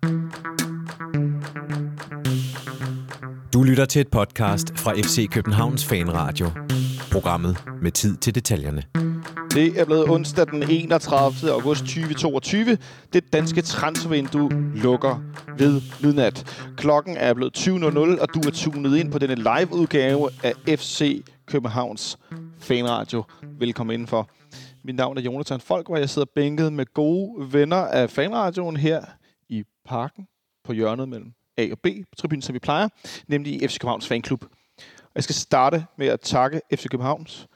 Du lytter til et podcast fra FC Københavns Fanradio. Programmet med tid til detaljerne. Det er blevet onsdag den 31. august 2022. Det danske transfervindue lukker ved midnat. Klokken er blevet 20.00, og du er tunet ind på denne live-udgave af FC Københavns Fanradio. Velkommen indenfor. Mit navn er Jonathan Folk, og jeg sidder bænket med gode venner af Fanradioen her i parken på hjørnet mellem A og B, på tribunen, som vi plejer, nemlig i FC Københavns Fanklub. Og jeg skal starte med at takke FC Københavns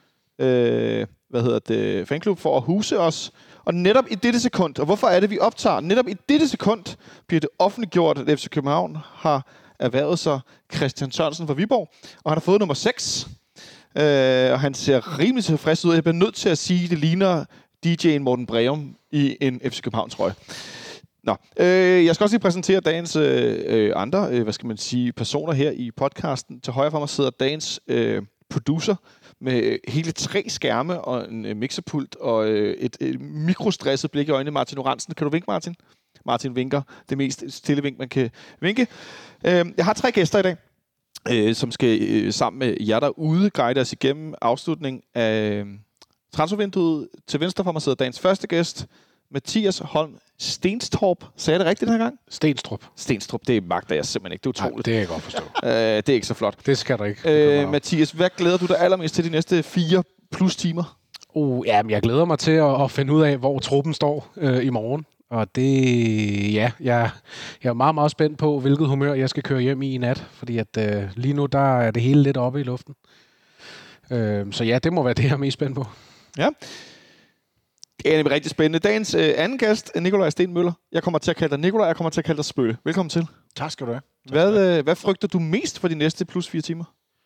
fanklub for at huse os. Og netop i dette sekund, og hvorfor er det, vi optager? Netop i dette sekund bliver det offentliggjort, at FC København har erhvervet sig Christian Sørensen fra Viborg, og han har fået nummer 6. Og han ser rimelig tilfreds ud. Jeg bliver nødt til at sige, at det ligner DJ'en Morten Breum i en FC Københavns trøje. Nå, jeg skal også lige præsentere dagens andre, personer her i podcasten. Til højre for mig sidder dagens producer med hele 3 skærme og en mixerpult og et mikrostresset blik i øjnene. Martin Oransen. Kan du vinke, Martin? Martin vinker. Det mest stille vink, man kan vinke. Jeg har 3 gæster i dag, som skal sammen med jer derude guide os igennem afslutningen af transfervinduet. Til venstre for mig sidder dagens første gæst, Mathias Holm Stenstrup. Sagde jeg det rigtigt den her gang? Stenstrup, det magter jeg simpelthen ikke. Det er utroligt. Nej, det kan jeg godt forstå. Det er ikke så flot. Det skal du ikke. Mathias, hvad glæder du dig allermest til de næste 4+ timer? Jamen, jeg glæder mig til at finde ud af, hvor truppen står i morgen. Og det, jeg er meget, meget spændt på, hvilket humør jeg skal køre hjem i nat. Fordi at lige nu, der er det hele lidt oppe i luften. Så ja, det må være det, jeg er mest spændt på. Ja. Det er nemlig rigtig spændende. Dagens anden gæst er Nikolaj Sten Møller. Jeg kommer til at kalde dig Nikolaj, jeg kommer til at kalde dig Spøge. Velkommen til. Tak skal du have. Hvad frygter du mest for de næste +4 timer?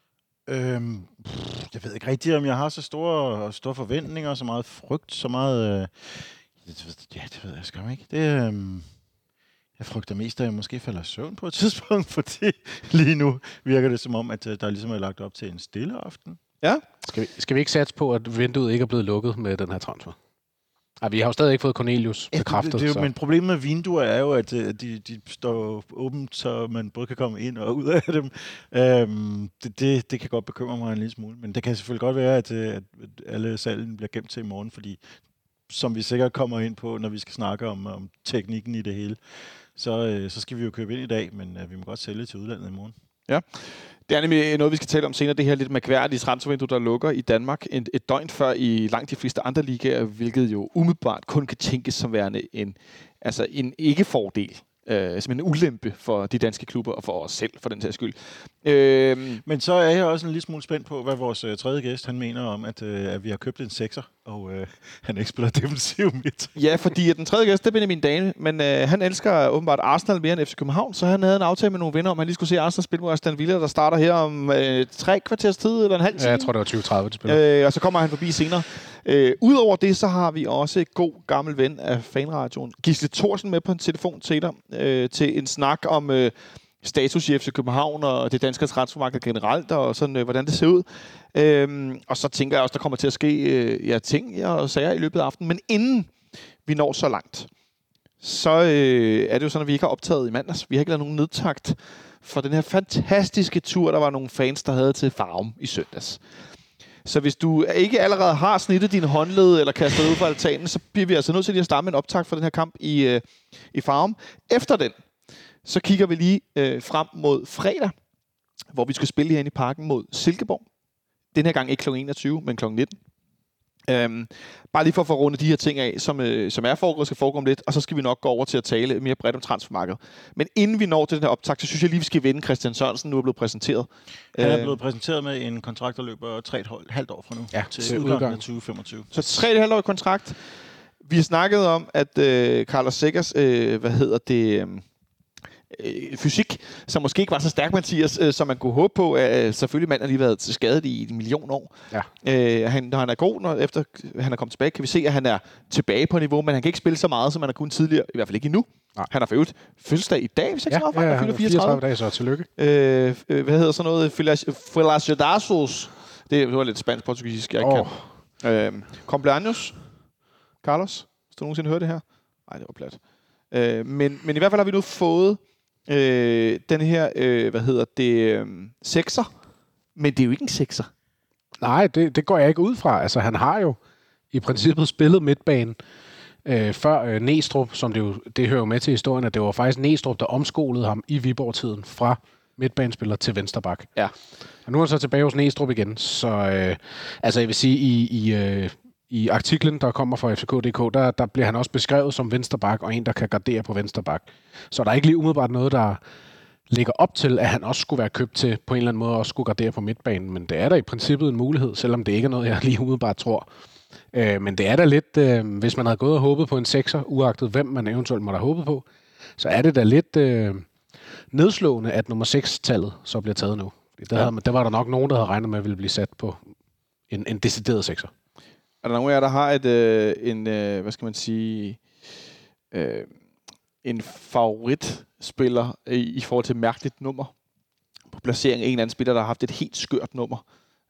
Jeg ved ikke rigtigt, om jeg har så store forventninger, så meget frygt, så meget... det ved jeg sgu ikke. Jeg frygter mest, at jeg måske falder i søvn på et tidspunkt, fordi lige nu virker det som om, at der ligesom er lagt op til en stille aften. Ja. Skal vi ikke satse på, at vinduet ikke er blevet lukket med den her transfer? Ej, vi har jo stadig ikke fået Cornelius bekræftet. Men problemet med vinduer er jo, at de står åbent, så man både kan komme ind og ud af dem. Det kan godt bekymre mig en lille smule, men det kan selvfølgelig godt være, at alle salgen bliver gemt til i morgen, fordi som vi sikkert kommer ind på, når vi skal snakke om teknikken i det hele, så skal vi jo købe ind i dag, men vi må godt sælge til udlandet i morgen. Ja. Det er nemlig noget, vi skal tale om senere. Det her lidt mærkværdige transfervindue, der lukker i Danmark et døgn før i langt de fleste andre ligaer, hvilket jo umiddelbart kun kan tænkes som værende en ikke-fordel. Som en ulempe for de danske klubber og for os selv, for den sags skyld. Men så er jeg også en lille smule spændt på, hvad vores tredje gæst han mener om, at vi har købt en 6'er, og han ikke spiller defensiv midt. Ja, fordi den tredje gæst, det er Benjamin Dane, men han elsker åbenbart Arsenal mere end FC København, så han havde en aftale med nogle venner om, han lige skulle se Arsenal spille mod Aston Villa, der starter her om 3 kvarters tid eller en halv time. Ja, jeg tror, det var 20-30, det spiller. Og så kommer han forbi senere. Udover det, så har vi også et god gammel ven af Fanradioen, Gisle Thorsen, med på en telefon til dig, til en snak om status i FC København og det danske transfermarked generelt, og sådan, hvordan det ser ud. Og så tænker jeg også, der kommer til at ske ting og sager i løbet af aftenen. Men inden vi når så langt, så er det jo sådan, at vi ikke har optaget i mandags. Vi har ikke lavet nogen nedtakt for den her fantastiske tur, der var nogle fans, der havde til Farum i søndags. Så hvis du ikke allerede har snittet din håndled eller kastet ud fra altanen, så bliver vi altså nødt til lige at starte med en optakt for den her kamp i Farum. Efter den, så kigger vi lige frem mod fredag, hvor vi skal spille herinde i parken mod Silkeborg. Den her gang ikke kl. 21, men kl. 19. Bare lige for at få rundet de her ting af, som er foregået, skal foregå om lidt, og så skal vi nok gå over til at tale mere bredt om transfermarkedet. Men inden vi når til den her optakt, så synes jeg lige, vi skal vende Christian Sørensen. Nu er blevet præsenteret. Han er blevet præsenteret med en kontrakt, der løber 3,5 år fra nu, til udgangen af 2025. Så 3,5 år kontrakt. Vi har snakket om, at Carlos Seggers, fysik, som måske ikke var så stærk, Mathias, som man kunne håbe på. Selvfølgelig manden har lige været til skade i 1 million år. Ja. Når han er god, når efter han er kommet tilbage, kan vi se, at han er tilbage på niveau, men han kan ikke spille så meget, som han har kunnet tidligere, i hvert fald ikke endnu. Nej. Han har for øvrigt fødselsdag i dag, hvis jeg ikke han fylder 34 dage, så tillykke. Hvad hedder sådan noget? Felicidasos. Det var lidt spansk-portugisisk, jeg ikke kan. Cumpleaños, Carlos. Hvis du nogensinde hørt det her? Nej, det var plat. Men i hvert fald har vi nu fået den her, sekser. Men det er jo ikke en sekser. Nej, det går jeg ikke ud fra. Altså, han har jo i princippet spillet midtbanen før Næstrup, som det hører jo med til historien, at det var faktisk Næstrup, der omskolede ham i Viborg-tiden fra midtbanespiller til vensterbak. Ja. Og nu er han så tilbage hos Næstrup igen, så jeg vil sige, i artiklen, der kommer fra FCK.dk, der bliver han også beskrevet som vensterbak, og en, der kan gardere på vensterbak. Så der er ikke lige umiddelbart noget, der ligger op til, at han også skulle være købt til på en eller anden måde også skulle gardere på midtbanen, men det er der i princippet en mulighed, selvom det ikke er noget, jeg lige umiddelbart tror. Men det er da lidt, hvis man havde gået og håbet på en sekser, uagtet hvem man eventuelt måtte have håbet på, så er det da lidt nedslående, at nummer 6-tallet så bliver taget nu. Der var der nok nogen, der havde regnet med, at ville blive sat på en decideret sekser. Er der nogen af jer, der har en favoritspiller i forhold til mærkeligt nummer på placering af en eller anden spiller, der har haft et helt skørt nummer?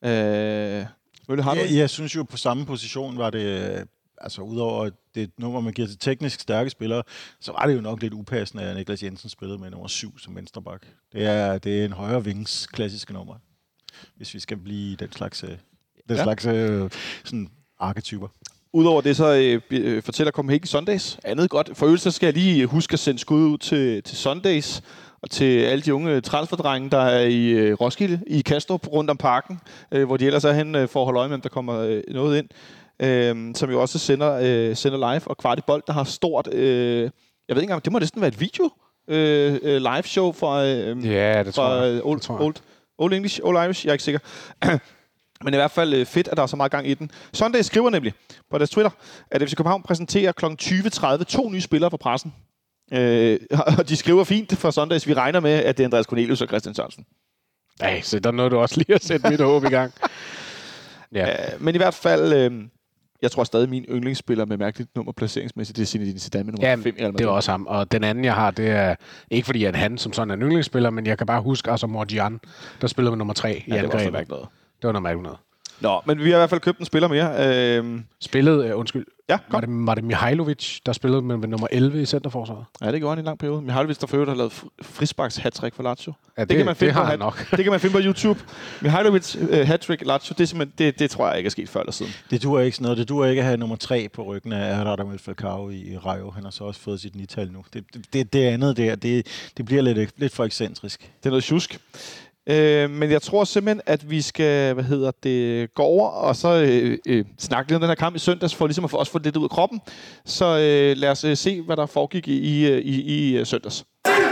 Jeg synes jo, på samme position var det, udover det nummer, man giver til teknisk stærke spillere, så var det jo nok lidt upassende, at Niklas Jensen spillede med nummer 7 som venstreback. Det er en højre vings klassiske nummer, hvis vi skal blive den slags sådan arketyper. Udover det, så fortæller Copenhagen Sundays andet godt. For øvrigt, så skal jeg lige huske at sende skud ud til Sundays og til alle de unge transferdrenge, der er i Roskilde, i Kastrup, rundt om parken, hvor de ellers er hen for at holde øje med, om der kommer noget ind, som jo også sender live. Og Kvart i Bold, der har stort, jeg ved ikke engang, det må næsten være et video live show fra det tror jeg. Old English, Old Irish, jeg er ikke sikker. Men i hvert fald fedt, at der er så meget gang i den. Sunday skriver nemlig på deres Twitter, at FC København præsenterer kl. 20.30 2 nye spillere for pressen. Og de skriver fint for Sundays. Vi regner med, at det er Andreas Cornelius og Christian Sørensen. Nej, så der er noget, du også lige har sætte mit håb i gang. Ja. Men i hvert fald, jeg tror stadig, min yndlingsspiller med mærkeligt nummer placeringsmæssigt, det er Zinedine Zidane med nummer 5. Det er også ham. Og den anden, jeg har, det er ikke fordi, at han som sådan er en yndlingsspiller, men jeg kan bare huske, Morgian, der spillede med nummer 3 i angrebet. Det var noget mærkeligt noget. Nå, men vi har i hvert fald købt en spiller mere. Ja, var det Mihailovic, der spillede med nummer 11 i centerforsvaret? Ja, det gjorde han i en lang periode. Mihailovic, der for øvrigt har lavet frisparks hattrick for Lazio. Ja, det kan man finde på, nok. Det kan man finde på YouTube. Mihailovic hattrick Lazio, det er simpelthen, det tror jeg ikke er sket før eller siden. Det duer ikke sådan noget. Det duer ikke at have nummer 3 på ryggen af Radamel Falcao i Rayo. Han har så også fået sit 9-tal nu. Det andet der, det bliver lidt for ekscentrisk. Det er noget tjusk. Men jeg tror simpelthen, at vi skal gå over og så snakke lidt om den her kamp i søndags, for ligesom at få det lidt ud af kroppen. Så lad os se, hvad der foregik i søndags.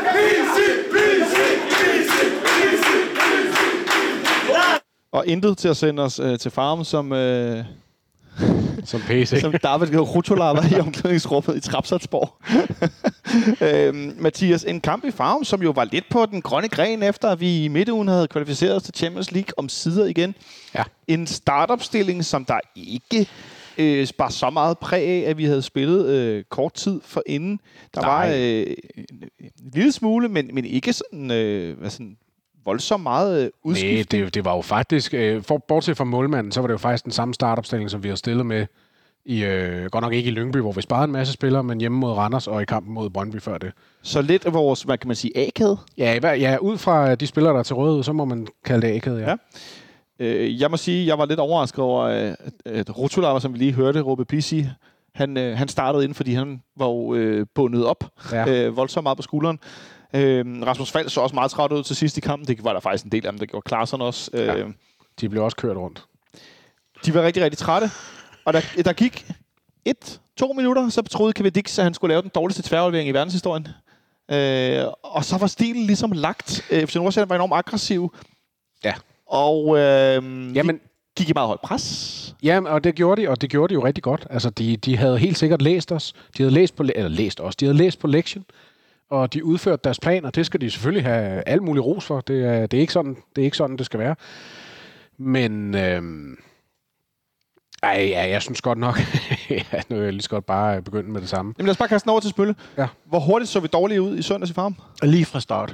Og intet til at sende os til Farum som PC. Som David Rutula var i omklædningsrummet i Trapsardsborg. Mathias, en kamp i Farum, som jo var lidt på den grønne gren, efter at vi i midtugen havde kvalificeret os til Champions League om sider igen. Ja. En startopstilling, som der ikke bar så meget præg af, at vi havde spillet kort tid forinden. Der var en lille smule, men ikke sådan voldsomt meget udskift. Nej, det var jo faktisk, bortset fra målmanden, så var det jo faktisk den samme startopstilling, som vi har stillet med, godt nok ikke i Lyngby, hvor vi sparede en masse spillere, men hjemme mod Randers og i kampen mod Brøndby før det. Så lidt af vores, hvad kan man sige, A-kæde? Ja, ud fra de spillere, der er til rådighed, så må man kalde det A-kæde, ja. Jeg må sige, jeg var lidt overrasket over, at Rutula, som vi lige hørte, råbe PC, han startede ind, fordi han var jo bundet op voldsomt meget på skulderen. Rasmus Falk så også meget træt ud til sidst i kampen. Det var der faktisk en del af dem, der gjorde Klaarsson også. De blev også kørt rundt. De var rigtig, rigtig trætte. Og der gik 1-2 minutter, så troede Kevin Dix, at han skulle lave den dårligste tværaflevering i verdenshistorien. Og så var stilen ligesom lagt. FC Nordsjælland var enormt aggressiv. Ja. Og gik i meget højt pres. Ja, og det gjorde de jo rigtig godt. Altså, de havde helt sikkert læst os. De havde læst på lektion. Og de udførte deres planer. Det skal de selvfølgelig have alt muligt ros for. Det er ikke sådan, det skal være. Men jeg synes godt nok, nu er jeg lige så godt bare begynde med det samme. Jamen lad os bare kaste den over til Spølle. Ja. Hvor hurtigt så vi dårligt ud i søndags i Farum? Lige fra start.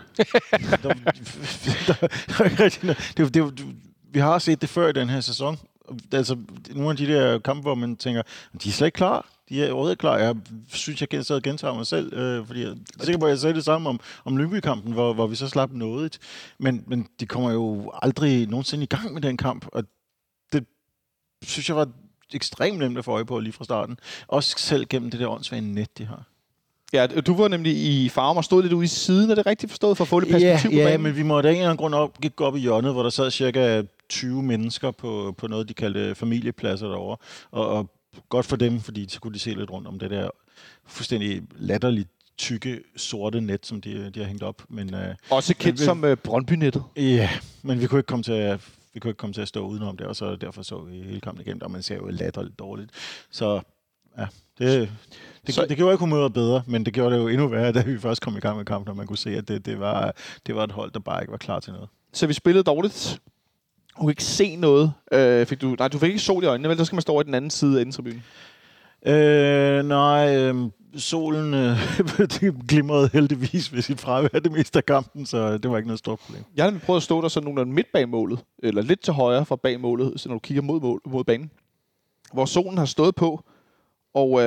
Vi har set det før i den her sæson. Altså, nogle af de der kampe, hvor man tænker, de er slet ikke klar. De er overhovedet klar. Jeg synes, jeg gentager mig selv, fordi jeg er sikker på, at jeg sagde det samme om Lyngby-kampen, hvor vi så slap noget. Men de kommer jo aldrig nogensinde i gang med den kamp, og det synes jeg var ekstremt nemt at få øje på lige fra starten. Også selv gennem det der åndssvage net, de har. Ja, du var nemlig i Farum og stod lidt ude i siden. Er det rigtigt forstået for at få lidt perspektiv på banen? Ja, men vi måtte af en eller anden grund gå op i hjørnet, hvor der sad cirka 20 mennesker på noget, de kaldte familiepladser derovre. Og godt for dem, fordi så kunne de se lidt rundt om det der fuldstændig latterligt tykke, sorte net, som de har hængt op. Men, også kendt som Brøndby-nettet. Ja, men vi kunne ikke komme til at stå udenom det, og så derfor så vi hele kampen igennem, og man ser jo latterligt dårligt. Så ja, det gjorde ikke humøret bedre, men det gjorde det jo endnu værre, da vi først kom i gang med kampen, og man kunne se, at det var et hold, der bare ikke var klar til noget. Så vi spillede dårligt. Du kunne ikke se noget. Du fik ikke sol i øjnene, vel? Så skal man stå over i den anden side af indtribunen. Solen glimrede heldigvis ved sit fravær det meste af kampen, så det var ikke noget stort problem. Jeg har prøvet at stå der sådan nogenlunde midt bag målet, eller lidt til højre fra bag målet, så når du kigger mod banen, hvor solen har stået på, og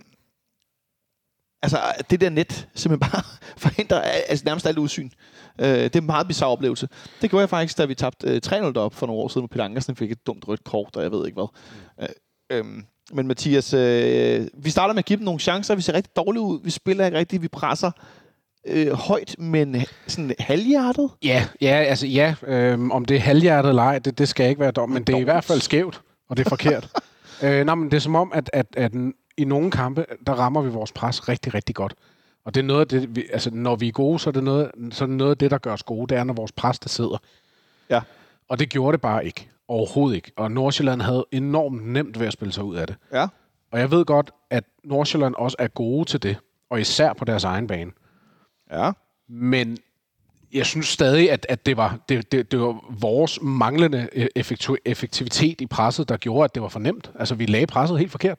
det der net simpelthen bare forhindrer nærmest alt udsyn. Det er en meget bizarre oplevelse. Det gjorde jeg faktisk, da vi tabte 3-0 derop for nogle år siden, hvor Peter Ankersen fik et dumt rødt kort, og jeg ved ikke hvad. Men Mathias, vi starter med at give dem nogle chancer. Vi ser rigtig dårligt ud. Vi spiller ikke rigtigt. Vi presser højt, men sådan halvhjertet. Om det er halvhjertet eller ej, det skal ikke være dom, men det er i hvert fald skævt, og det er forkert. Men det er som om, at i nogle kampe, der rammer vi vores pres rigtig, rigtig godt. Og det er noget af det, når vi er gode, så er det noget af det, der gør os gode. Det er, når vores pres, der sidder. Ja. Og det gjorde det bare ikke. Overhovedet ikke. Og Nordsjælland havde enormt nemt ved at spille sig ud af det. Ja. Og jeg ved godt, at Nordsjælland også er gode til det. Og især på deres egen bane. Ja. Men jeg synes stadig, at det var vores manglende effektivitet i presset, der gjorde, at det var for nemt. Altså, vi lagde presset helt forkert.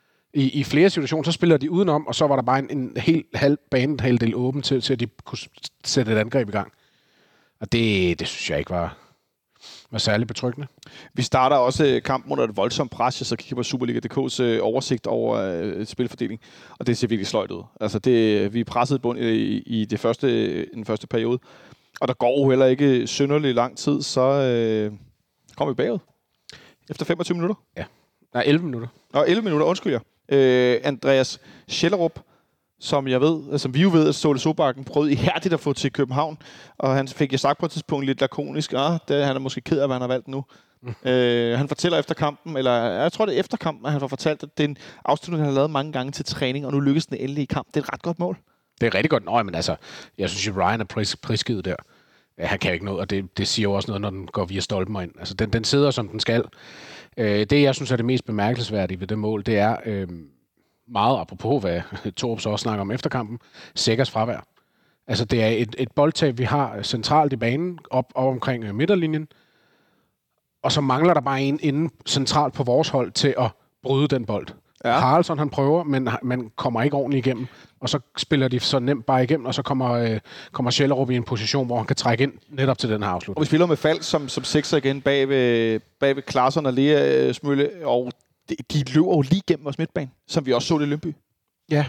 I flere situationer, så spiller de udenom, og så var der bare en halv del åben til, at de kunne sætte et angreb i gang. Og det synes jeg ikke var særlig betryggende. Vi starter også kampen under et voldsomt pres, så kigger på Superliga.dk's oversigt over spilfordeling, og det ser virkelig sløjt ud. Altså vi er presset i bund i den første periode, og der går jo heller ikke synderligt lang tid, så kommer vi bagud. Efter 25 minutter. Ja. Nej, 11 minutter. 11 minutter, undskyld jeg. Andreas Schellerup, som vi jo ved, at Ståle Solbakken prøvede ihærdigt at få til København, og han fik sagt på et tidspunkt lidt lakonisk, han er måske ked af, hvad han har valgt nu. Han fortæller efter kampen, eller jeg tror det er efter kampen, at han får fortalt, at det er en afslutning, han har lavet mange gange til træning, og nu lykkes den endelig i kamp. Det er et ret godt mål. Det er rigtig godt. Men jeg synes jo, Ryan er prisgivet der. Han kan jo ikke noget, og det siger jo også noget, når den går via stolpen og ind. Altså, den sidder, som den skal. Det, jeg synes er det mest bemærkelsesværdige ved det mål, det er meget apropos, hvad Torp så også snakker om efterkampen, Sækkers fravær. Altså, det er et boldtab, vi har centralt i banen, op omkring midterlinjen, og så mangler der bare en inde centralt på vores hold til at bryde den bold. Ja. Haraldsson, han prøver, men man kommer ikke ordentligt igennem, og så spiller de så nemt bare igennem, og så kommer Schellerup i en position, hvor han kan trække ind netop til den her afslutning. Og vi spiller med Falk som sekser igen bag ved Klaarsson og Lea Smølle, og de løber jo lige gennem vores midtbane, som vi også så det i Lyngby. Ja,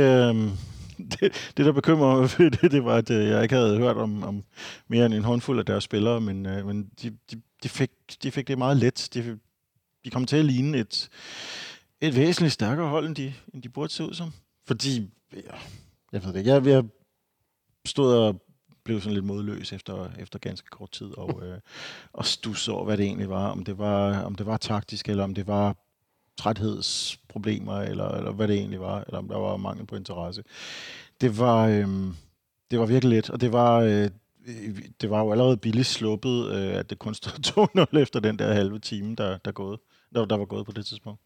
det der bekymrer mig, det var, at jeg ikke havde hørt om mere end en håndfuld af deres spillere, men de fik det meget let. De kom til at ligne et væsentligt stærkere hold, end de burde se ud som. Fordi, jeg ved det ikke, jeg stod og blev sådan lidt modløs efter ganske kort tid, og stussede over, hvad det egentlig var. Om det var taktisk, eller om det var træthedsproblemer, eller hvad det egentlig var, eller om der var mangel på interesse. Det var virkelig let, og det var jo allerede billigt sluppet, at det kun stod 2-0 efter den der halve time, der var gået på det tidspunkt.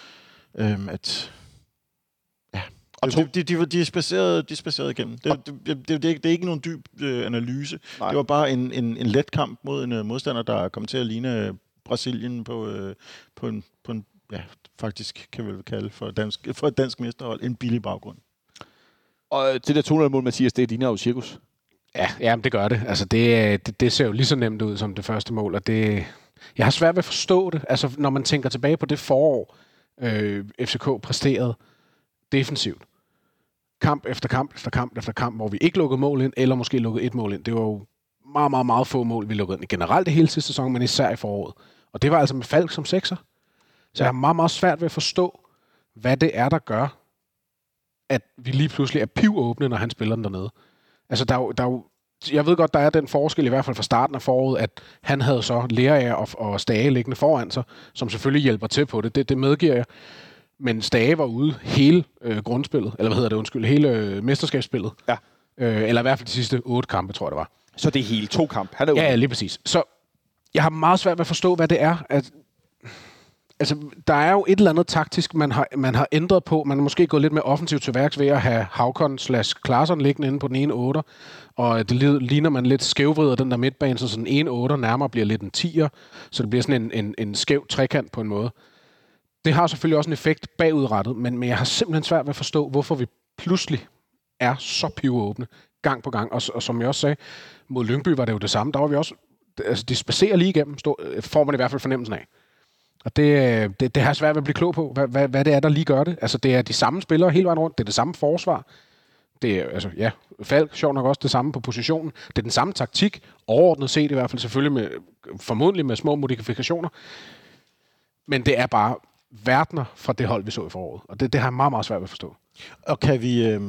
Og de er spaceret igennem. Det er ikke nogen dyb analyse. Nej. Det var bare en let kamp mod en modstander, der kom til at ligne Brasilien på en faktisk kan vi vel kalde for et dansk mesterhold en billig baggrund. Og det der 200-mål, Mathias, det ligner jo cirkus. Ja, det gør det. Altså det ser jo lige så nemt ud som det første mål, og jeg har svært ved at forstå det. Altså når man tænker tilbage på det forår, FCK præsterede, defensivt. Kamp efter kamp efter kamp efter kamp, hvor vi ikke lukkede mål ind, eller måske lukkede et mål ind. Det var jo meget, meget, meget få mål, vi lukkede ind. Generelt det hele sidste sæson, men især i foråret. Og det var altså med Falk som sekser. Så jeg har meget, meget svært ved at forstå, hvad det er, der gør, at vi lige pludselig er pivåbne, når han spiller den dernede. Altså, der er jo jeg ved godt, der er den forskel, i hvert fald fra starten af foråret, at han havde så Lerager og Stage liggende foran sig, som selvfølgelig hjælper til på det. Det medgiver jeg. Men Stage var ude hele grundspillet, eller hele mesterskabsspillet. Ja. Eller i hvert fald de sidste 8 kampe, tror jeg, det var. Så det er hele 2 kampe? Han er ude. Ja, lige præcis. Så jeg har meget svært ved at forstå, hvad det er. Altså, der er jo et eller andet taktisk, man har ændret på. Man har måske gået lidt mere offensivt til værks ved at have Haukon/Klaarsson liggende inde på den ene 8'er. Og det ligner man lidt skævvrider den der midtbane, så sådan en 8'er nærmere bliver lidt en 10'er. Så det bliver sådan en skæv trekant på en måde. Det har selvfølgelig også en effekt bagudrettet, men jeg har simpelthen svært ved at forstå, hvorfor vi pludselig er så pivåbne gang på gang. Og som jeg også sagde, mod Lyngby var det jo det samme. Der var vi også, altså de spacerer lige igennem, får man i hvert fald fornemmelsen af. Og det har svært ved at blive klog på, hvad det er, der lige gør det. Altså, det er de samme spillere hele vejen rundt. Det er det samme forsvar. Det er, altså, ja, Falk, sjovt nok også det samme på positionen. Det er den samme taktik, overordnet set i hvert fald, selvfølgelig formodentlig med små modifikationer. Men det er bare verdener fra det hold, vi så i foråret. Og det har jeg meget, meget svært ved at forstå. Og kan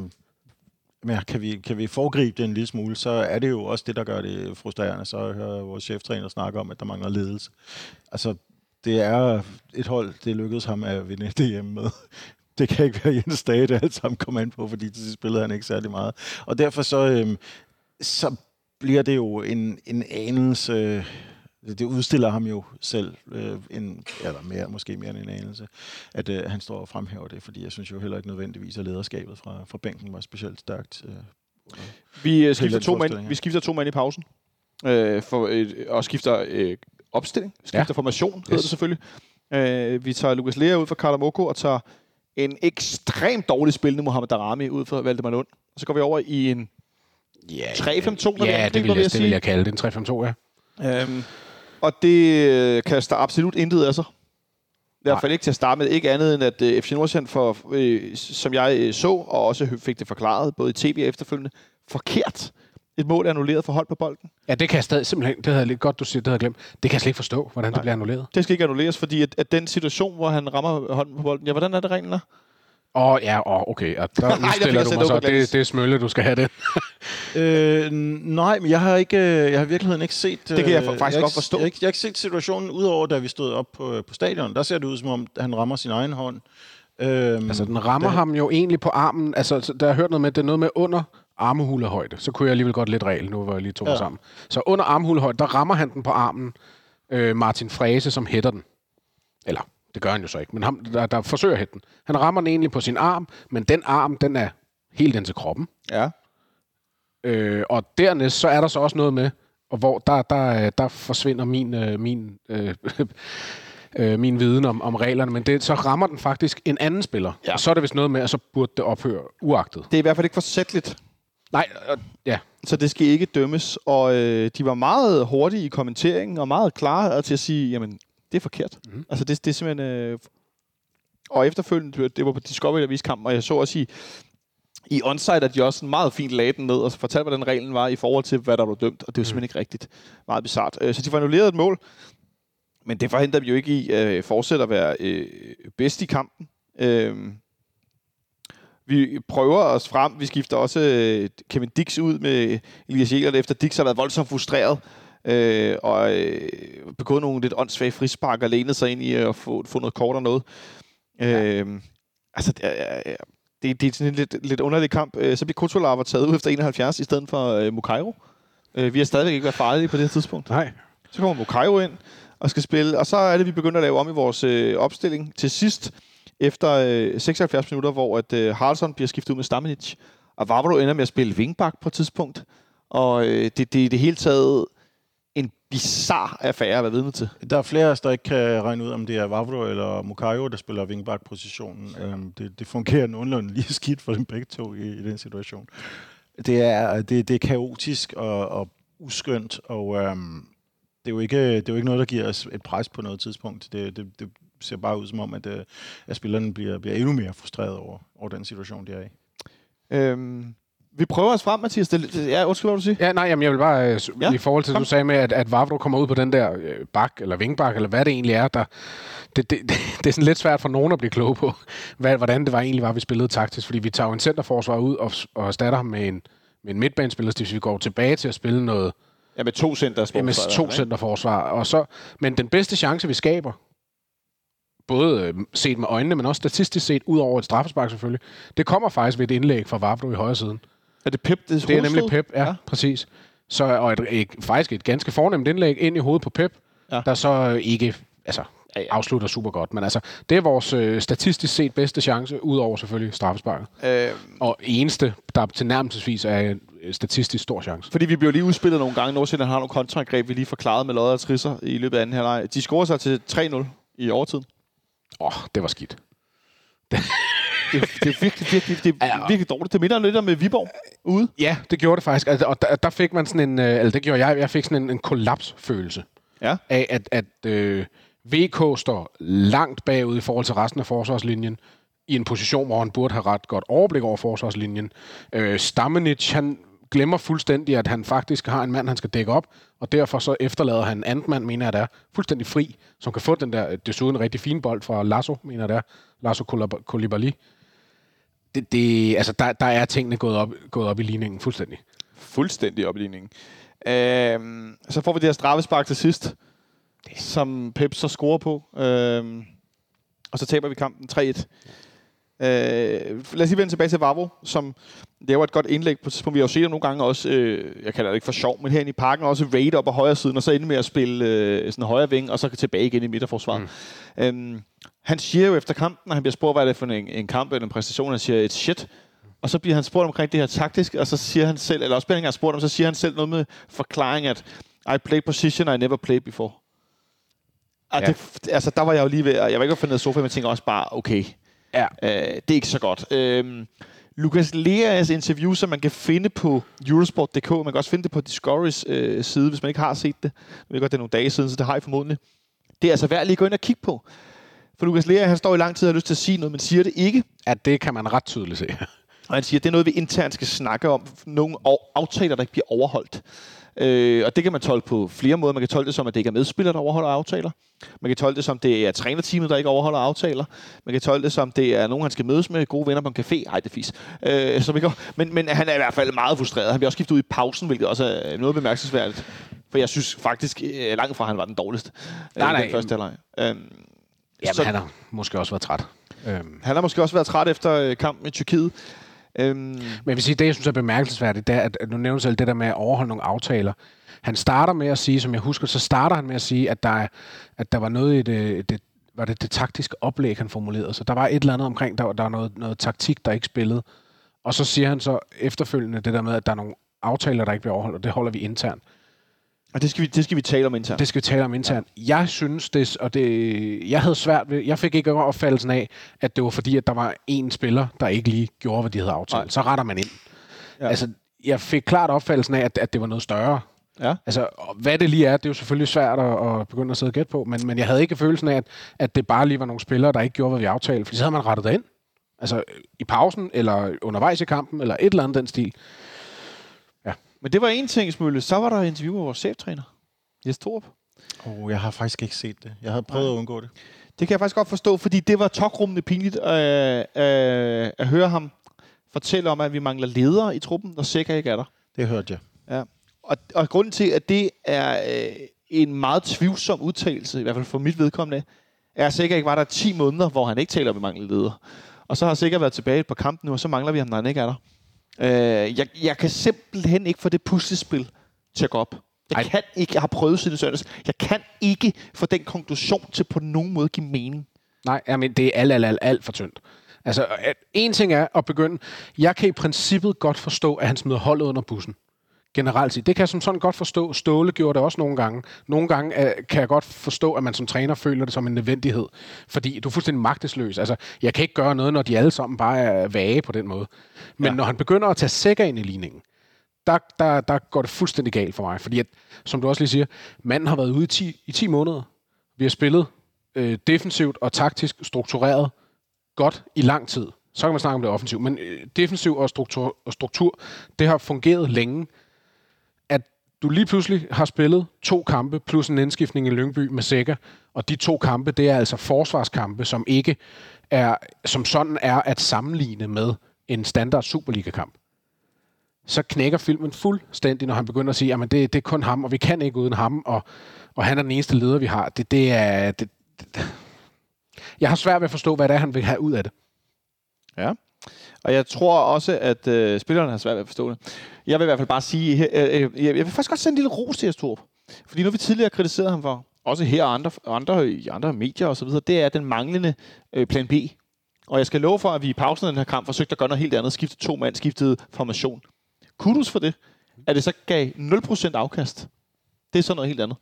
vi foregribe det en lille smule, så er det jo også det, der gør det frustrerende. Så hører vores cheftræner snakke om, at der mangler ledelse. Altså, det er et hold, det lykkedes ham at vinde DM med. Det kan ikke være Jens Stage, det alt sammen kommer ind på, fordi til sidst spillede han ikke særlig meget. Og derfor så bliver det jo en anelse. Det udstiller ham jo selv, måske mere end en anelse, at han står og fremhæver det, fordi jeg synes jo heller ikke nødvendigvis, at lederskabet fra bænken var specielt stærkt. Vi skifter 2 mand i pausen, og skifter opstilling, skifter formation, hedder det selvfølgelig. Vi tager Lukas Lea ud fra Kalamoko og tager en ekstremt dårlig spillende Mohamed Darami ud fra Valdemar Lund. Og så går vi over i en 3-5-2. Ja, det vil jeg kalde det. En 3-5-2, ja. Og det kaster absolut intet af sig. I hvert fald ikke til at starte med. Ikke andet end, at FC Nordsjælland, som jeg så, og også fik det forklaret, både i tv og efterfølgende, forkert. Et mål er annulleret for hold på bolden. Ja, det kan jeg stadig simpelthen, det havde lidt godt, du siger, det havde jeg glemt. Det kan jeg slet ikke forstå, hvordan det bliver annulleret. Det skal ikke annulleres, fordi at den situation, hvor han rammer hånden på bolden, hvordan er det reglen der? Okay. Og der udstiller du mig så. Det er smølle, du skal have det. Nej, men jeg har i virkeligheden ikke set. Det kan jeg faktisk godt forstå. Jeg har ikke set situationen, udover da vi stod op på stadion. Der ser det ud, som om han rammer sin egen hånd. Altså, den rammer ham jo egentlig på armen. Altså, der har hørt noget med, det er noget med under armhulehøjde. Så kunne jeg alligevel godt lidt regel, nu var jeg lige to sammen. Så under armhulehøjde, der rammer han den på armen. Martin Frese, som hætter den. Eller, det gør han jo så ikke, men ham, der forsøger at hætte den. Han rammer den egentlig på sin arm, men den arm, den er helt ind til kroppen. Ja. Og dernæst, så er der så også noget med, og hvor der forsvinder min viden om reglerne, men så rammer den faktisk en anden spiller. Ja. Og så er det vist noget med, at så burde det ophøre uagtet. Det er i hvert fald ikke forsætligt. Nej, ja. Så det skal ikke dømmes, og de var meget hurtige i kommenteringen, og meget klare til at sige, jamen, det er forkert. Mm-hmm. Altså, det er simpelthen... Og efterfølgende, det var på Discovery Avis-kampen, og jeg så også i onside, at de også meget fint lagde den ned, og fortalte, hvordan reglen var i forhold til, hvad der var dømt, og det var simpelthen ikke rigtigt. Meget bizart. Så de får annulleret et mål, men det forhindrer dem jo ikke i at fortsætte at være bedst i kampen. Vi prøver os frem. Vi skifter også Kevin Dix ud med Elias Jægert, efter Dix har været voldsomt frustreret og begået nogle lidt åndssvage frispark og lænet sig ind i at få noget kort og noget. Ja. Altså, det er sådan en lidt underlig kamp. Så bliver Kutsulava taget ud efter 71 i stedet for Mukairo. Vi har stadigvæk ikke været farlige på det her tidspunkt. Nej. Så kommer Mukairo ind og skal spille, og så er det, vi begynder at lave om i vores opstilling til sidst, efter 76 minutter, hvor at Haraldsson bliver skiftet ud med Stamenic, og Vavro ender med at spille wingback på et tidspunkt. Og det er det hele taget en bizarre affære at være vidne til. Der er flere af os, der ikke kan regne ud, om det er Vavro eller Mukairo, der spiller wingback-positionen. Det fungerer nogenlunde lige skidt for dem begge to i den situation. Det er kaotisk og uskønt, og det er jo ikke noget, der giver os et pres på noget tidspunkt. ser bare ud som om, at spillerne bliver endnu mere frustreret over den situation, de er i. Vi prøver os frem, Mathias. Undskyld, hvad du siger? Ja, nej, jamen jeg vil bare, i forhold til, du sagde med, at Vavro kommer ud på den der bak, eller vingbak, eller hvad det egentlig er, det er sådan lidt svært for nogen at blive kloge på, hvordan det egentlig var, vi spillede taktisk, fordi vi tager jo en centerforsvar ud og erstatter ham med en midtbanespiller, hvis vi går tilbage til at spille noget... Ja, med 2 centerforsvar. Med 2 centerforsvar. Men den bedste chance, vi skaber, både set med øjnene, men også statistisk set, ud over et straffespark selvfølgelig, det kommer faktisk ved et indlæg fra Vavro i højre siden. Er det Pep? Det er nemlig Pep, ja, præcis. Og faktisk et ganske fornemt indlæg ind i hovedet på Pep, der så ikke afslutter super godt. Men altså, det er vores statistisk set bedste chance, ud over selvfølgelig straffesparket. Og eneste, der tilnærmelsesvis er en statistisk stor chance. Fordi vi bliver lige udspillet nogle gange. Nordsjælland har nogle kontraangreb, vi lige forklaret med lodder og trisser i løbet af anden halvleg. De scorer sig til 3-0 i overtiden. Det var skidt. Det er virkelig dårligt. Det minder lidt om Viborg ude. Ja, det gjorde det faktisk. Og der fik man sådan en... Eller det gjorde jeg fik sådan en kollapsfølelse af, at VK står langt bagud i forhold til resten af forsvarslinjen, i en position, hvor han burde have ret godt overblik over forsvarslinjen. Stamenic, han glemmer fuldstændig, at han faktisk har en mand, han skal dække op, og derfor så efterlader han en anden mand, mener jeg, der er fuldstændig fri, som kan få den der, desuden en rigtig fin bold fra Lasso, mener jeg, der er. Lasso Koulibaly. Altså, der er tingene gået op i ligningen fuldstændig. Fuldstændig op i ligningen. Så får vi det her straffespark til sidst, som Pep så scorer på. Og så taber vi kampen 3-1. Lad os lige vende tilbage til Vavro, som laver et godt indlæg på tidspunkt. Vi har jo set ham nogle gange også, jeg kalder det ikke for sjov, men herinde i parken også raid op på højre siden, og så ender med at spille sådan en højre ving, og så tilbage igen i midterforsvaret. Han siger jo efter kampen, når han bliver spurgt, hvad det er for en kamp eller en præstation, han siger, it's shit. Og så bliver han spurgt omkring det her taktisk, og så siger han selv, eller også bliver han spurgt om, så siger han selv noget med forklaring, at I play position I never played before. Og der var jeg jo lige ved, jeg var ikke fundet af sofa, men jeg tænker også bare, okay, det er ikke så godt. Lucas Leas interview, som man kan finde på Eurosport.dk, man kan også finde det på Discoverys side, hvis man ikke har set det. Jeg ved godt, det er nogle dage siden, så det har I formodentlig. Det er altså værd lige at gå ind og kigge på. For Lucas Lea, han står i lang tid og har lyst til at sige noget, men siger det ikke. Ja, det kan man ret tydeligt se. Og han siger, at det er noget, vi internt skal snakke om. Nogle aftaler, der ikke bliver overholdt. Og det kan man tolke på flere måder. Man kan tolke det som, at det ikke er medspillere, der overholder aftaler. Man kan tolke det som, det er trænerteamet, der ikke overholder aftaler. Man kan tolke det som, det er nogen, han skal mødes med, gode venner på en café. Ej, det er fis. Men han er i hvert fald meget frustreret. Han bliver også skiftet ud i pausen, hvilket også er noget bemærkelsesværdigt. For jeg synes faktisk, langt fra, han var den dårligste. Den første halvleg. Jamen, han har måske også været træt. Han har måske også været træt efter kampen i Tyrkiet. Men jeg vil sige, det jeg synes er bemærkelsesværdigt, det er, at nu nævner selv det der med at overholde nogle aftaler. Han starter med at sige, som jeg husker, så starter han med at sige, at der var noget i det taktiske oplæg, han formulerede. Så der var et eller andet omkring, der var noget taktik, der ikke spillede. Og så siger han så efterfølgende det der med, at der er nogle aftaler, der ikke bliver overholdt, og det holder vi internt. Og det skal vi tale om internt. Det skal vi tale om internt. Jeg synes jeg havde svært ved, jeg fik ikke opfattelsen af, at det var fordi, at der var en spiller, der ikke lige gjorde, hvad de havde aftalt. Nej. Så retter man ind. Ja. Altså, jeg fik klart opfattelsen af, at det var noget større. Ja. Altså, hvad det lige er, det er jo selvfølgelig svært at begynde at sidde og gætte på, men jeg havde ikke følelsen af, at det bare lige var nogle spillere, der ikke gjorde, hvad vi aftalte, fordi så havde man rettet det ind. Altså, i pausen, eller undervejs i kampen, eller et eller andet den stil. Men det var en ting, Smølle. Så var der interview med vores cheftræner, Jes Torup. Jeg har faktisk ikke set det. Jeg havde prøvet at undgå det. Det kan jeg faktisk godt forstå, fordi det var tokrummende pinligt at høre ham fortælle om, at vi mangler ledere i truppen, og sikkert ikke er der. Det hørte jeg. Ja. Og grunden til, at det er en meget tvivlsom udtalelse, i hvert fald for mit vedkommende, er, at sikkert ikke var der 10 måneder, hvor han ikke taler om, at vi mangler ledere. Og så har sikkert været tilbage på kampen nu, og så mangler vi ham, når han ikke er der. Jeg kan simpelthen ikke få det puslespil til at gå op. Jeg har prøvet siden søndags. Jeg kan ikke få den konklusion til på nogen måde give mening. Nej, men det er alt for tyndt. Altså, en ting er at begynde. Jeg kan i princippet godt forstå, at han smider holdet under bussen. Generelt set. Det kan jeg som sådan godt forstå. Ståle gjorde det også nogle gange. Nogle gange kan jeg godt forstå, at man som træner føler det som en nødvendighed. Fordi du er fuldstændig magtesløs. Altså, jeg kan ikke gøre noget, når de alle sammen bare er vage på den måde. Men når han begynder at tage sækker ind i ligningen, der går det fuldstændig galt for mig. Fordi, som du også lige siger, manden har været ude i 10 måneder. Vi har spillet defensivt og taktisk struktureret godt i lang tid. Så kan man snakke om det offensivt, men defensiv og struktur, det har fungeret længe. At du lige pludselig har spillet 2 kampe plus en indskiftning i Lyngby med Sækker, og de 2 kampe, det er altså forsvarskampe, som ikke er, som sådan er at sammenligne med en standard Superliga-kamp. Så knækker filmen fuldstændig, når han begynder at sige, at det er kun ham, og vi kan ikke uden ham, og han er den eneste leder, vi har. Jeg har svært ved at forstå, hvad det er, han vil have ud af det. Ja, og jeg tror også, at spillerne har svært ved at forstå det. Jeg vil i hvert fald bare sige, jeg vil faktisk godt sende en lille ros til Astrup. Fordi nu vi tidligere kritiseret ham for, også her og i andre medier og så videre, det er den manglende plan B. Og jeg skal love for, at vi i pausen af den her kamp forsøgte at gøre noget helt andet. Skifte 2 mand, skiftede formation. Kudos for det. At det så gav 0% afkast. Det er så noget helt andet.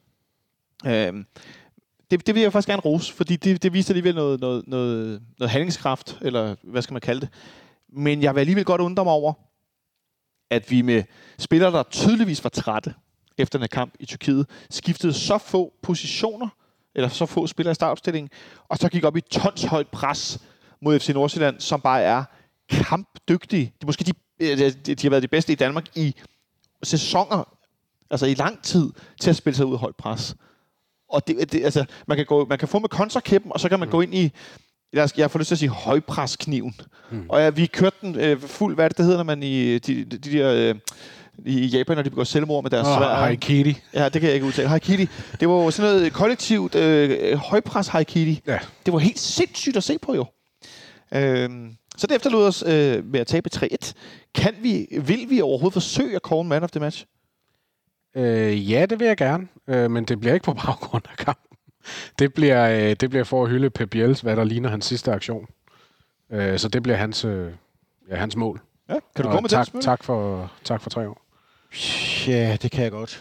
Det vil jeg faktisk gerne rose, fordi det viste alligevel noget handlingskraft, eller hvad skal man kalde det. Men jeg vil alligevel godt undre mig over, at vi med spillere, der tydeligvis var trætte efter den her kamp i Tyrkiet, skiftede så få positioner, eller så få spillere i startopstillingen, og så gik op i tonshøjt pres mod FC Nordsjælland, som bare er kampdygtige. De har været de bedste i Danmark i sæsoner, altså i lang tid, til at spille sig ud af højt pres. Og altså, man kan få med kontrakæppen, og så kan man gå ind i, jeg får lyst til at sige, højpreskniven. Og vi kørte den fuld, hvad det hedder, når man i de der i Japan, når de begår selvmord med deres sværd. Haikiri. Ja, det kan jeg ikke udtale. Haikiri. Det var jo sådan noget kollektivt højpres haikiri. Ja. Det var helt sindssygt at se på jo. Så det efterlod os med at tabe 3-1. Vil vi overhovedet forsøge at call man of the match? Ja, det vil jeg gerne, men det bliver ikke på baggrund af kampen. Det bliver for at hylde Pep Biels, hvad der ligner hans sidste aktion. Så det bliver hans mål. Ja, kan du komme med det? Tak for 3 år. Ja, det kan jeg godt.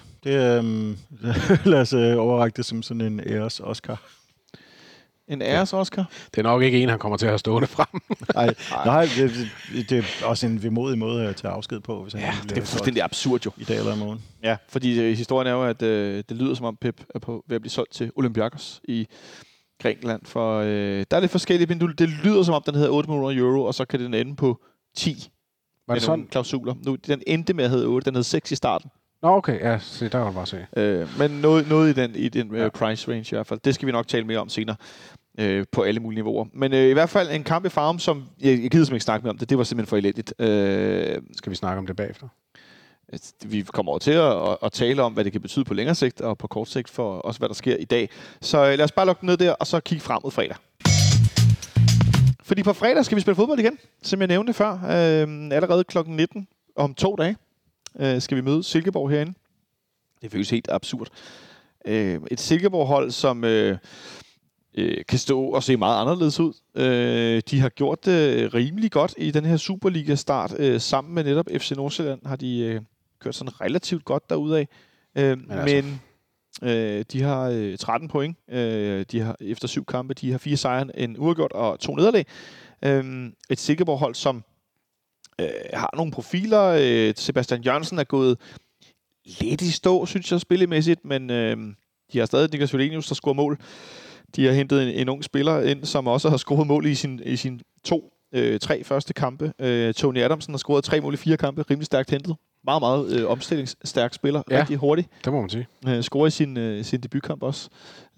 Lad os overrække det som sådan en æres Oscar. En æres Oscar? Det er nok ikke en, han kommer til at have stående frem. Nej, det er også en vemodig måde at tage afsked på. Hvis han det er fuldstændig absurd jo. I dag eller i morgen. Ja, fordi historien er jo, at det lyder som om Pep er ved at blive solgt til Olympiakos i Grækenland. For der er lidt forskellige, men det lyder som om, den hedder 8 millioner euro, og så kan den ende på 10. Var det sådan? Klausuler. Nu, den endte med at hedde 8, den hed 6 i starten. Nå, okay. Ja, se, der kan man bare se. Men noget i den price range i hvert fald. Det skal vi nok tale mere om senere. På alle mulige niveauer. Men i hvert fald en kamp i Farum, som jeg gider som ikke snakke mere om det. Det var simpelthen for elendigt. Skal vi snakke om det bagefter? Vi kommer over til at tale om, hvad det kan betyde på længere sigt og på kort sigt for også, hvad der sker i dag. Så lad os bare lukke den ned der, og så kigge frem mod fredag. Fordi på fredag skal vi spille fodbold igen, som jeg nævnte før. Allerede klokken 19 om 2 dage skal vi møde Silkeborg herinde. Det føles helt absurd. Et Silkeborg-hold, som kan stå og se meget anderledes ud. De har gjort det rimelig godt i den her Superliga-start. Sammen med netop FC Nordsjælland har de kørt sådan relativt godt derudad. Men de har 13 point. De har efter 7 kampe, de har 4 sejre, en uafgjort og 2 nederlag. Et Silkeborg-hold, som har nogle profiler. Sebastian Jørgensen er gået lidt i stå, synes jeg, spillemæssigt, men de har stadig Niklas Velenius, der scorer mål. De har hentet en ung spiller ind, som også har scoret mål i sin 3 første kampe. Tony Adamsen har scoret 3 mål i 4 kampe. Rimelig stærkt hentet. Meget, meget omstillingsstærk spiller. Ja, rigtig hurtig. Det må man sige. Scorer i sin debutkamp også.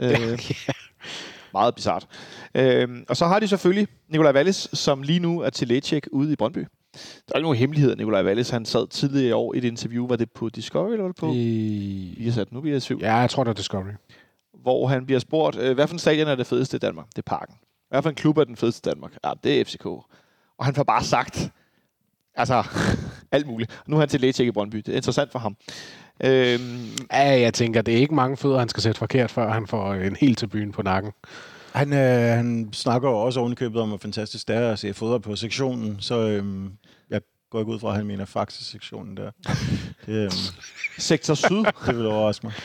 Meget bizart. Og så har de selvfølgelig Nikolaj Wallis, som lige nu er til lægetjek ude i Brøndby. Der er ikke nogen hemmelighed, Nikolaj Wallis. Han sad tidligere i år i et interview. Var det på Discovery eller var det på? Nu bliver jeg tvivl. Ja, jeg tror, det er Discovery. Hvor han bliver spurgt, hvad for en stadion er det fedeste i Danmark? Det er Parken. Hvad for en klub er den fedeste i Danmark? Ja, det er FCK. Og han får bare sagt, altså, alt muligt. Nu er han til lægetjek i Brøndby. Det er interessant for ham. Jeg tænker, det er ikke mange fødder, han skal sætte forkert, før han får en helt til byen på nakken. Han snakker jo også ovenikøbet om, hvor fantastisk det er at se fodbold på sektionen, så jeg går ikke ud fra, at han mener Faxe-sektionen der. Sektor Syd. Det vil overraske mig.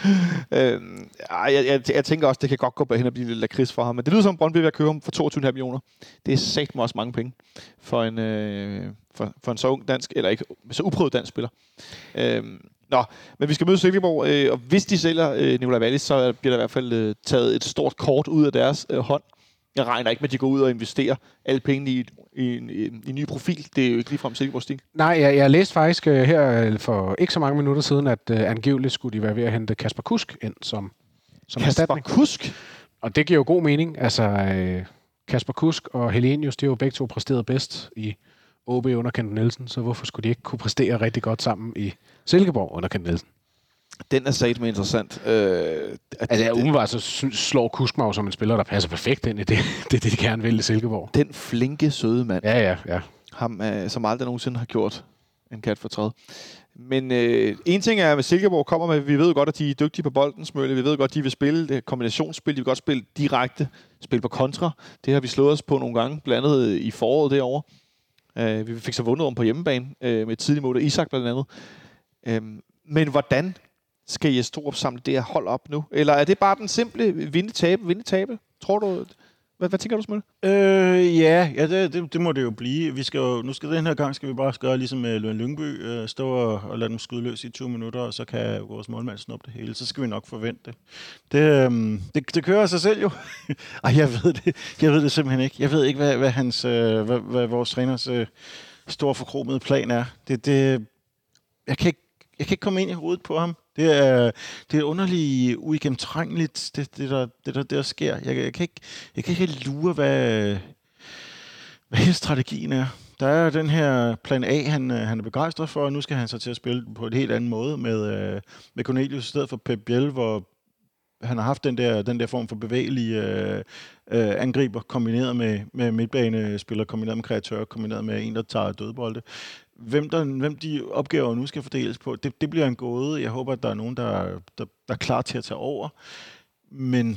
Jeg tænker også, det kan godt gå hen og blive lidt lakrids for ham, men det lyder som, Brøndby vil købe ham for 22,5 millioner. Det er satme også mange penge for en så ung dansk, eller ikke så uprøvet dansk spiller. Nå, men vi skal møde Silkeborg, og hvis de sælger Nicolai Wallis, så bliver der i hvert fald taget et stort kort ud af deres hånd. Jeg regner ikke med, at de går ud og investerer alle pengene i en ny profil. Det er jo ikke ligefrem Silkeborgs stil. Nej, jeg læste faktisk her for ikke så mange minutter siden, at angiveligt skulle de være ved at hente Kasper Kusk ind som erstatning. Kasper Kusk? Og det giver jo god mening. Altså, Kasper Kusk og Helenius, de har jo begge to præsteret bedst i OB under Kent Nielsen, så hvorfor skulle de ikke kunne præstere rigtig godt sammen i Silkeborg under Kent Nielsen? Den er satme interessant. Umiddelbart så slår Kusk mig som en spiller, der passer perfekt ind i det de gerne vil i Silkeborg. Den flinke, søde mand. Ja. Ham, som aldrig nogensinde har gjort en kat for træd. Men en ting er, at Silkeborg kommer med, vi ved jo godt, at de er dygtige på bolden, Smølle. Vi ved godt, at de vil spille det kombinationsspil. De vil godt spille direkte, spille på kontra. Det har vi slået os på nogle gange, blandt andet i foråret derovre. Vi fik så vundet om på hjemmebane med et tidligt mål af Isak blandt andet. Men hvordan skal Jes Torup samle det her hold op nu? Eller er det bare den simple vinde-tabe? Tror du... Hvad tænker du, Smølle? Ja, det må det jo blive. Nu skal den her gang skal vi bare gøre ligesom med Løven Lyngby, stå og lade dem skyde løs i 20 minutter, og så kan vores målmand snuppe det hele. Så skal vi nok forvente det. Det kører af sig selv jo. Ej, jeg ved det simpelthen ikke. Jeg ved ikke, hvad vores træners store forkromede plan er. Jeg kan ikke komme ind i hovedet på ham. Det er underligt uigennemtrængeligt, det der sker. Jeg kan ikke lure, hvad hele strategien er. Der er den her plan A, han er begejstret for, og nu skal han så til at spille på et helt andet måde med Cornelius i stedet for Pep Biel, hvor han har haft den der form for bevægelige angriber, kombineret med midtbanespillere, kombineret med kreatører, kombineret med en, der tager dødbolde. Hvem de opgaver nu skal fordeles på, det bliver en gåde. Jeg håber, at der er nogen, der er klar til at tage over. Men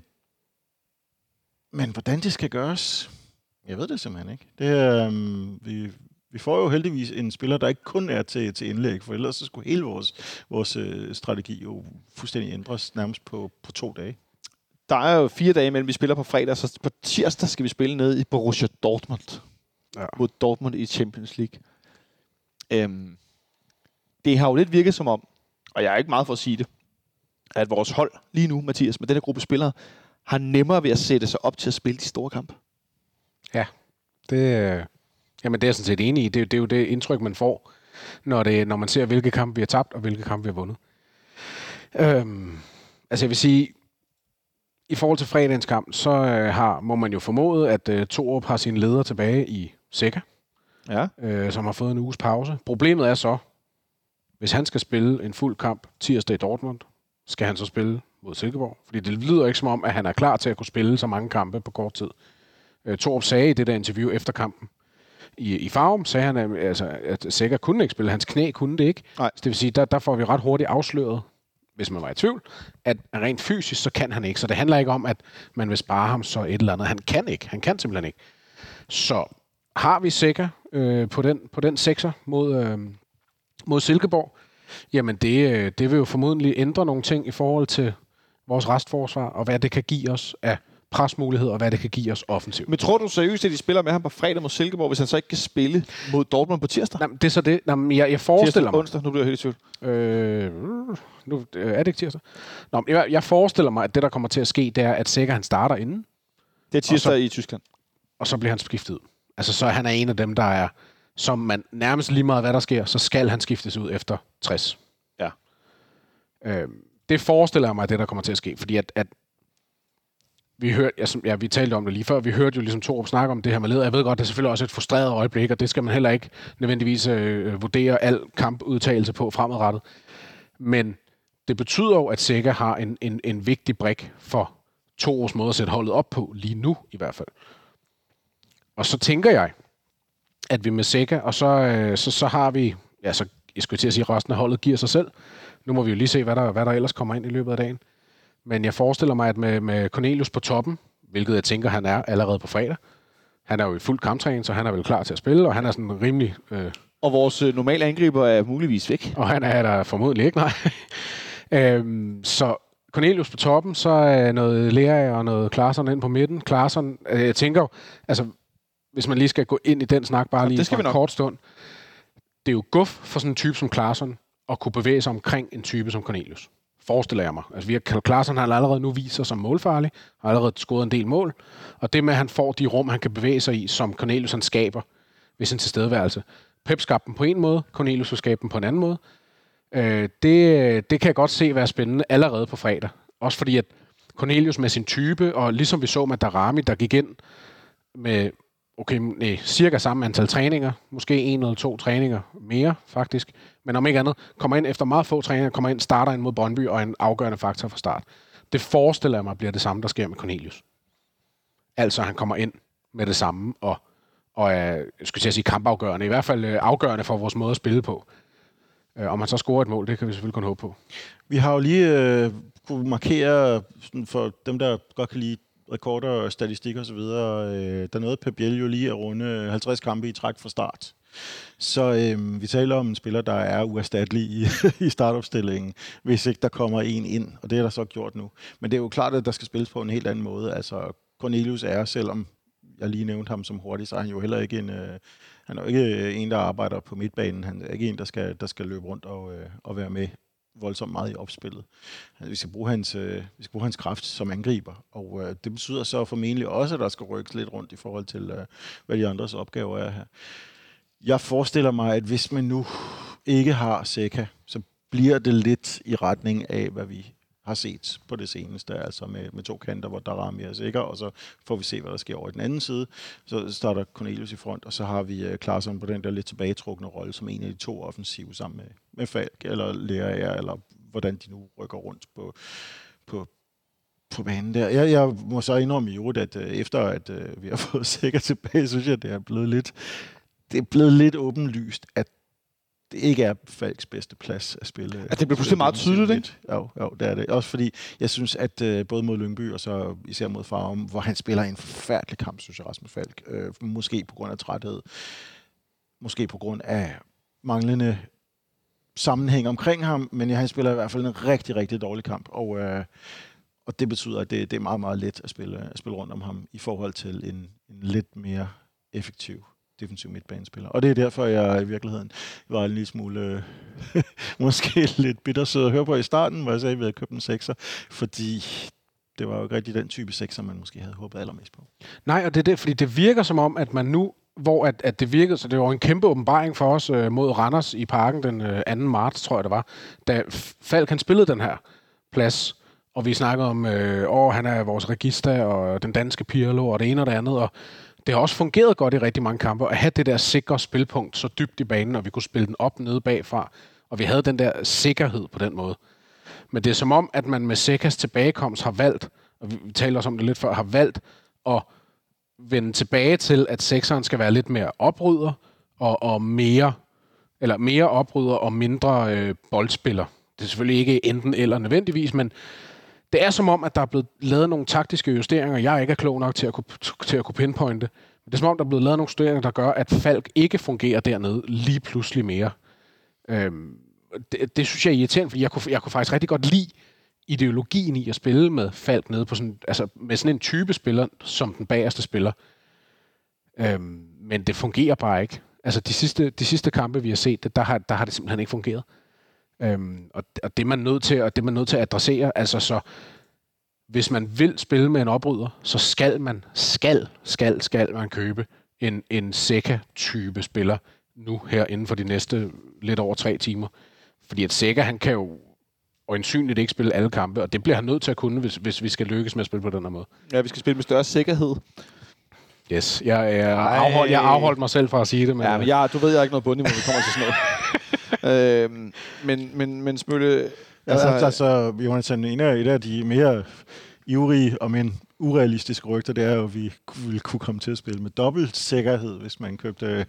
hvordan det skal gøres, jeg ved det simpelthen ikke. Vi får jo heldigvis en spiller, der ikke kun er til indlæg, for ellers så skulle hele vores strategi jo fuldstændig ændres nærmest på 2 dage. Der er jo 4 dage imellem, vi spiller på fredag, så på tirsdag skal vi spille ned i Borussia Dortmund. Ja. Mod Dortmund i Champions League. Det har jo lidt virket som om, og jeg er ikke meget for at sige det, at vores hold lige nu, Mathias, med den her gruppe spillere, har nemmere ved at sætte sig op til at spille de store kampe. Ja, det er jeg sådan set enig i. Det er jo det indtryk, man får, når man ser, hvilke kampe vi har tabt, og hvilke kampe vi har vundet. Altså jeg vil sige, i forhold til fredagens kamp, så må man jo formode, at Torup har sine ledere tilbage i Sækker. Ja. Som har fået en uges pause. Problemet er så, hvis han skal spille en fuld kamp tirsdag i Dortmund, skal han så spille mod Silkeborg. Fordi det lyder ikke som om, at han er klar til at kunne spille så mange kampe på kort tid. Torup sagde i det der interview efter kampen i Farum, sagde han, at Sækker kunne ikke spille. Hans knæ kunne det ikke. Så det vil sige, der får vi ret hurtigt afsløret, hvis man var i tvivl, at rent fysisk, så kan han ikke. Så det handler ikke om, at man vil spare ham så et eller andet. Han kan ikke. Han kan simpelthen ikke. Så har vi Sækker på den sekser mod Silkeborg, jamen det vil jo formodentlig ændre nogle ting i forhold til vores restforsvar, og hvad det kan give os af presmuligheder, og hvad det kan give os offensivt. Men tror du seriøst, at de spiller med ham på fredag mod Silkeborg, hvis han så ikke kan spille mod Dortmund på tirsdag? Jamen, det er så det. Jamen, jeg forestiller mig... Onsdag, nu bliver jeg helt i tvivl. Nu er det ikke tirsdag. Nå, jeg forestiller mig, at det, der kommer til at ske, det er, at Sækker han starter inden. Det er tirsdag i Tyskland. Og så bliver han skiftet ud. Altså, så han er en af dem, der er, som man nærmest lige meget, hvad der sker, så skal han skiftes ud efter 60. Ja. Det forestiller jeg mig, det der kommer til at ske, fordi at vi hørte, vi talte om det lige før, vi hørte jo ligesom Torup snakke om det her med leder. Jeg ved godt, det er selvfølgelig også et frustreret øjeblik, og det skal man heller ikke nødvendigvis vurdere al kampudtagelse på fremadrettet. Men det betyder jo, at Sækker har en vigtig brik for Torups måde at sætte holdet op på, lige nu i hvert fald. Og så tænker jeg, at vi med Sækker, og så har vi, ja, så jeg skulle til at sige, at resten af holdet giver sig selv. Nu må vi jo lige se, hvad der ellers kommer ind i løbet af dagen. Men jeg forestiller mig, at med Cornelius på toppen, hvilket jeg tænker, han er allerede på fredag. Han er jo i fuld kamptræning, så han er vel klar til at spille, og han er sådan rimelig... Og vores normale angriber er muligvis væk. Og han er der formodentlig ikke, nej. Så Cornelius på toppen, så er noget Lea og noget Klaarsson ind på midten. Klaarsson, jeg tænker jo, altså hvis man lige skal gå ind i den snak bare lige for en kort stund. Det er jo guf for sådan en type som Klaarsson at kunne bevæge sig omkring en type som Cornelius. Forestiller jeg mig. Altså, Klaasen har allerede nu vist sig som målfarlig, har allerede scoret en del mål, og det med, at han får de rum, han kan bevæge sig i, som Cornelius han skaber ved sin tilstedeværelse. Pep skabte dem på en måde, Cornelius vil skabe dem på en anden måde. Det kan jeg godt se være spændende allerede på fredag. Også fordi, at Cornelius med sin type, og ligesom vi så med Daramy, der gik ind med cirka samme antal træninger, måske 1 eller 2 træninger mere faktisk, men om ikke andet, kommer ind efter meget få træninger, kommer ind, starter ind mod Brøndby og en afgørende faktor fra start. Det forestiller jeg mig bliver det samme, der sker med Cornelius. Altså, han kommer ind med det samme, og er, skulle jeg sige, kampafgørende, i hvert fald afgørende for vores måde at spille på. Om man så scorer et mål, det kan vi selvfølgelig kun håbe på. Vi har jo lige kunne markere, sådan for dem, der godt kan lide rekorder, statistik og så videre, der nåede Pep Biel jo lige at runde 50 kampe i træk fra start. Så vi taler om en spiller, der er uerstattelig i startopstillingen, hvis ikke der kommer en ind, og det er der så gjort nu. Men det er jo klart, at der skal spilles på en helt anden måde. Altså, Cornelius er, selvom jeg lige nævnte ham som hurtig, så er han jo heller ikke han er jo ikke en, der arbejder på midtbanen. Han er ikke en, der skal løbe rundt og være med voldsomt meget i opspillet. Altså, vi skal bruge hans kraft som angriber, og det betyder så formentlig også, at der skal rykkes lidt rundt i forhold til, hvad de andres opgaver er her. Jeg forestiller mig, at hvis man nu ikke har Zeca, så bliver det lidt i retning af, hvad vi har set på det seneste, altså med 2 kanter, hvor Daramy er sikker, og så får vi se, hvad der sker over i den anden side. Så starter Cornelius i front, og så har vi Klaasen på den der lidt tilbagetrukne rolle, som en af de 2 offensive sammen med Falk, eller Lerager, eller hvordan de nu rykker rundt på banen der. Jeg må så indrømme i øvrigt, at efter at vi har fået Zeca tilbage, synes jeg, det er blevet lidt åbenlyst, at det ikke er Falks bedste plads at spille. Altså, det bliver pludselig meget tydeligt, ikke? Jo, det er det. Også fordi, jeg synes, at både mod Lyngby og så især mod Farum, hvor han spiller en forfærdelig kamp, synes jeg, Rasmus Falk. Måske på grund af træthed. Måske på grund af manglende sammenhæng omkring ham, men han spiller i hvert fald en rigtig, rigtig dårlig kamp. Og det betyder, at det er meget, meget let at spille rundt om ham i forhold til en lidt mere effektiv defensiv midtbanespiller. Og det er derfor, jeg i virkeligheden var en lille smule måske lidt bittersød at høre på i starten, hvor jeg sagde, at vi havde købt en 6'er, fordi det var jo ikke rigtig den type 6'er, man måske havde håbet allermest på. Nej, og det er det, fordi det virker som om, at man nu, hvor at det virkede, så det var en kæmpe åbenbaring for os mod Randers i Parken den 2. marts, tror jeg det var, da Falk han spillede den her plads, og vi snakkede om, han er vores regista, og den danske Pirlo, og det ene og det andet, og det har også fungeret godt i rigtig mange kampe, at have det der sikre spilpunkt så dybt i banen, og vi kunne spille den op nede bagfra, og vi havde den der sikkerhed på den måde. Men det er som om, at man med Zecas tilbagekomst har valgt, og vi taler også om det lidt før, har valgt at vende tilbage til, at sekseren skal være lidt mere oprydder, og mere oprydder og mindre boldspiller. Det er selvfølgelig ikke enten eller nødvendigvis, men det er som om, at der er blevet lavet nogle taktiske justeringer. Jeg ikke er klog nok til at kunne pinpointe. Men det er som om, der er blevet lavet nogle justeringer, der gør, at Falk ikke fungerer dernede lige pludselig mere. Det synes jeg er irriterende, fordi jeg kunne faktisk rigtig godt lide ideologien i at spille med Falk nede på sådan, altså med sådan en type spiller, som den bagerste spiller. Men det fungerer bare ikke. Altså de sidste kampe, vi har set, der har det simpelthen ikke fungeret. Og det er man nødt til, og det er man nødt til at adressere. Altså så, hvis man vil spille med en oprydder, så skal man købe en Zeca-type spiller nu her inden for de næste lidt over 3 timer. Fordi at Zeca, han kan jo øjensynligt ikke spille alle kampe, og det bliver han nødt til at kunne, hvis vi skal lykkes med at spille på den her måde. Ja, vi skal spille med større sikkerhed. Yes, jeg afholdt mig selv fra at sige det. Men ja, men du ved, jeg er ikke noget bundniveau, vi kommer til sådan noget. Men Smølle... Altså, Jonathan, et af de mere ivrige og men urealistiske rygter, det er jo, at vi ville kunne komme til at spille med dobbelt sikkerhed, hvis man købte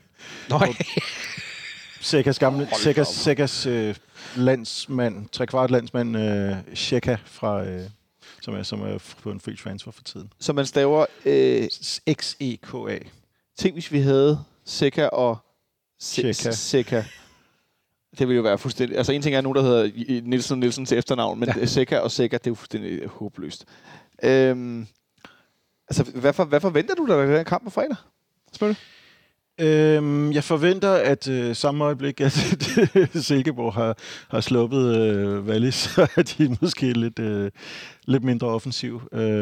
Zekas landsmand, 3/4 landsmand, Zeca fra... Som er på en free transfer for tiden. Så man staver XEKA. Tænk, hvis vi havde Zeca og Zeca. Det ville jo være fuldstændig... Altså en ting er nogen, der hedder Nielsen til efternavn, men Zeca og Zeca, det er jo fuldstændig håbløst. Altså, hvad forventer du dig af den kamp på fredag? Spørg det. Jeg forventer, at samme øjeblik, at Silkeborg har sluppet Wallis, så er de måske lidt mindre offensiv.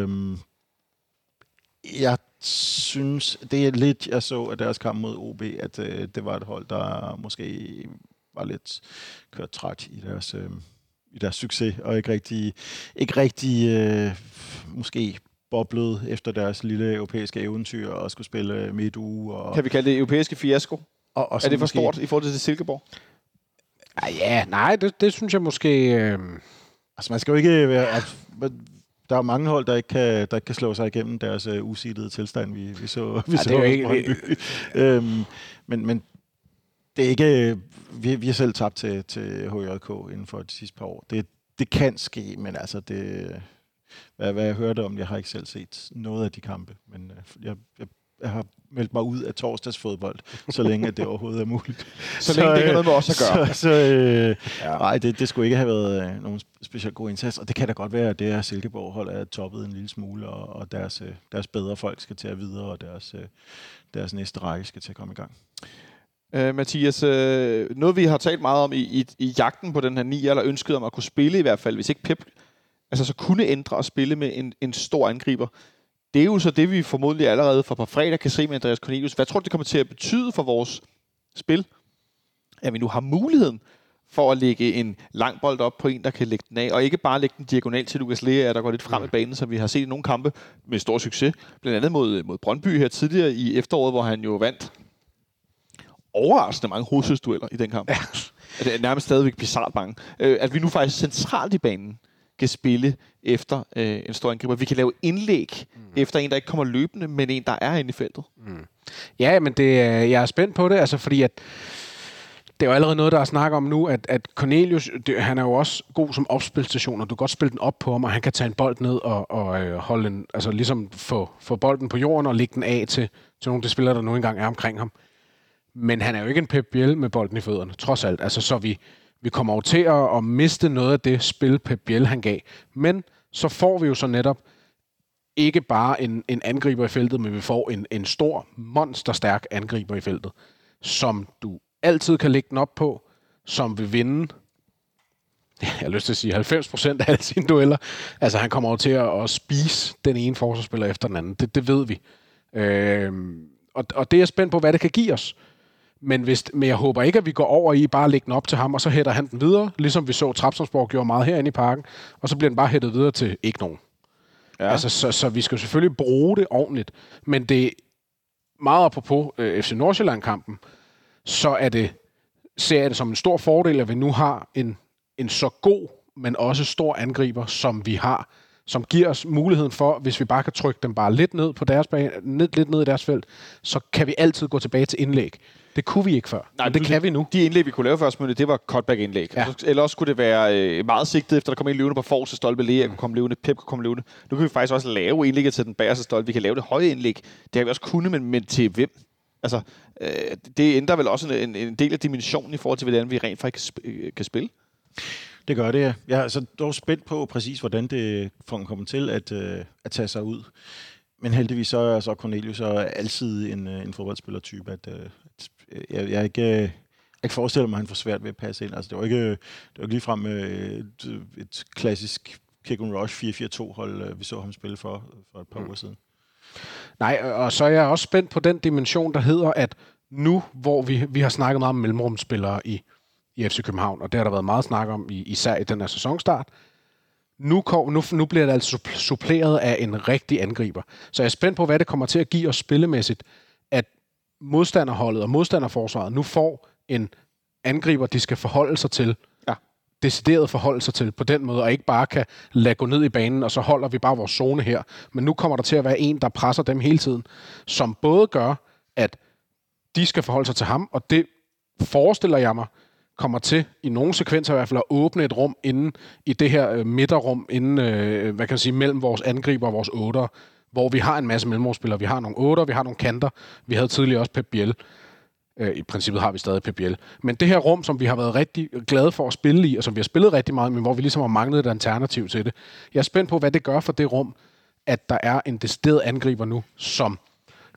Jeg synes, det er lidt, jeg så af deres kamp mod OB, at det var et hold, der måske var lidt kørt træt i deres succes, og ikke rigtig måske boblet efter deres lille europæiske eventyr og skulle spille midtuge. Og kan vi kalde det europæiske fiasko? Og er det for stort i forhold til Silkeborg? Ja, nej, det synes jeg måske... Altså, man skal jo ikke være... Der er mange hold, der ikke kan slå sig igennem deres usidede tilstand, vi så. Det er jo ikke... Men det er ikke... Vi har selv tabt til HJK inden for de sidste par år. Det kan ske, men altså det... Hvad jeg hørte om, jeg har ikke selv set noget af de kampe, men jeg har meldt mig ud af torsdagsfodbold, så længe at det overhovedet er muligt. Så længe det ikke er noget med os at gøre. Nej, det skulle ikke have været nogen specielt god indsats, og det kan da godt være, at det her Silkeborg-hold er toppet en lille smule, og deres bedre folk skal til at videre, og deres næste række skal til at komme i gang. Mathias, noget vi har talt meget om i jagten på den her 9, eller ønsket om at kunne spille i hvert fald, hvis ikke Pep så kunne ændre og spille med en stor angriber. Det er jo så det, vi formodentlig allerede fra på fredag kan se med Andreas Cornelius. Hvad tror du, det kommer til at betyde for vores spil? At vi nu har muligheden for at lægge en lang bold op på en, der kan lægge den af, og ikke bare lægge den diagonal til Lukas Lea, der går lidt frem i banen, som vi har set i nogle kampe med stor succes. Blandt andet mod Brøndby her tidligere i efteråret, hvor han jo vandt overraskende mange hovedstødsdueller i den kamp. Ja. Det er nærmest stadigvæk bizarrt mange. At vi nu faktisk centralt i banen kan spille efter en stor angriber. Vi kan lave indlæg efter en, der ikke kommer løbende, men en, der er inde i feltet. Ja, men jeg er spændt på det, altså fordi at det er jo allerede noget, der er snak om nu, at Cornelius, han er jo også god som opspilstation, og du kan godt spille den op på ham, og han kan tage en bold ned og holde en, altså ligesom få bolden på jorden og lægge den af til nogle af de spillere, der nu engang er omkring ham. Men han er jo ikke en Pep Biel med bolden i fødderne, trods alt. Altså, så vi kommer jo til at miste noget af det spil, Pep Biel han gav. Men så får vi jo så netop ikke bare en angriber i feltet, men vi får en stor, monsterstærk angriber i feltet, som du altid kan lægge den op på, som vil vinde, jeg har lyst til at sige 90% af alle sine dueller. Altså, han kommer jo til at spise den ene forsvarsspiller efter den anden. Det ved vi. Og det er jeg spændt på, hvad det kan give os. Men jeg håber ikke, at vi går over i bare at lægge den op til ham, og så hætter han den videre, ligesom vi så Trabzonspor gjorde meget herinde i parken, og så bliver den bare hættet videre til ikke nogen. Ja. Altså, så vi skal selvfølgelig bruge det ordentligt. Men det er meget apropos FC Nordsjælland-kampen, så ser jeg det som en stor fordel, at vi nu har en så god, men også stor angriber, som vi har, som giver os muligheden for, hvis vi bare kan trykke dem bare lidt ned på deres bane, lidt ned i deres felt, så kan vi altid gå tilbage til indlæg. Det kunne vi ikke før. Nej, det kan vi nu. De indlæg, vi kunne lave først, det var cutback-indlæg. Ja. Eller også kunne det være meget sigtet, efter der kom en løvende på forreste stolpe, Lea kunne komme løvende, Pep kunne komme løvende. Nu kan vi faktisk også lave indlægget til den bagerste stolpe. Vi kan lave det høje indlæg. Det har vi også kunnet, men til hvem? Altså, det ændrer vel også en del af dimensionen i forhold til, hvordan vi rent faktisk kan spille. Det gør det, ja. Jeg er så dog spændt på præcis, hvordan det kommer til at tage sig ud. Men heldigvis så er Cornelius altid en fodboldspillertype, at jeg ikke forestiller mig, at han får svært ved at passe ind. Altså, det var ikke ligefrem et klassisk kick and rush 4-4-2-hold, vi så ham spille for et par uger siden. Nej, og så er jeg også spændt på den dimension, der hedder, at nu, hvor vi har snakket meget om mellemrumsspillere i FC København, og det har der været meget snak om, især i den her sæsonstart, nu bliver det altså suppleret af en rigtig angriber. Så jeg er spændt på, hvad det kommer til at give os spillemæssigt, at modstanderholdet og modstanderforsvaret nu får en angriber, de skal forholde sig til, decideret forholde sig til på den måde, og ikke bare kan lade gå ned i banen, og så holder vi bare vores zone her. Men nu kommer der til at være en, der presser dem hele tiden, som både gør, at de skal forholde sig til ham, og det forestiller jeg mig, kommer til i nogle sekvenser i hvert fald at åbne et rum inden i det her midterrum, inden, hvad kan man sige, mellem vores angriber og vores otter, hvor vi har en masse mellemrumspillere. Vi har nogle otter, vi har nogle kanter. Vi havde tidligere også Pep Biel. I princippet har vi stadig Pep Biel. Men det her rum, som vi har været rigtig glade for at spille i, og som vi har spillet rigtig meget, men hvor vi ligesom har manglet et alternativ til det. Jeg er spændt på, hvad det gør for det rum, at der er en decideret angriber nu, som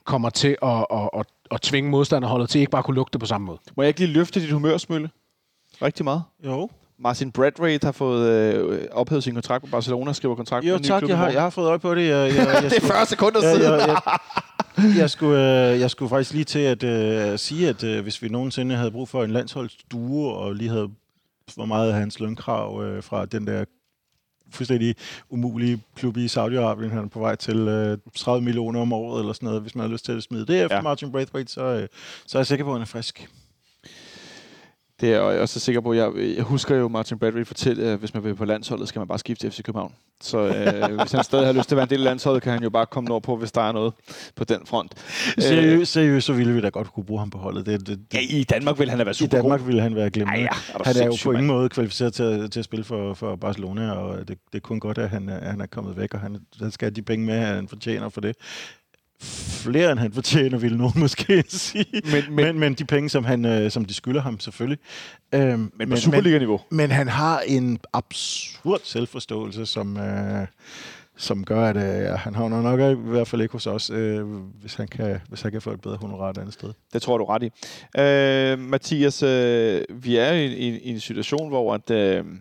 kommer til at tvinge modstanderholdet til ikke bare at kunne lugte det på samme måde. Må jeg ikke lige løfte dit humørsmølle? Rigtig meget. Jo. Martin Braithwaite har fået ophævet sin kontrakt på Barcelona og skriver kontrakt med en ny tak, klub. jeg har fået øje på det. Det er 40 sekunder siden. Jeg skulle faktisk lige til at sige, at hvis vi nogensinde havde brug for en landsholdsduo, og lige havde for meget af hans lønkrav fra den der fuldstændig umulige klub i Saudi-Arabien, han er på vej til 30 millioner om året, eller sådan noget, hvis man har lyst til at smide det efter Martin Braithwaite, så er jeg sikker på, at han er frisk. Det er jeg også sikker på. Jeg husker jo Martin Braithwaite fortælle, at hvis man vil på landsholdet, skal man bare skifte til FC København. Så hvis han stadig har lyst til at være en del af landsholdet, kan han jo bare komme nordpå, hvis der er noget på den front. Seriøst, så ville vi da godt kunne bruge ham på holdet. Ja, i Danmark ville han da være super god. I Danmark ville han være glemt. Han er jo på ingen måde kvalificeret til at spille for Barcelona, og det er kun godt, at han er kommet væk, og han skal have de penge med, han fortjener for det. Flere end han fortjener, ville nogen måske sige. Men de penge, som de skylder ham, selvfølgelig. Men på Superliga-niveau. Men han har en absurd selvforståelse, som gør, at han havner nok i hvert fald ikke hos os, hvis han kan få et bedre honorar et andet sted. Det tror du ret i. Mathias, vi er i en situation, hvor at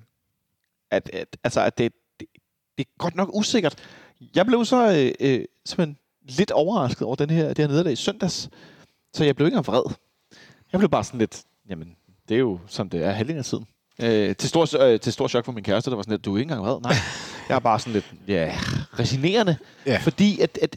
det er godt nok usikkert. Jeg blev så simpelthen lidt overrasket over det her nederlag i søndags, så jeg blev ikke engang vred. Jeg blev bare sådan lidt, jamen, det er jo som det er halvdelen af tiden. Til stor chok for min kæreste, der var sådan lidt, du er ikke engang vred. Nej, jeg er bare sådan lidt, resignerende, fordi at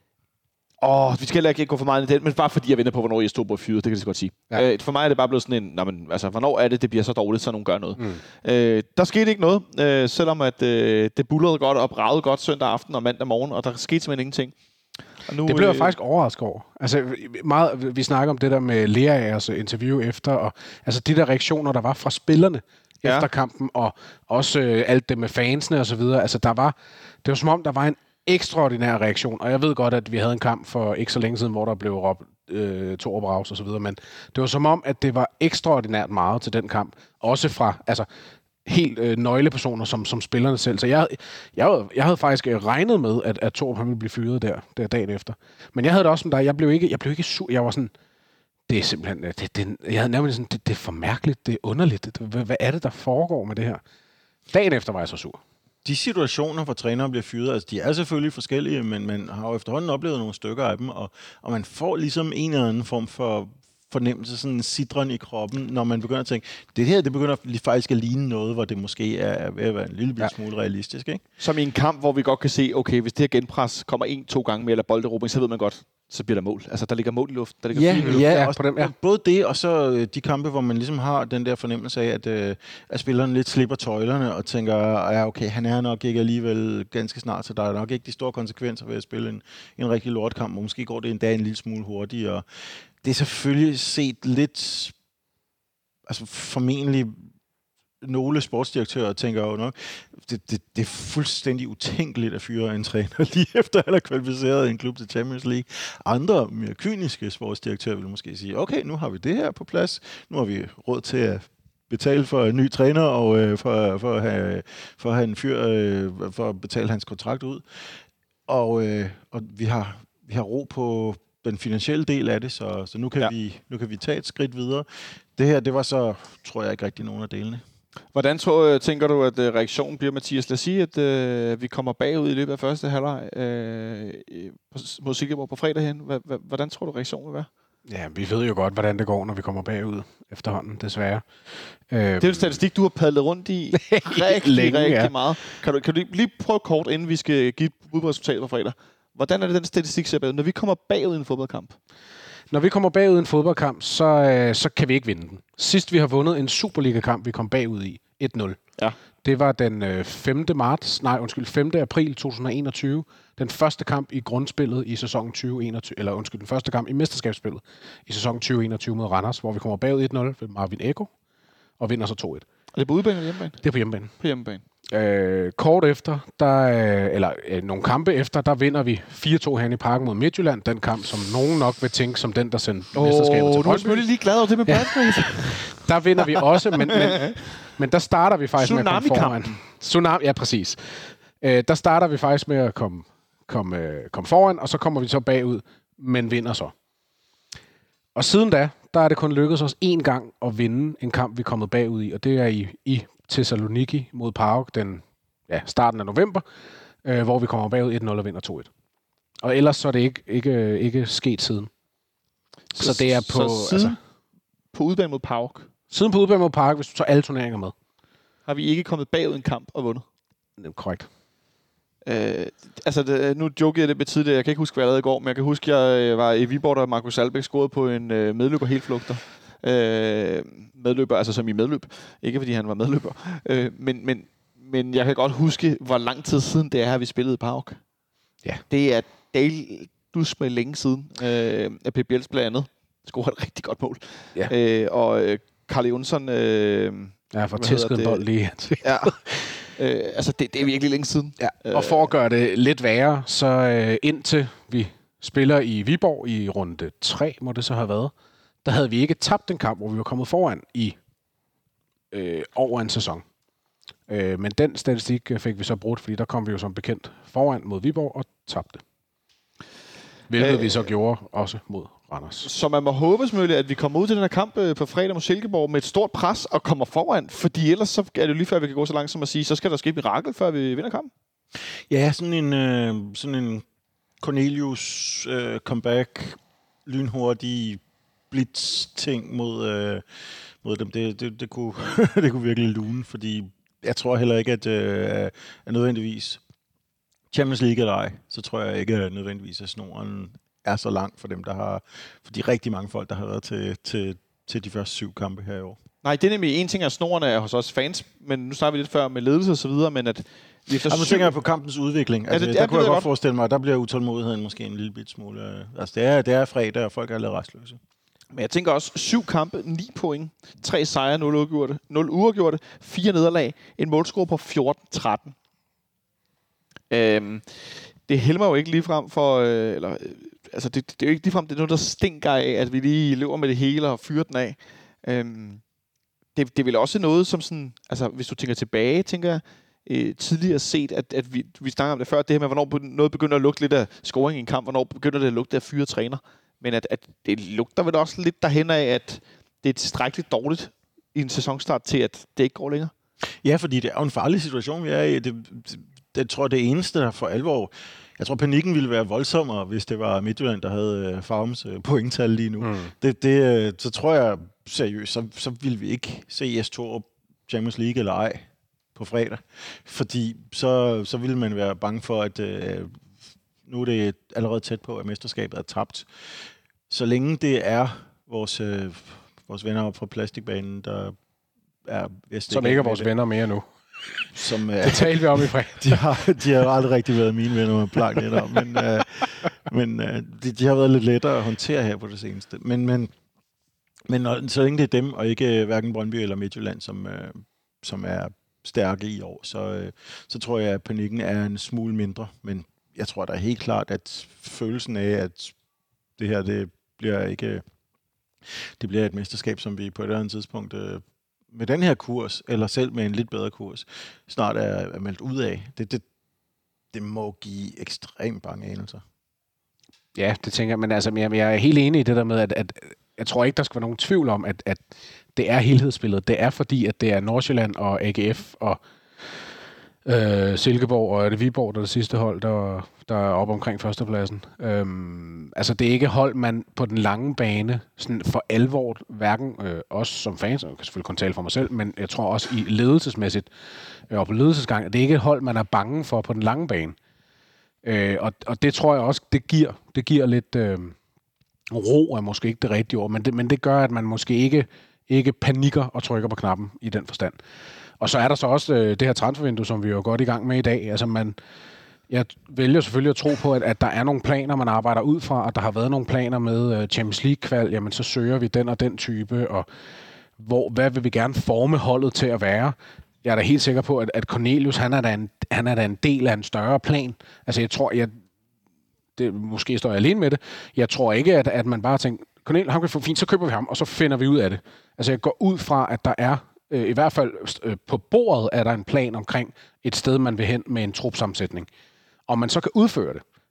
vi skal heller ikke gå for meget i den, men bare fordi jeg venter på, hvornår jeg stod på fyret, det kan jeg så godt sige. Ja. For mig er det bare blevet sådan en, hvornår er det bliver så dårligt, så nogen gør noget. Der skete ikke noget, selvom at det bullerede godt og bragede godt søndag aften og mandag morgen, og der skete simpelthen ingenting. Nu, det blev jeg faktisk overrasket over. Altså, vi snakker om det der med Leagers interview efter, og altså de der reaktioner, der var fra spillerne efter kampen, og også alt det med fansene og så videre. Altså, det var som om, der var en ekstraordinær reaktion, og jeg ved godt, at vi havde en kamp for ikke så længe siden, hvor der blev råbt Torup Raus og så videre, men det var som om, at det var ekstraordinært meget til den kamp, også fra helt nøglepersoner som spillerne selv. Så jeg havde faktisk regnet med, at Torup han ville blive fyret der dagen efter. Men jeg havde det også som dig. Jeg blev ikke sur. Jeg var sådan, det er simpelthen, jeg havde nærmest sådan, det er for mærkeligt, det er underligt. Hvad er det, der foregår med det her? Dagen efter var jeg så sur. De situationer, hvor trænere bliver fyret, altså de er selvfølgelig forskellige, men man har jo efterhånden oplevet nogle stykker af dem, og man får ligesom en eller anden form for fornemmelse, sådan en sidren i kroppen, når man begynder at tænke, det begynder faktisk at ligne noget, hvor det måske er ved at være en lille smule realistisk, ikke? Som i en kamp, hvor vi godt kan se, okay, hvis det her genpres kommer 1-2 gange mere, eller bolderobring, så ved man godt, så bliver der mål. Altså, der ligger mål i luft. Der ligger 4 i luft. Ja, også på dem, både det, og så de kampe, hvor man ligesom har den der fornemmelse af, at spilleren lidt slipper tøjlerne, og tænker, okay, han er nok ikke alligevel ganske snart, så der er nok ikke de store konsekvenser ved at spille en rigtig lortkamp, og måske går det endda en lille smule hurtigere. Det er selvfølgelig set lidt, formentlig nogle sportsdirektører tænker jo nok, det er fuldstændig utænkeligt at fyre en træner lige efter han har kvalificeret en klub til Champions League. Andre mere kyniske sportsdirektører vil måske sige, okay, nu har vi det her på plads, nu har vi råd til at betale for en ny træner og for at have en fyr, for at betale hans kontrakt ud. Og vi har ro på den finansielle del af det, så nu kan vi tage et skridt videre. Det her, det var så, tror jeg ikke rigtig nogen af delene. Hvordan tænker du, at reaktionen bliver, Mathias? Lad os sige, at vi kommer bagud i løbet af første halvleg mod Silkeborg på fredag hen. Hvordan tror du, reaktionen vil være? Ja, vi ved jo godt, hvordan det går, når vi kommer bagud efterhånden, desværre. Det er en statistik, du har padlet rundt i rigtig meget. Kan du lige prøve kort, inden vi skal give et bud på resultatet på fredag? Hvordan er det, den statistik ser bagud, når vi kommer bagud i en fodboldkamp? Når vi kommer bagud i en fodboldkamp, så kan vi ikke vinde den. Sidst vi har vundet en Superliga-kamp, vi kom bagud i 1-0. Ja. Det var den 5. april 2021. Den første kamp i grundspillet i sæsonen 2021, den første kamp i mesterskabsspillet i sæsonen 2021 mod Randers, hvor vi kommer bagud 1-0 ved Marvin Eko og vinder så 2-1. Er det på udebane eller hjemmebane? Det er på hjemmebane. På hjemmebane. Kort efter, nogle kampe efter, der vinder vi 4-2 herinde i Parken mod Midtjylland. Den kamp, som nogen nok vil tænke som den, der sendte mesterskabet til Brøndby. Du er selvfølgelig lige glad over det med Brøndby. Der vinder vi også, men der starter vi faktisk med at komme foran. Tsunami, ja, præcis. Der starter vi faktisk med at komme foran, og så kommer vi så bagud men vinder så. Og siden da, der er det kun lykkedes os én gang at vinde en kamp, vi er kommet bagud i, og det er i Thessaloniki mod PAOK den starten af november, hvor vi kommer bagud 1-0 og vinder 2-1. Og ellers så er det ikke sket siden. Så det er på... siden på udebane mod PAOK? Siden på udebane mod PAOK, hvis du tager alle turneringer med. Har vi ikke kommet bagud en kamp og vundet? Korrekt. Nu jokede jeg lidt med tidligere. Jeg kan ikke huske, hvad jeg lavede i går, men jeg kan huske, at jeg var i Viborg, da Markus Albeck scorede på en medløber helt flugter. Medløber, altså som i medløb. Ikke fordi han var medløber. Men jeg kan godt huske, hvor lang tid siden det er, at vi spillede i PAOK. Ja. Det er dus med længe siden. At Pep Bielsa blandt andet scorede et rigtig godt mål. Ja. Og Carl Jonsson... for tæsket en bold lige. Ja. Det er virkelig længe siden. Ja. Og for at gøre det lidt værre, så indtil vi spiller i Viborg i runde 3, må det så have været, der havde vi ikke tabt en kamp, hvor vi var kommet foran i over en sæson. Men den statistik fik vi så brudt, fordi der kom vi jo som bekendt foran mod Viborg og tabte. Hvilket vi så gjorde også mod Randers. Så man må håbe selvfølgelig, at vi kommer ud til den her kamp på fredag mod Silkeborg med et stort pres og kommer foran, fordi ellers så er det jo lige før, vi kan gå så langt som at sige, så skal der ske et mirakel, før vi vinder kampen. Ja, sådan en Cornelius comeback, lynhurtig blitz-ting mod dem. Det kunne, det kunne virkelig lune, fordi jeg tror heller ikke, at nødvendigvis Champions League eller ej, så tror jeg ikke at nødvendigvis, at snoren er så lang for dem, der har, for de rigtig mange folk, der har været til de første 7 kampe her i år. Nej, det er nemlig en ting, at snoren er hos os fans, men nu snakker vi lidt før med ledelse og så videre, men at vi efter nu tænker jeg på kampens udvikling. Altså, der kunne jeg godt forestille mig, at der bliver utålmodigheden måske en lille bit smule. Altså, det er fredag, og folk er lidt restløse. Men jeg tænker også, 7 kampe, 9 point, 3 sejre, 0 uafgjorte, 4 nederlag, en målscore på 14-13. Det helmer jo ikke ligefrem for... det er jo ikke ligefrem, det er noget, der stinker af, at vi lige løber med det hele og fyrer den af. Det er vel også noget, som sådan... Altså, hvis du tænker tilbage, tænker jeg, tidligere set, at vi snakker om det før, det her med, hvornår noget begynder at lugte lidt af scoring i en kamp, hvornår begynder det at lugte af fyre træner. Men at det lugter vel også lidt derhen af, at det er tilstrækkeligt dårligt i en sæsonstart til, at det ikke går længere. Ja, fordi det er jo en farlig situation, vi er i. Det tror jeg, det eneste, der for alvor... Jeg tror, panikken ville være voldsommere, hvis det var Midtjylland, der havde Farms pointtal lige nu. Så tror jeg seriøst, så ville vi ikke se S2 Champions League eller ej på fredag. Fordi så ville man være bange for, at nu er det allerede tæt på, at mesterskabet er tabt. Så længe det er vores venner op fra plastikbanen, der er... Som ikke er vores venner mere nu. Det talte vi om i fredag. De har aldrig rigtig været mine venner med planknet om, men de har været lidt lettere at håndtere her på det seneste. Men så længe det er dem, og ikke hverken Brøndby eller Midtjylland, som er stærke i år, så tror jeg, at panikken er en smule mindre. Men jeg tror da helt klart, at følelsen af, at det her, det bliver et mesterskab, som vi på et eller andet tidspunkt med den her kurs, eller selv med en lidt bedre kurs, snart er meldt ud af. Det må give ekstremt bange anelser. Ja, det tænker jeg, men altså, jeg er helt enig i det der med, at jeg tror ikke, der skal være nogen tvivl om, at det er helhedsspillet. Det er fordi, at det er Nordsjælland og AGF og Silkeborg og det Viborg, der er det sidste hold, der er oppe omkring førstepladsen. Altså, det er ikke hold, man på den lange bane sådan for alvor, hverken os som fans, jeg kan selvfølgelig kun tale for mig selv, men jeg tror også i ledelsesmæssigt og på ledelsesgang, at det ikke er et hold, man er bange for på den lange bane. Og det tror jeg også, det giver lidt ro, er måske ikke det rigtige ord, men det gør, at man måske ikke panikker og trykker på knappen i den forstand. Og så er der så også det her transfervindue, som vi er jo godt i gang med i dag. Altså jeg vælger selvfølgelig at tro på, at der er nogle planer, man arbejder ud fra, og der har været nogle planer med Champions League-kval, jamen så søger vi den og den type, og hvad vil vi gerne forme holdet til at være? Jeg er da helt sikker på, at Cornelius, han er da en del af en større plan. Altså jeg tror, måske står jeg alene med det, jeg tror ikke, at man bare tænker, Cornelius, ham kan få fint, så køber vi ham, og så finder vi ud af det. Altså jeg går ud fra, at der er i hvert fald på bordet er der en plan omkring et sted, man vil hen med en trupsammensætning. Om man så kan udføre det,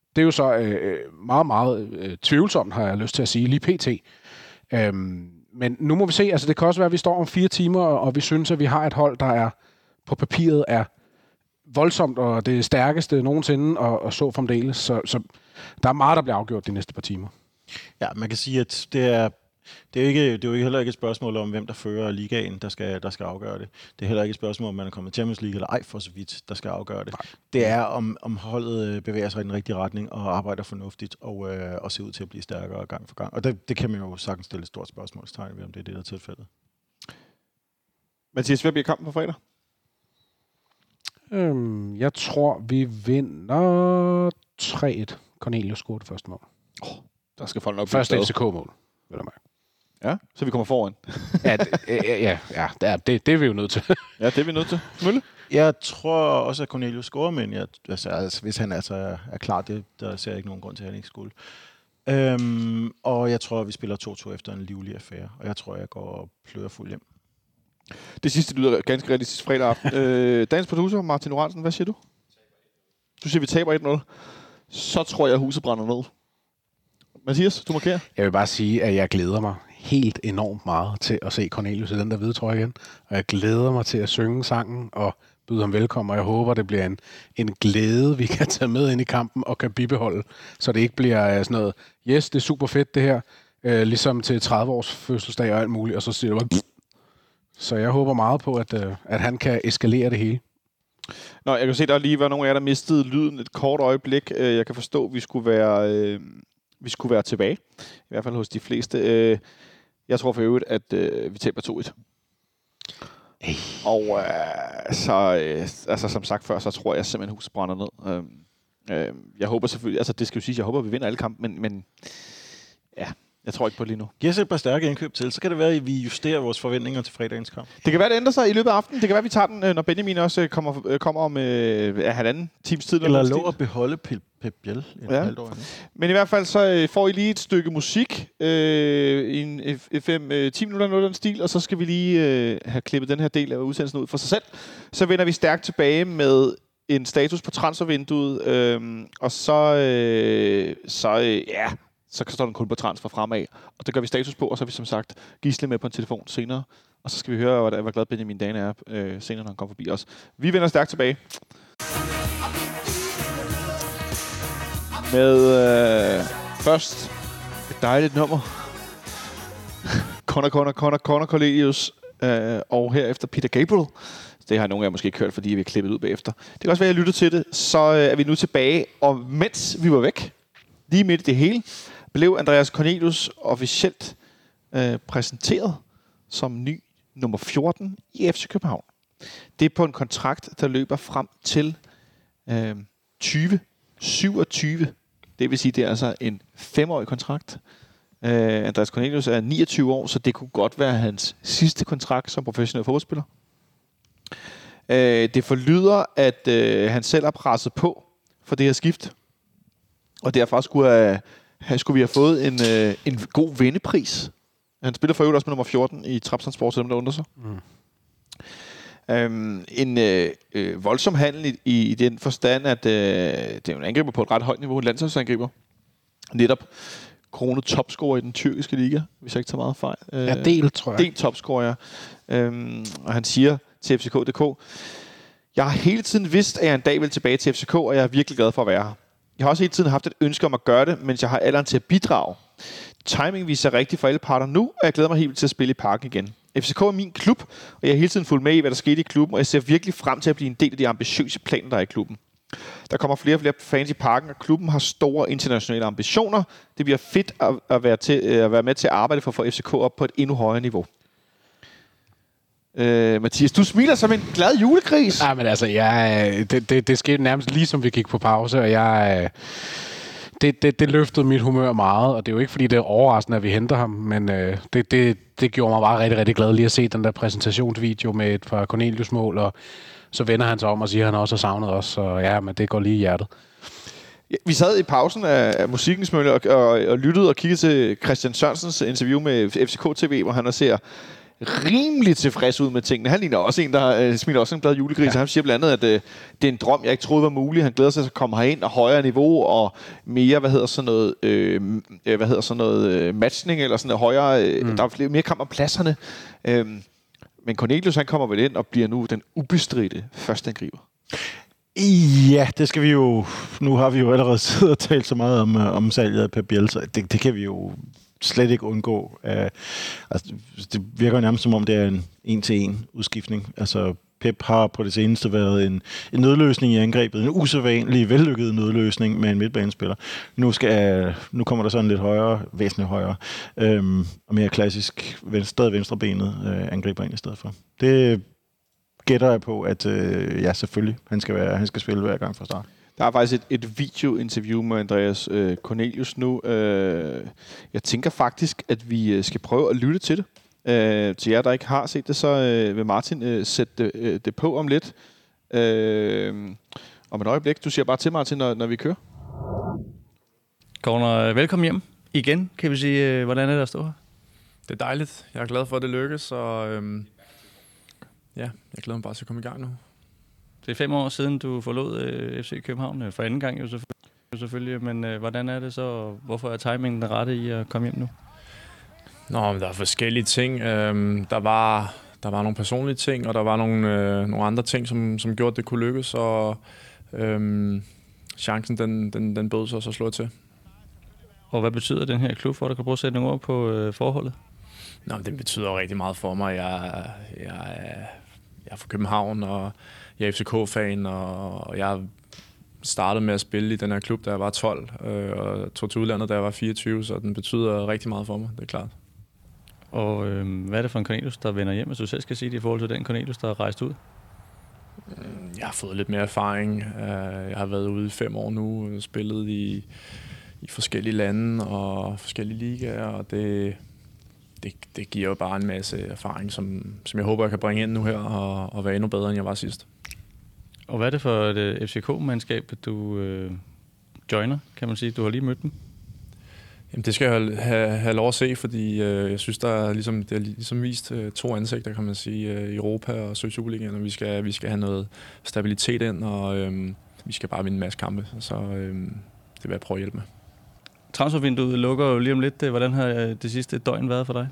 Det er jo så meget, meget tvivlsomt, har jeg lyst til at sige, lige pt. Men nu må vi se, altså det kan også være, at vi står om 4 timer, og vi synes, at vi har et hold, der er på papiret er voldsomt, og det stærkeste nogensinde, og så fremdeles. Så der er meget, der bliver afgjort de næste par timer. Ja, man kan sige, at det er jo heller ikke et spørgsmål om, hvem der fører ligaen, der skal afgøre det. Det er heller ikke et spørgsmål, om man er kommet til Champions League eller ej, for så vidt, der skal afgøre det. Nej. Det er, om holdet bevæger sig i den rigtige retning og arbejder fornuftigt og ser ud til at blive stærkere gang for gang. Og det kan man jo sagtens stille et stort spørgsmålstegn ved, om det er det, der er tilfældet. Mathias, hvad bliver kampen på fredag? Jeg tror, vi vinder 3-1. Cornelius scorer det første mål. Der skal folk nok første FCK-mål, vil jeg mærke. Ja, så vi kommer foran. Det er vi jo nødt til. Ja, det er vi nødt til. Mølle? Jeg tror også, at Cornelius scorer, men hvis han altså er klar, der ser jeg ikke nogen grund til, at han ikke skulle. Og jeg tror, at vi spiller 2-2 efter en livlig affære, og jeg tror, jeg går og pløder fuld hjem. Det sidste lyder ganske realistisk fredag aften. Dagens producer, Martin Oransen, hvad siger du? Du siger, vi taber 1-0. Så tror jeg, at huset brænder ned. Mathias, du markerer. Jeg vil bare sige, at jeg glæder mig helt enormt meget til at se Cornelius i den der hvide trøje igen. Og jeg glæder mig til at synge sangen og byde ham velkommen. Og jeg håber, det bliver en glæde, vi kan tage med ind i kampen og kan bibeholde. Så det ikke bliver sådan noget, yes, det er super fedt det her. Ligesom til 30-års fødselsdag og alt muligt. Og så siger det bare... Så jeg håber meget på, at han kan eskalere det hele. Nå, jeg kan se, der lige var nogle af jer, der mistede lyden et kort øjeblik. Jeg kan forstå, at vi skulle være tilbage. I hvert fald hos de fleste. Jeg tror for øvrigt, at vi taber 2-1. Og så som sagt før, så tror jeg simpelthen, huset brænder ned. Jeg håber selvfølgelig, altså det skal jo sige, jeg håber, at vi vinder alle kampen, men ja... Jeg tror ikke på lige nu. Giv os et par stærke indkøb til, så kan det være, at vi justerer vores forventninger til fredagens kamp. Det kan være, det ændrer sig i løbet af aftenen. Det kan være, vi tager den, når Benjamin også kommer om halvanden times tid. Eller lov at beholde Pep Biel et halvt år. Men i hvert fald så får I lige et stykke musik i en 5-10 minutter noget af den stil, og så skal vi lige have klippet den her del af udsendelsen ud for sig selv. Så vender vi stærkt tilbage med en status på transfervinduet, og så står den kun på transfer fremad. Og det gør vi status på, og så har vi som sagt Gisle med på en telefon senere. Og så skal vi høre, hvor glad Benjamin Dane er senere, når han kommer forbi os. Vi vender stærkt tilbage. Med først et dejligt nummer. Conor Cornelius. Og herefter Peter Gabriel. Det har nogle af jer måske ikke hørt, fordi vi har klippet ud bagefter. Det kan også være, at jeg lytter til det. Så er vi nu tilbage. Og mens vi var væk, lige midt i det hele, blev Andreas Cornelius officielt præsenteret som ny nummer 14 i FC København. Det er på en kontrakt, der løber frem til 2027. Det vil sige, det er altså en 5-årig kontrakt. Andreas Cornelius er 29 år, så det kunne godt være hans sidste kontrakt som professionel fodboldspiller. Det forlyder, at han selv har presset på for det her skift. Og derfor skulle vi have fået en god vennepris. Han spiller for øvrigt også med nummer 14 i Trabzonspor, til dem, der undrer sig. En voldsom handel i den forstand, at det er en angriber på et ret højt niveau, en landsholdsangriber. Netop kronet topscorer i den tyrkiske liga, hvis jeg ikke tager meget fejl. Del, tror jeg. Del topscorer, ja. Og han siger til FCK.dk, jeg har hele tiden vidst, at jeg en dag vil tilbage til FCK, og jeg er virkelig glad for at være her. Jeg har også hele tiden haft et ønske om at gøre det, mens jeg har alderen til at bidrage. Timing viser sig rigtigt for alle parter nu, og jeg glæder mig helt til at spille i parken igen. FCK er min klub, og jeg har hele tiden fulgt med i, hvad der skete i klubben, og jeg ser virkelig frem til at blive en del af de ambitiøse planer, der er i klubben. Der kommer flere og flere fans i parken, og klubben har store internationale ambitioner. Det bliver fedt at være med til at arbejde for at få FCK op på et endnu højere niveau. Mathias, du smiler som en glad julegris. Ja, men altså, det skete nærmest lige som vi gik på pause, og det løftede mit humør meget, og det er jo ikke fordi, det er overraskende, at vi henter ham, men det gjorde mig bare rigtig, rigtig glad lige at se den der præsentationsvideo med et par Cornelius-mål, og så vender han sig om og siger, at han også har savnet os, så ja, men det går lige i hjertet. Ja, vi sad i pausen af Musikkens Mølle og lyttede og kiggede til Christian Sørensens interview med FCK TV, hvor han også siger, rimelig tilfreds ud med tingene. Han ligner også en, der smiler også en glad julegris. Ja. Han siger blandt andet, at det er en drøm, jeg ikke troede var mulig. Han glæder sig til at komme herind og højere niveau og mere, matchning eller sådan noget højere. Der er mere kamp om pladserne. Men Cornelius, han kommer vel ind og bliver nu den ubestridte førsteangriber. Ja, det skal vi jo... Nu har vi jo allerede siddet og talt så meget om salget af Pep Bielsa. Det kan vi jo slet ikke undgå. Altså, det virker nærmest som om, det er en en-til-en udskiftning. Altså, Pep har på det seneste været en nødløsning i angrebet. En usædvanlig, vellykket nødløsning med en midtbanespiller. Nu kommer der sådan lidt højere, væsentligt højere, og mere klassisk venstrebenet angriber ind i stedet for. Det gætter jeg på, at ja, selvfølgelig, han skal spille hver gang fra start. Der er faktisk et video-interview med Andreas Cornelius nu. Jeg tænker faktisk, at vi skal prøve at lytte til det. Til jer, der ikke har set det, så vil Martin sætte det på om lidt. Om et øjeblik. Du siger bare til, Martin, når vi kører. Corner, velkommen hjem. Igen, kan vi sige, hvordan er det at stå her? Det er dejligt. Jeg er glad for, at det lykkes, og jeg glæder mig bare til at komme i gang nu. Det er 5 år siden, du forlod FC København. For anden gang jo selvfølgelig. Men hvordan er det så, og hvorfor er timingen den rette i at komme hjem nu? Nå, men der er forskellige ting. Der var nogle personlige ting, og der var nogle andre ting, som gjorde, at det kunne lykkes, og chancen, den bød sig så slå til. Og hvad betyder den her klub, hvor du kan prøve at sætte nogle ord på forholdet? Nå, den betyder rigtig meget for mig. Jeg er fra København, og jeg er FCK-fan, og jeg startede med at spille i den her klub, da jeg var 12, og tog til udlandet, da jeg var 24, så den betyder rigtig meget for mig, det er klart. Og hvad er det for en Cornelius, der vender hjem, hvis du selv skal sige det, i forhold til den Cornelius, der er rejst ud? Jeg har fået lidt mere erfaring. Jeg har været ude i 5 år nu, spillet i forskellige lande og forskellige ligaer, og det giver jo bare en masse erfaring, som jeg håber, jeg kan bringe ind nu her og være endnu bedre, end jeg var sidst. Og hvad er det for et FCK-mandskab, du joiner, kan man sige? Du har lige mødt dem. Jamen, det skal jeg have lov at se, fordi jeg synes, det er ligesom vist 2 ansigter, kan man sige, i Europa og Superligaen, og vi skal have noget stabilitet ind, og vi skal bare vinde en masse kampe, så det vil jeg prøve at hjælpe med. Transfervinduet lukker jo lige om lidt. Hvordan har det sidste døgn været for dig?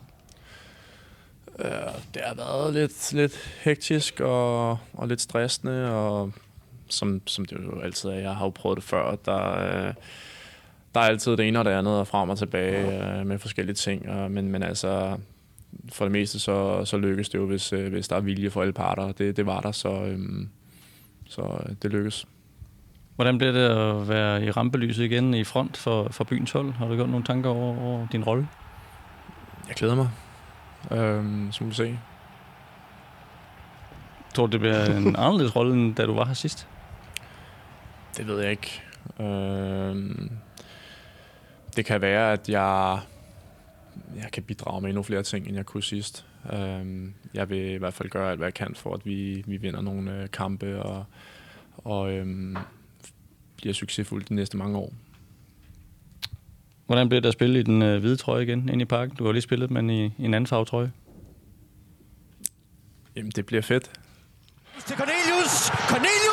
Det har været lidt hektisk og lidt stressende, og som det jo altid er. Jeg har jo prøvet det før. Der er altid det ene og det andet og frem og tilbage med forskellige ting. Men altså, for det meste så lykkes det jo, hvis der er vilje for alle parter. Det var der, så det lykkes. Hvordan bliver det at være i rampelyset igen i front for byens hold? Har du gjort nogle tanker over din rolle? Jeg glæder mig, som du siger. Tror du, det bliver en anderledes rolle, end da du var her sidst? Det ved jeg ikke. Det kan være, at jeg kan bidrage med endnu flere ting, end jeg kunne sidst. Jeg vil i hvert fald gøre alt, hvad jeg kan for, at vi vinder nogle kampe og bliver succesfuldt de næste mange år. Hvordan bliver det at spille i den hvide trøje igen inde i parken? Du har lige spillet, men i en anden farvetrøje. Jamen, det bliver fedt. Til Cornelius! Cornelius!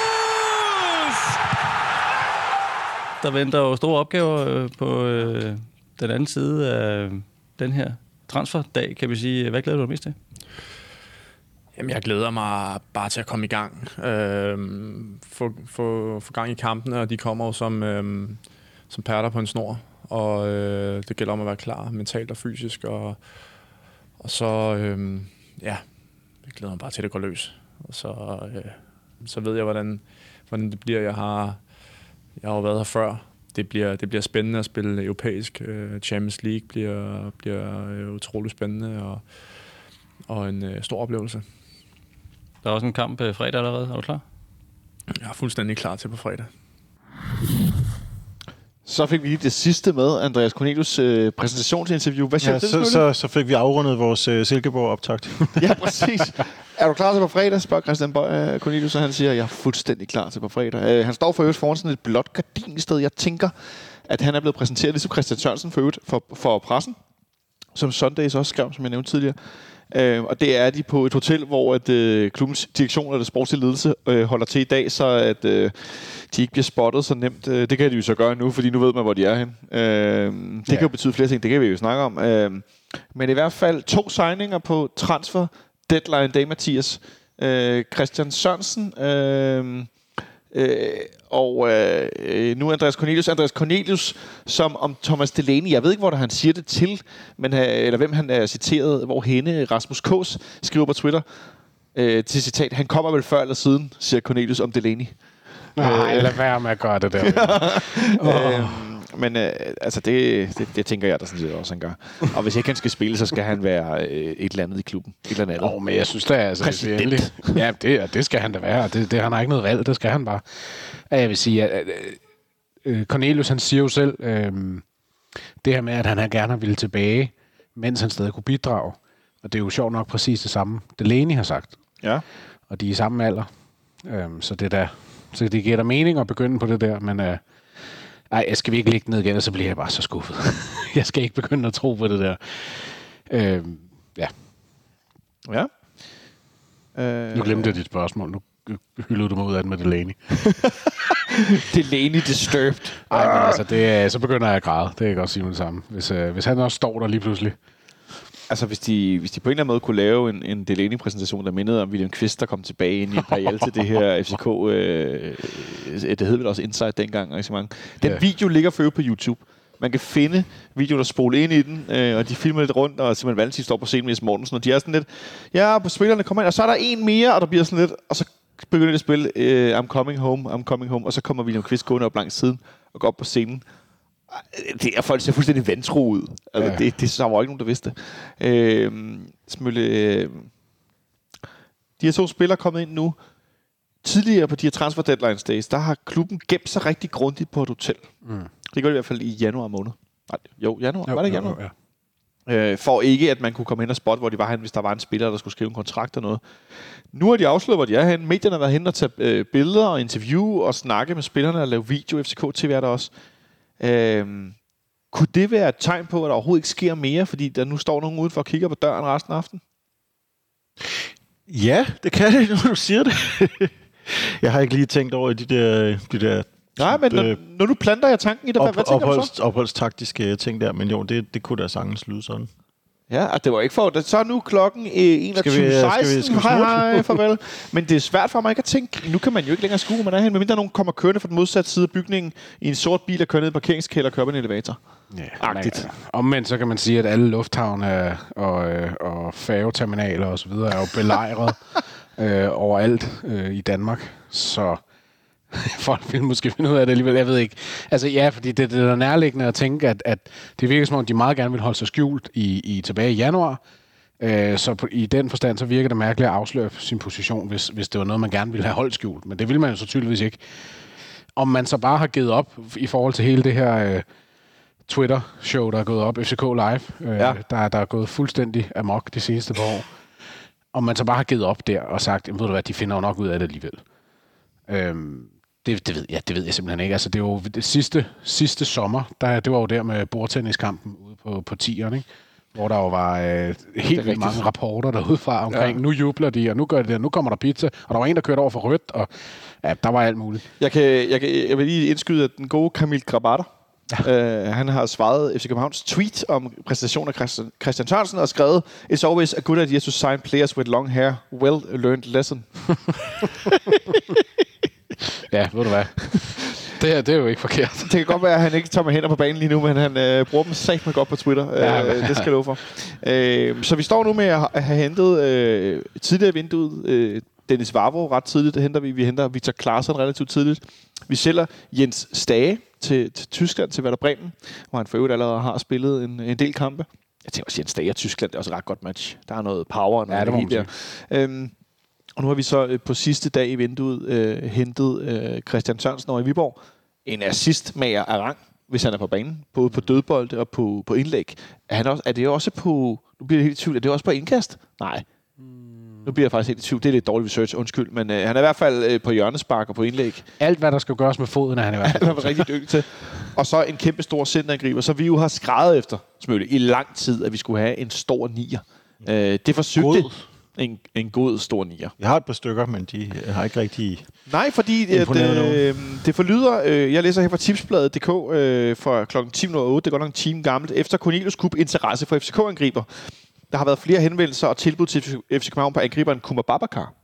Der venter jo store opgaver på den anden side af den her transferdag, kan vi sige. Hvad glæder du dig mest til? Jamen, jeg glæder mig bare til at komme i gang. Få gang i kampene, og de kommer jo som perler på en snor. Og det gælder om at være klar mentalt og fysisk. Og så, jeg glæder mig bare til, at det går løs. Og så ved jeg, hvordan det bliver. Jeg har jo været her før. Det bliver spændende at spille europæisk. Champions League bliver utrolig spændende og en stor oplevelse. Der er også en kamp fredag allerede. Er du klar? Jeg er fuldstændig klar til på fredag. Så fik vi lige det sidste med, Andreas Cornelius' præsentationsinterview. Hvad siger du? Så fik vi afrundet vores Silkeborg-optakt. Ja, præcis. Er du klar til på fredag, spørger Christian Cornelius, og han siger, jeg er fuldstændig klar til på fredag. Han står for øvrigt foran sådan et blåt gardinsted. Jeg tænker, at han er blevet præsenteret, ligesom Christian Sørensen for øvrigt, for pressen, som Sundays også skrev, som jeg nævnte tidligere, Og det er de på et hotel, hvor at, klubbens direktion eller sportslige ledelse holder til i dag, så at de ikke bliver spottet så nemt. Det kan de jo så gøre nu, fordi nu ved man, hvor de er hen. Det kan jo betyde flere ting, det kan vi jo snakke om. Men i hvert fald 2 signinger på transfer deadline day, Mathias. Christian Sørensen og nu Andreas Cornelius. Andreas Cornelius, som om Thomas Delaney, jeg ved ikke, hvor han siger det til, men eller hvem han er citeret, hvor henne Rasmus Kås skriver på Twitter til citat, han kommer vel før eller siden, siger Cornelius om Delaney. Nej, lad være med at gøre det der. Men altså det tænker jeg, der sådan set også han gør. Og hvis ikke han skal spille, så skal han være et eller andet i klubben. Et eller andet. Men jeg synes da, altså, præsident. Ja, det skal han da være. Det han har ikke noget valg, det skal han bare. Jeg vil sige, at Cornelius, han siger jo selv, det her med, at han gerne ville tilbage, mens han stadig kunne bidrage. Og det er jo sjovt nok præcis det samme, Delaney har sagt. Ja. Og de er i samme alder. Så det giver da mening at begynde på det der, men ej, jeg skal virkelig ikke ned igen, og så bliver jeg bare så skuffet. Jeg skal ikke begynde at tro på det der. Ja. Nu glemte jeg dit spørgsmål. Nu hyldede du mig ud af det med Delaney. Delaney disturbed. Ej, men altså, så begynder jeg at græde. Det kan jeg godt sige med det samme. Hvis han også står der lige pludselig. Altså, hvis de på en eller anden måde kunne lave en Delaney-præsentation, der mindede om William Kvist, der kom tilbage ind i Imperial til det her FCK, det hed vel også Inside dengang, arrangement. Den video ligger for på YouTube. Man kan finde videoen og spole ind i den, og de filmer lidt rundt, og Simon Valentin står på scenen med Mortensen, og de er sådan lidt, ja, på spillerne kommer ind, og så er der en mere, og der bliver sådan lidt, og så begynder de at spille I'm coming home, og så kommer William Kvist gående op langs siden og går op på scenen. Det er folk ser fuldstændig vantro ud. Altså, det var ikke nogen, der vidste. De her 2 spillere kommet ind nu. Tidligere på de her transfer deadline days, der har klubben gemt sig rigtig grundigt på et hotel. Det gør det i hvert fald i januar måned. Januar. Var det januar? Ja. For ikke, at man kunne komme hen og spotte, hvor de var hen, hvis der var en spiller, der skulle skrive en kontrakt og noget. Nu har de afsløret, hvor de er hen. Medierne har været hen og tage billeder og interview og snakke med spillerne og lave video. FCK TV er der også. Kunne det være et tegn på, at der overhovedet ikke sker mere, fordi der nu står nogen udenfor og kigger på døren resten af aftenen? Ja, det kan det, når du siger det. Jeg har ikke lige tænkt over de der nej, men når du planter jeg tanken i det, hvad tænker du så? Opholdstaktiske ting der, men jo, det kunne da sagtens lyde sådan. Ja, det var ikke for... Så er nu klokken 21.16. Hej, farvel. Men det er svært for mig ikke at tænke. Nu kan man jo ikke længere skue, hvor man er hen, medmindre nogen kommer kørende fra den modsatte side af bygningen i en sort bil og kører ned i parkeringskælder og kører på en elevator. Ja, agtigt. Omvendt så kan man sige, at alle lufthavne og færgeterminaler og så videre er jo belejret overalt i Danmark. Så folk vil måske finde ud af det alligevel. Jeg ved ikke. Altså ja, fordi det er nærliggende at tænke, at det virker som om, de meget gerne vil holde sig skjult tilbage i januar. Så i den forstand, så virker det mærkeligt at afsløre sin position, hvis det var noget, man gerne ville have holdt skjult. Men det vil man jo så tydeligvis ikke. Om man så bare har givet op i forhold til hele det her Twitter-show, der er gået op, FCK Live, der er gået fuldstændig amok de seneste par år. Om man så bare har givet op der og sagt, ved du hvad, de finder jo nok ud af det alligevel. Det ved jeg simpelthen ikke. Altså, det var jo det sidste sommer, det var jo der med bordtenniskampen ude på Tieren, ikke? Hvor der jo var helt vildt mange rapporter derudefra omkring, nu jubler de, og nu gør de det, nu kommer der pizza, og der var en, der kørte over for rødt, og der var alt muligt. Jeg vil lige indskyde, at den gode Kamil Grabater, han har svaret FC Københavns tweet om præsentationen af Christian Sørensen og skrevet, "It's always a good idea to sign players with long hair. Well-learned lesson." Ja, ved du hvad? Det er jo ikke forkert. Det kan godt være, at han ikke tager med hænder på banen lige nu, men han bruger dem satme godt på Twitter. Det skal jeg love for. Så vi står nu med at have hentet tidligere i vinduet Dennis Vavro ret tidligt. Vi henter Victor Claesson relativt tidligt. Vi sælger Jens Stage til Tyskland, til Werder Bremen, hvor han for øvrigt allerede har spillet en del kampe. Jeg tænker også, Jens Stage og Tyskland, det er også et ret godt match. Der er noget power og noget energi der. Og nu har vi så på sidste dag i vinduet hentet Christian Sørensen over i Viborg. En assistmager af rang, hvis han er på banen. Både på dødbold og på indlæg. Er det også på... Nu bliver jeg helt i tvivl. Er det også på indkast? Nej. Nu bliver jeg faktisk helt i tvivl. Det er lidt dårlig research, undskyld. Men han er i hvert fald på hjørnespark og på indlæg. Alt, hvad der skal gøres med foden, er han i hvert fald. Han er rigtig dygtig til. Og så en kæmpe stor centerangriber. Så vi jo har skrevet efter, Smølle, i lang tid, at vi skulle have en stor nier. Det forsøgte en god stor nier. Jeg har et par stykker, men de har ikke rigtig... Nej, fordi det forlyder... jeg læser her fra Tipsbladet.dk fra kl. 10.08. Det er godt nok en time gammelt. Efter Cornelius Kup interesse for FCK-angriber. Der har været flere henvendelser og tilbud til FC København på angriberen Kuma Babacar.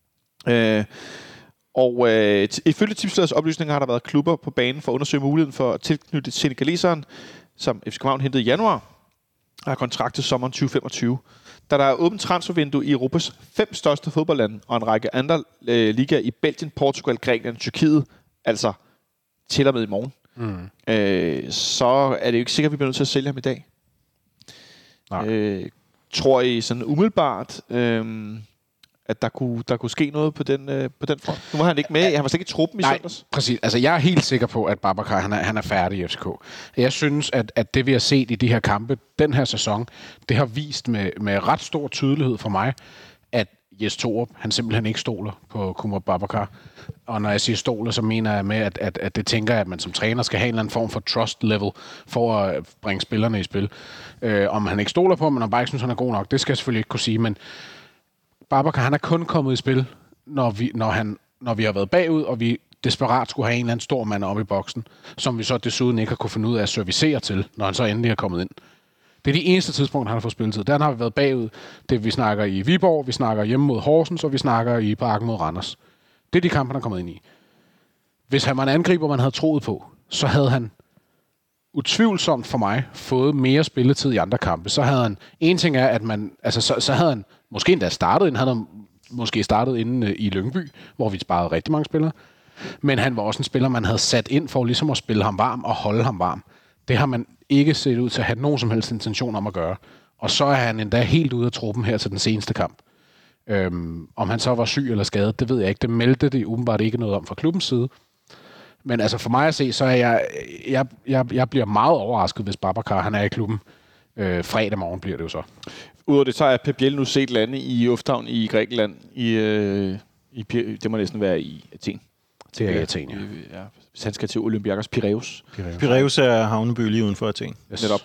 Ifølge Tipsbladets oplysninger har der været klubber på banen for at undersøge muligheden for at tilknytte senegaleseren, som FC København hentede i januar, og har kontrakt til sommeren 2025. Da der er åbent transfervindue i Europas 5 største fodboldlande og en række andre ligaer i Belgien, Portugal, Grækenland og Tyrkiet, altså til og med i morgen, så er det jo ikke sikkert, at vi bliver nødt til at sælge ham i dag. Tror I sådan umiddelbart, at der kunne ske noget på den front? Nu var han ikke med. Han var slet ikke i truppen i søndags. Præcis. Altså, jeg er helt sikker på, at Babacar han er færdig i FCK. Jeg synes, at det vi har set i de her kampe den her sæson, det har vist med ret stor tydelighed for mig, at Jes Torup, han simpelthen ikke stoler på Kuma Babacar. Og når jeg siger stoler, så mener jeg med, at det tænker jeg, at man som træner skal have en eller anden form for trust level for at bringe spillerne i spil. Om han ikke stoler på, men om bare ikke synes, han er god nok, det skal jeg selvfølgelig ikke kunne sige, men Babacar, han er kun kommet i spil, når vi har været bagud, og vi desperat skulle have en eller anden stor mand oppe i boksen, som vi så desuden ikke har kunne finde ud af at servicere til, når han så endelig er kommet ind. Det er de eneste tidspunkter, han har fået spilletid. Der har vi været bagud. Det vi snakker i Viborg, vi snakker hjemme mod Horsens, og vi snakker i Parken mod Randers. Det er de kampe, han er kommet ind i. Hvis han var en angriber, man havde troet på, så havde han utvivlsomt for mig fået mere spilletid i andre kampe. Så havde han, en ting er, at man, altså så havde han måske endda startet inden, han havde måske startet inden i Lyngby, hvor vi sparede rigtig mange spillere. Men han var også en spiller, man havde sat ind for ligesom at spille ham varm og holde ham varm. Det har man ikke set ud til at have nogen som helst intention om at gøre. Og så er han endda helt ude af truppen her til den seneste kamp. Om han så var syg eller skadet, det ved jeg ikke. Det meldte det umiddelbart ikke noget om fra klubbens side. Men altså for mig at se, så er jeg bliver meget overrasket, hvis Babacar han er i klubben. Fredag morgen bliver det jo så. Udover det, så er Pep Biel nu set lande i lufthavn i Grækenland. Det må næsten være i Athen. Det er Athen, ja. Hvis han skal til Olympiakos Piræus. Piræus er havneby lige uden for Athen. Yes. Netop.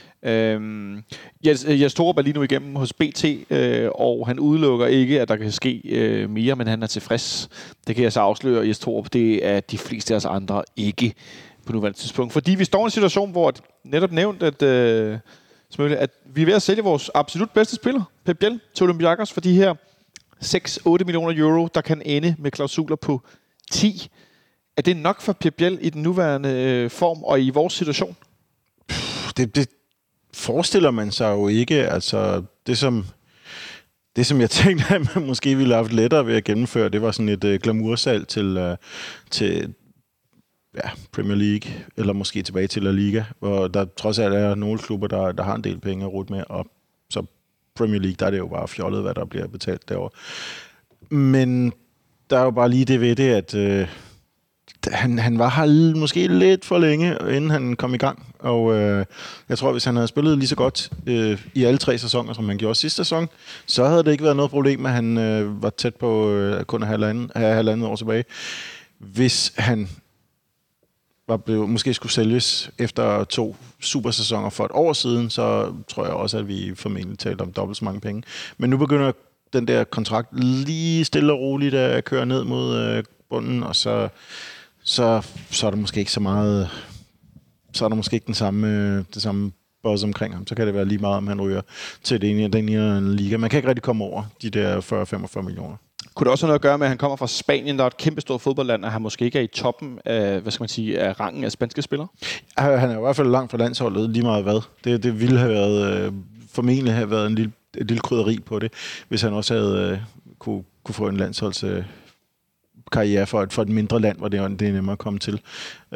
Jes Torup er lige nu igennem hos BT, og han udelukker ikke, at der kan ske mere, men han er tilfreds. Det kan jeg så afsløre, Jes Torup, det er de fleste af os andre ikke på nuværende tidspunkt. Fordi vi står i en situation, hvor netop nævnt, at vi er ved at sælge vores absolut bedste spiller, Pep Biel, til Olympiakos for de her 6-8 millioner euro, der kan ende med klausuler på 10. Er det nok for Pep Biel i den nuværende form og i vores situation? Det forestiller man sig jo ikke. Altså, det som jeg tænkte, at man måske ville have haft lettere ved at gennemføre, det var sådan et glamoursalg til Premier League, eller måske tilbage til La Liga, hvor der trods alt er nogle klubber, der har en del penge at rute med, og så Premier League, der er det jo bare fjollet, hvad der bliver betalt derovre. Men der er jo bare lige det ved det, at han var her måske lidt for længe, inden han kom i gang. Og jeg tror, hvis han havde spillet lige så godt i alle 3 sæsoner, som han gjorde sidste sæson, så havde det ikke været noget problem, at han var tæt på kun at have halvandet år tilbage. Hvis han måske skulle sælges efter 2 supersæsoner for et år siden, så tror jeg også, at vi formentlig talte om dobbelt så mange penge. Men nu begynder den der kontrakt lige stille og roligt at køre ned mod bunden, og så er der måske ikke så meget, så er der måske ikke det samme buzz omkring ham. Så kan det være lige meget, om han ryger til den ene liga. Man kan ikke rigtig komme over de der 40-45 millioner. Kunne det også have noget at gøre med, at han kommer fra Spanien, der er et kæmpestort fodboldland, og han måske ikke er i toppen af, af rangen af spanske spillere? Han er i hvert fald langt fra landsholdet, lige meget hvad. Det ville have været, formentlig have været et lille krydderi på det, hvis han også havde kunne få en landsholdskarriere for et mindre land, hvor det er nemmere at komme til.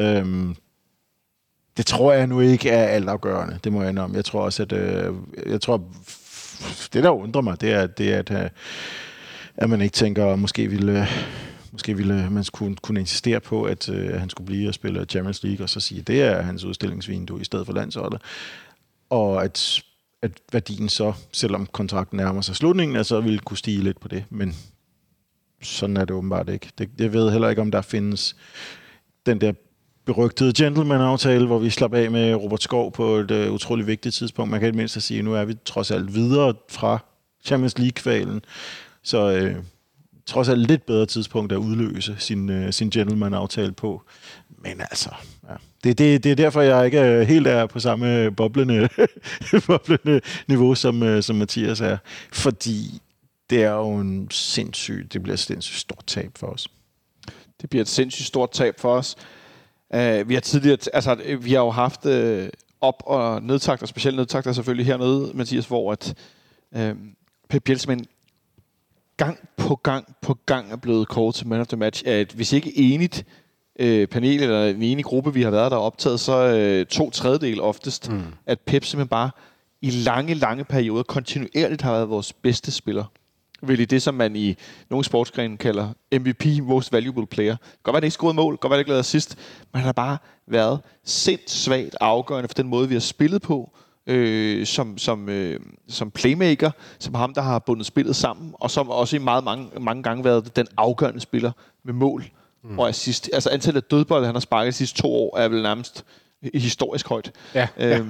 Det tror jeg nu ikke er altafgørende, det må jeg indrømme. Jeg tror også, at det der undrer mig, det er at man ikke tænker, måske ville man kunne insistere på, at han skulle blive og spille Champions League, og så sige, at det er hans udstillingsvindue i stedet for landsholdet. Og at værdien så, selvom kontrakten nærmer sig slutningen, så ville kunne stige lidt på det. Men sådan er det åbenbart ikke. Jeg ved heller ikke, om der findes den der berygtede gentleman-aftale, hvor vi slapper af med Robert Skov på et utroligt vigtigt tidspunkt. Man kan i det mindste sige, at nu er vi trods alt videre fra Champions League-kvalen. Så trods alt lidt bedre tidspunkt at udløse sin gentleman-aftale på. Men altså, ja. Det er derfor, jeg ikke helt er på samme boblende niveau, som Mathias er. Fordi det er jo det bliver et sindssygt stort tab for os. Det bliver et sindssygt stort tab for os. Vi har jo haft op- og nedtakter, specielt nedtakter selvfølgelig hernede, Mathias, hvor at Pep Bielsa gang på gang er blevet kåret til man of the match. Hvis ikke enigt panel eller en enig gruppe, vi har været der optaget, så 2/3 oftest, at Pep simpelthen bare i lange perioder kontinuerligt har været vores bedste spiller. Vel i det, som man i nogle sportsgrene kalder MVP, Most Valuable Player. Godt være, det ikke scoret mål, godt være, det ikke lavet assist, men han har bare været sindssygt afgørende for den måde, vi har spillet på, som playmaker, som ham, der har bundet spillet sammen, og som også i mange gange været den afgørende spiller med mål og assist. Altså antallet af dødbolde, han har sparket de sidste 2 år, er vel nærmest historisk højt. Ja.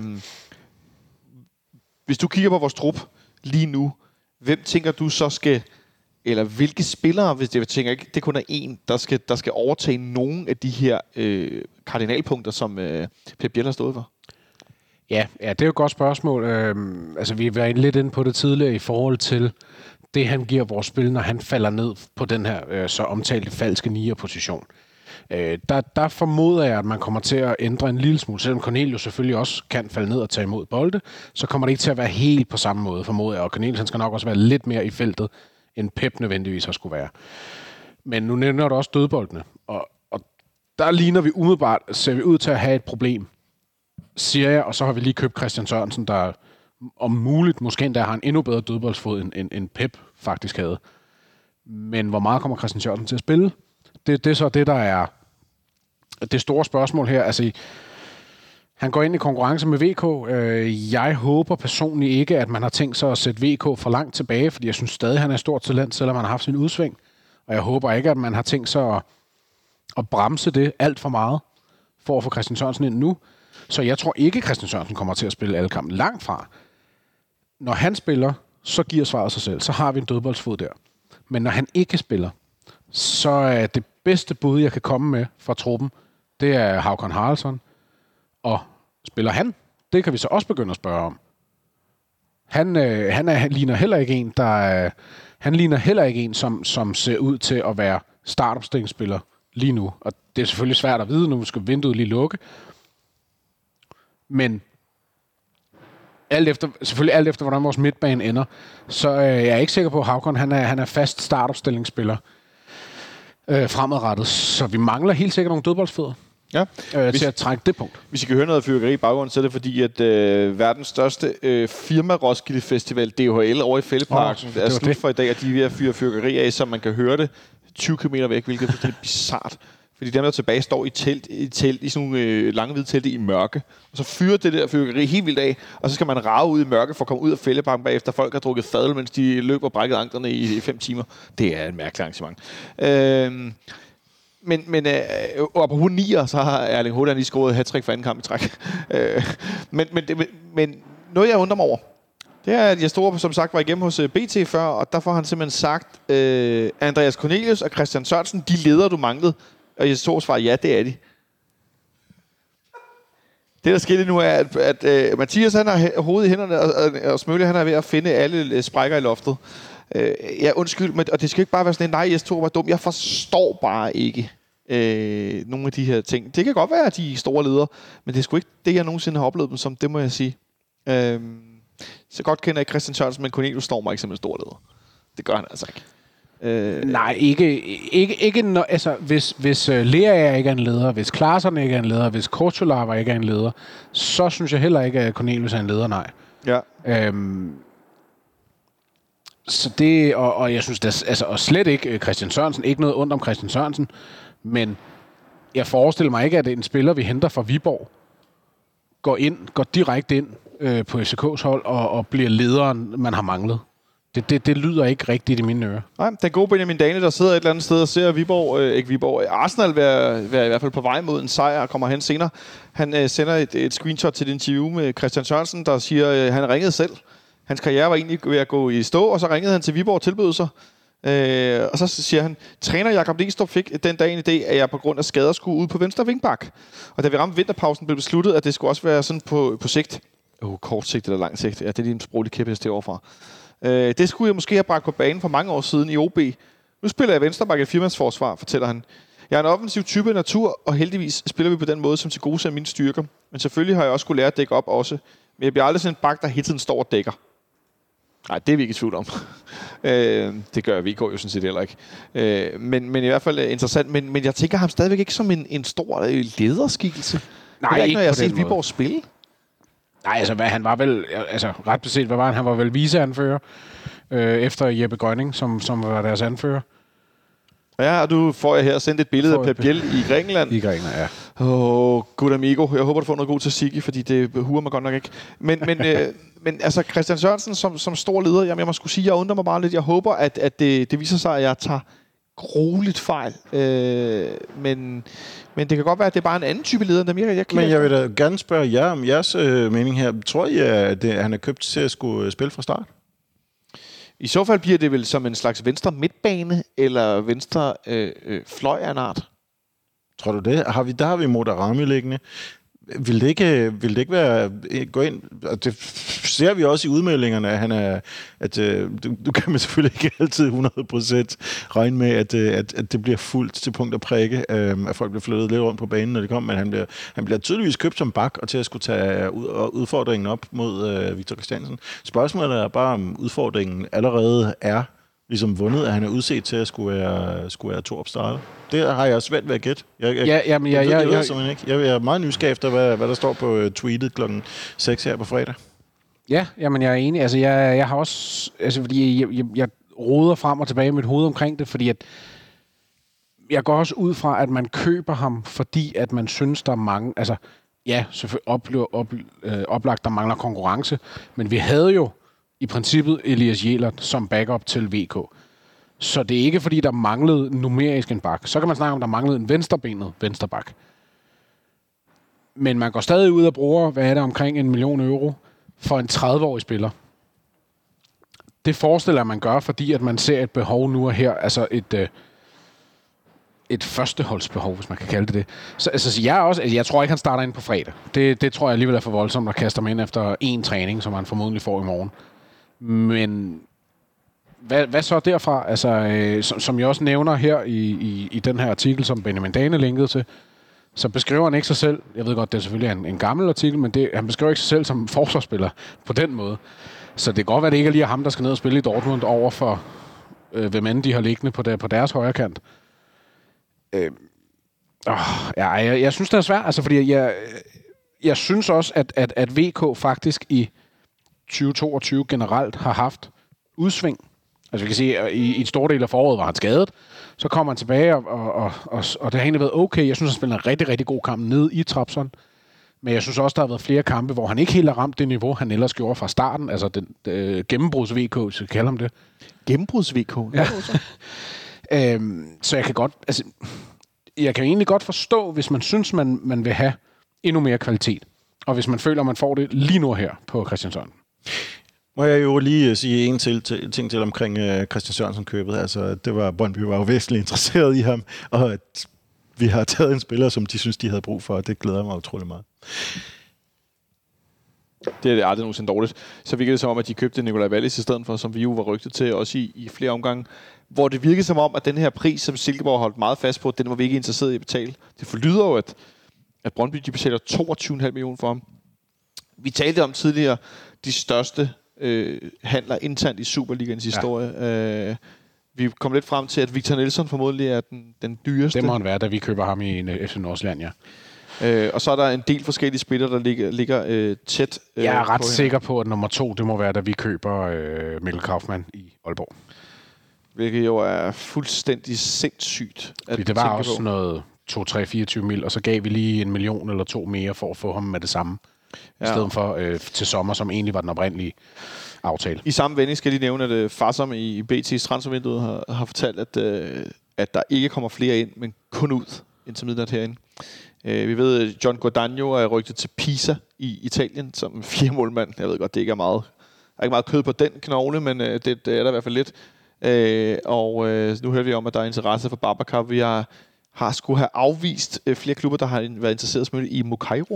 Hvis du kigger på vores trup lige nu, hvem tænker du så skal, eller hvilke spillere, hvis jeg tænker ikke, det kun er en, der skal overtage nogle af de her kardinalpunkter, som Pep Biel har stået for? Ja, det er jo et godt spørgsmål. Vi var lidt inde på det tidligere i forhold til det, han giver vores spil, når han falder ned på den her så omtalte falske 9'er-position. Der formoder jeg, at man kommer til at ændre en lille smule. Selvom Cornelius selvfølgelig også kan falde ned og tage imod bolde, så kommer det ikke til at være helt på samme måde, formoder jeg. Og Cornelius han skal nok også være lidt mere i feltet, end Pep nødvendigvis har skulle være. Men nu nævner du også dødboldene. Og der ligner vi umiddelbart, ser vi ud til at have et problem, siger jeg, og så har vi lige købt Christian Sørensen, der om muligt måske endda har en endnu bedre dødboldsfod, end Pep faktisk havde. Men hvor meget kommer Christian Sørensen til at spille? Det er så det, der er det store spørgsmål her. Altså, han går ind i konkurrence med VK. Jeg håber personligt ikke, at man har tænkt sig at sætte VK for langt tilbage, fordi jeg synes stadig, han er et stort talent, selvom han har haft sin udsving. Og jeg håber ikke, at man har tænkt sig at bremse det alt for meget for at få Christian Sørensen ind nu. Så jeg tror ikke, at Christian Sørensen kommer til at spille alle kampen langt fra. Når han spiller, så giver svaret sig selv. Så har vi en dødboldsfod der. Men når han ikke spiller, så er det bedste bud, jeg kan komme med fra truppen, det er Håkon Haraldsson. Og spiller han? Det kan vi så også begynde at spørge om. Han ligner heller ikke en, som ser ud til at være startopstillingsspiller lige nu. Og det er selvfølgelig svært at vide, nu skal vinduet lige lukke. Men alt efter, hvordan vores midtbane ender, så jeg er ikke sikker på, at Håkon han er fast startopstillingsspiller fremadrettet. Så vi mangler helt sikkert nogle dødboldsfødder til at trække det punkt. Hvis I kan høre noget fyrværkeri i baggrunden, så er det fordi, at verdens største firma Roskilde Festival, DHL, over i Fælledparken, er slut for i dag, og de er ved at fyre fyrværkeri af, så man kan høre det 20 km væk, hvilket er fuldstændig bizarrt. Fordi dem, der tilbage står i telt i sådan nogle lange hvide telte i mørke. Og så fyrer det der fyrværkeri helt vildt af, og så skal man rage ud i mørke for at komme ud af Fælledparken bagefter. Folk har drukket fadøl, mens de løber og brækket anklerne i 5 timer. Det er et mærkeligt arrangement. Men apropos 9'er, så har Erling Haaland lige scoret hat-trick for anden kamp i træk. Men noget, jeg undrer mig over, det er, at jeg stod, som sagt, var igennem hos BT før, og der får han simpelthen sagt, Andreas Cornelius og Christian Sørensen, de ledere, du manglede. Og jeg så svarer, ja, det er de. Det, der sker nu, er, at Mathias han har hovedet i hænderne, og Smølle han er ved at finde alle sprækker i loftet. Ja, undskyld, men, og det skal ikke bare være sådan en, nej, Jes Torup var dum. Jeg forstår bare ikke nogle af de her ting. Det kan godt være, at de er store ledere, men det er sgu ikke det, jeg nogensinde har oplevet dem som, det må jeg sige. Så godt kender jeg Christian Sørensen, men Cornelius står mig ikke som en stor leder. Det gør han altså ikke. Nej, ikke altså, hvis Lea ikke er en leder, hvis Klaarsson ikke er en leder, hvis Kortulava ikke er en leder, så synes jeg heller ikke, at Cornelius er en leder, nej. Ja. Så det, og jeg synes, altså, og slet ikke Christian Sørensen, ikke noget ondt om Christian Sørensen, men jeg forestiller mig ikke, at en spiller, vi henter fra Viborg, går direkte ind på FCK's hold og bliver lederen, man har manglet. Det lyder ikke rigtigt i mine ører. Nej, den gode Benjamin Dane, der sidder et eller andet sted og ser Arsenal være i hvert fald på vej mod en sejr og kommer hen senere. Han sender et screenshot til et interview med Christian Sørensen, der siger, han ringede selv Hans karriere var egentlig ved at gå i stå, og så ringede han til Viborg og tilbød sig. Og så siger han, træner Jakob Lindstrup fik den dag en idé, at jeg på grund af skader skulle ud på venstre vingbak. Og da vi ramte vinterpausen, blev besluttet, at det skulle også være sådan på sigt. Kort sigt eller lang sigt. Ja, det er lige en sproglig kæphest derovre fra. Det skulle jeg måske have bragt på banen for mange år siden i OB. Nu spiller jeg venstreback i et firmandsforsvar, fortæller han. Jeg er en offensiv type af natur, og heldigvis spiller vi på den måde, som til gode ser mine styrker. Men selvfølgelig har jeg også skulle lære at dække op også. Men jeg bliver aldrig sådan en bak, der hele tiden står og dækker. Nej, det er vi ikke i tvivl om. Det gør VK jo sådan set heller ikke. Men i hvert fald interessant. Men jeg tænker ham stadigvæk ikke som en stor lederskikkelse. Nej, ikke når jeg har set Viborg Viborg spille. Nej, altså han var vel, altså ret beset, hvad var han? Han var vel viceanfører efter Jeppe Grønning, som var deres anfører. Ja, og du får jeg her sendt et billede af Pep Biel i Grækenland. I Grækenland, ja. Good amigo. Jeg håber, du får noget god tzatziki, fordi det huer mig godt nok ikke. Men altså, Christian Sørensen som stor leder, jamen, jeg må skulle sige, jeg undrer mig bare lidt. Jeg håber, at det viser sig, at jeg tager grueligt fejl. Men det kan godt være, at det er bare en anden type leder, end dem jeg Men jeg vil da gerne spørge jer om jeres mening her. Tror I, at han er købt til at skulle spille fra start? I så fald bliver det vel som en slags venstre midtbane, eller venstre fløj af en art. Tror du det? Der har vi Modarami liggende. Vil det ikke være gå ind, og det ser vi også i udmeldingerne, at han er, at du kan man selvfølgelig ikke altid 100% regne med, at det bliver fuldt til punkt og prikke, at folk bliver flyttet lidt rundt på banen, når det kommer, men han bliver tydeligvis købt som bak, og til at skulle tage udfordringen op mod Victor Christiansen. Spørgsmålet er bare, om udfordringen allerede er ligesom vundet, at han er udset til at skulle være Torup starter. Det har jeg svært ved at gætte. Jeg er meget nysgerrig efter, hvad der står på tweetet klokken 6 her på fredag. Ja, jamen jeg er enig. Altså jeg har også, altså fordi jeg roder frem og tilbage med mit hoved omkring det, fordi at jeg går også ud fra, at man køber ham, fordi at man synes, der er mange, altså ja, selvfølgelig oplagt, der mangler konkurrence, men vi havde jo i princippet Elias Jelert som backup til VK. Så det er ikke, fordi der manglede numerisk en bak. Så kan man snakke om, der manglede en venstrebenet vensterbak. Men man går stadig ud og bruger, hvad er det, omkring 1 million euro for en 30-årig spiller. Det forestiller man gør, fordi at man ser et behov nu og her, altså et førsteholdsbehov, hvis man kan kalde det. Så altså, jeg tror ikke, han starter ind på fredag. Det tror jeg alligevel er for voldsomt at kaste ham ind efter en træning, som han formodentlig får i morgen. Men hvad så derfra? Altså, som jeg også nævner her i den her artikel, som Benjamin Dane linkede til, så beskriver han ikke sig selv. Jeg ved godt, det er selvfølgelig en gammel artikel, men han beskriver ikke sig selv som forsvarsspiller på den måde. Så det kan godt være, det ikke er lige ham, der skal ned og spille i Dortmund over for, hvem end de har liggende på deres højre kant. Jeg synes, det er svært, altså, fordi jeg synes også, at VK faktisk i 2022 generelt har haft udsving. Altså vi kan sige, at i et stort del af foråret var han skadet. Så kommer han tilbage, og det har egentlig været okay. Jeg synes, han spiller en rigtig, rigtig god kamp nede i Trabzon. Men jeg synes også, der har været flere kampe, hvor han ikke helt har ramt det niveau, han ellers gjorde fra starten. Altså den gennembruds-VK, så kalder ham det. Gennembruds-VK? Ja. Så jeg kan godt... Altså, jeg kan egentlig godt forstå, hvis man synes, man vil have endnu mere kvalitet. Og hvis man føler, man får det lige nu her på Christiansson. Må jeg jo lige sige en ting til omkring Christian Sørensen-købet. Altså, Brøndby var jo væsentligt interesseret i ham, og at vi har taget en spiller, som de synes, de havde brug for, og det glæder mig utrolig meget. Det er aldrig nogensinde dårligt. Så virkede det som om, at de købte Nikolaj Wallis i stedet for, som vi jo var rygtet til, også i flere omgange, hvor det virkede som om, at den her pris, som Silkeborg holdt meget fast på, den var vi ikke interesseret i at betale. Det forlyder jo, at Brøndby de betaler 22,5 millioner for ham. Vi talte om tidligere de største handler internt i Superligaens historie. Vi kom lidt frem til, at Victor Nilsson formodentlig er den dyreste. Det må han være, da vi køber ham i FC Nordsjælland, ja. Og så er der en del forskellige spillere, der ligger tæt. Jeg er ret sikker på, at nummer 2, det må være, da vi køber Mikkel Kaufmann i Aalborg. Hvilket jo er fuldstændig sindssygt. Fordi det var også på noget 2-3-24 mil, og så gav vi lige 1 million eller 2 mere for at få ham med det samme. I stedet for til sommer, som egentlig var den oprindelige aftale. I samme vending skal jeg lige nævne, at Farsam i BT's transfervinduet har fortalt, at der ikke kommer flere ind, men kun ud indtil midnat herinde. Vi ved, at John Guadagno er rygtet til Pisa i Italien som 4-målmand. Jeg ved godt, det ikke er meget er ikke meget kød på den knogle, men det er der i hvert fald lidt. Nu hører vi om, at der er interesse for Babacar. Vi har skulle have afvist flere klubber, der har været interesseret selvfølgelig i Mukairo.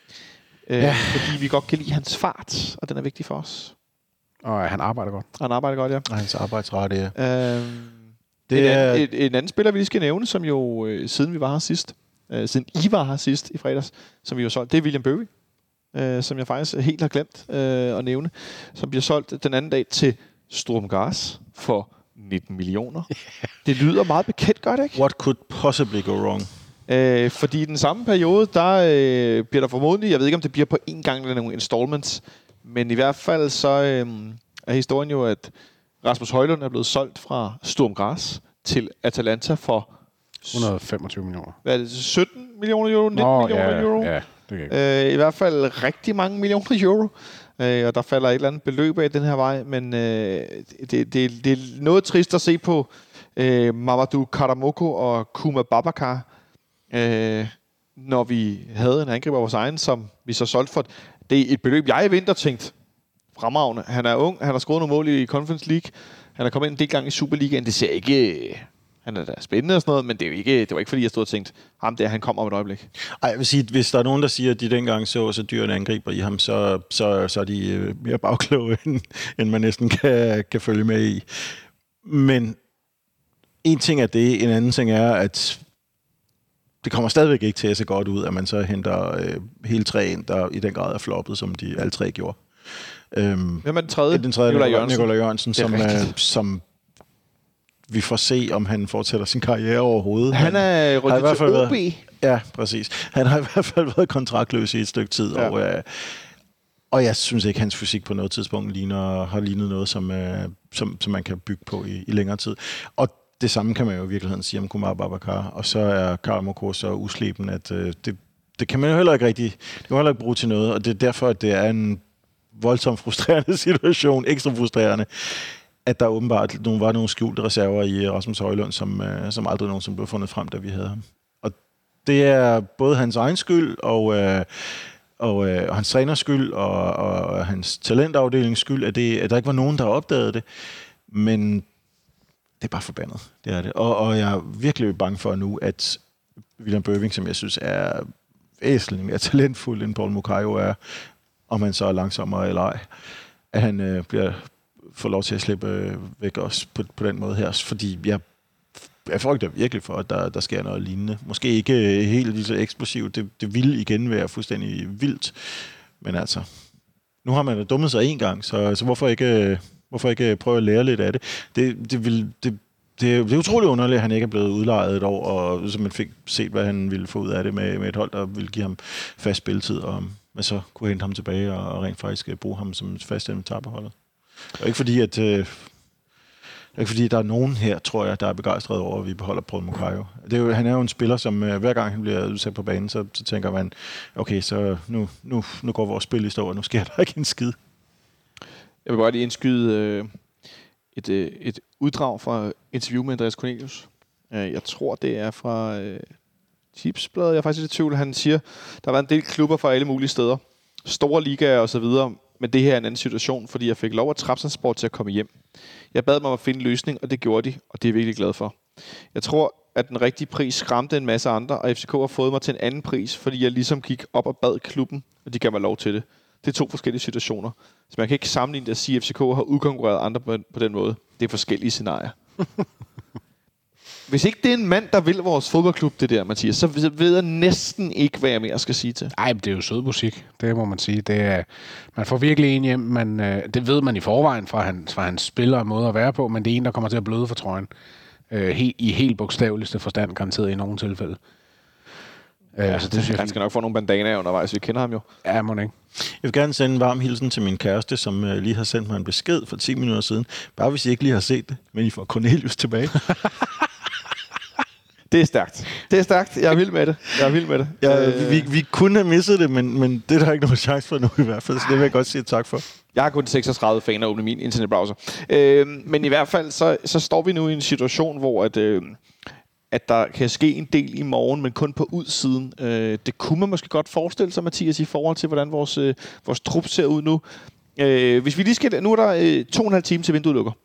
Fordi vi godt kan lide hans fart, og den er vigtig for os. Og han arbejder godt. Han arbejder godt, ja. Og hans arbejdsrate, ja. Det er en anden spiller, vi skal nævne, som jo siden vi var her sidst, siden I var her sidst i fredags, som vi jo solgt, det er William Bøving, som jeg faktisk helt har glemt at nævne, som bliver solgt den anden dag til Sturm Graz for 19 millioner. Det lyder meget bekendt godt, ikke? What could possibly go wrong? Fordi i den samme periode, der bliver der formodentlig, jeg ved ikke om det bliver på en gang eller nogle installments, men i hvert fald så er historien jo, at Rasmus Højlund er blevet solgt fra Sturm Graz til Atalanta for 125 millioner. Hvad er det? 17 millioner euro? 19 millioner euro? Ja, det kan I hvert fald rigtig mange millioner euro. Og der falder et eller andet beløb af den her vej, men det er noget trist at se på Mamadou Karamoko og Kuma Babacar, når vi havde en angriber af vores egen, som vi så solgte for. Det er et beløb, jeg i vinter tænkte fremragende. Han er ung, han har scoret nogle mål i Conference League, han er kommet ind en del gange i Superligaen. Det ser ikke... Han er da spændende og sådan noget, men det var ikke fordi, jeg stod og tænkte, han kommer om et øjeblik. Ej, jeg vil sige, hvis der er nogen, der siger, at de dengang så dyr en angriber i ham, så er de mere bagkloge, end man næsten kan følge med i. Men en ting er det, en anden ting er, at det kommer stadigvæk ikke til at se godt ud, at man så henter hele tre ind, der i den grad er floppet, som de alle tre gjorde. Hvem er den tredje? Den tredje, Nikolaj Jørgensen, som vi får se, om han fortsætter sin karriere overhovedet. Han er rykket til OB. Ja, præcis. Han har i hvert fald været kontraktløs i et stykke tid, ja. Og jeg synes ikke, hans fysik på noget tidspunkt har lignet noget, som man kan bygge på i længere tid. Og det samme kan man jo i virkeligheden sige om Kumar Babacar, og så er Karamoko så usleben, at det kan man jo heller ikke rigtig, det kan man heller ikke bruge til noget, og det er derfor, at det er en voldsomt frustrerende situation, ekstra frustrerende, at der åbenbart var nogle skjulte reserver i Rasmus Højlund, som aldrig nogensinde blev fundet frem, da vi havde ham. Og det er både hans egen skyld, og hans træners skyld, og hans talentafdelings skyld, at der ikke var nogen, der opdagede det. Men det er bare forbandet, det er det. Og jeg er virkelig bange for nu, at William Bøving, som jeg synes er væsentligt mere talentfuld, end Paul Mukairo er, om han så er langsommere eller ej, at han får lov til at slippe væk også på den måde her, fordi jeg frygter virkelig for, at der sker noget lignende. Måske ikke helt lige så eksplosivt, det vil igen være fuldstændig vildt, men altså, nu har man da dummet sig en gang, så hvorfor ikke prøve at lære lidt af det? Det er utroligt underligt, at han ikke er blevet udlejet et år, og så man fik set, hvad han ville få ud af det med et hold, der ville give ham fast spilletid, og man så kunne hente ham tilbage og rent faktisk bruge ham som fast inventar på holdet. Det er ikke fordi, der er nogen her, tror jeg, der er begejstret over, at vi beholder Paul Mukairo. Han er jo en spiller, som hver gang han bliver udsat på banen, så tænker man, okay, så nu går vores spil i stå, og nu sker der ikke en skid. Jeg vil godt lige indskyde et uddrag fra interview med Andreas Cornelius. Jeg tror, det er fra Tipsbladet. Jeg er faktisk lidt i tvivl. Han siger, der var en del klubber fra alle mulige steder. Store ligaer og så videre. Men det her er en anden situation, fordi jeg fik lov at Trabzonspor til at komme hjem. Jeg bad mig om at finde en løsning, og det gjorde de, og det er jeg virkelig glad for. Jeg tror, at den rigtige pris skræmte en masse andre, og FCK har fået mig til en anden pris, fordi jeg ligesom gik op og bad klubben, og de gav mig lov til det. Det er to forskellige situationer. Så man kan ikke sammenligne det at sige, at FCK har udkonkurreret andre på den måde. Det er forskellige scenarier. Hvis ikke det er en mand, der vil vores fodboldklub, det der, Mathias, så ved jeg næsten ikke, hvad jeg mere skal sige til. Nej, det er jo sød musik. Det må man sige. Det er, man får virkelig en hjem, det ved man i forvejen fra hans spiller og måde at være på, men det er en, der kommer til at bløde for trøjen. I helt bogstaveligste forstand, garanteret i nogle tilfælde. Så det han skal nok få nogle bandanaer undervejs, vi kender ham jo. Ja, må ikke. Jeg vil gerne sende en varm hilsen til min kæreste, som lige har sendt mig en besked for 10 minutter siden. Bare hvis I ikke lige har set det, men I får Cornelius tilbage. Det er stærkt. Det er stærkt. Jeg er vild med det. Vi kunne have misset det, men det er der ikke nogen chance for nu i hvert fald, så det vil jeg godt sige tak for. Jeg har kun 36 faner at åbne min internetbrowser. Men i hvert fald, så står vi nu i en situation, hvor at der kan ske en del i morgen, men kun på udsiden. Det kunne man måske godt forestille sig, Mathias, i forhold til, hvordan vores trup ser ud nu. Hvis vi lige skal... Nu er der 2,5 timer til vinduet lukker.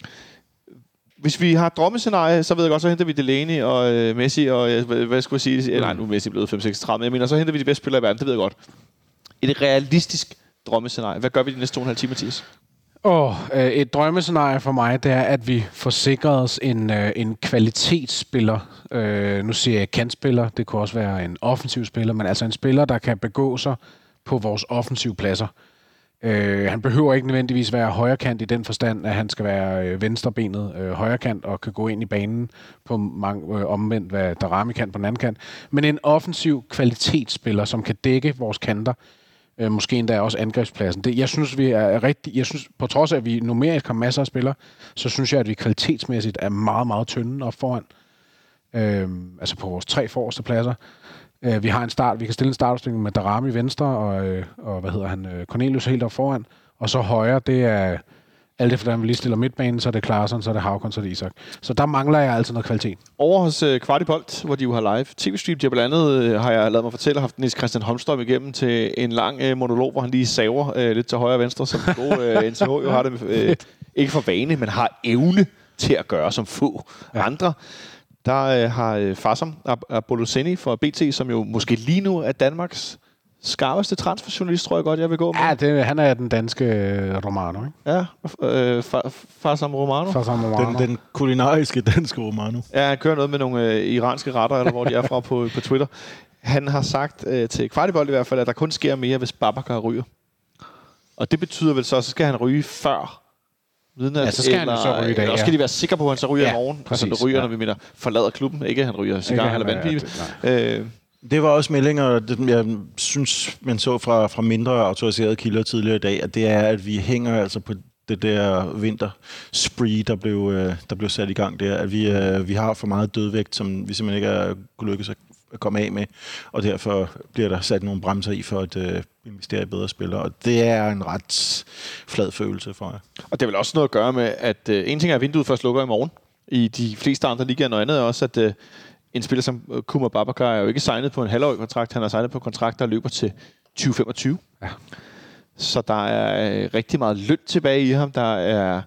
Hvis vi har drømmescenarie, så ved jeg godt, så henter vi Delaney og Messi og... hvad skulle jeg sige? Nej, nu er Messi blevet 5-36, men jeg mener, så henter vi de bedste spillere i verden, det ved jeg godt. Et realistisk drømmescenarie. Hvad gør vi de næste 2,5 timer, Mathias? Et drømmescenarie for mig, det er, at vi får sikret os en kvalitetsspiller. Nu siger jeg kantspiller, det kunne også være en offensiv spiller, men altså en spiller, der kan begå sig på vores offensive pladser. Han behøver ikke nødvendigvis være højrekant i den forstand, at han skal være venstrebenet højrekant og kan gå ind i banen på omvendt, hvad Darami kan på den anden kant. Men en offensiv kvalitetsspiller, som kan dække vores kanter, måske endda også angrebspladsen. Jeg synes, vi er rigtig... Jeg synes, på trods af, at vi numerisk har masser af spillere, så synes jeg, at vi kvalitetsmæssigt er meget, meget tynde op foran. Altså på vores 3 forreste pladser. Vi har vi kan stille en startopstilling med Darami venstre, og Cornelius helt op foran. Og så højre, det er... Alt efter, hvordan vi lige stiller midtbanen, så er det Klaarsson, så er det Haugen, så er det Isak. Så der mangler jeg altså noget kvalitet. Over hos Kvartibolt, hvor de jo har live tv-stream, de har blandt andet, har jeg lavet mig fortælle, haft Niels Christian Holmstrøm igennem til en lang monolog, hvor han lige saver lidt til højre og venstre, som gode NCH jo har det ikke for vane, men har evne til at gøre som få andre. Der har Farsam Aboloseni fra BT, som jo måske lige nu er Danmarks skarpeste transferjournalist, tror jeg godt, jeg vil gå med. Ja, han er den danske Romano, ikke? Ja, Farsam Romano. Den kulinariske danske Romano. Ja, han kører noget med nogle iranske retter, eller hvor de er fra på Twitter. Han har sagt til Kvartibold i hvert fald, at der kun sker mere, hvis Babacar ryger. Og det betyder vel så skal han ryge før midnat, så skal han så ryge i dag, eller skal de være sikre på, at han så ryger i morgen. Præcis, altså, ryger, når vi mener forlader klubben. Ikke at han ryger cigar eller vandpibe. Det var også meldinger, jeg synes, man så fra mindre autoriserede kilder tidligere i dag, at det er, at vi hænger altså på det der vinterspree, der blev sat i gang der. At vi har for meget dødvægt, som vi simpelthen ikke er kunne lykkes at komme af med, og derfor bliver der sat nogle bremser i for at investere i bedre spillere, og det er en ret flad følelse for jer. Og det vil også noget at gøre med, at en ting er, at vinduet først lukker i morgen i de fleste andre ligaer, og andet er også, at en spiller som Kumar Babacar er jo ikke signet på en halvårig kontrakt. Han er signet på en kontrakt, der løber til 2025. Ja. Så der er rigtig meget løn tilbage i ham. Der er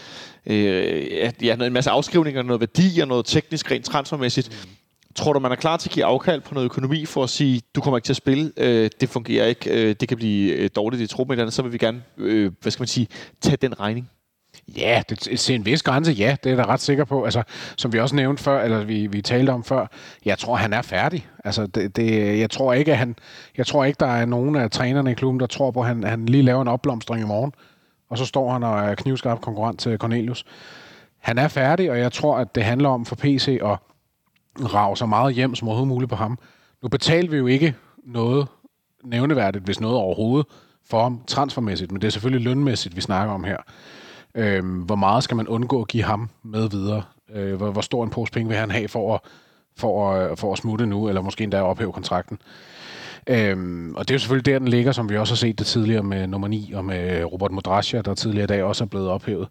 en masse afskrivninger, noget værdi og noget teknisk rent transfermæssigt. Tror du, man er klar til at give afkald på noget økonomi for at sige, du kommer ikke til at spille, det fungerer ikke, det kan blive dårligt i truppen, eller så vil vi gerne, tage den regning? Ja, til en vis grænse, ja, det er jeg da ret sikker på. Altså, som vi også nævnte før, eller vi talte om før, jeg tror, han er færdig. Altså, jeg tror ikke, der er nogen af trænerne i klubben, der tror på, at han lige laver en opblomstring i morgen, og så står han og er knivskarp konkurrent til Cornelius. Han er færdig, og jeg tror, at det handler om for PC at rage så meget hjem som overhovedet muligt på ham. Nu betaler vi jo ikke noget nævneværdigt, hvis noget overhovedet, for ham transfermæssigt, men det er selvfølgelig lønmæssigt, vi snakker om her. Hvor meget skal man undgå at give ham med videre? Hvor stor en pose penge vil han have for at smutte nu, eller måske endda ophæve kontrakten? Og det er jo selvfølgelig der, den ligger, som vi også har set det tidligere med nummer 9, og med Robert Modrasja, der tidligere i dag også er blevet ophævet.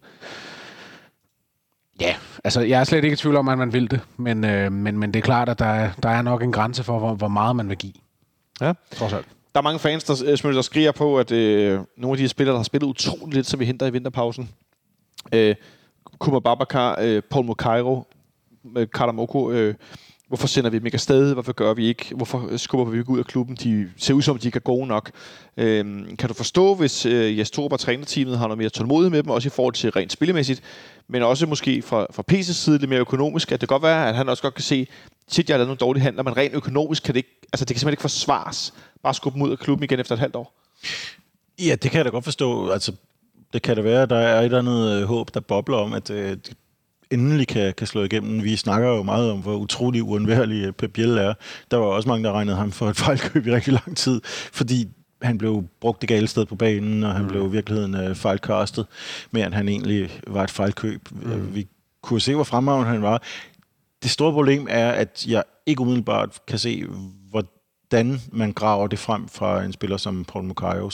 Ja, altså jeg er slet ikke i tvivl om, at man vil det, men det er klart, at der er nok en grænse for, hvor meget man vil give. Ja, trods alt. Der er mange fans, der skriger på, at nogle af de spillere, der har spillet utroligt lidt, som vi henter i vinterpausen. Kumar Babacar, Paul Mukairo, Karamoko. Hvorfor sender vi dem ikke afsted? Hvorfor gør vi ikke? Hvorfor skubber vi ikke ud af klubben? De ser ud som, de ikke er gode nok. Kan du forstå, hvis Jes Torup og trænerteamet har noget mere tålmodighed med dem, også i forhold til rent spillemæssigt, men også måske fra PC's side lidt mere økonomisk, at det godt være, at han også godt kan se, at jeg har lavet nogle dårlige handler, men rent økonomisk kan det ikke, altså det kan simpelthen ikke forsvares. Bare skubbe dem ud af klubben igen efter et halvt år. Ja, det kan jeg da godt forstå. Altså, det kan da være, at der er et eller andet håb, der bobler om, at endelig kan slå igennem. Vi snakker jo meget om, hvor utrolig uundværlig Pep Biel er. Der var også mange, der regnede ham for et fejlkøb i rigtig lang tid, fordi han blev brugt det gale sted på banen, og han blev i virkeligheden fejlkastet, mere end han egentlig var et fejlkøb. Vi kunne se, hvor fremragende han var. Det store problem er, at jeg ikke umiddelbart kan se, hvordan man graver det frem fra en spiller som Paul Mukairo,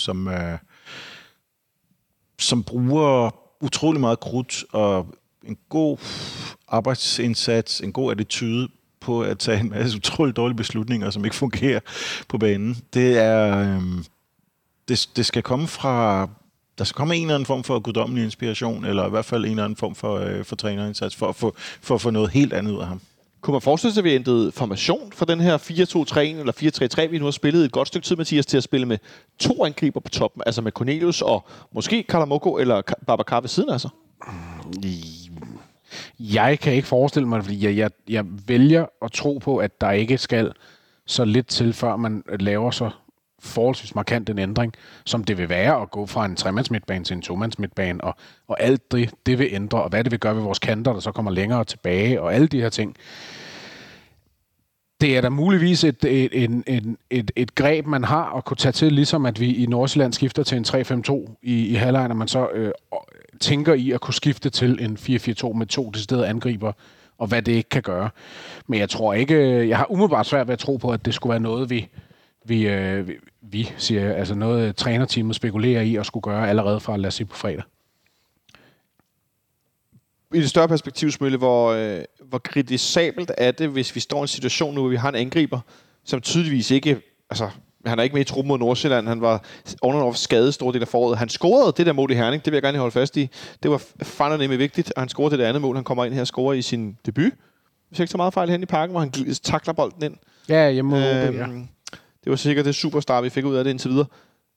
som bruger utrolig meget krudt og en god arbejdsindsats, en god attitude på at tage en masse utroligt dårlige beslutninger, som ikke fungerer på banen. Det skal komme fra der skal komme en eller anden form for guddommelig inspiration, eller i hvert fald en eller anden form for trænerindsats, for at få noget helt andet ud af ham. Kunne man forestille sig, at vi ændrede formation for den her 4-2-3 eller 4-3-3, vi nu har spillet et godt stykke tid, Mathias, til at spille med 2 angriber på toppen, altså med Cornelius og måske Kalamoko eller Babacar ved siden af sig? Jeg kan ikke forestille mig, fordi jeg vælger at tro på, at der ikke skal så lidt til, før man laver så forholdsvis markant en ændring, som det vil være at gå fra en 3-mands-midtbane til en 2-mands-midtbane, og alt det vil ændre, og hvad det vil gøre ved vores kanter, der så kommer længere tilbage, og alle de her ting. Det er da muligvis et greb, man har at kunne tage til, ligesom at vi i Nordsjælland skifter til en 3-5-2 i halvlejen, og man så tænker i at kunne skifte til en 4-4-2 med 2 deciderede angriber, og hvad det ikke kan gøre. Men jeg tror ikke, jeg har umiddelbart svært ved at tro på, at det skulle være noget, vi siger, altså noget trænerteamet spekulerer i at skulle gøre allerede fra, lad os sige, på fredag. I det større perspektiv, Smølle, hvor kritisabelt er det, hvis vi står i en situation nu, hvor vi har en angriber, som tydeligvis ikke, altså han er ikke med i truppen mod Nordsjælland, han var under skadet store del af foråret. Han scorede det der mål i Herning, det vil jeg gerne holde fast i. Det var fandme vigtigt, og han scorede det der andet mål, han kommer ind her og scorer i sin debut. Hvis ikke så meget fejl hen i parken, hvor han takler bolden ind. Ja, hjemme det var sikkert det superstar, vi fik ud af det indtil videre.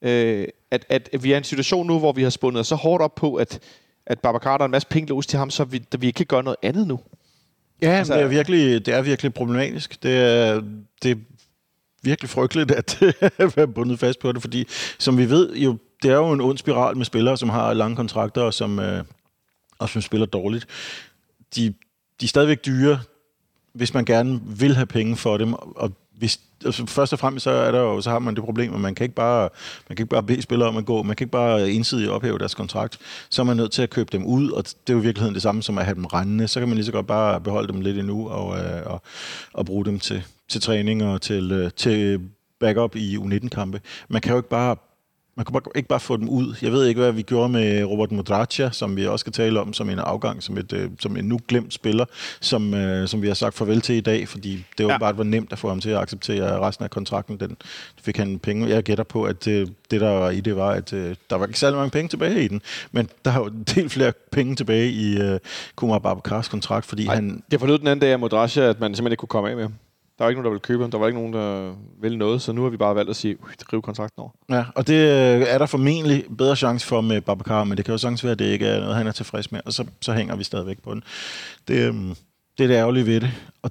At vi er i en situation nu, hvor vi har spundet os så hårdt op på, at Babacar, der er en masse penge låst til ham, så vi ikke kan gøre noget andet nu. Ja, altså, det er virkelig problematisk. Det er virkelig frygteligt at være bundet fast på det, fordi som vi ved, jo, det er jo en ond spiral med spillere, som har lange kontrakter og som spiller dårligt. De er stadigvæk dyre, hvis man gerne vil have penge for dem, og altså først og fremmest så har man det problem, at man kan ikke bare bede spillere om at gå, man kan ikke bare ensidigt ophæve deres kontrakt, så er man nødt til at købe dem ud, og det er jo i virkeligheden det samme som at have dem rendende, så kan man lige så godt bare beholde dem lidt endnu og bruge dem til træning og til backup i U19-kampe. Man kan ikke bare få dem ud. Jeg ved ikke, hvad vi gjorde med Robert Modraccia, som vi også skal tale om som en afgang, som en nu glemt spiller, som vi har sagt farvel til i dag, fordi det jo bare var nemt at få ham til at acceptere resten af kontrakten. Den fik han penge. Jeg gætter på, at det der var i det var, at der var ikke særlig mange penge tilbage i den, men der har jo en del flere penge tilbage i Kumar Babacars kontrakt, fordi han... Det forlod den anden dag af Modraccia, at man simpelthen ikke kunne komme af med ham. Der var ikke nogen, der ville købe ham. Der var ikke nogen, der ville noget. Så nu har vi bare valgt at sige, rive kontrakten over. Ja, og det er der formentlig bedre chance for med Babacar, men det kan jo sagtens være, at det ikke er noget, han er tilfreds med. Og så hænger vi stadigvæk på den. Det er det ærgerlige ved det. Og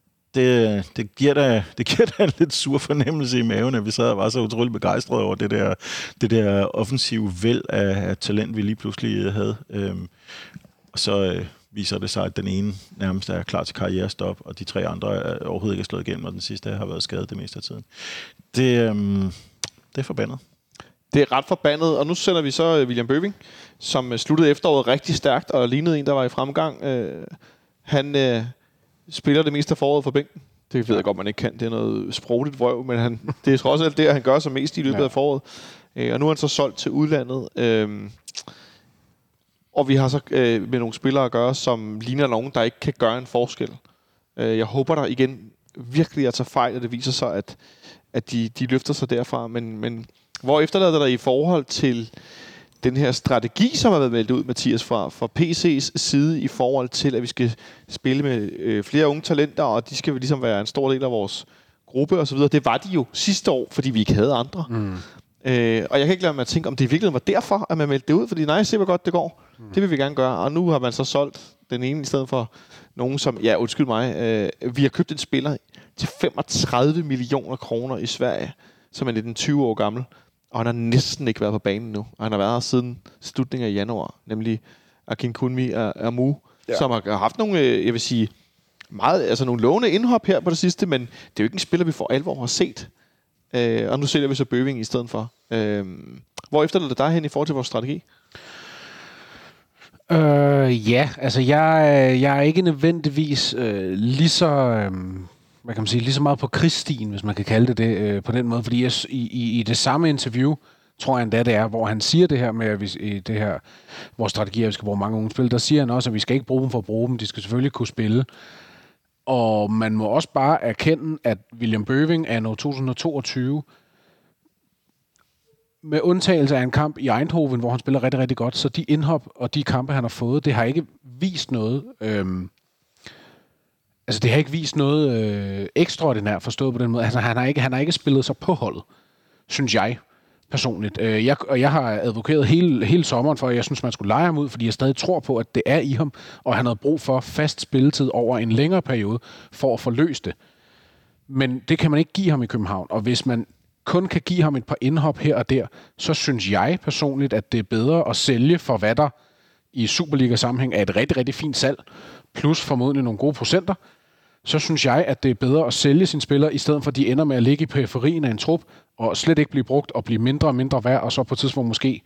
det giver da en lidt sur fornemmelse i maven, at vi sad og var så utroligt begejstrede over det der offensive væld af talent, vi lige pludselig havde. Og så... viser det sig, at den ene nærmest er klar til karrierestop, og de 3 andre er overhovedet ikke slået igennem, og den sidste har været skadet det meste af tiden. Det er forbandet. Det er ret forbandet, og nu sender vi så William Bøving, som sluttede efteråret rigtig stærkt, og lignede en, der var i fremgang. Han spiller det meste af foråret for bænken. Det ved jeg godt, man ikke kan. Det er noget sprogligt vrøv, men det er trods alt det, han gør sig mest i løbet af foråret. Og nu er han så solgt til udlandet. Og vi har så med nogle spillere at gøre, som ligner nogen, der ikke kan gøre en forskel. Jeg håber der igen virkelig at tage fejl, og det viser sig, at de løfter sig derfra. Men hvor efterlader der i forhold til den her strategi, som har været meldt ud, Mathias, fra PC's side i forhold til, at vi skal spille med flere unge talenter, og de skal ligesom være en stor del af vores gruppe osv. Det var de jo sidste år, fordi vi ikke havde andre. Og jeg kan ikke lade mig at tænke, om det i virkeligheden var derfor, at man meldte det ud, fordi nej, se hvor godt det går. Det vil vi gerne gøre, og nu har man så solgt den ene i stedet for nogen, som, ja, undskyld mig, vi har købt en spiller til 35 millioner kroner i Sverige, som er 19-20 år gammel, og han har næsten ikke været på banen nu, og han har været her siden slutningen af januar, nemlig Akinkunmi Amu, som har haft nogle, jeg vil sige, meget, altså nogle lovende indhop her på det sidste, men det er jo ikke en spiller, vi for alvor har set. Og nu sælger vi så Bøving i stedet for. Hvor efterlader det dig hen i forhold til vores strategi? Ja, altså jeg er ikke nødvendigvis lige så hvad kan man sige, lige så meget på krigsstien, hvis man kan kalde det på den måde, fordi i det samme interview tror jeg endda det er, hvor han siger det her med, at det her, vores strategi er, at vi skal bruge mange unge spil, der siger han også, at vi skal ikke bruge dem for at bruge dem, de skal selvfølgelig kunne spille. Og man må også bare erkende, at William Bøving anno 2022 med undtagelse af en kamp i Eindhoven, hvor han spiller rigtig, rigtig godt, så de indhop og de kampe, han har fået, det har ikke vist noget... det har ikke vist noget ekstraordinært forstået på den måde. Altså, han har ikke spillet sig på holdet, synes jeg personligt. Jeg har advokeret hele sommeren for, at jeg synes, man skulle lege ham ud, fordi jeg stadig tror på, at det er i ham, og han havde brug for fast spilletid over en længere periode for at forløse det. Men det kan man ikke give ham i København, og hvis man kun kan give ham et par indhop her og der, så synes jeg personligt, at det er bedre at sælge for, hvad der i Superliga-sammenhæng er et rigtig, rigtig fint salg, plus formodentlig nogle gode procenter. Så synes jeg, at det er bedre at sælge sine spillere, i stedet for at de ender med at ligge i periferien af en trup, og slet ikke blive brugt og blive mindre og mindre værd, og så på et tidspunkt måske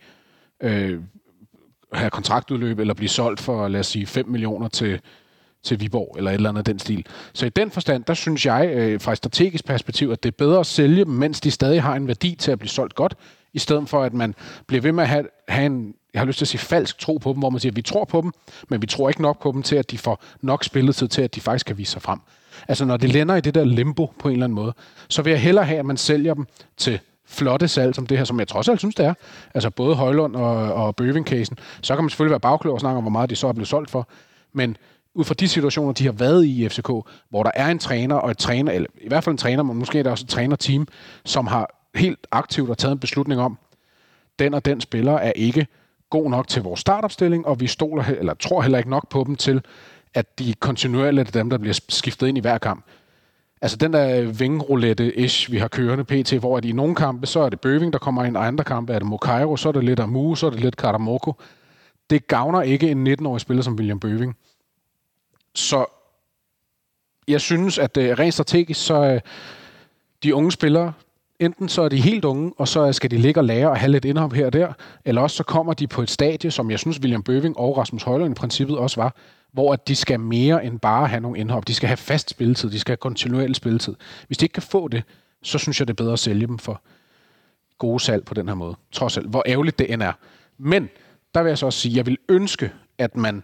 have kontraktudløb, eller blive solgt for, lad os sige, 5 millioner til Viborg, eller et eller andet af den stil. Så i den forstand, der synes jeg, fra et strategisk perspektiv, at det er bedre at sælge dem, mens de stadig har en værdi til at blive solgt godt, i stedet for, at man bliver ved med at have en, jeg har lyst til at sige, falsk tro på dem, hvor man siger, at vi tror på dem, men vi tror ikke nok på dem til, at de får nok spilletid til, at de faktisk kan vise sig frem. Altså, når det lænder i det der limbo på en eller anden måde, så vil jeg hellere have, at man sælger dem til flotte salg som det her, som jeg trods alt synes, det er. Altså, både Højlund og Bøving-casen. Så kan man selvfølgelig være bagklog og snakke om, hvor meget de så er blevet solgt for. Men ud fra de situationer, de har været i FCK, hvor der er en træner og et træner, eller i hvert fald en træner, men måske er der også et trænerteam, som har helt aktivt og taget en beslutning om, den og den spiller er ikke god nok til vores startopstilling, og vi tror heller ikke nok på dem til, at de kontinuerligt er dem, der bliver skiftet ind i hver kamp. Altså den der vingeroulette-ish, vi har kørende pt., hvor at i nogle kampe, så er det Bøving, der kommer ind, og andre kampe er det Mokairo, så er det lidt Amu, så er det lidt Karamoko. Det gavner ikke en 19-årig spiller som William Bøving. Så jeg synes, at rent strategisk, så de unge spillere, enten så er de helt unge, og så skal de ligge og lære og have lidt indhop her og der, eller også så kommer de på et stadie, som jeg synes William Bøving og Rasmus Højlund i princippet også var, hvor at de skal mere end bare have nogle indhop. De skal have fast spilletid, de skal have kontinuerlig spilletid. Hvis de ikke kan få det, så synes jeg, det er bedre at sælge dem for gode salg på den her måde. Trods alt, hvor ærgerligt det end er. Men der vil jeg så også sige, at jeg vil ønske, at man...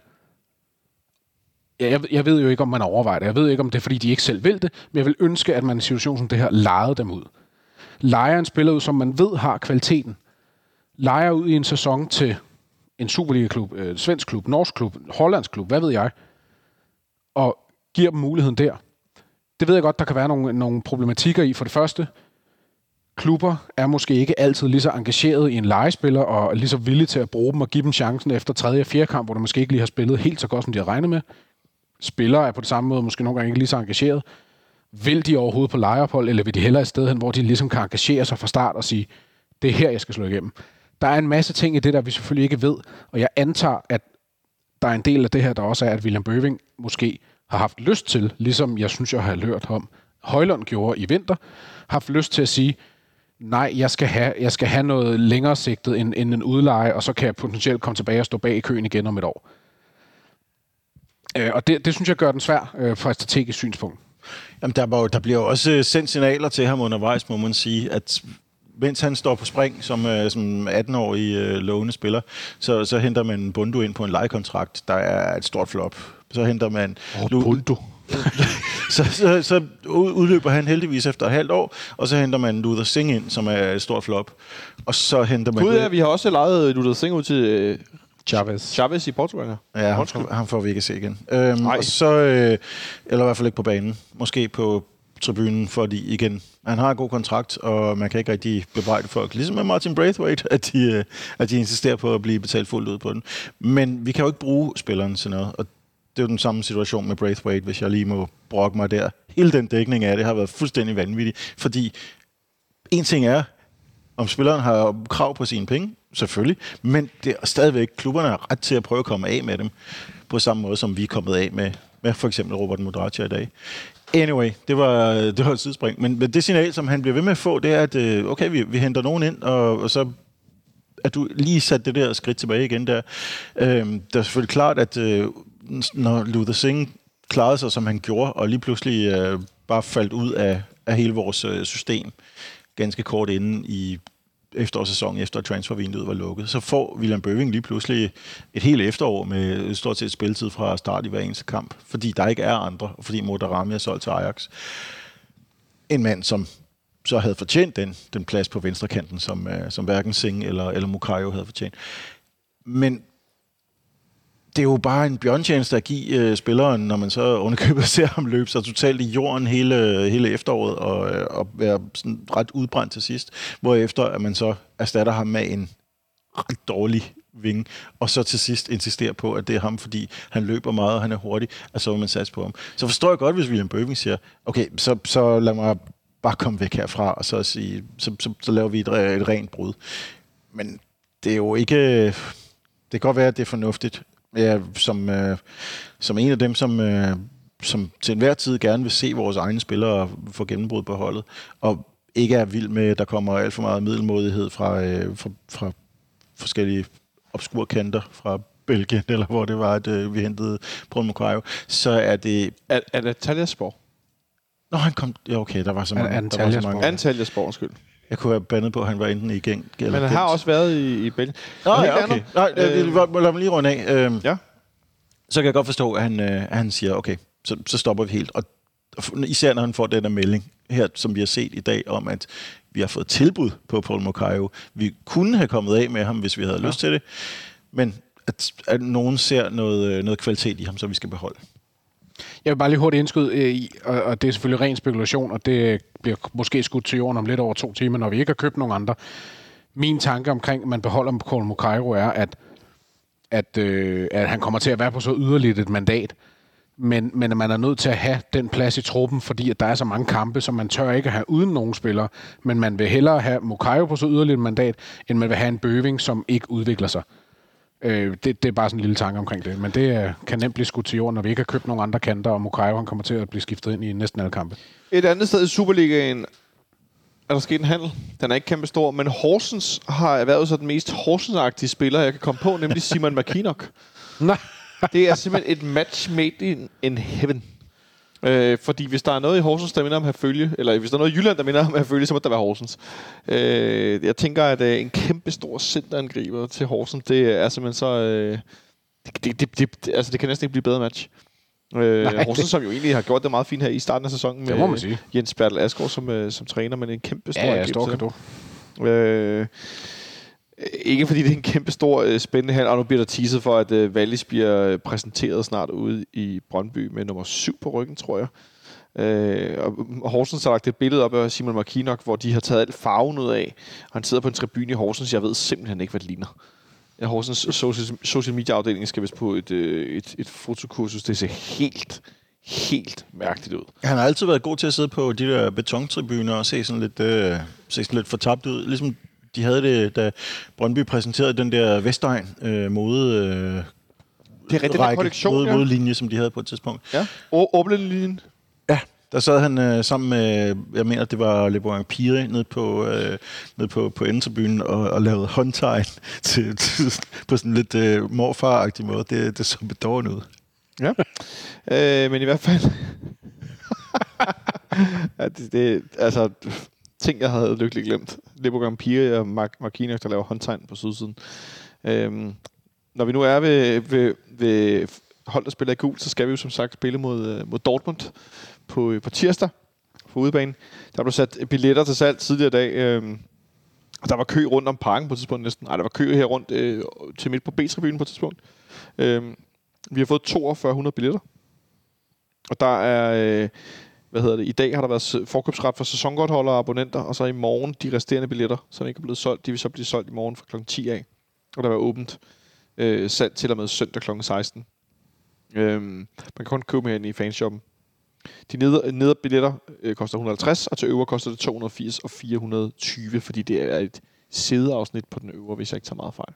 Jeg ved jo ikke, om man overvejer det. Jeg ved ikke, om det er, fordi de ikke selv vil det, men jeg vil ønske, at man i en situation som det her lejede dem ud. Lejer en spiller ud, som man ved har kvaliteten. Lejer ud i en sæson til en Superliga-klub, svensk klub, norsk klub, hollandsk klub, hvad ved jeg, og giver dem muligheden der. Det ved jeg godt, der kan være nogle problematikker i. For det første, klubber er måske ikke altid lige så engageret i en legespiller, og lige så villige til at bruge dem og give dem chancen efter 3. og 4. kamp, hvor de måske ikke lige har spillet helt så godt, som de har regnet med. Spillere er på det samme måde måske nogle gange ikke lige så engageret. Vil de overhovedet på lejeophold, eller vil de hellere et sted hen, hvor de ligesom kan engagere sig fra start og sige, det er her, jeg skal slå igennem. Der er en masse ting i det, der vi selvfølgelig ikke ved, og jeg antager, at der er en del af det her, der også er, at William Bøving måske har haft lyst til, ligesom jeg synes, jeg har hørt om Højlund gjorde i vinter, har haft lyst til at sige, nej, jeg skal have noget længere sigtet end en udleje, og så kan jeg potentielt komme tilbage og stå bag i køen igen om et år. Og det synes jeg gør den svær fra et strategisk synspunkt. Jamen, der bliver jo også sendt signaler til ham undervejs, må man sige, at mens han står på spring som 18-årig lovende spiller, så henter man Bundu ind på en lejekontrakt, der er et stort flop. Så henter man... Bundu. så udløber han heldigvis efter et halvt år, og så henter man Luther Singh ind, som er et stort flop. Og så henter man... Vi har også lejet Luther Singh ud til... Chavez i Portugal. Ja, ham får vi ikke se igen. Og så, eller i hvert fald ikke på banen. Måske på tribunen, fordi igen, han har en god kontrakt, og man kan ikke rigtig bebrejde folk. Ligesom med Martin Braithwaite, at de insisterer på at blive betalt fuldt ud på den. Men vi kan jo ikke bruge spilleren til noget, og det er jo den samme situation med Braithwaite, hvis jeg lige må brokke mig der. Hele den dækning af det har været fuldstændig vanvittig, fordi en ting er, om spilleren har krav på sine penge, selvfølgelig, men det er stadigvæk, klubberne har ret til at prøve at komme af med dem, på samme måde, som vi er kommet af med for eksempel Robert Mudracia i dag. Anyway, det var et sidespring, men det signal, som han bliver ved med at få, det er, at okay, vi henter nogen ind, og så at du lige sat det der skridt tilbage igen der. Det er selvfølgelig klart, at når Luther Singh klarede sig, som han gjorde, og lige pludselig bare faldt ud af hele vores system, ganske kort inden i efterårssæsonen, efter transfervinduet var lukket, så får William Bøving lige pludselig et helt efterår med stort set spilletid fra start i hver eneste kamp, fordi der ikke er andre, og fordi Modarami er solgt til Ajax. En mand, som så havde fortjent den plads på venstrekanten, som hverken Singh eller Mukayo havde fortjent. Men det er jo bare en bjørntjeneste at give spilleren, når man så underkøbet ser ham løbe sig totalt i jorden hele efteråret og være sådan ret udbrændt til sidst, hvorefter at man så erstatter ham med en ret dårlig vinge, og så til sidst insisterer på, at det er ham, fordi han løber meget, og han er hurtig, og så vil man satse på ham. Så forstår jeg godt, hvis William Bøving siger, okay, så lad mig bare komme væk herfra, og så sige, så laver vi et rent brud. Men det er jo ikke... Det kan godt være, at det er fornuftigt. Ja, som en af dem, som til enhver tid gerne vil se vores egne spillere få gennembrud på holdet, og ikke er vild med, at der kommer alt for meget middelmådighed fra forskellige obskure kanter fra Belgien, eller hvor det var, at vi hentede Paul Mukayo, så er det... Er det Taljaspor? Nå, han kom... Ja, okay, der var så mange. Antaljaspor, undskyld. Jeg kunne have bandet på, at han var enten i Genk eller Men han har også været i Belgien. Nå, ja, okay. Nej, lad mig lige runde af. Ja. Så kan jeg godt forstå, at han siger, okay, så stopper vi helt. Og især når han får den der melding her, som vi har set i dag, om at vi har fået tilbud på Paul Mukayo. Vi kunne have kommet af med ham, hvis vi havde lyst til det. Men at nogen ser noget kvalitet i ham, som vi skal beholde. Jeg vil bare lige hurtigt indskyde, og det er selvfølgelig ren spekulation, og det bliver måske skudt til jorden om lidt over 2 timer, når vi ikke har købt nogen andre. Min tanke omkring, at man beholder Paul Mukayo, er, at han kommer til at være på så yderligt et mandat, men man er nødt til at have den plads i truppen, fordi at der er så mange kampe, som man tør ikke at have uden nogen spillere, men man vil hellere have Mukayo på så yderligt et mandat, end man vil have en Bøving, som ikke udvikler sig. Det er bare sådan en lille tanke omkring det. Men det kan nemt blive skudt til jorden, når vi ikke har købt nogen andre kanter, og Mukayo han kommer til at blive skiftet ind i næsten alle kampe. Et andet sted i Superligaen er der sket en handel. Den er ikke kæmpe stor, men Horsens har erhvervet sig den mest Horsens-agtige spiller, jeg kan komme på, nemlig Simon Makinok. Nej. Det er simpelthen et match made in heaven. Fordi hvis der er noget i Horsens, der minder om Herfølge, eller hvis der er noget i Jylland, der minder om Herfølge, så må der være Horsens. Jeg tænker, at en kæmpe stor centerangriber til Horsens, det er simpelthen så... det kan næsten ikke blive bedre match. Horsens, som jo egentlig har gjort det meget fint her i starten af sæsonen med Jens Bertel Asgaard som træner, men en kæmpe stor angriber. Ikke fordi det er en kæmpe stor spændende handel, og nu bliver der teaset for, at Wallis bliver præsenteret snart ude i Brøndby med nummer 7 på ryggen, tror jeg. Og Horsens har lagt et billede op af Simon Makinok, hvor de har taget alt farven ud af, og han sidder på en tribune i Horsens. Jeg ved simpelthen ikke, hvad det ligner. Horsens social media afdeling skal vist på et fotokursus. Det ser helt mærkeligt ud. Han har altid været god til at sidde på de der betontribuner og se sådan lidt fortabt ud. Ligesom de havde det, da Brøndby præsenterede den der Vestegn mode det er den kollektion, modelinje, som de havde på et tidspunkt. Ja, Oblen-linjen. Ja, der sad han sammen med, jeg mener, det var Le Bourg Pire nede på endetribunen og lavede håndtegn på sådan lidt morfar-agtig måde. Det så bedårende ud. Ja, men i hvert fald... altså... ting, jeg havde lykkeligt glemt. Le Bourg Pire og Makinok, der laver håndtegn på sydsiden. Når vi nu er ved hold, der spiller i gul, så skal vi jo som sagt spille mod Dortmund på tirsdag på udebane. Der blev sat billetter til salg tidligere i dag. Og der var kø rundt om parken på et tidspunkt næsten. Nej, der var kø her rundt til midt på B-tribunen på et tidspunkt. Vi har fået 4200 billetter. Og der er... I dag har der været forkøbsret for sæsonkortholdere og abonnenter, og så i morgen de resterende billetter, som ikke er blevet solgt, de vil så blive solgt i morgen fra kl. 10 af. Og der var åbent salg til og med søndag kl. 16. Man kan kun købe herinde i fanshoppen. De nedre billetter koster 150, og til øvre koster det 280 og 420, fordi det er et sædeafsnit på den øvre, hvis jeg ikke tager meget fejl.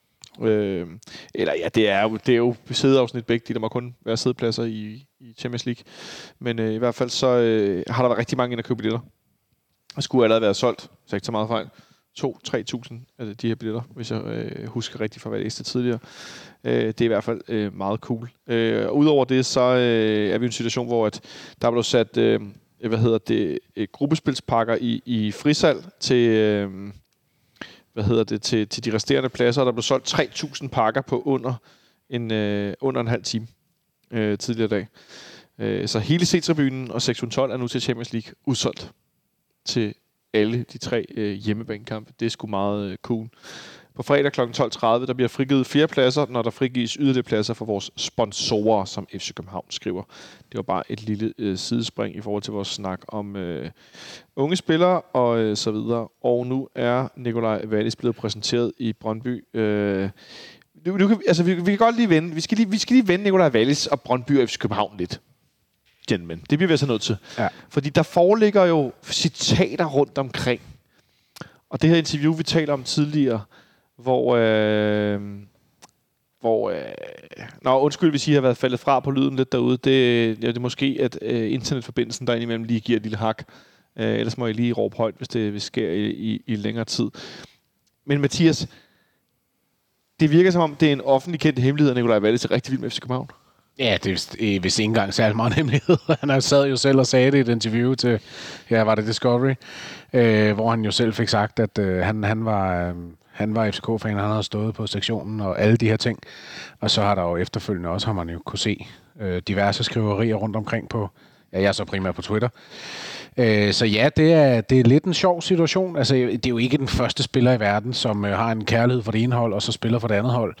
Det er jo sædeafsnit begge, der må kun være sædepladser i Champions League. Men i hvert fald så har der været rigtig mange ind at købe billetter. Der skulle allerede være solgt, så jeg ikke tager meget fejl. 2-3.000 af de her billetter, hvis jeg husker rigtigt fra hvad jeg læste tidligere. Det er i hvert fald meget cool. Udover det, så er vi i en situation, hvor at der er blevet sat gruppespilspakker i frisalg til... til de resterende pladser, og der blev solgt 3.000 pakker på under en halv time tidligere dag. Så hele C-tribunen og sektion 12 er nu til Champions League udsolgt til alle de 3 hjemmebanekampe. Det er sgu meget cool. På fredag kl. 12.30, der bliver frigivet 4 pladser, når der frigives yderligere pladser for vores sponsorer, som FC København skriver. Det var bare et lille sidespring i forhold til vores snak om unge spillere og så videre. Og nu er Nikolaj Wallis blevet præsenteret i Brøndby. Vi kan godt lige vende. Vi skal lige vende Nikolaj Wallis og Brøndby og FC København lidt. Gentlemen. Det bliver vi altså nødt til. Ja. Fordi der foreligger jo citater rundt omkring. Og det her interview, vi taler om tidligere, hvor undskyld, hvis I har været faldet fra på lyden lidt derude. Det er måske, at internetforbindelsen der indimellem lige giver et lille hak. Ellers må I lige råbe højt, hvis det sker i længere tid. Men Mathias, det virker som om, det er en offentlig kendt hemmelighed, at Nikolaj Wallis er rigtig vild med FC København. Ja, det er vist ikke engang særlig meget hemmelighed. Han sad jo selv og sagde det i et interview til, var det Discovery, hvor han jo selv fik sagt, at han var FCK-fan, han havde stået på sektionen og alle de her ting. Og så har der jo efterfølgende også, har man jo kunne se diverse skriverier rundt omkring på, jeg er så primært på Twitter. Så ja, det er lidt en sjov situation. Altså, det er jo ikke den første spiller i verden, som har en kærlighed for det ene hold, og så spiller for det andet hold.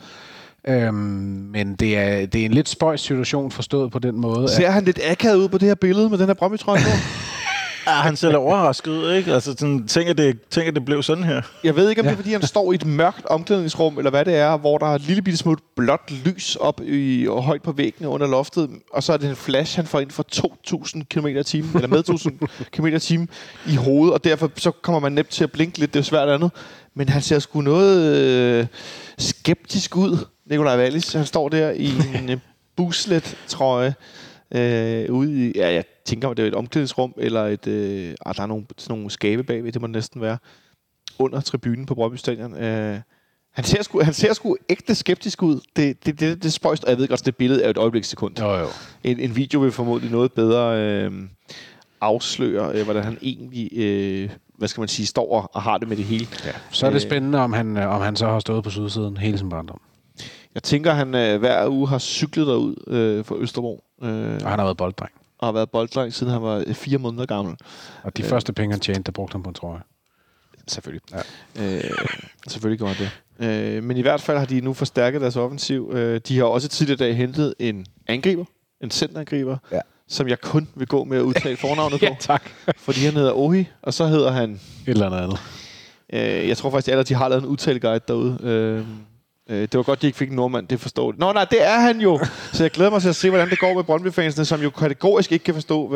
Men det er en lidt spøjs situation forstået på den måde. Ser han lidt akavet ud på det her billede med den her Brøndby-trøje på? Han ser lidt overrasket ud, ikke? Altså, sådan, tænker det blev sådan her. Jeg ved ikke, om det er, fordi han står i et mørkt omklædningsrum, eller hvad det er, hvor der er et lille bitte smut blåt lys op og højt på væggene under loftet, og så er det en flash, han får ind for 2.000 km/t, eller med 2.000 km/t i hovedet, og derfor så kommer man nemt til at blinke lidt, det er svært andet. Men han ser sgu noget skeptisk ud, Nikolaj Wallis. Han står der i en buslet-trøje ude i, jeg tænker, det er et omklædningsrum, eller der er sådan nogle skabe bagved, det må næsten være, under tribunen på Brøndby Stadion. Han ser sgu ægte skeptisk ud. Det er spøjst, og jeg ved godt, at det billede er et øjeblikssekund. Jo. En video vil formodentlig noget bedre afsløre, hvordan han egentlig, står og har det med det hele. Ja. Så er det spændende, om han så har stået på sydsiden hele sin barndom. Jeg tænker, han hver uge har cyklet derud fra Østerbro. Og han har været bolddreng. Og har været bolddreng, siden han var 4 måneder gammel. Og de første penge, han tjente, der brugte han på en trøje. Selvfølgelig. Ja. Selvfølgelig gjorde han det. Men i hvert fald har de nu forstærket deres offensiv. De har også tidligere dag hentet en angriber, en centerangriber, som jeg kun vil gå med at udtale fornavnet på. Ja, tak. Fordi han hedder Ohi, og så hedder han... Et eller andet. Jeg tror faktisk, at de har lavet en udtaleguide derude. Det var godt, de ikke fik en nordmand, det forstår det. Nå, nej, det er han jo! Så jeg glæder mig til at se, hvordan det går med Brøndby-fansene, som jo kategorisk ikke kan forstå,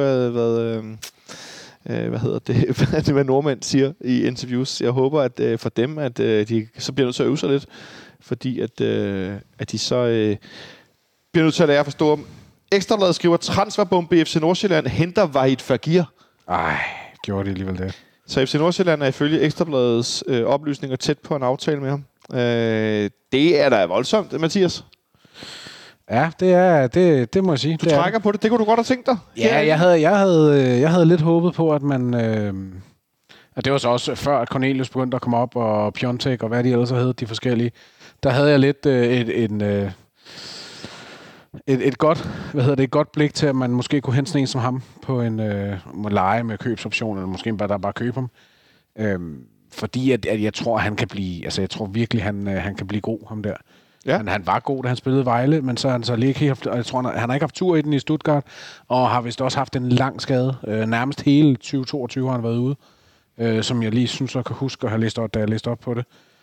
hvad nordmænd siger i interviews. Jeg håber, at for dem, at de så bliver nødt til at øve sig lidt, fordi at de så bliver nødt til at lære at forstå. Ekstrabladet skriver, transferbombe i FC Nordsjælland henter Wahid Fagir. Ej, gjorde de alligevel det. Så FC Nordsjælland er ifølge Ekstrabladets oplysninger tæt på en aftale med ham. Det er da voldsomt, Mathias. Ja, det må jeg sige. Du trækker på det. Det kunne du godt have tænkt dig. Ja, jeg havde lidt håbet på, at man... og det var så også før, at Cornelius begyndte at komme op, og Piontek, og hvad de ellers hed, de forskellige. Der havde jeg lidt et godt blik til, at man måske kunne hente sådan en som ham på en leje med købsoption, eller måske bare købe ham. Fordi at jeg tror, han kan blive... Altså, jeg tror virkelig, han kan blive god, ham der. Ja. Han var god, da han spillede Vejle, men så har han så lige ikke haft... Jeg tror, han har ikke haft tur i den i Stuttgart, og har vist også haft en lang skade. Nærmest hele 2022 har han været ude, som jeg lige synes, jeg kan huske at have læst op, da jeg læste op på det.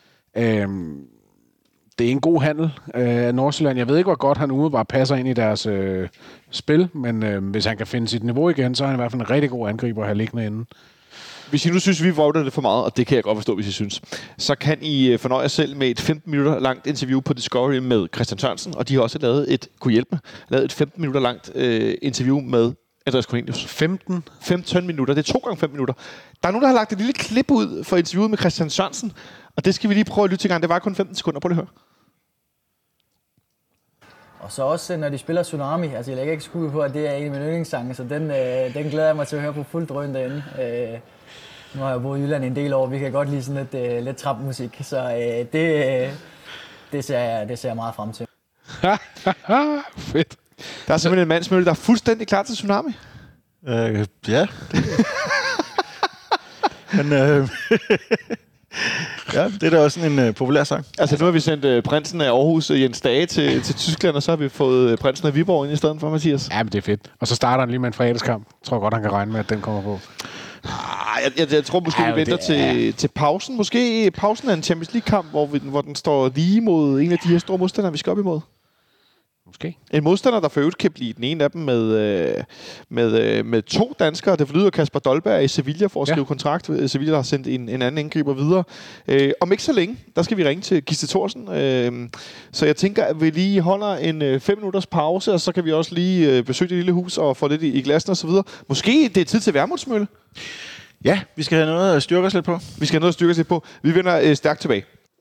Det er en god handel af Nordsjælland. Jeg ved ikke, hvor godt han umiddelbart passer ind i deres spil, men hvis han kan finde sit niveau igen, så er han i hvert fald en rigtig god angriber at have liggende inde. Hvis I nu synes, vi vågner det for meget, og det kan jeg godt forstå, hvis I synes, så kan I fornøje jer selv med et 15 minutter langt interview på Discovery med Christian Sørensen, og de har også lavet et 15 minutter langt interview med Andreas Cornelius. 15 minutter. Det er 2 gange 5 minutter. Der er nogen, der har lagt et lille klip ud for interviewet med Christian Sørensen, og det skal vi lige prøve at lytte til gang. Det var kun 15 sekunder. Prøv lige at høre. Og så også, når de spiller Tsunami, altså jeg lægger ikke skue på, at det er en af mine yndlingssange, så den glæder jeg mig til at høre på fuld drøn derinde. Nu har jeg boet i Jylland en del år, vi kan godt lide sådan lidt trapmusik, så det ser jeg meget frem til. Fedt. Der er simpelthen en mandsmølle, der er fuldstændig klar til Tsunami. Ja. Men ja, det er da også en populær sang. Altså, nu har vi sendt prinsen af Aarhus, Jens Dage, til Tyskland, og så har vi fået prinsen af Viborg ind i stedet for, Mathias. Ja, men det er fedt. Og så starter han lige med en fredagskamp. Jeg tror godt, han kan regne med, at den kommer på. Jeg tror måske, vi venter til pausen. Måske pausen er en Champions League-kamp, hvor den står lige mod en af de her store modstandere, vi skal op imod. Måske. En modstander, der for øvrigt kan blive den ene af dem med 2 danskere. Det forlyder Kasper Dolberg i Sevilla for at skrive kontrakt. Sevilla har sendt en anden angriber videre. Om ikke så længe, der skal vi ringe til Gisle Thorsen. Så jeg tænker, at vi lige holder en 5 minutters pause, og så kan vi også lige besøge det lille hus og få lidt i glassen og så videre. Måske det er tid til Værmundsmølle. Ja, vi skal have noget at styrke os lidt på. Vi vender stærkt tilbage.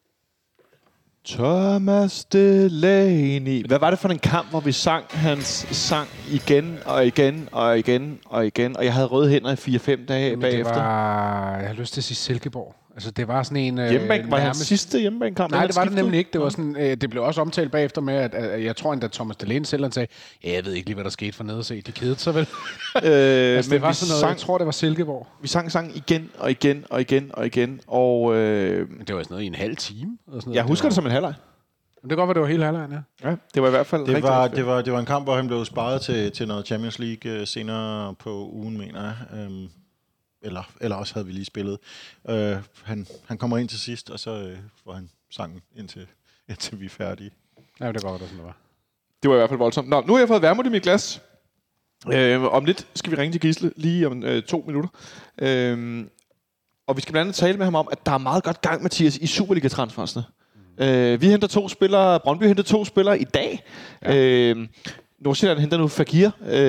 Thomas Delaney. Hvad var det for en kamp, hvor vi sang hans sang igen og igen og igen og igen, og jeg havde røde hænder i 4-5 dage bagefter? Jeg har lyst til at sige Silkeborg. Altså, det var sådan en... Hjemmebane, var hans sidste hjemmebanekamp? Nej, det var det nemlig ikke. Det var sådan, det blev også omtalt bagefter med, at jeg tror endda Thomas Delaney selv sagde, jeg ved ikke lige, hvad der skete for nede at se. De kedede sig vel. Altså, det var sådan noget, jeg tror, det var Silkeborg. Vi sang sangen igen og igen og igen og igen, og... Men det var sådan noget i en halv time. Og sådan noget. Jeg husker det som en halvleg. Men det kan godt være, det var hele halvlejen, ja. Ja, det var i hvert fald det var en kamp, hvor han blev sparet til noget Champions League senere på ugen, mener jeg. Eller også havde vi lige spillet. Han kommer ind til sidst, og så får han sangen indtil vi er færdige. Ja, det går godt, sådan det var. Det var i hvert fald voldsomt. Nå, nu har jeg fået Værmut i mit glas. Om lidt skal vi ringe til Gisle, lige om 2 minutter. Og vi skal blandt andet tale med ham om, at der er meget godt gang, Mathias, i Superliga-transfersene. Vi henter 2 spillere. Brøndby henter 2 spillere i dag. Ja. Nordsjælland henter nu Fagir.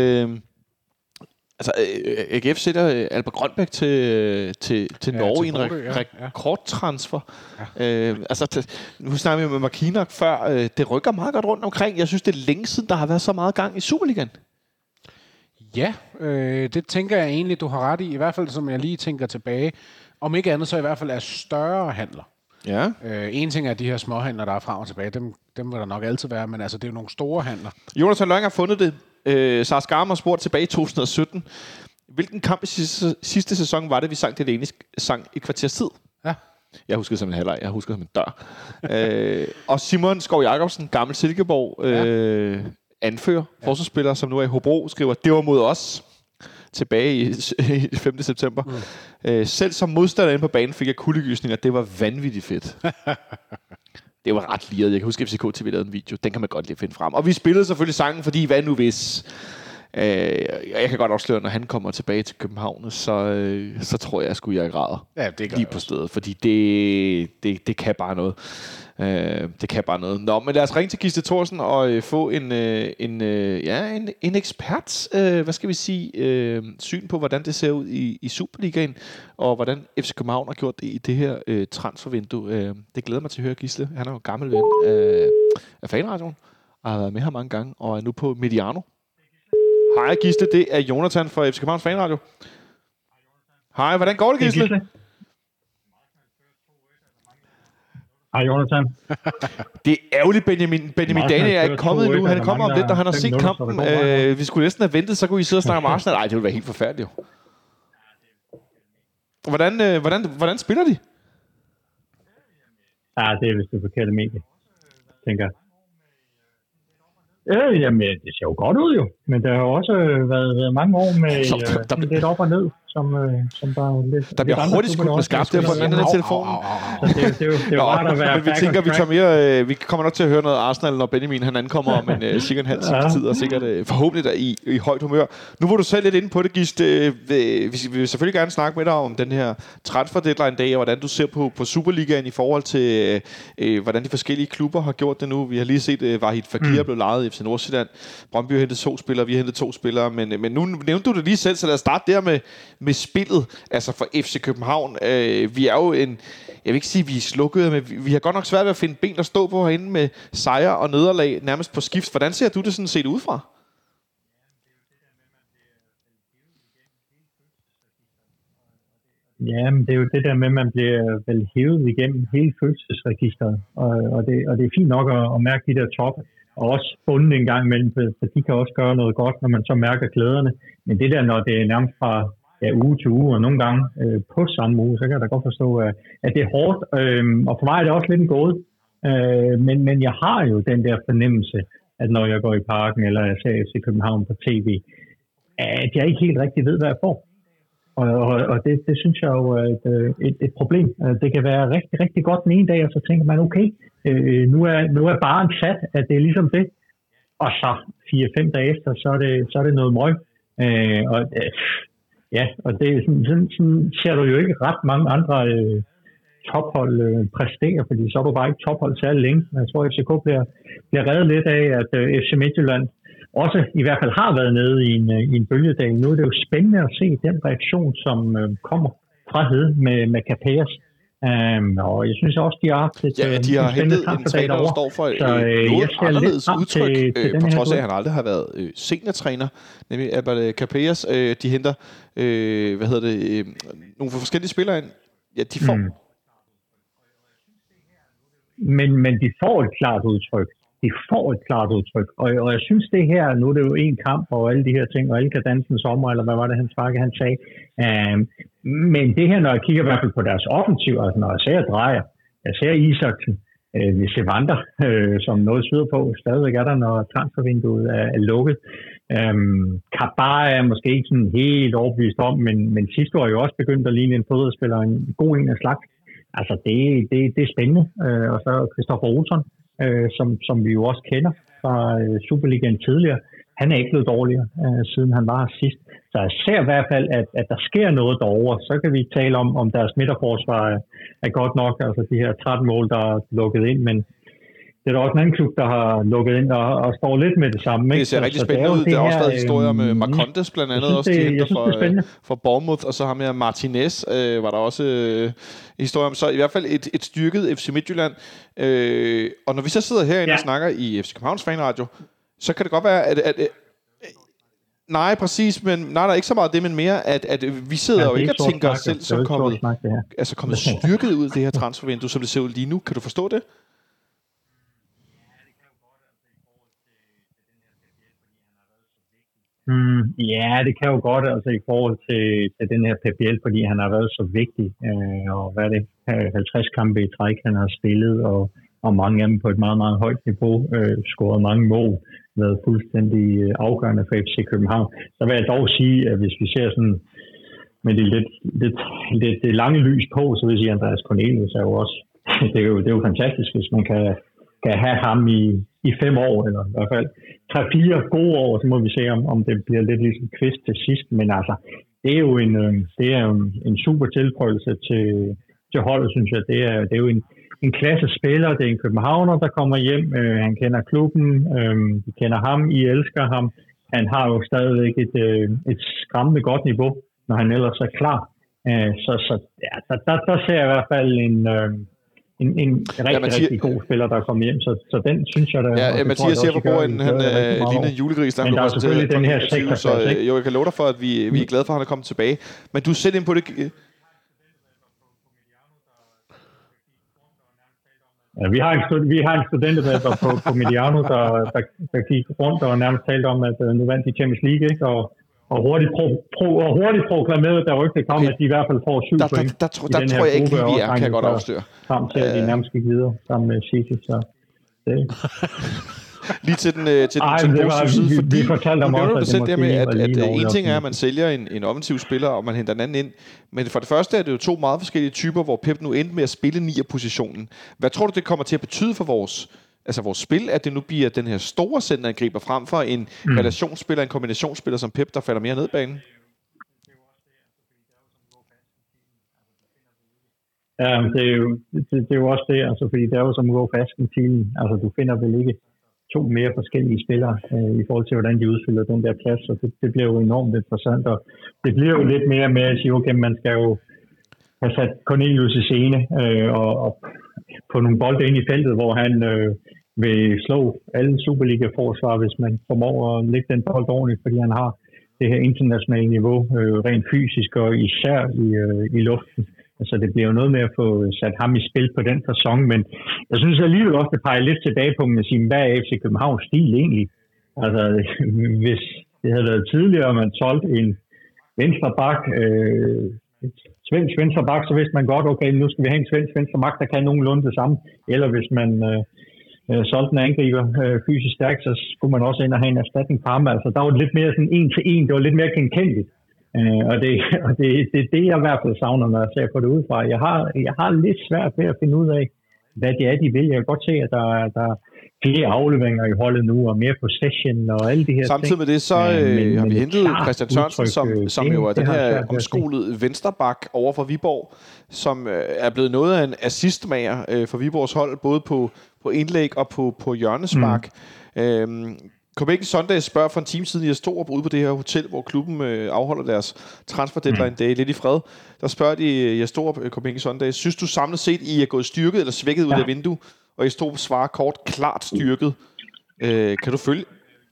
AGF sætter Albert Grønbæk til Norge i en rekordtransfer. Ja. Nu snakker vi med Markinak før. Det rykker meget godt rundt omkring. Jeg synes, det er længe siden, der har været så meget gang i Superligaen. Ja, det tænker jeg egentlig, du har ret i. I hvert fald, som jeg lige tænker tilbage. Om ikke andet, så i hvert fald er større handler. Ja. En ting er de her småhandler, der er frem og tilbage. Dem vil der nok altid være, men altså, det er jo nogle store handler. Jonathan Løng har fundet det. Sars Garm har spurgt tilbage i 2017. Hvilken kamp i sidste sæson var det, vi sang Delaney sang i kvarters tid? Ja. Jeg husker som en halvleg. Jeg husker som en dør. Og Simon Skov Jacobsen, gammel Silkeborg, anfører, forsvarsspiller, som nu er i Hobro, skriver, det var mod os. Tilbage i 5. september. Selv som modstander inde på banen fik jeg kuldegysninger. Det var vanvittigt fedt. Det var ret liret. Jeg kan huske, at FCK TV lavede en video. Den kan man godt lige finde frem. Og vi spillede selvfølgelig sangen, fordi hvad nu hvis... jeg kan godt afsløre, når han kommer tilbage til København, så tror jeg, at jeg græder lige på stedet. Fordi det kan bare noget. Det kan bare noget. Nå, men lad os ringe til Gisle Thorsen og få en ekspert, hvad skal vi sige, syn på, hvordan det ser ud i Superligaen, og hvordan FC København har gjort det i det her transfervindue. Det glæder mig til at høre Gisle. Han er jo gammel ven af Fanradioen, og har været med her mange gange, og er nu på Mediano. Hej Gisle, det er Jonathan fra FC Københavns Fanradio. Hej, hvordan går det, Gisle? Hej, Jonathan. Det er ærgerligt, Benjamin Dane er ikke kommet nu. Han er kommet om lidt, og han har set kampen. Vi skulle næsten have ventet, så kunne I sidde og snakke om Arsenal. Nej, det ville være helt forfærdeligt. Hvordan spiller de? Ja, det er vist det forkerte medie, tænker jeg. Jamen, det ser jo godt ud jo, men der har også været mange år med lidt op og ned, som der er lidt... Der bliver hurtigt skudt med skarpt der for enden af telefonen. Det er rart at være... Men vi tænker, vi tager mere... Vi kommer nok til at høre noget Arsenal, når Benjamin han ankommer om cirka en halv times tid, og sikkert forhåbentlig i højt humør. Nu var du selv lidt inde på det, Gisle. Vi vil selvfølgelig gerne snakke med dig om den her transfer deadline dag, og hvordan du ser på Superligaen i forhold til, hvordan de forskellige klubber har gjort det nu. Vi har lige set, Wahid Fagir blev lejet i FC Nordsjælland. Brøndby har hentet 2 spillere, vi har hentet 2 spillere, men nu nævnte du det lige selv, så lad os starte der med spillet, altså for FC København. Vi er jo jeg vil ikke sige, at vi er slukkede, men vi har godt nok svært ved at finde ben at stå på herinde med sejre og nederlag nærmest på skift. Hvordan ser du det sådan set udefra? Ja, men det er jo det der med, at man bliver vel hævet igennem hele følelsesregisteret, og det er fint nok at mærke de der top, og også bunden en gang imellem, for de kan også gøre noget godt, når man så mærker glæderne. Men det der, når det er nærmest fra uge til uge, og nogle gange på samme uge, så kan jeg da godt forstå, at det er hårdt. Og for mig er det også lidt en gåde. Men jeg har jo den der fornemmelse, at når jeg går i parken, eller jeg ser FC København på tv, at jeg ikke helt rigtig ved, hvad jeg får. Og det synes jeg jo er et problem. Det kan være rigtig, rigtig godt den ene dag, og så tænker man, okay, nu er barren sat, at det er ligesom det. Og så 4-5 dage efter, så er det noget møg. Og det er sådan ser du jo ikke ret mange andre tophold præstere, fordi så er du bare ikke tophold særlig længe. Jeg tror, at FCK bliver reddet lidt af, at FC Midtjylland også i hvert fald har været nede i en bølgedal. Nu er det jo spændende at se den reaktion, som kommer fra Hede med Capellas. Og jeg synes også, de har haft de har hentet en træner, der står for noget anderledes udtryk, på trods af, at han aldrig har været seniortræner, nemlig Albert Capellas. De henter, nogle forskellige spillere ind. Ja, de får. Men de får et klart udtryk. Og jeg synes det her, nu er det jo en kamp og alle de her ting, og alle kan danse en sommer, eller hvad var det, han sagde. Men det her, når jeg kigger i hvert fald på deres offensiv, altså når jeg ser Drejer, jeg ser Isaksen, vi ser Vander, som noget syder på, stadigvæk er der, når transfervinduet er lukket. Kabar er måske ikke sådan helt overbevist om, men sidste år er jo også begyndt at ligne en fodboldspiller, en god en af slags. Altså det er spændende. Og så Christoffer Olsson, som vi jo også kender fra Superligaen tidligere. Han er ikke blevet dårligere, siden han var sidst. Så jeg ser i hvert fald, at der sker noget derovre. Så kan vi tale om deres midterforsvar er godt nok. Altså de her 13 mål, der er lukket ind. Men det er der også en anden klub, der har lukket ind og står lidt med det samme. Ikke? Det ser rigtig spændende ud. Der er også stadig historier med Marcondes blandt andet. Også de henter for Bournemouth. Og så har med Martinez var der også historier om. Så i hvert fald et styrket FC Midtjylland. Og når vi så sidder herinde og snakker i FC Københavns Fanradio, så kan det godt være, at nej, præcis, men nej, der er ikke så meget det, men mere, at vi sidder jo ikke og tænker os selv som kommet styrket ud af det her transfervindue, som det ser ud lige nu. Kan du forstå det? Ja, det kan jo godt, altså i forhold til den her PPL, fordi han har været så vigtig, og hvad er det, 50 kampe i træk, han har spillet, og mange af dem på et meget, meget højt niveau, scoret mange mål, været fuldstændig afgørende for FC København. Så vil jeg dog sige, at hvis vi ser sådan med det lange lys på, så vil jeg sige, at Andreas Cornelius er jo også, det er jo fantastisk, hvis man kan have ham i 5 år, eller i hvert fald 3-4 gode år, så må vi se, om det bliver lidt ligesom Kvist til sidst. Men altså, det er jo en super tilprøvelse til holdet, synes jeg. Det er jo en klasse spiller, det er en københavner, der kommer hjem. Han kender klubben, de kender ham, I elsker ham. Han har jo stadigvæk et skræmmende godt niveau, når han ellers er klar. Der ser jeg i hvert fald en rigtig god spiller, der er kommet hjem, så den synes jeg, der ja, Mathias siger på bordet, han ligner en julegris, men der er selvfølgelig den her sektor. Så jeg kan love dig for, at vi er glade for, at han er kommet tilbage. Men du er selv ind på det. Ja, vi har en studentervalg på Mediano, der gik rundt og nærmest talte om, at nu vandt de Champions League, ikke? Og hurtigt proklameret, der rygte kom, at de i hvert fald får 7 point. Der tror jeg ikke lige, vi er, kan jeg godt afsløre. Frem til, at de nærmest gik videre sammen med City, så det... Lige til den positive side, fordi vi fortalte om også, at det med, at en ting er, at man sælger en offensiv spiller, og man henter en anden ind. Men for det første er det jo 2 meget forskellige typer, hvor Pep nu endte med at spille 9'er-positionen. Hvad tror du, det kommer til at betyde for vores spil, at det nu bliver den her store centerangriber frem for en relationsspiller, en kombinationsspiller som Pep, der falder mere ned banen? Ja, det er jo også det, altså, fordi det er jo som at gå fast i tilen. Altså, du finder vel ikke 2 mere forskellige spillere i forhold til, hvordan de udfylder den der plads, og det bliver jo enormt interessant, og det bliver jo lidt mere med at sige, okay, man skal jo have sat Cornelius i scene, og på nogle bolde ind i feltet, hvor han vil slå alle Superliga-forsvar, hvis man formår at lægge den bold ordentligt, fordi han har det her internationale niveau, rent fysisk og især i luften. Altså det bliver jo noget med at få sat ham i spil på den sæson, men jeg synes alligevel også, det peger lidt tilbage på at sige, hvad er FC Københavns stil egentlig? Altså hvis det havde været tidligere, man solgte venstre bak, svensk venstre bak, så vidste man godt, okay, nu skal vi have en svensk venstre bak, der kan nogenlunde det samme. Eller hvis man solgte en angriber fysisk stærkt, så skulle man også ind og have en erstatning på ham. Altså, der var lidt mere sådan en til en, det var lidt mere genkendeligt. Og det er det, jeg i hvert fald savner, når jeg ser på det udefra. Jeg har lidt svært ved at finde ud af, hvad det er, de vil. Jeg kan godt se, at der er flere afleveringer i holdet nu, og mere possession og alle de her Samtidig med det, så har vi hentet Christian Sørensen, som jo er den her omskolede vensterbak over for Viborg, som er blevet noget af en assistmager for Viborgs hold, både på indlæg og på hjørnespark. Copenhagen Sundays spørger for en time siden, jeg stod ude på det her hotel, hvor klubben afholder deres transfer deadline day lidt i fred. Der spørger de, jeg stod Copenhagen Sundays, synes du samlet set, I er gået styrket eller svækket ud af vinduet? Og jeg stod svarer kort, klart styrket. Kan du følge?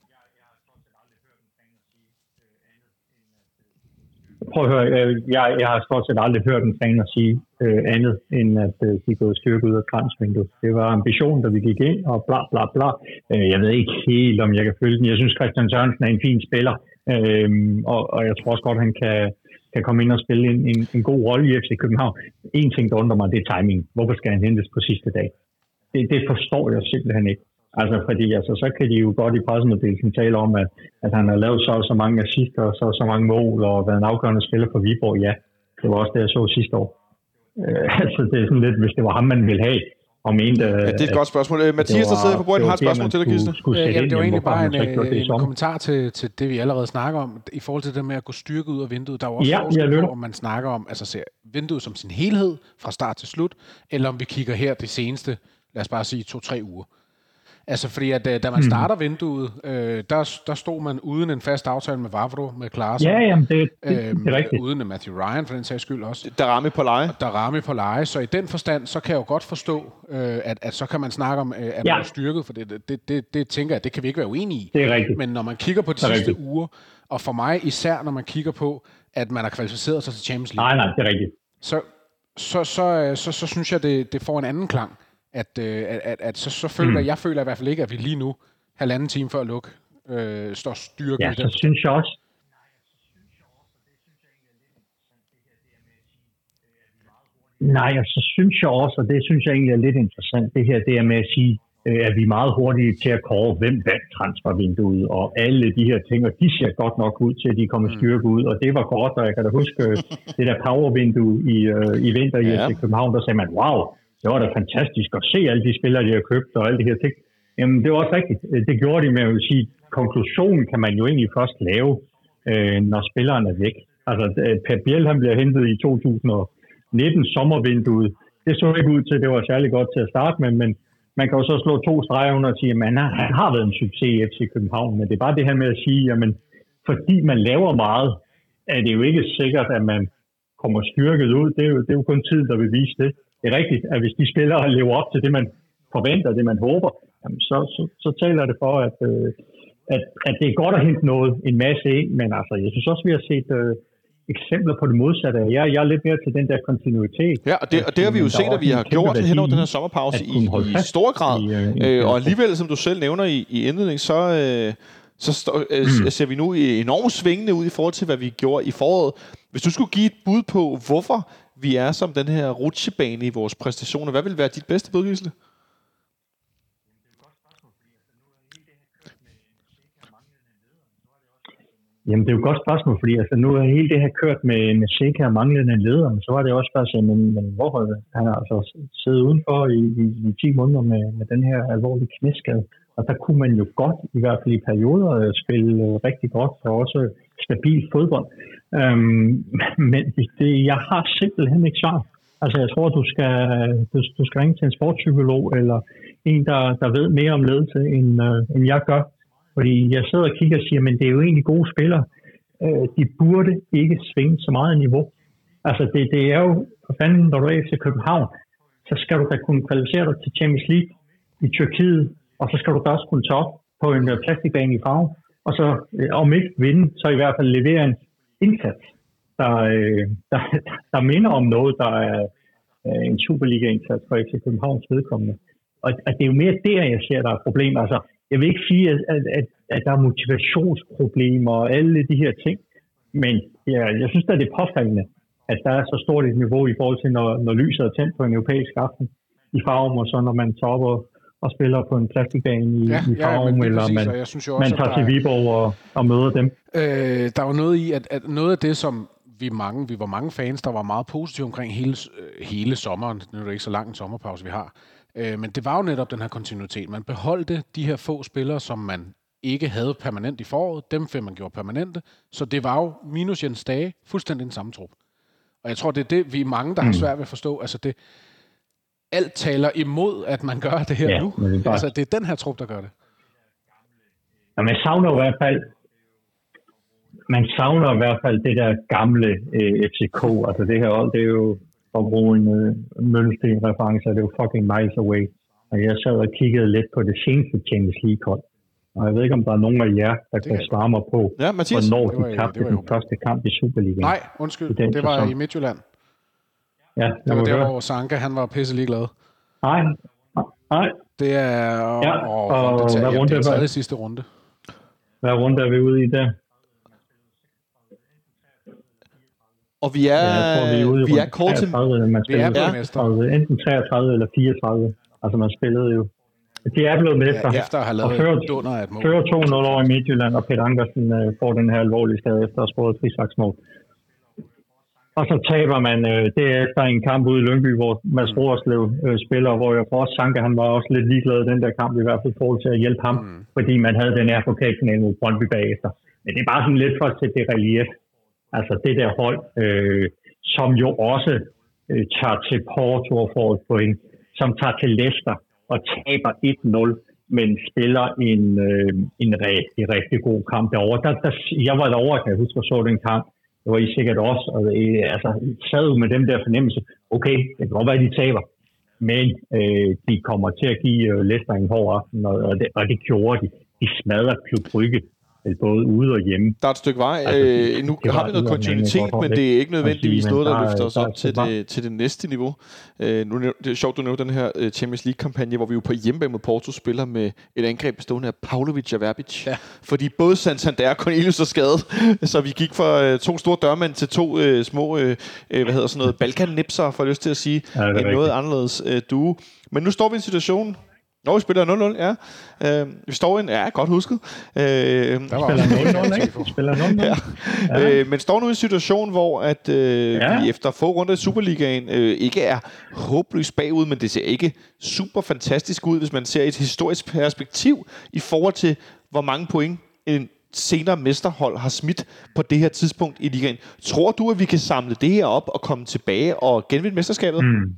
Prøv at høre, jeg har stort set aldrig hørt en træner sige andet, end at de er gået styrket ud af transfervinduet. Det var ambitionen, da vi gik ind, og bla bla bla. Jeg ved ikke helt, om jeg kan følge den. Jeg synes, Christian Sørensen er en fin spiller, og jeg tror også godt, han kan komme ind og spille en god rolle i FC København. En ting, der undrer mig, det er timing. Hvorfor skal han hentes på sidste dag? Det forstår jeg simpelthen ikke. Altså, fordi så kan de jo godt i pressemeddelelsen tale om, at han har lavet så mange assister, og så mange mål, og været en afgørende spiller for Viborg. Ja, det var også det, jeg så sidste år. Altså, det er sådan lidt, hvis det var ham, man ville have, og mente... det er et godt spørgsmål. Mathias, der sidder på bordet, har et spørgsmål til dig, Gisle. Det var egentlig bare en kommentar til det, vi allerede snakker om, i forhold til det med at gå styrket ud af vinduet. Der er jo også forskel på, om man snakker om, altså ser vinduet som sin helhed, fra start til slut, eller om vi kigger her det seneste, lad os bare sige 2-3 uger. Altså fordi, at da man starter vinduet, der stod man uden en fast aftale med Vavro, med Klaasen. Ja, jamen, det er rigtigt. Uden Matthew Ryan, for den sags skyld også. Darami på leje. Så i den forstand, så kan jeg jo godt forstå, at så kan man snakke om, at man er styrket, for det tænker jeg, det kan vi ikke være uenige i. Det er rigtigt. Men når man kigger på de sidste uger, og for mig især, når man kigger på, at man har kvalificeret sig til Champions League. Nej, det er rigtigt. Så synes jeg, det får en anden klang. At så føler jeg føler i hvert fald ikke, at vi lige nu, 1,5 time før luk, står styrket i den. Så synes jeg også. Nej, så synes jeg også, og det synes jeg egentlig er lidt interessant, det her, det er med at sige, at vi er meget hurtige til at kåre, hvem vandt transfervinduet, og alle de her ting, og de ser godt nok ud til, at de kommer styrket ud, og det var godt, og jeg kan da huske det der powervindue i vinter i FC København, der sagde man, wow, det var da fantastisk at se alle de spillere, de har købt, og alle de her ting. Jamen, det var også rigtigt. Det gjorde de med at sige, konklusionen kan man jo egentlig først lave, når spilleren er væk. Altså, Per Biel, han bliver hentet i 2019 sommervinduet. Det så ikke ud til, det var særlig godt til at starte med, men man kan jo så slå 2 streger under og sige, at han har været en succes i FC København, men det er bare det her med at sige, jamen, fordi man laver meget, er det jo ikke sikkert, at man kommer styrket ud. Det er jo kun tiden, der vil vise det. Det er rigtigt, at hvis de spillere lever op til det, man forventer, det man håber, jamen så taler det for, at det er godt at hente en masse ind, men altså, jeg synes også, vi har set eksempler på det modsatte. Jeg er lidt mere til den der kontinuitet. Ja, og det har vi jo set, at vi har gjort hen over den her sommerpause i stor grad. Og alligevel, som du selv nævner i indledning, så ser vi nu enormt svingende ud i forhold til, hvad vi gjorde i foråret. Hvis du skulle give et bud på, hvorfor vi er som den her rutsjebane i vores præstationer, hvad vil være dit bedste bud, Gisle? Jamen, det er jo et godt spørgsmål, fordi altså, nu er hele det her kørt med Seca og manglende leder, så var det også bare sådan, men hvorfor han har altså siddet udenfor i 10 måneder med den her alvorlige knæskade. Og der kunne man jo godt, i hvert fald i perioder, spille rigtig godt og også stabil fodbold. Men jeg har simpelthen ikke svar. Altså, jeg tror, du skal ringe til en sportspsykolog eller en, der ved mere om ledelse, end jeg gør. Fordi jeg sidder og kigger og siger, men det er jo egentlig gode spillere. De burde ikke svinge så meget niveau. Altså, det er jo, for fanden, når du er til København, så skal du da kunne kvalificere dig til Champions League i Tyrkiet, og så skal du da også kunne tage op på en plastikbane i farve, og så om ikke vinde, så i hvert fald levere en indsats, der minder om noget, der er en Superliga-indsats for FC Københavns vedkommende. Og det er jo mere der, jeg ser, der er problemer. Altså, jeg vil ikke sige, at der er motivationsproblemer og alle de her ting, Men jeg synes, at det er påfaldende, at der er så stort et niveau i forhold til, når lyset er tændt på en europæisk aften i Farum, og så når man tager op og spiller på en plastikbane i Farum, eller man tager til Viborg og møder dem. Der var noget i, at noget af det, som vi var mange fans, der var meget positive omkring hele sommeren. Nu er det ikke så lang en sommerpause, vi har. Men det var jo netop den her kontinuitet. Man beholdte de her få spillere, som man ikke havde permanent i foråret. Dem fik man gjort permanente. Så det var jo minus Jens Dage fuldstændig den samme trup. Og jeg tror, det er det, vi er mange, der har svært ved at forstå. Altså alt taler imod, at man gør det her nu. Altså det er den her trup, der gør det. Ja, man savner i hvert fald det der gamle FCK. Altså det her hold, det er jo for at bruge en Møllensten-reference, det er jo fucking miles away. Og jeg sad og kiggede lidt på det seneste Champions League-hold. Og jeg ved ikke, om der er nogen af jer, der kan svare mig på, hvornår de tabte den første kamp i Superligaen. Nej, undskyld. Det var i Midtjylland. Ja, det var der, hvor Sanka, han var pisselig glad. Nej. Det er... det er tredje sidste runde. Hvad runde er vi ude i der? Og vi er kort til... Vi er blevet mestre. Enten 33 eller 34. Altså man spillede jo... De er blevet mestre. Ja, efter at have lavet dunder af et mål. Fører 2-0 over i Midtjylland, og Peter Ankersen får den her alvorlige skade efter at have scoret et frisparksmål. Og så taber man derefter en kamp ude i Lyngby, hvor Mads Roerslev spiller, hvor jeg for også Sanka, han var også lidt ligeglad i den der kamp, i hvert fald i forhold til at hjælpe ham, fordi man havde den her pokalfinale mod Brøndby bagefter. Men det er bare sådan lidt for at sætte det relief. Altså det der hold, som jo også tager til Porto og får et point, som tager til Leicester og taber 1-0, men spiller en rigtig god kamp derovre. Jeg var derovre, kan jeg huske, og så den kamp. Det var I sikkert også, og sad med den der fornemmelse. Okay, det kan godt være, at de taber, men de kommer til at give Leicester en hård aften, og det gjorde de. De smadrer Klub Brygge, både ude og hjemme. Der er et stykke vej. Nu har vi noget kontinuitet, men det er ikke nødvendigvis noget, der løfter os op til det næste niveau. Det er sjovt, du nævner den her Champions League-kampagne, hvor vi jo på hjemmebane mod Porto spiller med et angreb bestående af Pavlovic og Verbic. Ja. Fordi både Santander og Cornelius er skadet, så vi gik fra 2 store dørmænd til 2 små Balkan-nipser, for lyst til at sige, noget anderledes duo. Men nu står vi i en situation... vi spiller 0-0, ja. Vi står i en... Ja, godt husket. Spiller 0-0, ikke? Men står nu i en situation, hvor at, vi efter få runder i Superligaen ikke er håbløst bagud, men det ser ikke super fantastisk ud, hvis man ser et historisk perspektiv i forhold til, hvor mange point en senere mesterhold har smidt på det her tidspunkt i ligaen. Tror du, at vi kan samle det her op og komme tilbage og genvinde mesterskabet?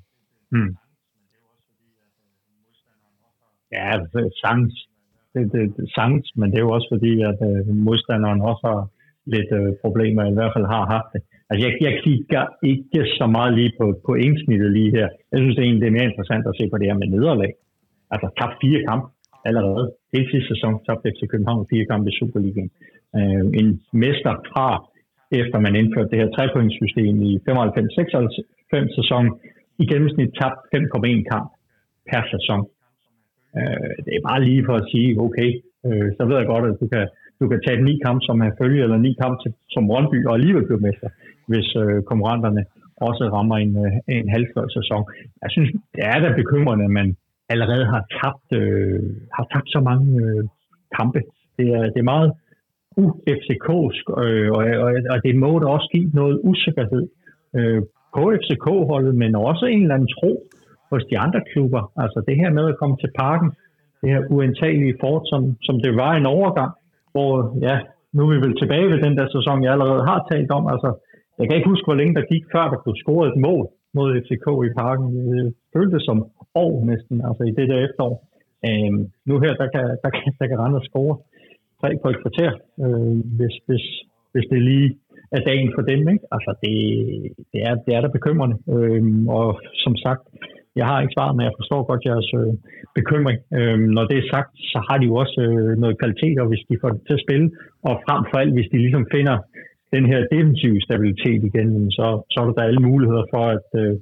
Ja, sagtens, men det er jo også fordi, at modstanderen også har lidt problemer, i hvert fald har haft det. Altså, jeg kigger ikke så meget lige på endsnittet lige her. Jeg synes, det er mere interessant at se på det her med nederlag. Altså, tabt 4 kampe allerede. Hele sidste sæson tabte FC København 4 kampe i Superligaen. En mester fra, efter man indførte det her 3-pointssystem i 95-96 sæson, i gennemsnit tabt 5,1 kamp per sæson. Det er bare lige for at sige, okay, så ved jeg godt, at du kan tage 9 kampe som Herfølge, eller 9 kampe som Brøndby, og alligevel blive mester, hvis konkurrenterne også rammer en halvfløj sæson. Jeg synes, det er da bekymrende, at man allerede har tabt så mange kampe. Det er meget u-FCK'sk, og det må da også give noget usikkerhed på FCK-holdet, men også en eller anden tro hos de andre klubber. Altså det her med at komme til parken, det her uantagelige fort, som det var en overgang, hvor nu er vi vel tilbage ved den der sæson, jeg allerede har talt om. Altså, jeg kan ikke huske, hvor længe der gik, før der blev scoret et mål mod FCK i parken. Det føltes som år næsten, altså i det der efterår. Nu her, der kan Randers score 3 på et kvarter, hvis det lige er dagen for dem, ikke? Altså, det er da bekymrende. Og som sagt, jeg har ikke svaret, men jeg forstår godt jeres bekymring. Når det er sagt, så har de jo også noget kvalitet, og hvis de får det til at spille, og frem for alt, hvis de ligesom finder den her defensive stabilitet igen, så er der alle muligheder for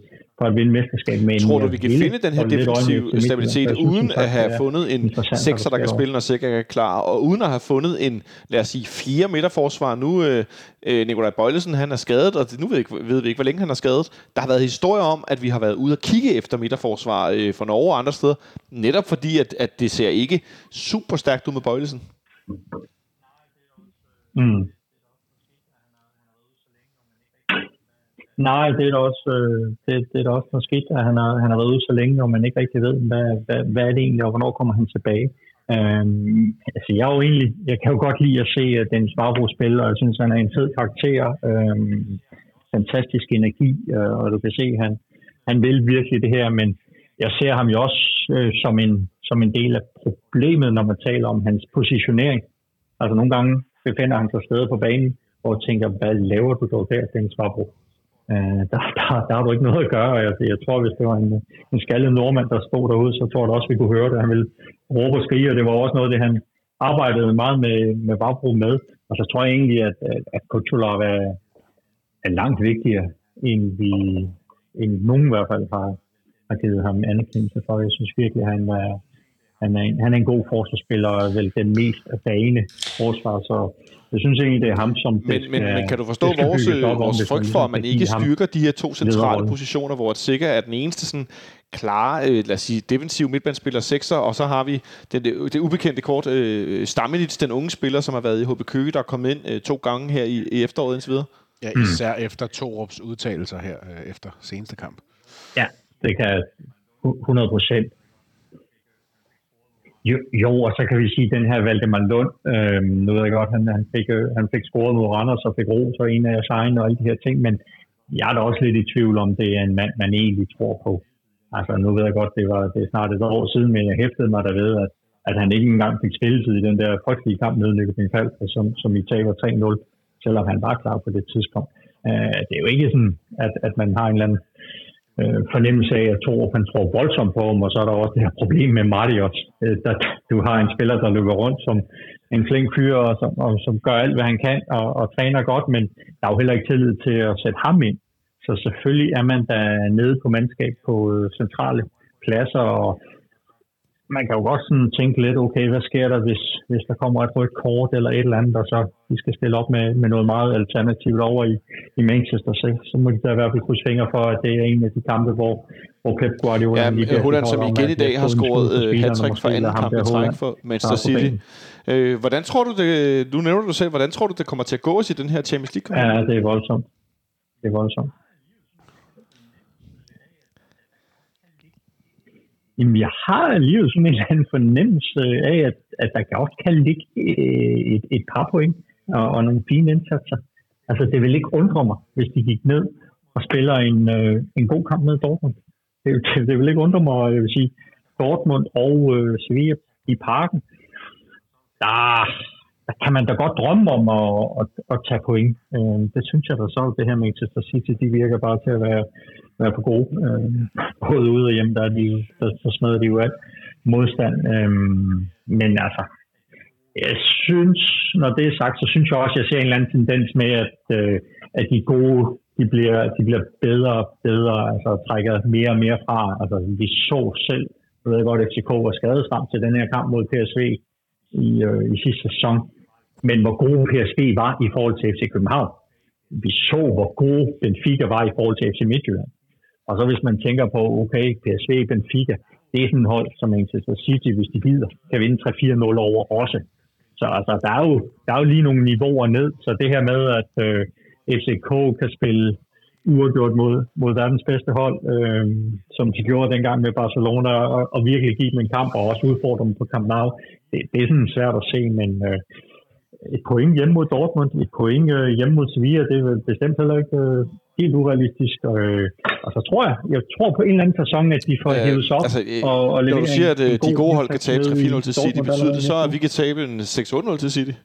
for at vinde mesterskab med. Tror du, vi kan finde den her defensive stabilitet, uden at have fundet en sekser, der kan spille, når Sikker er klar, og uden at have fundet en, lad os sige, 4 midterforsvar? Nu Nikolaj Bøjlesen, han er skadet, og nu ved vi ikke, hvor længe han er skadet. Der har været historier om, at vi har været ude og kigge efter midterforsvar for Norge og andre steder, netop fordi, at det ser ikke super stærkt ud med Bøjlesen. Nej, det er da også, det er da også noget skidt, at han har været ude så længe, og man ikke rigtig ved, hvad er det egentlig, og hvornår kommer han tilbage. Altså jeg kan jo godt lide at se Dennis Vavro spille, og jeg synes, han er en fed karakter, fantastisk energi, og du kan se, han vil virkelig det her, men jeg ser ham jo også som en del af problemet, når man taler om hans positionering. Altså nogle gange befinder han sig steder på banen, og tænker, hvad laver du dog der, Dennis Vavro? Der har du ikke noget at gøre. Jeg tror, hvis det var en skaldet nordmand, der stod derude, så tror jeg også, vi kunne høre det. Han ville råbe og skrige, og det var også noget, det han arbejdede meget med Vavro med. Og så tror jeg egentlig, at Kucherov er langt vigtigere, end nogen i hvert fald har givet ham anerkendelse for. Jeg synes virkelig, at han er en god forsvarsspiller, og vel den mest erfarne forsvar, så jeg synes egentlig, det er ham, som... Men kan du forstå vores frygt for, at man ikke styrker de her to centrale positioner, hvor Sikker er den eneste sådan klare, lad os sige, defensive midtbanespiller, sekser, og så har vi det ubekendte kort Stamenic, den unge spiller, som har været i HB Køge, der er kommet ind 2 gange her i efteråret indtil videre. Ja, især efter Torups udtalelser her efter seneste kamp. Ja, det kan 100%. Jo, og så kan vi sige, at den her Valdemar Lund, nu ved jeg godt, han fik scoret mod Randers og fik ros og en af sejrene og alle de her ting, men jeg er da også lidt i tvivl om, det er en mand, man egentlig tror på. Altså, nu ved jeg godt, det er snart et år siden, men jeg hæftede mig der ved, at han ikke engang fik spilletid i den der frygtelige kamp nede i Nykøbing Falster, som I taber 3-0, selvom han var klar på det tidspunkt. Det er jo ikke sådan, at man har en eller anden fornemmelse af, at Torup han tror voldsomt på ham, og så er der også det her problem med Mariot. Du har en spiller, der løber rundt som en flink fyr, og som gør alt, hvad han kan, og træner godt, men der er jo heller ikke tillid til at sætte ham ind. Så selvfølgelig er man da nede på mandskab på centrale pladser, og man kan jo godt sådan tænke lidt, okay, hvad sker der, hvis der kommer et rødt kort eller et eller andet, og så de skal stille op med noget meget alternativt over i Manchester, så må de da i hvert fald krydse fingre for, at det er en af de kampe, hvor Pep Guardiola... Ja, Holland, som igen i dag har scoret hat-trick for anden kamp i træk for Manchester City. Hvordan tror du det... Nu nævner du selv, hvordan tror du, det kommer til at gå os i den her Champions League-kamp? Ja, det er voldsomt. Det er voldsomt. Jamen, jeg har alligevel sådan en eller anden fornemmelse af, at der godt kan ligge et par point og nogle fine indsatser. Altså, det vil ikke undre mig, hvis de gik ned og spiller en god kamp med Dortmund. Det vil ikke undre mig, jeg vil sige, Dortmund og Sevilla i Parken. Der kan man da godt drømme om at tage point. Det synes jeg da så, det her med Manchester City, de virker bare til at være for gode. Både ude og hjemme, der smadrer de jo alt modstand. Men altså, jeg synes, når det er sagt, så synes jeg også, at jeg ser en eller anden tendens med, at de gode, de bliver bedre og bedre, altså trækker mere og mere fra. Altså, vi så selv, jeg ved godt, at FCK var skadet frem til den her kamp mod PSV i sidste sæson. Men hvor gode PSV var i forhold til FC København. Vi så, hvor gode Benfica var i forhold til FC Midtjylland. Og så hvis man tænker på, okay, PSV, Benfica, det er sådan et hold, som Manchester City, hvis de gider, kan vinde 3-4-0 over også. Så altså, der er jo lige nogle niveauer ned. Så det her med, at FCK kan spille uafgjort mod verdens bedste hold, som de gjorde dengang med Barcelona, og virkelig give dem en kamp, og også udfordre dem på Camp Nou, det er sådan svært at se, men et point hjemme mod Dortmund, et point hjemme mod Sevilla, det er bestemt heller ikke helt urealistisk. Og så tror jeg tror på en eller anden facon, at de får hævet sig op. Altså, og når du siger, at de gode hold kan tabe 3-4-0 til City, betyder det så, at vi kan tabe en 6-8-0 til City?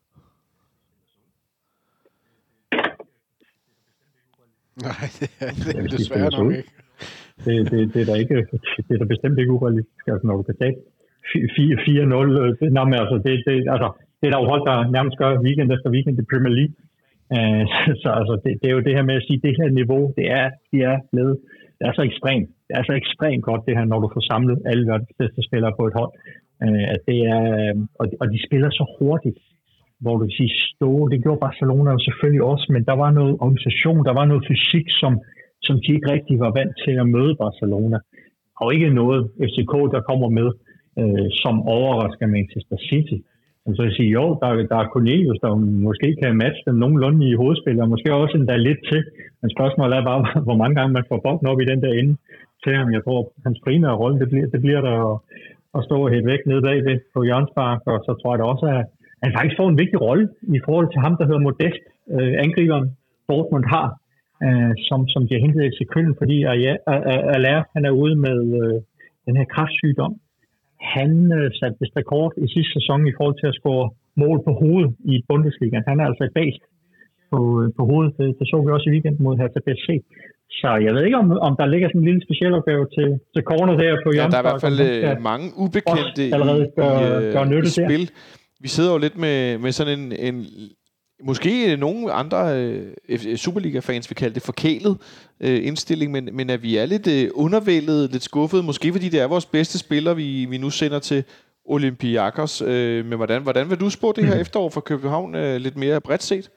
Nej, det er desværre nok ikke. Det er da ikke, det er da bestemt ikke urealistisk, altså når du kan tabe 4-0. Nå, men altså, det er der jo hold, der nærmest gør weekend efter weekend i Premier League. Så altså, det er jo det her med at sige, det her niveau, de er blevet Det er så ekstremt godt, det her, når du får samlet alle verdens bedste spillere på et hold. At det er, og de spiller så hurtigt, hvor du siger stå. Det gjorde Barcelona jo selvfølgelig også, men der var noget organisation, der var noget fysik, som de ikke rigtig var vant til at møde Barcelona. Og ikke noget FCK, der kommer med, som overrasker Manchester City. Og så siger jo, der er Cornelius, der måske kan matche dem nogenlunde i hovedspillet, og måske også endda lidt til. Men spørgsmålet er bare, hvor mange gange man får bolden op i den der ende til ham. Jeg tror, hans primære rolle, det bliver der at stå helt væk nede bagved på hjørnespark, og så tror jeg da også, at han faktisk får en vigtig rolle i forhold til ham, der hedder Modest, angriberen Dortmund har, som de har hentet i sekund, fordi Allaire, han er ude med den her kræftsygdom. Han satte vist rekord i sidste sæson i forhold til at score mål på hovedet i Bundesliga. Han er altså et bæst på hovedet. Det så vi også i weekenden mod Hertha BSC. Så jeg ved ikke, om der ligger sådan en lille speciel opgave til corner der på hjørnet. Der er i hvert fald mange ubekendte i spil. Vi sidder jo lidt med sådan en måske nogle andre Superliga-fans vil kalde det forkælet indstilling, men at vi er lidt undervældet, lidt skuffet, måske fordi det er vores bedste spiller, vi nu sender til Olympiakos. Men hvordan vil du spå det her efterår for København lidt mere bredt set?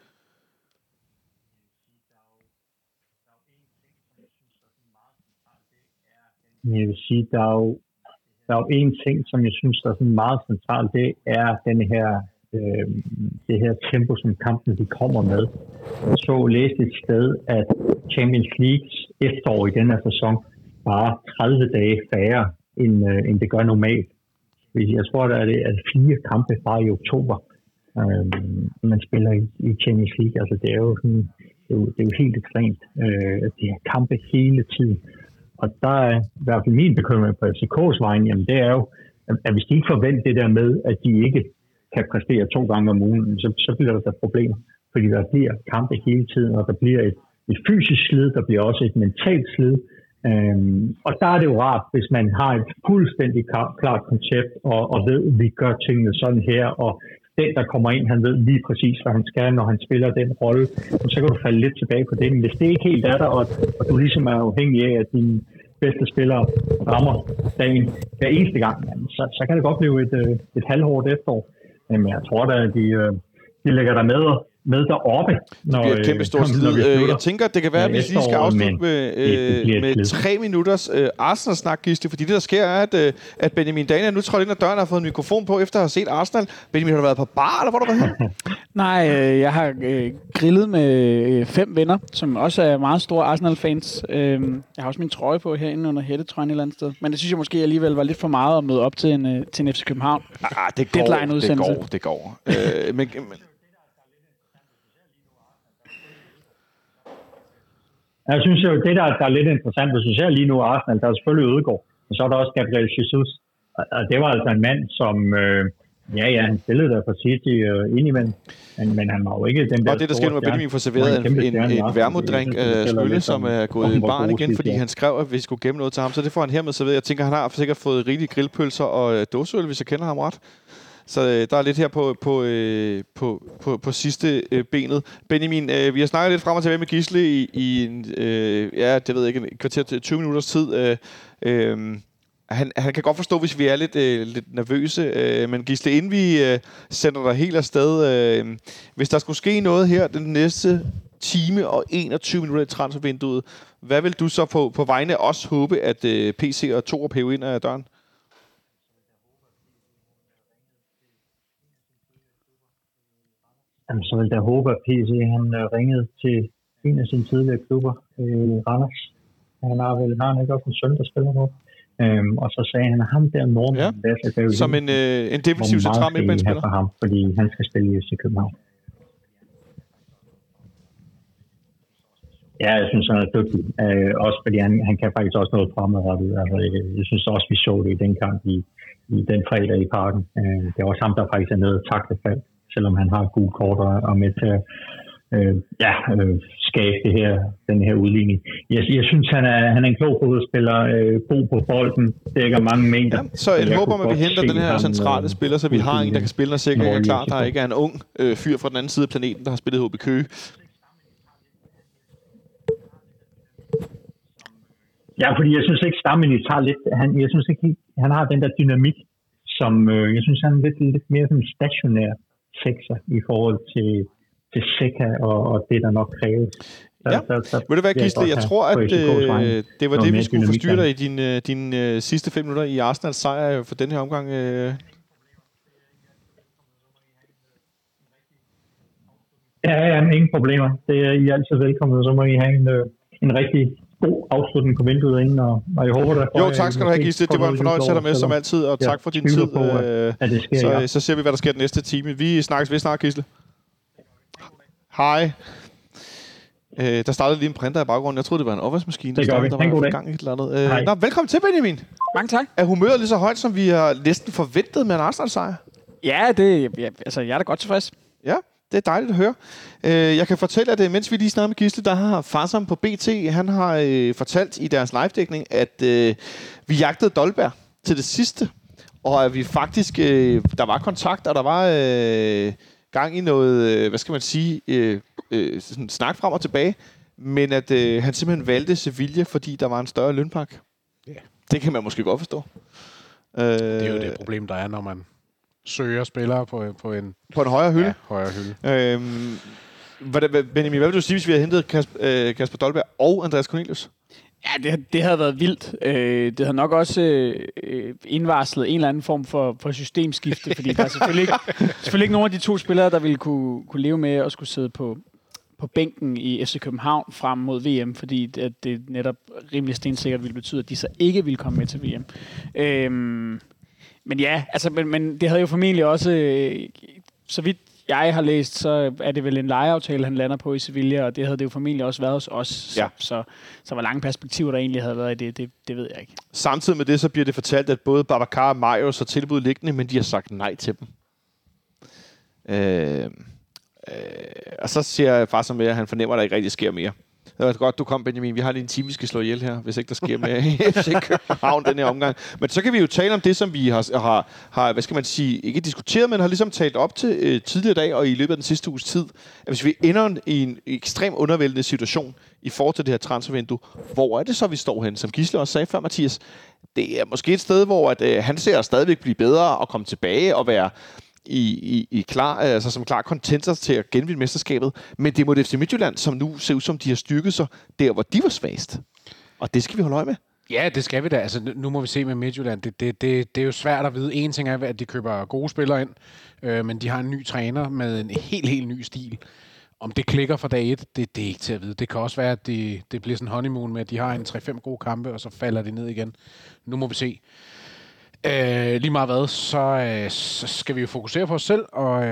Jeg vil sige, der er jo en ting, som jeg synes, der er sådan meget centralt, det er det her tempo, som kampen de kommer med. Jeg så læste et sted, at Champions Leagues efterår i denne sæson bare 30 dage færre, end det gør normalt. Jeg tror, der er 4 kampe bare i oktober, man spiller i Champions League. Altså, det er jo sådan, det er jo helt ekstremt. Det er kampe hele tiden. Og der er i hvert fald min bekymring på FCK's vejen, jamen det er jo, at hvis de ikke forventer det der med, at de ikke kan præstere 2 gange om ugen, så bliver der problemer. Fordi der bliver kampe hele tiden, og der bliver et fysisk slid, der bliver også et mentalt slid. Og der er det jo rart, hvis man har et fuldstændig klart koncept, og ved, at vi gør tingene sådan her, og den, der kommer ind, han ved lige præcis, hvad han skal, når han spiller den rolle. Og så kan du falde lidt tilbage på det. Men hvis det ikke helt er der, og du ligesom er afhængig af, at dine bedste spillere rammer dagen hver eneste gang, så kan det godt blive et halvhårdt efterår. Men jeg tror da, at de lægger der med deroppe. Det bliver et kæmpe stort slid. Jeg tænker, at det kan være, at vi lige skal afslutte med 3 minutters Arsenal-snak, Gisle, fordi det, der sker, er, at Benjamin Daniel nu trådte ind ad døren og har fået en mikrofon på, efter at have set Arsenal. Benjamin, har du været på bar, eller hvor har du været hen? Nej, jeg har grillet med 5 venner, som også er meget store Arsenal-fans. Jeg har også min trøje på herinde under hættetrøjen et eller andet sted. Men det synes jeg måske alligevel var lidt for meget at møde op til en FC København. Det går. Jeg synes jo, det der er lidt interessant, hvis du ser lige nu Arsenal, der er selvfølgelig Ødegaard, og så er der også Gabriel Jesus. Og det var altså en mand, som, han spillede der for City indimellem, men han var jo ikke den der... Og det, der sker nu, at Benjamin får serveret en vermuddrink af Spølle, som er gået i barn igen, fordi han skrev, at vi skulle gemme noget til ham, så det får han hermed serveret. Jeg tænker, han har sikkert fået rigelige grillpølser og dåseøl, hvis jeg kender ham ret. Så der er lidt her på sidste benet. Benjamin, vi har snakket lidt frem og tilbage med Gisle i det ved jeg ikke, en kvarter til 20 minutters tid. Han kan godt forstå, hvis vi er lidt nervøse. Men Gisle, inden vi sender dig helt afsted, hvis der skulle ske noget her den næste time og 21 minutter i transfervinduet, hvad vil du så på vegne af os håbe, at PC og Torup hæver ind ad døren? Så vil jeg håbe, at PC han ringede til en af sine tidligere klubber, Randers. Han har ikke også en søn, der spiller på. Og så sagde han, at ham der nordmand, som en defensiv central midtbanespiller for ham, fordi han skal spille i FC København. Ja, jeg synes, han er dygtig. Også fordi han kan faktisk også noget fremadrettet. Altså, jeg synes også, vi så det i den kamp i den fredag i Parken. Det er også ham, der faktisk er nede og takle fald, selvom han har gode kort og med til at skabe den her udligning. Jeg synes, han er en klog fodboldspiller, god på bolden, dækker mange mængder. Ja, så jeg håber, at vi henter den her centrale spiller, så vi har en, der kan spille, når sikkert er klar. Der ikke er en ung fyr fra den anden side af planeten, der har spillet HB Køge. Ja, fordi jeg synes ikke, Stamini tager lidt... Jeg synes ikke, han har den der dynamik, som jeg synes, han er lidt mere som stationær sekser i forhold til Seca og det, der nok kræves. Ja, vil det være, Gisle? Jeg tror, at det var det, vi skulle forstyrre dig i din sidste 5 minutter i Arsenals sejr for den her omgang. Ja, ingen problemer. Det er I altid velkommen, og så må I have en rigtig god afslutning på vinduet inden, og jeg håber, der... Jo, tak skal du have, Gisle. Det var en fornøjelse at have dig med som altid, og tak for din tid. Så ser vi, hvad der sker den næste time. Vi snakkes ved snart, Gisle. Hej. Der startede lige en printer i baggrunden. Jeg troede, det var en opvaskemaskine. Det gør vi. Der var gang i et eller andet. Velkommen til, Benjamin. Mange tak. Er humøret lige så højt, som vi har næsten forventet med en Arsenal-sejr? Ja, jeg er da godt tilfreds. Ja, det er dejligt at høre. Jeg kan fortælle, at mens vi lige snakker med Gisle, der har Farsam på BT, han har fortalt i deres live-dækning, at vi jagtede Dolberg til det sidste, og at vi faktisk, der var kontakt, og der var gang i noget, hvad skal man sige, sådan snak frem og tilbage, men at han simpelthen valgte Sevilla, fordi der var en større lønpakke. Yeah. Det kan man måske godt forstå. Det er jo det problem, der er, når man søger spillere på en højere hylde. Ja, højere hylde. Benjamin, hvad vil du sige, hvis vi havde hentet Kasper Dolberg og Andreas Cornelius? Ja, det havde været vildt. Det havde nok også indvarslet en eller anden form for systemskifte, fordi der er selvfølgelig ikke nogen af de to spillere, der ville kunne leve med at skulle sidde på bænken i FC København frem mod VM, fordi det netop rimelig stensikkert ville betyde, at de så ikke ville komme med til VM. Men ja, altså, men det havde jo formentlig også, så vidt jeg har læst, så er det vel en lejeaftale, han lander på i Sevilla, og det havde det jo formentlig også været hos os. Ja. Så hvor lange perspektiver der egentlig havde været i det ved jeg ikke. Samtidig med det, så bliver det fortalt, at både Babacar og Marius har tilbudt liggende, men de har sagt nej til dem. Og så siger jeg faktisk med, at han fornemmer, at der ikke rigtig sker mere. Det var godt, du kom, Benjamin. Vi har lige en time, vi skal slå ihjel her, hvis ikke der sker mere i FC København den her omgang. Men så kan vi jo tale om det, som vi har hvad skal man sige, ikke diskuteret, men har ligesom talt op til tidligere dag og i løbet af den sidste uges tid, at hvis vi ender i en ekstrem undervældende situation i forhold til det her transfervindue, hvor er det så, vi står hen? Som Gisle også sagde før, Mathias, det er måske et sted, hvor at, han ser stadigvæk blive bedre og komme tilbage og være i klar, altså som klar contender til at genvinde mesterskabet, men det er mod FC Midtjylland, som nu ser ud som de har styrket sig der, hvor de var svagest. Og det skal vi holde øje med. Ja, det skal vi da. Altså, nu må vi se med Midtjylland. Det er jo svært at vide. En ting er, at de køber gode spillere ind, men de har en ny træner med en helt ny stil. Om det klikker fra dag 1, det er ikke til at vide. Det kan også være, at det bliver sådan en honeymoon med, at de har en 3-5 gode kampe, og så falder de ned igen. Nu må vi se. Lige meget hvad, så skal vi jo fokusere på os selv, og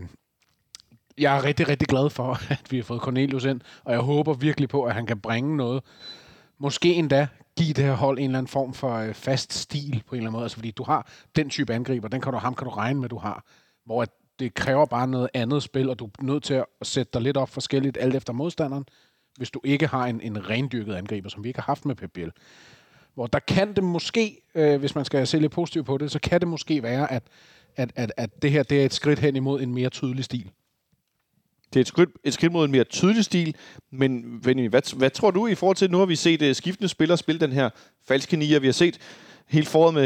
jeg er rigtig, rigtig glad for, at vi har fået Cornelius ind, og jeg håber virkelig på, at han kan bringe noget. Måske endda give det her hold en eller anden form for fast stil på en eller anden måde, altså fordi du har den type angriber, ham kan du regne med, du har, hvor det kræver bare noget andet spil, og du er nødt til at sætte dig lidt op forskelligt alt efter modstanderen, hvis du ikke har en rendyrket angriber, som vi ikke har haft med Pep Biel. Hvor der kan det måske, hvis man skal se lidt positivt på det, så kan det måske være, at det her det er et skridt hen imod en mere tydelig stil. Det er et skridt mod en mere tydelig stil, men Benny, hvad tror du i forhold til, nu har vi set skiftende spillere spille den her falske nier, vi har set hele foråret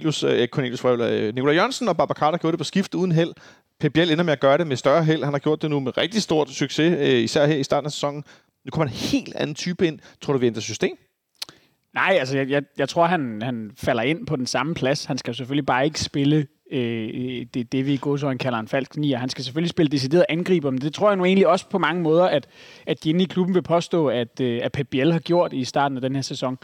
med Nikolaj Jørgensen og Babacar, der gjorde det på skift uden held. Pep Biel ender med at gøre det med større held. Han har gjort det nu med rigtig stort succes, især her i starten af sæsonen. Nu kommer en helt anden type ind. Tror du, vi ændrer system? Nej, altså jeg tror, han falder ind på den samme plads. Han skal selvfølgelig bare ikke spille det vi i gåseøjne kalder en falsk nier. Han skal selvfølgelig spille decideret angriber, men det tror jeg nu egentlig også på mange måder, at de inde i klubben vil påstå, at Pep Biel har gjort i starten af den her sæson.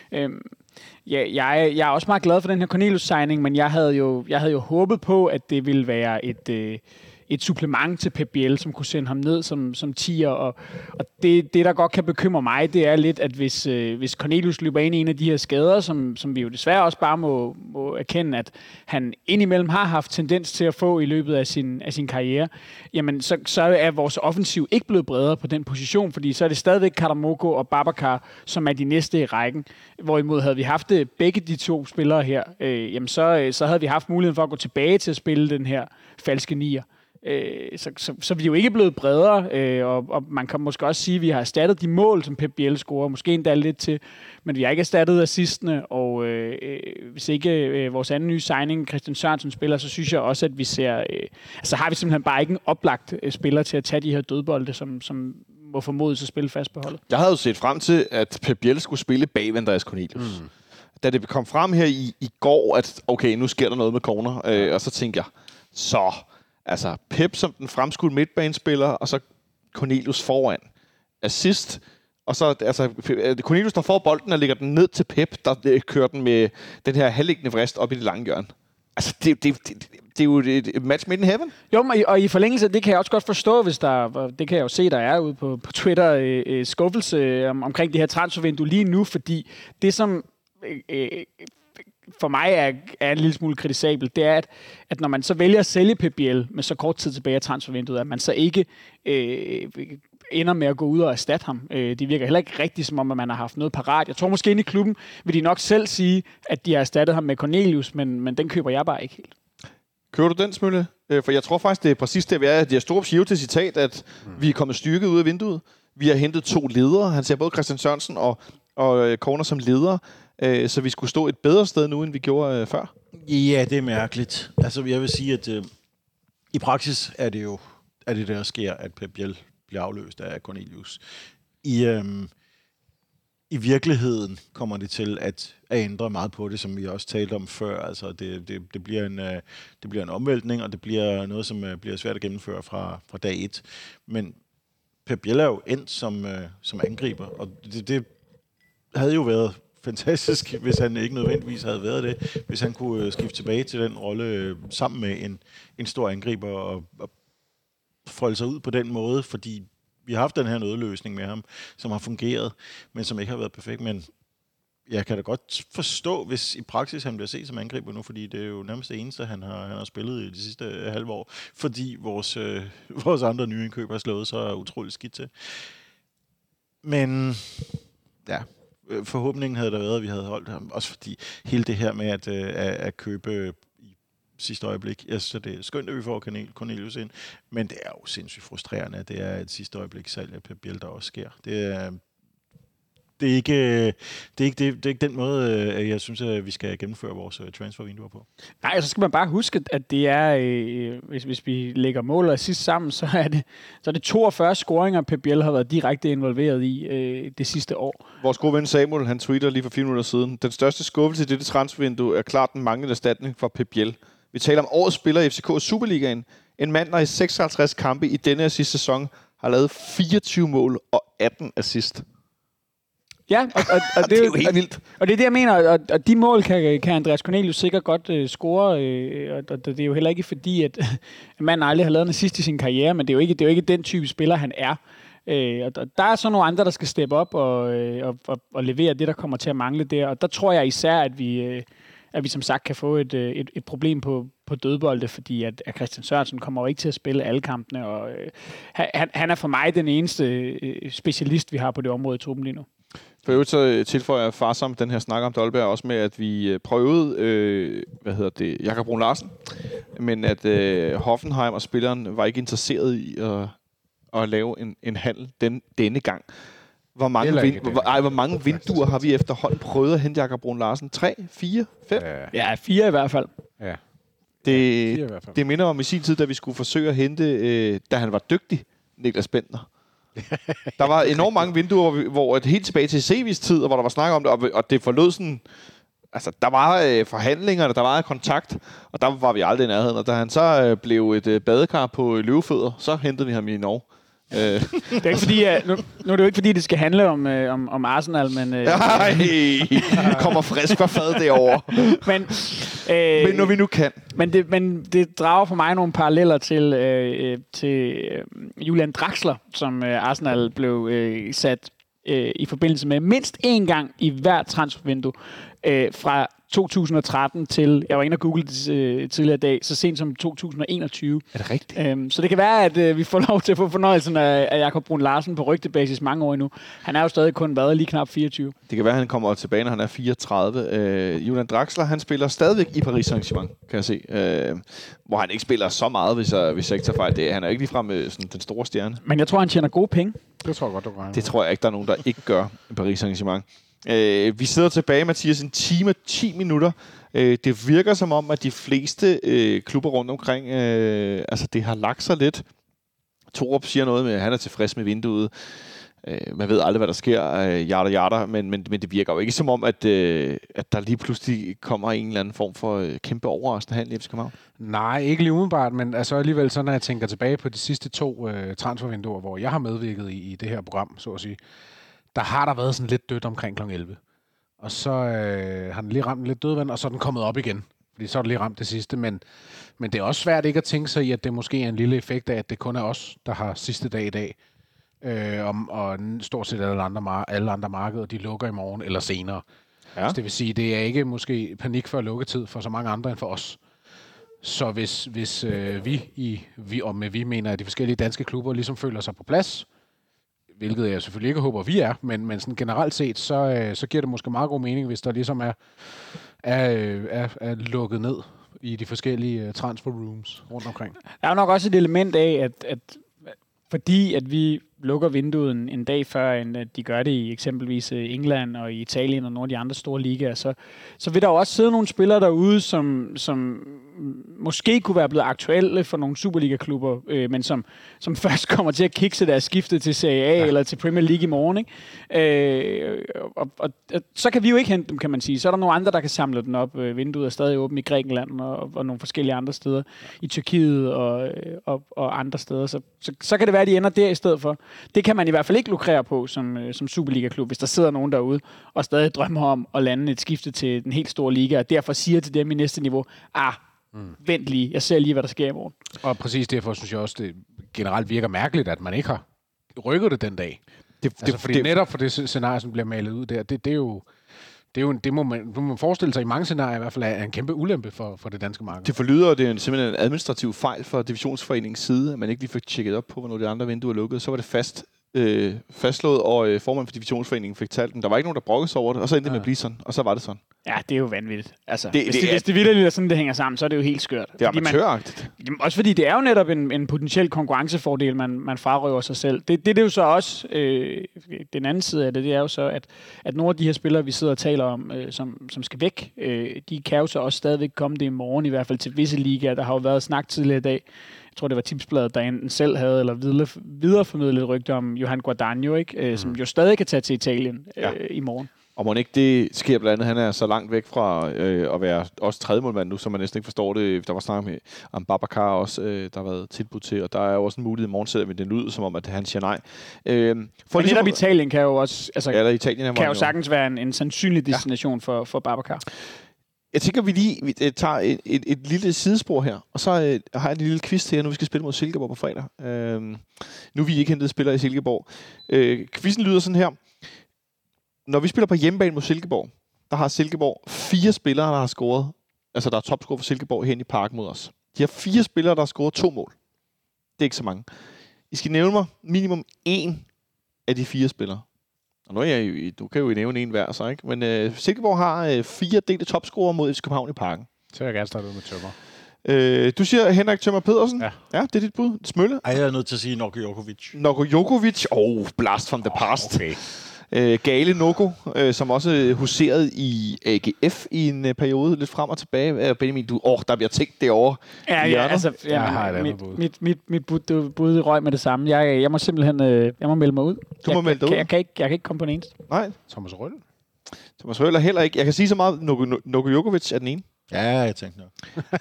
Jeg er også meget glad for den her Cornelius-signing, men jeg havde jo håbet på, at det ville være et supplement til Pep Biel, som kunne sende ham ned som tier, og det, der godt kan bekymre mig, det er lidt, at hvis Cornelius løber ind i en af de her skader, som vi jo desværre også bare må erkende, at han indimellem har haft tendens til at få i løbet af sin karriere, jamen så er vores offensiv ikke blevet bredere på den position, fordi så er det stadigvæk Karamoko og Babacar, som er de næste i rækken. Hvorimod havde vi haft begge de to spillere her, jamen så havde vi haft muligheden for at gå tilbage til at spille den her falske nier. Så vi er jo ikke blevet bredere, og man kan måske også sige, at vi har erstattet de mål, som Pep Biel scorer, måske endda lidt til, men vi har ikke erstattet assistene, og hvis ikke vores anden nye signing, Christian Sørensen, spiller, så synes jeg også, at vi ser, så har vi simpelthen bare ikke en oplagt spiller til at tage de her dødbolde, som må formodes at spille fast på holdet. Jeg havde jo set frem til, at Pep Biel skulle spille bag Andreas Cornelius. Da det kom frem her i går, at okay, nu sker der noget med corner, og så tænkte jeg, altså Pep som den fremskudte midtbanespiller, og så Cornelius foran. Assist, og så Cornelius der får bolden og lægger den ned til Pep, der kører den med den her halvliggende vrist op i det lange hjørne. Altså, det er jo et match made in heaven. Jo, og i forlængelse, det kan jeg også godt forstå, hvis det kan jeg jo se, der er ude på Twitter, skuffelse omkring det her transfervindue lige nu, fordi det som for mig er en lille smule kritisabelt, det er, at når man så vælger at sælge Pep Biel med så kort tid tilbage af transfervinduet, at man så ikke ender med at gå ud og erstatte ham. Det virker heller ikke rigtigt, som om at man har haft noget parat. Jeg tror måske inde i klubben vil de nok selv sige, at de har erstattet ham med Cornelius, men den køber jeg bare ikke helt. Køber du den, Smølle? For jeg tror faktisk, det er præcis det, at det er Storup siger til citat, at vi er kommet styrket ud af vinduet. Vi har hentet 2 ledere. Han ser både Christian Sørensen og Corner som ledere. Så vi skulle stå et bedre sted nu, end vi gjorde før? Ja, det er mærkeligt. Altså, jeg vil sige, at i praksis er det jo det, der sker, at Pep Biel bliver afløst af Cornelius. I virkeligheden kommer det til at ændre meget på det, som vi også talte om før. Altså, det bliver en omvæltning, og det bliver noget, som bliver svært at gennemføre fra dag 1. Men Pep Biel er jo endt som angriber, og det havde jo været fantastisk, hvis han ikke nødvendigvis havde været det, hvis han kunne skifte tilbage til den rolle sammen med en stor angriber og folde sig ud på den måde, fordi vi har haft den her nødløsning med ham, som har fungeret, men som ikke har været perfekt. Men jeg kan da godt forstå, hvis i praksis han bliver set som angriber nu, fordi det er jo nærmest det eneste, han har spillet i de sidste halve år, fordi vores andre nye indkøb har slået så utroligt skidt til. Men ja, forhåbningen havde der været, at vi havde holdt ham. Også fordi hele det her med at købe i sidste øjeblik. Jeg synes, det er skønt, at vi får Cornelius ind, men det er jo sindssygt frustrerende, at det er et sidste øjeblik salg af Pep Biel, der også sker. Det er ikke den måde, jeg synes, at vi skal gennemføre vores transfervinduer på. Nej, så skal man bare huske, at det er, hvis vi lægger mål og assist sammen, så er det 42 scoringer, Pep Biel har været direkte involveret i det sidste år. Vores gode ven Samuel, han tweeter lige for 4 minutter siden. Den største skuffelse i dette transfervindue er klart den manglende erstatning for Pep Biel. Vi taler om årets spiller i FCK Superligaen. En mand, der i 56 kampe i denne og sidste sæson har lavet 24 mål og 18 assist. Ja, og det er jo helt vildt. Og det er det, jeg mener, og de mål kan Andreas Cornelius sikkert godt score, og det er jo heller ikke fordi, at manden aldrig har lavet en assist i sin karriere, men det er jo ikke den type spiller, han er. Og der er så nogle andre, der skal steppe op og levere det, der kommer til at mangle der, og der tror jeg især, at vi som sagt kan få et problem på dødbolde, fordi at Christian Sørensen kommer jo ikke til at spille alle kampene, og han er for mig den eneste specialist, vi har på det område i truppen lige nu. For øvrigt så tilføjer Farsam den her snak om Dolberg også med, at vi prøvede, Jakob Brun Larsen, men at Hoffenheim og spilleren var ikke interesseret i at lave en handel denne gang. Hvor mange vinduer har vi efterhånden prøvet at hente Jakob Brun Larsen? 3, 4, 5? Ja, 4 i hvert fald. Ja. Det minder om i sin tid, da vi skulle forsøge at hente, da han var dygtig, Niklas Bentner. Der var enormt mange vinduer, hvor helt tilbage til Sevis tid, og hvor der var snak om det, og det forlod sådan... Altså, der var forhandlinger, der var kontakt, og der var vi aldrig i nærheden. Og da han så blev et badekar på løvefødder, så hentede vi ham i Norge. Det er ikke fordi, nu er det jo ikke fordi, det skal handle om Arsenal, men... kommer frisk fra fad derovre. Men når vi nu kan. Men det drager for mig nogle paralleller til Julian Draxler, som Arsenal blev sat i forbindelse med mindst én gang i hver transfervindue fra 2013 til, jeg var inde og google det tidligere i dag, så sent som 2021. Er det rigtigt? Så det kan være, at vi får lov til at få fornøjelsen af Jakob Brun Larsen på rygtebasis mange år endnu. Han er jo stadig kun været lige knap 24. Det kan være, at han kommer tilbage, når han er 34. Julian Draxler, han spiller stadigvæk i Paris Saint-Germain, kan jeg se. Hvor han ikke spiller så meget, hvis jeg ikke tager fejl. Han er ikke ligefrem sådan den store stjerne. Men jeg tror, han tjener gode penge. Det tror jeg godt, du kan. Det tror jeg ikke, der er nogen, der ikke gør i Paris Saint-Germain. Vi sidder tilbage, Mathias, en time og 10 minutter. Det virker som om, at de fleste klubber rundt omkring, det har lagt sig lidt. Torup siger noget med, at han er tilfreds med vinduet. Man ved aldrig, hvad der sker, yada, men det virker jo ikke som om, at der lige pludselig kommer en eller anden form for kæmpe overraskende handel i FC København. Nej, ikke lige umiddelbart, men altså alligevel så, når jeg tænker tilbage på de sidste 2 transfervinduer, hvor jeg har medvirket i det her program, så at sige, der har der været sådan lidt dødt omkring kl. 11. Og så har den lige ramt lidt dødvand, og så er den kommet op igen. Fordi så er det lige ramt det sidste, men det er også svært ikke at tænke sig i, at det måske er en lille effekt af, at det kun er os, der har sidste dag i dag. Og stort set alle andre markeder, de lukker i morgen eller senere. Ja. Så det vil sige, det er ikke måske panik for lukketid for så mange andre end for os. Så hvis vi mener, at de forskellige danske klubber ligesom føler sig på plads, hvilket jeg selvfølgelig ikke håber, vi er, men sådan generelt set, så giver det måske meget god mening, hvis der ligesom er lukket ned i de forskellige transfer rooms rundt omkring. Der er nok også et element af, at fordi at vi lukker vinduet en dag før, end de gør det i eksempelvis England og i Italien og nogle af de andre store ligaer, så vil der jo også sidde nogle spillere derude, som måske kunne være blevet aktuelle for nogle Superliga-klubber, men som først kommer til at kikse deres skifte til Serie A eller til Premier League i morgen. Ikke? Og så kan vi jo ikke hente dem, kan man sige. Så er der nogle andre, der kan samle den op. Vinduet er stadig åbent i Grækenland og nogle forskellige andre steder. I Tyrkiet og andre steder. Så kan det være, at de ender der i stedet for. Det kan man i hvert fald ikke lukrere på som Superliga-klub, hvis der sidder nogen derude og stadig drømmer om at lande et skifte til den helt store liga, og derfor siger til dem i næste niveau, vent lige, jeg ser lige, hvad der sker i morgen. Og præcis derfor synes jeg også, det generelt virker mærkeligt, at man ikke har rykket det den dag. Fordi netop for det scenarie, som bliver malet ud der, det må man forestille sig i mange scenarier i hvert fald er en kæmpe ulempe for det danske marked. Det forlyder, at det er simpelthen en administrativ fejl fra divisionsforeningens side, at man ikke lige fik tjekket op på, hvornår de andre vinduer lukkede. Så var det fastslået, og formanden for divisionsforeningen fik talt dem. Der var ikke nogen, der brokkede sig over det, og så endte det med at blive sådan, og så var det sådan. Ja, det er jo vanvittigt. Altså, hvis det vitterligt er sådan, det hænger sammen, så er det jo helt skørt. Det er amatøragtigt. Også fordi det er jo netop en potentiel konkurrencefordel, man frarøver sig selv. Det er jo så også, den anden side af det er jo så, at nogle af de her spillere, vi sidder og taler om, som skal væk, de kan jo så også stadigvæk komme det i morgen, i hvert fald til visse ligaer. Der har jo været snak tidligere i dag. Jeg tror, det var Tipsbladet, der enten selv havde eller videreformidlet et rygte om Johan Guadagno, ikke? Som jo stadig kan tage til Italien i morgen. Og må ikke det sker blandt andet, han er så langt væk fra at være også tredjemålmand nu, så man næsten ikke forstår det. Der var snak med om Babacar også, der har været tilbudt til, og der er jo også en mulighed i morgen, selvom det lyder som om, at han siger nej. Men netop Italien kan jo også, Italien kan jo sagtens være en sandsynlig destination for Babacar. Jeg tænker, vi lige tager et lille sidespor her, og så har jeg en lille quiz til jer, nu vi skal spille mod Silkeborg på fredag. Nu er vi ikke hentet spillere i Silkeborg. Quizzen lyder sådan her. Når vi spiller på hjemmebane mod Silkeborg, der har Silkeborg 4 spillere, der har scoret, altså der er topscorer for Silkeborg hen i parken mod os. De har 4 spillere, der har scoret 2 mål. Det er ikke så mange. I skal nævne mig minimum 1 af de 4 spillere. Og nu er du kan jo nævne en hver, så ikke? Men Silkeborg har 4 delte topscorer mod FC København i parken. Så jeg gerne starte ud med Tømmer. Du siger Henrik Tømmer Pedersen. Ja. Ja, det er dit bud. Smølle. Ej, jeg er nødt til at sige Noko Jokovic. Noko Jokovic. Blast from the past. Okay. Gale Noko, som også huserede i AGF i en periode, lidt frem og tilbage. Benjamin, der bliver tænkt derovre. Jeg har et andet bud. Mit bud røg med det samme. Jeg må simpelthen melde mig ud. Du må melde dig ud? Jeg kan ikke komme på den eneste. Nej. Thomas Røll er heller ikke. Jeg kan sige så meget, Noko Jokovic er den ene. Ja, jeg tænkte nok.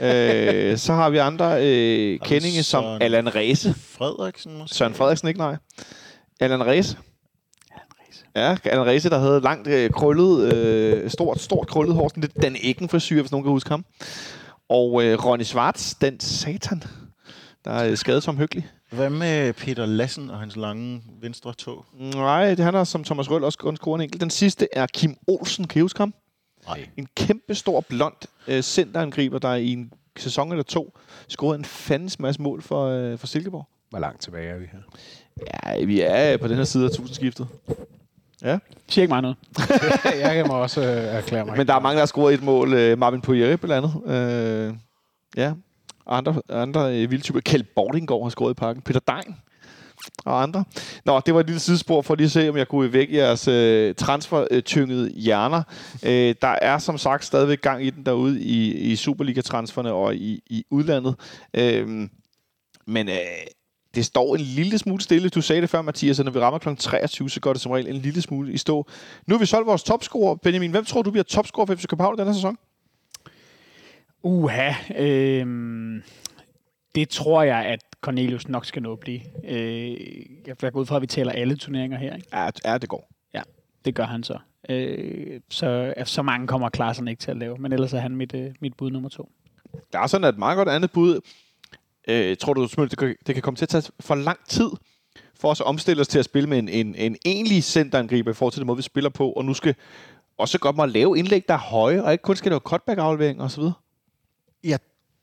Så har vi andre kendinge som Allan Ræse. Frederiksen måske? Søren Frederiksen, ikke nej. Allan Ræse. Ja, Allan Ræse, der havde langt krøllet, stort krøllet hår, sådan lidt Dan Eggen-frisyr, hvis nogen kan huske ham. Og Ronny Schwartz, den satan, der er skadet som hyggelig. Hvad med Peter Lassen og hans lange venstre tog? Nej, han har som Thomas Røll også kun scoret en enkelt. Den sidste er Kim Olsen, kan I huske ham? En kæmpe stor blond centerangriber, der i en sæson eller 2 scorede en fandens masse mål for Silkeborg. Hvor langt tilbage er vi her? Ja, vi er på den her side af tusindskiftet. Ja. Siger ikke meget noget. Jeg må også erklære mig. Men der er mange, der har scoret et mål. Marvin Poirier blandt andet. Ja. Andre vilde typer. Kjeld Bordinggaard har scoret i Parken. Peter Dein og andre. Nå, det var et lille sidespor for lige at se, om jeg kunne vække jeres transfertyngede hjerner. Der er som sagt stadigvæk gang i den derude i Superliga-transferne og i udlandet. Men det står en lille smule stille. Du sagde det før, Mathias, at når vi rammer kl. 23, så går det som regel en lille smule i stå. Nu har vi solgt vores topscorer. Benjamin, hvem tror du bliver topscorer for FC København den her sæson? Det tror jeg, at Cornelius nok skal nå at blive. Jeg går ud fra, at vi taler alle turneringer her, ikke? Ja, det går. Ja, det gør han så. Så mange kommer Klaasen ikke til at lave, men ellers er han mit bud nummer 2. Der er sådan et meget godt andet bud. Tror du, det kan komme til at tage for lang tid for os at omstille os til at spille med en egentlig centerangriber i forhold til den måde, vi spiller på, og nu skal også godt må lave indlæg, der er høje, og ikke kun skal lave cutback-aflevering og så videre? Ja.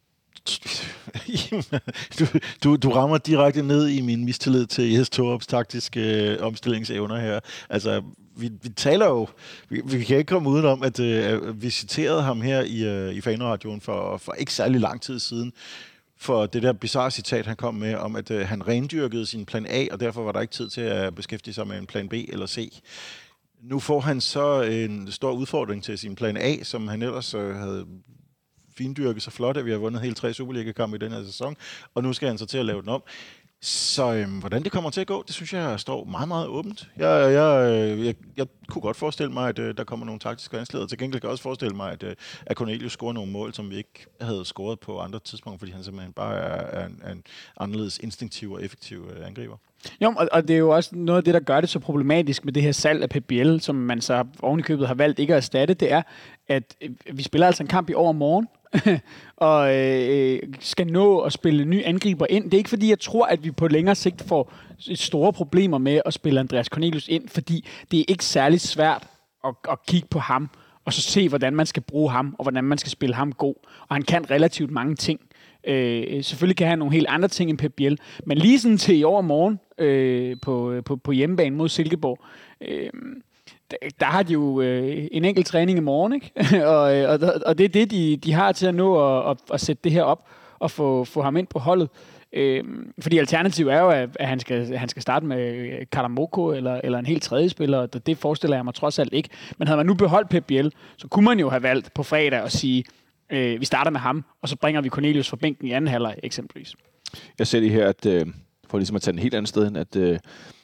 Du rammer direkte ned i min mistillid til Jes Torups taktiske omstillingsevner her. Altså, vi taler jo... Vi kan ikke komme udenom, at vi citerede ham her i Fanradioen for ikke særlig lang tid siden, for det der bizarre citat, han kom med, om at han rendyrkede sin plan A, og derfor var der ikke tid til at beskæftige sig med en plan B eller C. Nu får han så en stor udfordring til sin plan A, som han ellers havde findyrket så flot, at vi har vundet hele 3 Superliga-kampe i den her sæson, og nu skal han så til at lave den om. Så hvordan det kommer til at gå, det synes jeg står meget, meget åbent. Jeg kunne godt forestille mig, at der kommer nogle taktiske vanskeligheder. Til gengæld kan jeg også forestille mig, at Cornelius scorer nogle mål, som vi ikke havde scoret på andre tidspunkter, fordi han simpelthen bare er en anderledes instinktiv og effektiv angriber. Jo, og det er jo også noget af det, der gør det så problematisk med det her salg af PBL, som man så ovenikøbet har valgt ikke at erstatte, det er, at vi spiller altså en kamp i overmorgen, og skal nå at spille nye angriber ind. Det er ikke fordi, jeg tror, at vi på længere sigt får store problemer med at spille Andreas Cornelius ind, fordi det er ikke særlig svært at kigge på ham, og så se, hvordan man skal bruge ham, og hvordan man skal spille ham god. Og han kan relativt mange ting. Selvfølgelig kan han nogle helt andre ting end Pep Biel, men lige sådan til i overmorgen på hjemmebane mod Silkeborg, der har de jo en enkelt træning i morgen, ikke? og det er det, de har til at nå at sætte det her op og få ham ind på holdet. Fordi alternativet er jo, at han skal starte med Karamoko eller en helt tredje spiller, og det forestiller jeg mig trods alt ikke. Men havde man nu beholdt Pep Biel, så kunne man jo have valgt på fredag at sige, vi starter med ham, og så bringer vi Cornelius fra bænken i anden halvleg eksempelvis. Jeg ser lige her, at for ligesom at tage en helt anden sted end,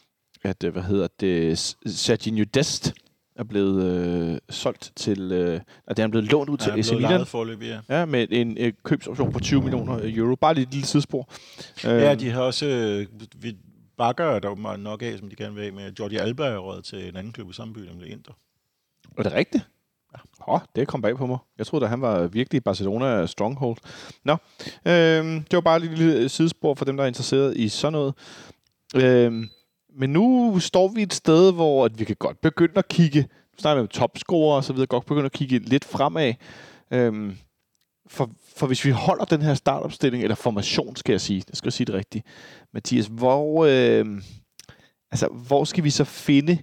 at Serginho Dest er blevet solgt til... at det er blevet lånt ud til AC Milan. Ja, med en købsoption på 20 millioner euro. Bare lige et lille sidespor. Ja, de har også... bakker der nok af, som de gerne vil have med. Jordi Alba er råd til en anden klub i samme by, nemlig Inter. Er det rigtigt? Ja. Det kom bag på mig. Jeg troede, at han var virkelig Barcelona stronghold. Nå, det var bare et lille sidespor for dem, der er interesseret i sådan noget. Men nu står vi et sted, hvor at vi kan godt begynde at kigge, nu snakker vi om topscorer og så videre, godt begynde at kigge lidt fremad. For hvis vi holder den her startopstilling, eller formation, skal jeg sige det rigtigt, Mathias, hvor skal vi så finde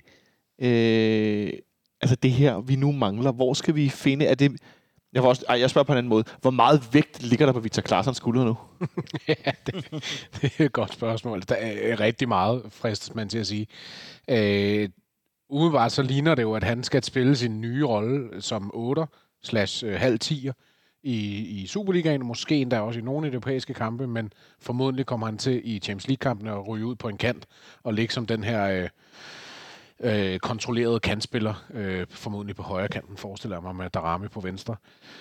det her, vi nu mangler? Hvor skal vi finde? Er det... Jeg spørger på en anden måde. Hvor meget vægt ligger der på Victor Claessons skulder nu? Ja, det er et godt spørgsmål. Der er rigtig meget, fristes man til at sige. Umiddelbart så ligner det jo, at han skal spille sin nye rolle som 8/halv-10'er i Superligaen. Måske endda også i nogle europæiske kampe, men formodentlig kommer han til i Champions League-kampene at ryge ud på en kant og ligge som den her... kontrolleret kantspiller, formodentlig på højre kanten, forestiller jeg mig, med Darami på venstre.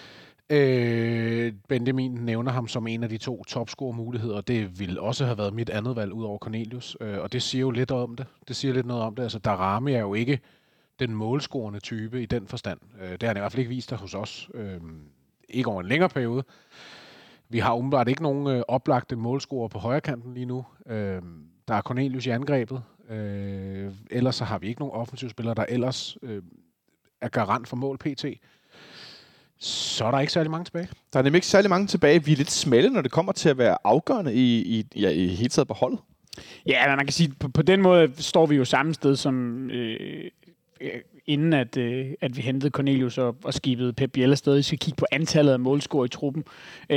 Benjamin nævner ham som en af de 2 topscorer-muligheder. Det ville også have været mit andet valg ud over Cornelius, og det siger jo lidt om det. Det siger lidt noget om det. Altså, Darami er jo ikke den målscorende type i den forstand. Det har han i hvert fald ikke vist der hos os. Ikke over en længere periode. Vi har umiddelbart ikke nogen oplagte målscorer på højre kanten lige nu. Der er Cornelius i angrebet. Ellers så har vi ikke nogen offensivspillere, der ellers er garant for mål pt. så er der ikke særlig mange tilbage. Der er nemlig ikke særlig mange tilbage. Vi er lidt smalle, når det kommer til at være afgørende i hele taget på holdet. Ja, men man kan sige, på den måde står vi jo samme sted som inden at vi hentede Cornelius og skibede Pep Biel afsted. Vi skal kigge på antallet af målscorer i truppen.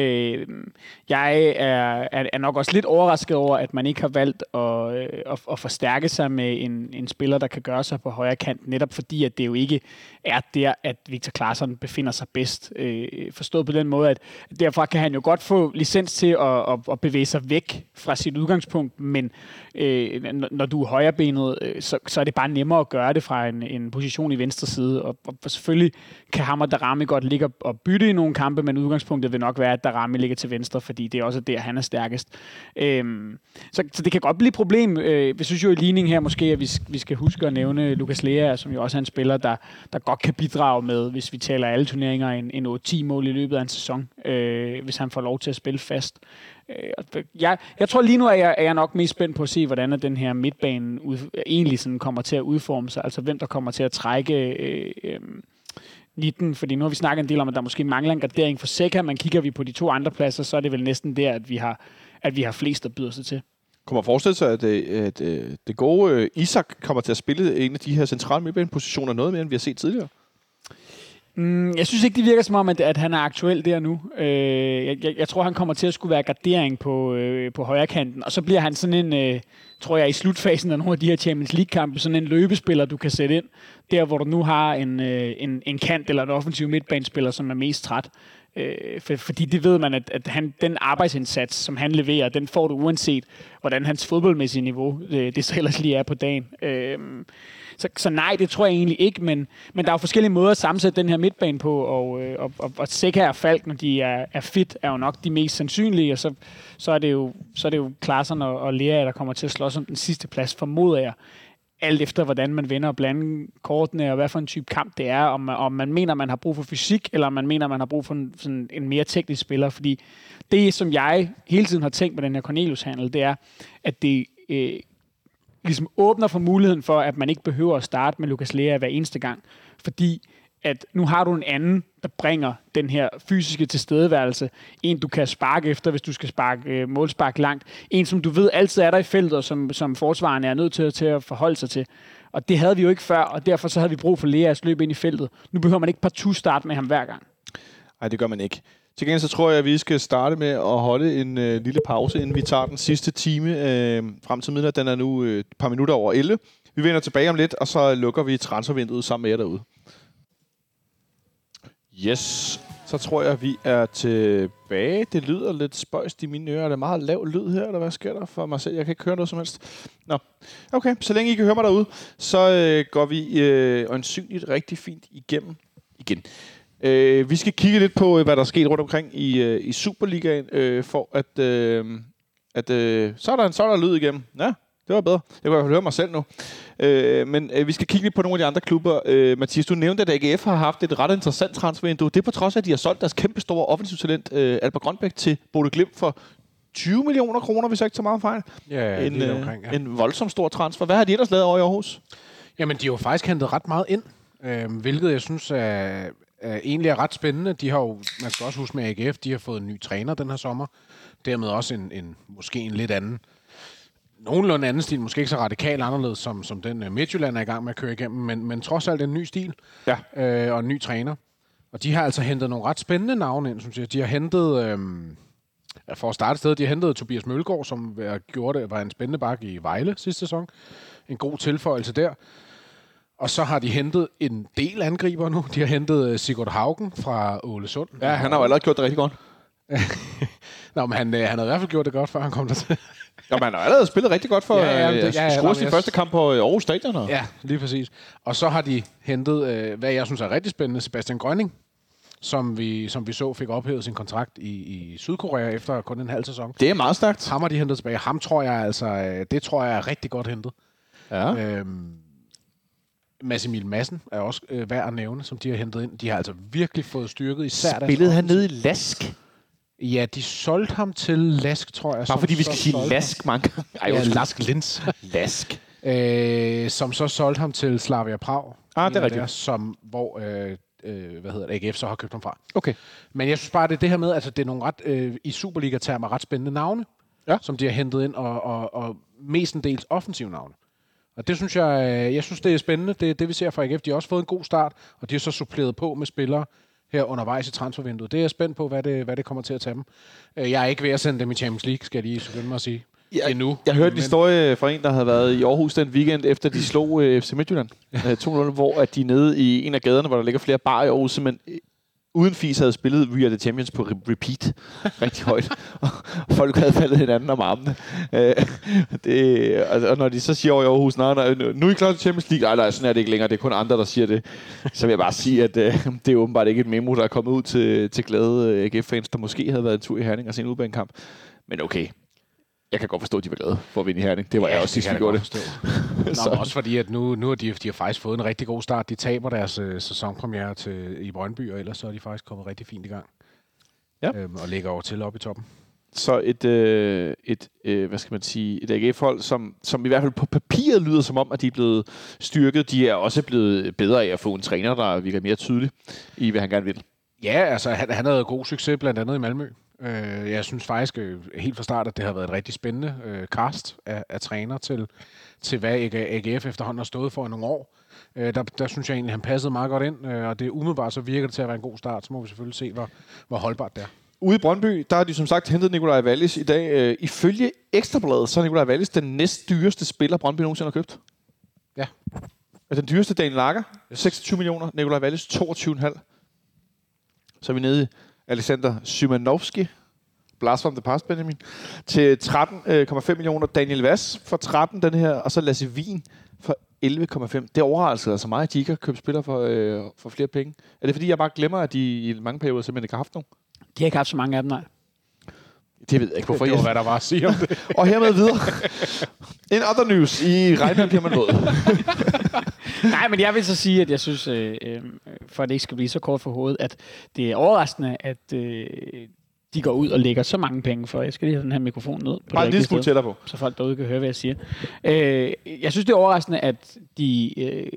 Jeg er nok også lidt overrasket over, at man ikke har valgt at forstærke sig med en spiller, der kan gøre sig på højre kant, netop fordi, at det jo ikke er der, at Victor Claesson befinder sig bedst. Forstået på den måde, at derfra kan han jo godt få licens til at bevæge sig væk fra sit udgangspunkt, men når du er højrebenet, så er det bare nemmere at gøre det fra en position i venstre side, og selvfølgelig kan ham og Darami godt ligge og bytte i nogle kampe, men udgangspunktet vil nok være, at Darami ligger til venstre, fordi det er også der, han er stærkest. Så det kan godt blive et problem. Vi synes jo i ligning her måske, at vi skal huske at nævne Lucas Lea, som jo også er en spiller, der godt kan bidrage med, hvis vi taler alle turneringer, en 8-10 mål i løbet af en sæson, hvis han får lov til at spille fast. Jeg tror lige nu, er jeg nok mest spændt på at se, hvordan den her midtbane egentlig sådan kommer til at udforme sig. Altså hvem der kommer til at trække 19, fordi nu har vi snakket en del om, at der måske mangler en gradering for Seca, men kigger vi på de 2 andre pladser, så er det vel næsten der, at vi har flest, der byder sig til. Kunne man forestille sig, at det gode Isak kommer til at spille en af de her centrale midtbanepositioner noget mere, end vi har set tidligere? Jeg synes ikke, det virker som om, at han er aktuel der nu. Jeg tror, han kommer til at skulle være gardering på højre kanten, og så bliver han sådan en, tror jeg, i slutfasen af nogle af de her Champions League-kampe, sådan en løbespiller, du kan sætte ind, der hvor du nu har en kant eller en offensiv midtbanespiller, som er mest træt. Fordi det ved man, at den arbejdsindsats, som han leverer, den får du uanset, hvordan hans fodboldmæssige niveau, det så ellers lige er på dagen. Så nej, det tror jeg egentlig ikke, men der er jo forskellige måder at sammensætte den her midtbane på, og Seca og Falk, når de er fit, er jo nok de mest sandsynlige, og så er det jo Claesson og Lea, der kommer til at slås om den sidste plads, formoder jeg. Alt efter, hvordan man vender og blander kortene, og hvad for en type kamp det er, om man mener, man har brug for fysik, eller om man mener, man har brug for sådan en mere teknisk spiller. Fordi det, som jeg hele tiden har tænkt med den her Cornelius-handel, det er, at det ligesom åbner for muligheden for, at man ikke behøver at starte med Lucas Lea hver eneste gang. Fordi at nu har du en anden, der bringer den her fysiske tilstedeværelse. En, du kan sparke efter, hvis du skal sparke målspark langt. En, som du ved altid er der i feltet, og som forsvarerne er nødt til at forholde sig til. Og det havde vi jo ikke før, og derfor så havde vi brug for Leas løb ind i feltet. Nu behøver man ikke partout starte med ham hver gang. Nej, det gør man ikke. Til gengæld så tror jeg, at vi skal starte med at holde en lille pause, inden vi tager den sidste time frem til midnat. Den er nu et par minutter over 11. Vi vender tilbage om lidt, og så lukker vi transfervinduet sammen med jer derude. Yes, så tror jeg, at vi er tilbage. Det lyder lidt spøjst i mine ører. Er det meget lav lyd her, eller hvad sker der for mig selv? Jeg kan ikke høre noget som helst. Nå, okay. Så længe I kan høre mig derude, så går vi øjensynligt rigtig fint igennem igen. Vi skal kigge lidt på, hvad der er sket rundt omkring i Superligaen, for at så er der lyd igennem. Ja, det var bedre. Jeg kan høre mig selv nu. Men vi skal kigge lidt på nogle af de andre klubber. Mathias, du nævnte, at AGF har haft et ret interessant transfervindue. Det er på trods af, at de har solgt deres kæmpe store offensive talent, Albert Grønbæk, til Bodø Glimt for 20 millioner kroner, hvis jeg ikke tager meget fejl. Ja, en voldsom stor transfer. Hvad har de ellers lavet over i Aarhus? Jamen, de har jo faktisk hentet ret meget ind, hvilket jeg synes egentlig er ret spændende. De har jo, man skal også huske med AGF, de har fået en ny træner den her sommer. Dermed også måske en lidt anden, nogenlunde anden stil, måske ikke så radikalt anderledes, som den Midtjylland er i gang med at køre igennem, men trods alt en ny stil og en ny træner. Og de har altså hentet nogle ret spændende navne ind, synes jeg. De har hentet, for at starte stedet, de har hentet Tobias Mølgaard, som var en spændende bakke i Vejle sidste sæson. En god tilføjelse der. Og så har de hentet en del angriber nu. De har hentet Sigurd Haugen fra Ålesund. Ja, han har jo allerede gjort det rigtig godt. Nå, men han har i hvert fald gjort det godt, før han kom der til. Ja, man har allerede spillet rigtig godt for scoret sin første kamp på Aarhus Stadion. Ja, lige præcis. Og så har de hentet, hvad jeg synes er rigtig spændende, Sebastian Grønning, som vi så fik ophævet sin kontrakt i Sydkorea efter kun en halv sæson. Det er meget stærkt. Ham har de hentet tilbage. Ham tror jeg er rigtig godt hentet. Ja. Mads Emil Madsen er også værd at nævne, som de har hentet ind. De har altså virkelig fået styrket især. Spillede han nede i Lask? Ja, de solgte ham til Lask, tror jeg. Bare fordi vi skal sige Lask mange gange. Ja, Lask Linz. Lask. Som så solgte ham til Slavia Prag. Det er rigtigt. Hvor AGF så har købt ham fra. Okay. Men jeg synes bare, det her med, altså det er nogle ret, i Superliga-termer ret spændende navne, som de har hentet ind, og mestendels offensive navne. Og det synes jeg synes, det er spændende, det vi ser fra AGF. De har også fået en god start, og de har så suppleret på med spillere her undervejs i transfervinduet. Det er jeg spændt på, hvad det kommer til at tage dem. Jeg er ikke ved at sende dem i Champions League, skal jeg lige begynde mig at sige. Endnu. Jeg hørte en historie fra en, der havde været i Aarhus den weekend, efter de slog FC Midtjylland 2-0, hvor at de nede i en af gaderne, hvor der ligger flere barer i Aarhus, simpelthen uden fis havde spillet We Are The Champions på repeat rigtig højt. Og folk havde faldet hinanden om armene. Og når de så siger over i Aarhus, nu er I klar til Champions League. Nej, sådan er det ikke længere. Det er kun andre, der siger det. Så vil jeg bare sige, at det er åbenbart ikke et memo, der er kommet ud til glade AGF-fans, der måske havde været en tur i Herning og set en udbanekamp. Men okay. Jeg kan godt forstå, at de var glade for at vinde i Herning. Det var jeg også sidst, vi gjorde det. Nå, men også fordi, at nu har de har faktisk fået en rigtig god start. De taber deres sæsonpremiere i Brøndby, og ellers så er de faktisk kommet rigtig fint i gang. Ja. Og ligger over til op i toppen. Så hvad skal man sige, et AGF-hold, som i hvert fald på papiret lyder som om, at de er blevet styrket. De er også blevet bedre af at få en træner, der virker mere tydelig i, hvad han gerne vil. Ja, altså han havde god succes blandt andet i Malmø. Jeg synes faktisk helt fra start, at det har været et rigtig spændende cast af træner til hvad AGF efterhånden har stået for i nogle år. Der synes jeg egentlig, han passede meget godt ind, og det umiddelbart så virker det til at være en god start. Så må vi selvfølgelig se, hvor holdbart det er. Ude i Brøndby, der har de som sagt hentet Nikolaj Wallis i dag. Ifølge Ekstrabladet, så er Nikolaj Wallis den næstdyreste spiller, Brøndby nogensinde har købt. Ja. Den dyreste Daniel Lager, 26 millioner. Nikolaj Wallis, 22,5. Så er vi nede i Alexander Szymanowski, Blast from the Past, Benjamin, til 13,5 millioner. Daniel Vass for 13, den her, og så Lasse Wien for 11,5. Det overrasker altså meget, at de ikke har købt spillere for flere penge. Er det fordi, jeg bare glemmer, at de i mange perioder simpelthen ikke har haft nogen? De har ikke haft så mange af dem, nej. Det ved jeg ikke, hvorfor. Det var, hvad der var at sige om det. Og hermed videre. In other news. I regnvejr bliver man våd. Nej, men jeg vil så sige, at jeg synes, for at det ikke skal blive så kort for hovedet, at det er overraskende, at de går ud og lægger så mange penge for. Jeg skal lige have den her mikrofon ned. Bare en lille smule tættere på. Så folk derude kan høre, hvad jeg siger. Jeg synes, det er overraskende, at de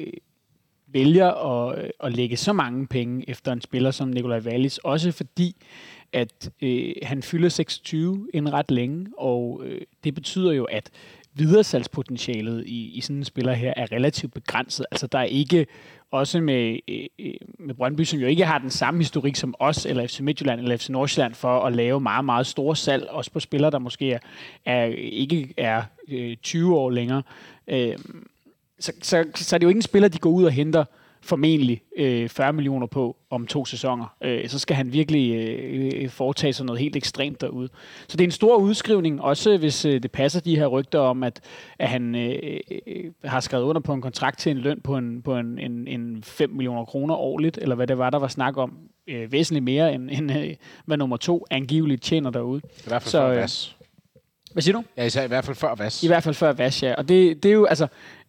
vælger at lægge så mange penge efter en spiller som Nikolaj Wallis. Også fordi, at han fylder 26 inden ret længe, og det betyder jo, at videresalgspotentialet i sådan en spiller her er relativt begrænset. Altså der er ikke, også med Brøndby, som jo ikke har den samme historik som os, eller FC Midtjylland, eller FC Nordsjælland, for at lave meget, meget store salg, også på spillere, der måske ikke er 20 år længere. Så er det jo ikke en spiller, de går ud og henter formentlig 40 millioner på om 2 sæsoner. Så skal han virkelig foretage sig noget helt ekstremt derude. Så det er en stor udskrivning, også hvis det passer de her rygter om, at han har skrevet under på en kontrakt til en løn på en 5 millioner kroner årligt, eller hvad det var, der var snak om. Væsentligt mere end hvad nummer 2 angiveligt tjener derude. I hvert fald før Vas. Hvad siger du? Ja, især i hvert fald før Vas. I hvert fald før Vas, ja. Og det er jo altså...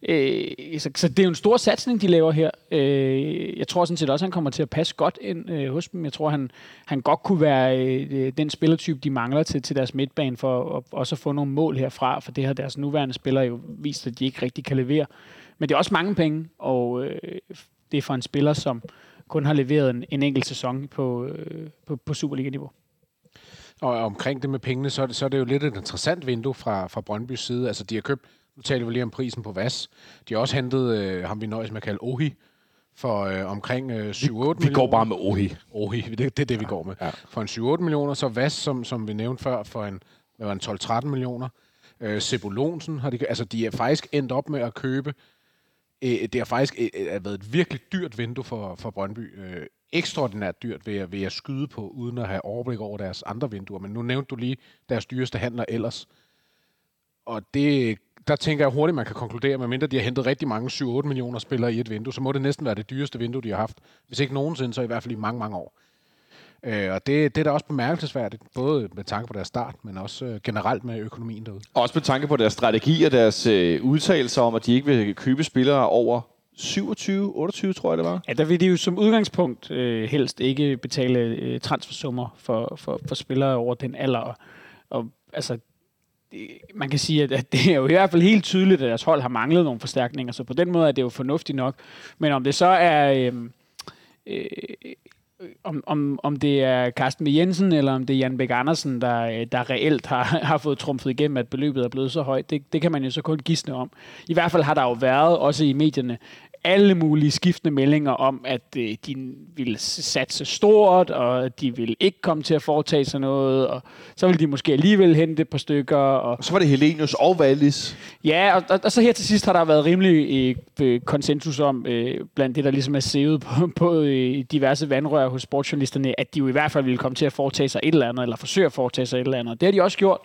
så det er jo en stor satsning, de laver her. Jeg tror sådan set også, han kommer til at passe godt ind hos dem. Jeg tror, han godt kunne være den spillertype, de mangler til deres midtbane, for at også få nogle mål herfra, for det har deres nuværende spillere jo vist, at de ikke rigtig kan levere. Men det er også mange penge, og det er for en spiller, som kun har leveret en enkelt sæson på Superliga-niveau. Og omkring det med pengene, så er det jo lidt et interessant vindue fra Brøndbys side. Altså, de har købt, nu taler vi lige om prisen på Vas. De har også hentet, ham vi nøjes med at kalde Ohi, for omkring 7-8 millioner. Vi går bare med Ohi. Ohi, det er det, vi går med. Ja. For en 7-8 millioner, så Vas, som vi nævnte før, for en 12-13 millioner. Sebulonsen har de er faktisk endt op med at købe. Det har faktisk været et virkelig dyrt vindue for Brøndby. Ekstraordinært dyrt vil jeg skyde på, uden at have overblik over deres andre vinduer. Men nu nævnte du lige deres dyreste handler ellers. Og der tænker jeg hurtigt, man kan konkludere, medmindre de har hentet rigtig mange 7-8 millioner spillere i et vindue, så må det næsten være det dyreste vindue, de har haft. Hvis ikke nogensinde, så i hvert fald i mange, mange år. Og det er da også bemærkelsesværdigt, både med tanke på deres start, men også generelt med økonomien derude. Også med tanke på deres strategi og deres udtalelser om, at de ikke vil købe spillere over 27, 28, tror jeg det var. Ja, der vil de jo som udgangspunkt helst ikke betale transfersummer for spillere over den alder. Og altså, man kan sige, at det er jo i hvert fald helt tydeligt, at deres hold har manglet nogle forstærkninger, så på den måde er det jo fornuftigt nok. Men om det så er om det er Carsten B. Jensen, eller om det er Jan Bæk Andersen, der reelt har fået trumfet igennem, at beløbet er blevet så højt. Det kan man jo så kun gisne om. I hvert fald har der jo været, også i medierne, alle mulige skiftende meldinger om, at de ville satse stort, og de ville ikke komme til at foretage sig noget, og så ville de måske alligevel hente et par stykker. Og så var det Helenius og Wallis. Ja, og så her til sidst har der været rimelig konsensus om, blandt det, der ligesom er sævet på diverse vandrør hos sportsjournalisterne, at de jo i hvert fald ville komme til at foretage sig et eller andet, eller forsøge at foretage sig et eller andet. Det har de også gjort,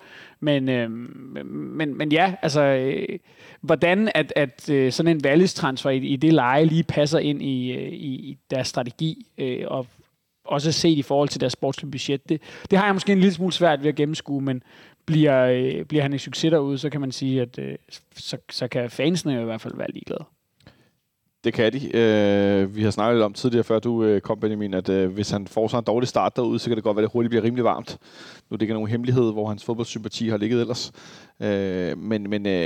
men ja, altså, hvordan at sådan en Wallis-transfer i det leje lige passer ind i deres strategi, og også set i forhold til deres sportslige budget, det har jeg måske en lille smule svært ved at gennemskue, men bliver han en succes derude, så kan man sige, at så kan fansene jo i hvert fald være ligeglade. Det kan de. Vi har snakket lidt om tidligere, før du kom, Benjamin, at hvis han får sig en dårlig start derude, så kan det godt være, at det hurtigt bliver rimelig varmt. Nu er det ikke nogen hemmelighed, hvor hans fodboldsympati har ligget ellers. Men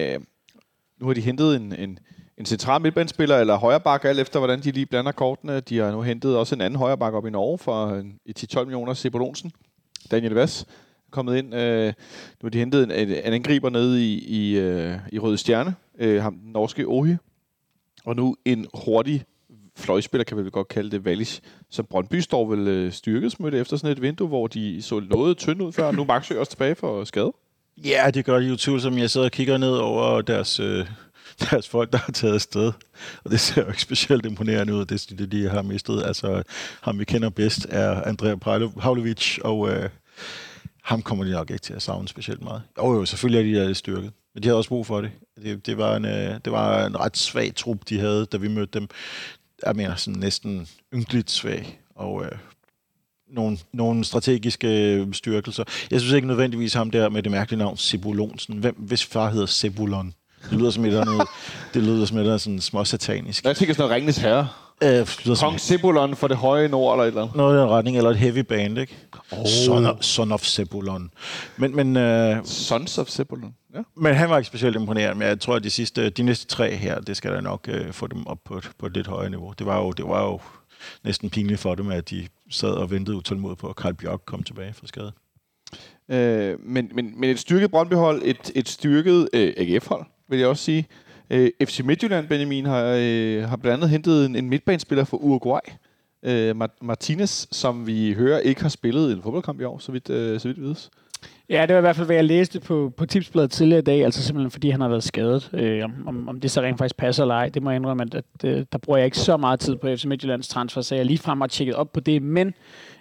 nu har de hentet en central midtbanespiller eller højreback, alt efter hvordan de lige blander kortene. De har nu hentet også en anden højreback op i Norge for 10-12 millioner, Sebul Olsen. Daniel Vass kommet ind. Nu har de hentet en angriber nede i Røde Stjerne, ham den norske Ohi. Og nu en hurtig fløjspiller, kan vi vel godt kalde det, Wallis, som Brøndby står vel styrkesmødt efter sådan et vindue, hvor de så noget tyndt ud før. Nu er Maxø også tilbage for skade. Ja, det gør de jo tvivlsomt. Jeg sidder og kigger ned over deres folk, der har taget afsted. Og det ser jo ikke specielt imponerende ud, det de har mistet. Altså, ham vi kender bedst er Andrea Pavlovic, og ham kommer de nok ikke til at savne specielt meget. Jo, selvfølgelig er de styrket. Men de havde også brug for det. Det var en ret svag trup, de havde, da vi mødte dem. Jeg mener, sådan næsten ynkeligt svag. Og nogle strategiske styrkelser. Jeg synes ikke nødvendigvis ham der med det mærkelige navn, Sebul Olsen. Hvis far hedder Sebulon? Det lyder som et eller andet sådan småsatanisk. Jeg tænker sådan noget Ringenes Herre. Kong Sebulon for det høje nord eller et eller andet. Noget i den retning, eller et heavy band, ikke? Son of Sebulon. Men Sons of Sebulon, ja. Men han var ikke specielt imponerende, men jeg tror, at de næste 3 her, det skal da nok få dem op på et lidt højere niveau. Det var jo næsten pinligt for dem, at de sad og ventede utålmodigt på, at Carl Bjørk kom tilbage fra skade. Men et styrket Brøndby-hold, et styrket AGF-hold, vil jeg også sige. FC Midtjylland, Benjamin, har blandt andet hentet en midtbanespiller fra Uruguay, Martinez, som vi hører ikke har spillet en fodboldkamp i år, så vidt vides. Ja, det var i hvert fald, hvad jeg læste på Tipsbladet tidligere i dag, altså simpelthen fordi han har været skadet. Om det så rent faktisk passer eller ej, det må jeg indrømme, at der bruger jeg ikke så meget tid på FC Midtjyllands transfer, så jeg ligefrem har tjekket op på det, men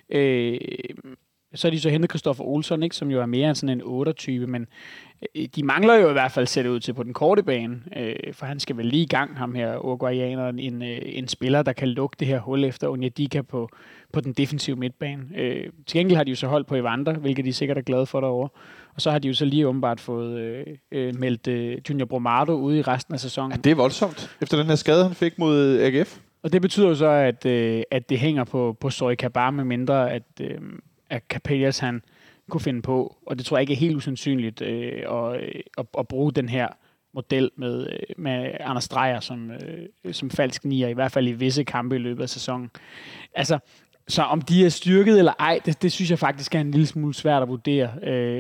så har de så hentet Christoffer Olsson, ikke, som jo er mere end sådan en 8-type, men de mangler jo i hvert fald sætte ud til på den korte bane, for han skal vel lige i gang, ham her uruguayaneren, en spiller, der kan lukke det her hul efter Onyedika på den defensive midtbane. Til gengæld har de jo så holdt på Evander, hvilket de sikkert er glade for derovre. Og så har de jo så lige åbenbart fået meldt Junior Bromado ude i resten af sæsonen. Ja, det er voldsomt, efter den her skade, han fik mod AGF. Og det betyder jo så, at det hænger på Sorika bare med mindre, at Capellas han kunne finde på, og det tror jeg ikke er helt usandsynligt, at bruge den her model med Anders Dreyer som falsk nier, i hvert fald i visse kampe i løbet af sæsonen. Altså, så om de er styrket eller ej, det synes jeg faktisk er en lille smule svært at vurdere.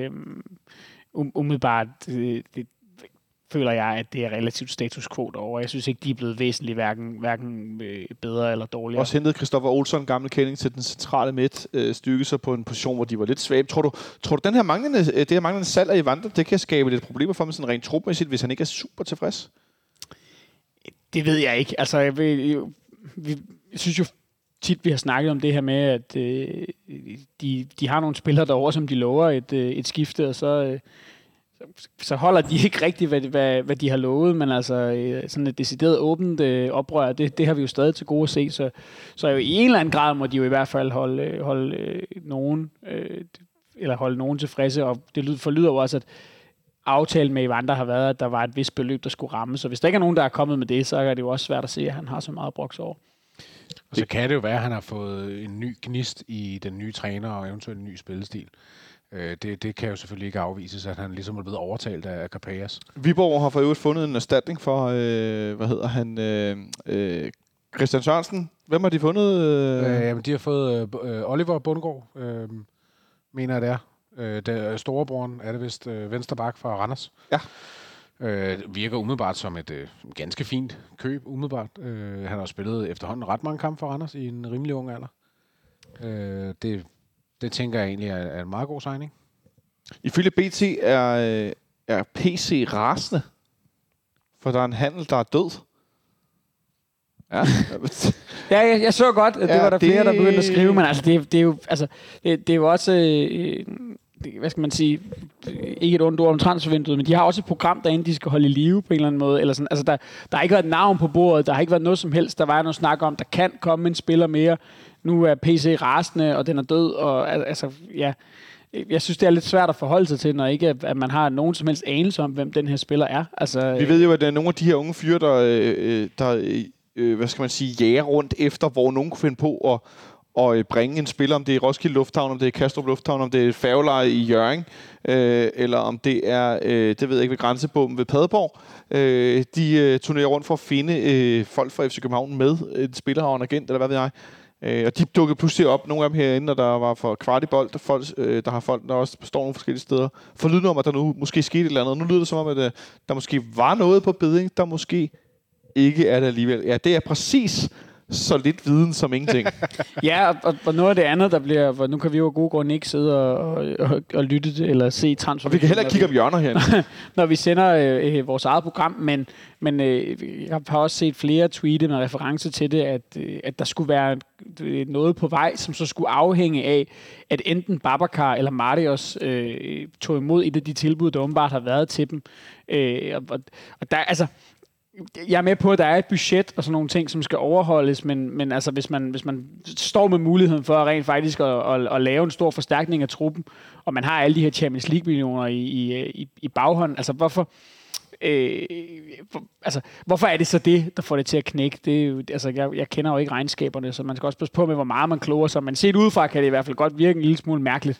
Umiddelbart føler jeg, at det er relativt status quo derovre. Jeg synes ikke, de er blevet væsentligt hverken bedre eller dårligere. Også hentet Christoffer Olsson, gammel kending til den centrale midt, styrke sig på en position, hvor de var lidt svage. Tror du det her manglende salg af Evander, det kan skabe lidt problemer for mig sådan rent trupmæssigt, hvis han ikke er super tilfreds? Det ved jeg ikke. Altså, jeg synes jo tit, vi har snakket om det her med, at de har nogle spillere derovre, som de lover et skifte, og så holder de ikke rigtigt, hvad de har lovet, men altså sådan et decideret åbent oprør, det har vi jo stadig til gode at se, så jo i en eller anden grad må de jo i hvert fald holde nogen tilfredse, og det forlyder jo også, at aftalen med Evander har været, at der var et vist beløb, der skulle ramme, så hvis der ikke er nogen, der er kommet med det, så er det jo også svært at se, at han har så meget broks over. Og så kan det jo være, at han har fået en ny gnist i den nye træner og eventuelt en ny spillestil. Det kan jo selvfølgelig ikke afvises, at han ligesom er blevet overtalt af Capellas. Viborg har for øvrigt fundet en erstatning for, Christian Sørensen, hvem har de fundet? Jamen, de har fået Oliver Bundgaard, mener jeg det er. Det storebroren er det vist venstre bak fra Randers. Ja. Virker umiddelbart som et ganske fint køb, umiddelbart. Han har spillet efterhånden ret mange kampe for Randers i en rimelig ung alder. Det tænker jeg egentlig er en meget god signing. Ifølge BT er PC rasende, for der er en handel, der er død. Ja. Ja, jeg så godt, at det var der flere, der begyndte at skrive, men altså, det er jo også, hvad skal man sige, ikke et ondt ord om transfervinduet, men de har også et program derinde, de skal holde i live på en eller anden måde. Eller sådan. Altså, der har ikke været et navn på bordet, der har ikke været noget som helst. Der var noget snak om, der kan komme en spiller mere. Nu er PC rasende, og den er død, og altså, ja. Jeg synes, det er lidt svært at forholde sig til, når ikke at man har nogen som helst anelse om, hvem den her spiller er. Altså, vi ved jo, at der er nogle af de her unge fyre, der hvad skal man sige, jager rundt efter, hvor nogen kunne finde på at bringe en spiller, om det er Roskilde Lufthavn, om det er Kastrup Lufthavn, om det er færgeleje i Hjørring, eller om det er, det ved jeg ikke, ved Grænsebomben ved Padborg. De turnerer rundt for at finde folk fra FC København med en spiller og en agent, eller hvad ved jeg. Og de dukkede pludselig op, nogle af dem herinde, når der var for Kvartibold, der har folk, der også står nogle forskellige steder. For lydende om, at der nu måske skete et eller andet. Nu lyder det som om, at der måske var noget på beding, der måske ikke er det alligevel. Ja, det er præcis så lidt viden som ingenting. Ja, og noget af det andet, der bliver... For nu kan vi jo af gode grunde ikke sidde og lytte eller se transfer. Og vi kan heller ikke kigge om hjørner herinde. Når vi sender vores eget program, men jeg har også set flere tweete med reference til det, at der skulle være noget på vej, som så skulle afhænge af, at enten Babacar eller Marius tog imod et af de tilbud, der åbenbart har været til dem. Og der, altså... Jeg er med på, at der er et budget og sådan nogle ting, som skal overholdes, men altså, hvis man står med muligheden for rent faktisk at lave en stor forstærkning af truppen, og man har alle de her Champions League-millioner i baghånden, altså hvorfor er det så det, der får det til at knække? Det er jo, altså, jeg kender jo ikke regnskaberne, så man skal også passe på med, hvor meget man kloger sig. Men set udefra kan det i hvert fald godt virke en lille smule mærkeligt,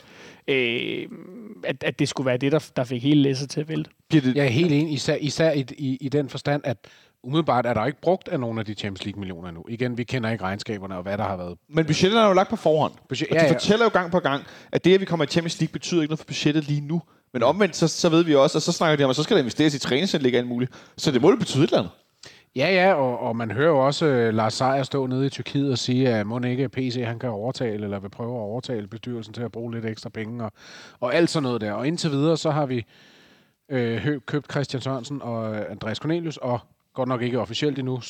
at det skulle være det, der fik hele læsset til at vælte. Jeg er helt enig, især i den forstand, at umiddelbart er der ikke brugt af nogle af de Champions League-millioner endnu. Igen, vi kender ikke regnskaberne og hvad der har været. Men budgettet er jo lagt på forhånd. Og de fortæller jo gang på gang, at det, at vi kommer i Champions League, betyder ikke noget for budgettet lige nu. Men omvendt, så ved vi også, og så snakker de om, at så skal der investeres i træningsanlæg og alt muligt. Så det må det betyde et eller andet. Ja, og man hører jo også Lars Seier stå nede i Tyrkiet og sige, at må ikke PC han kan overtale, eller vil prøve at overtale bestyrelsen til at bruge lidt ekstra penge, og alt sådan noget der. Og indtil videre, så har vi købt Christian Sørensen og Andreas Cornelius, og godt nok ikke officielt endnu,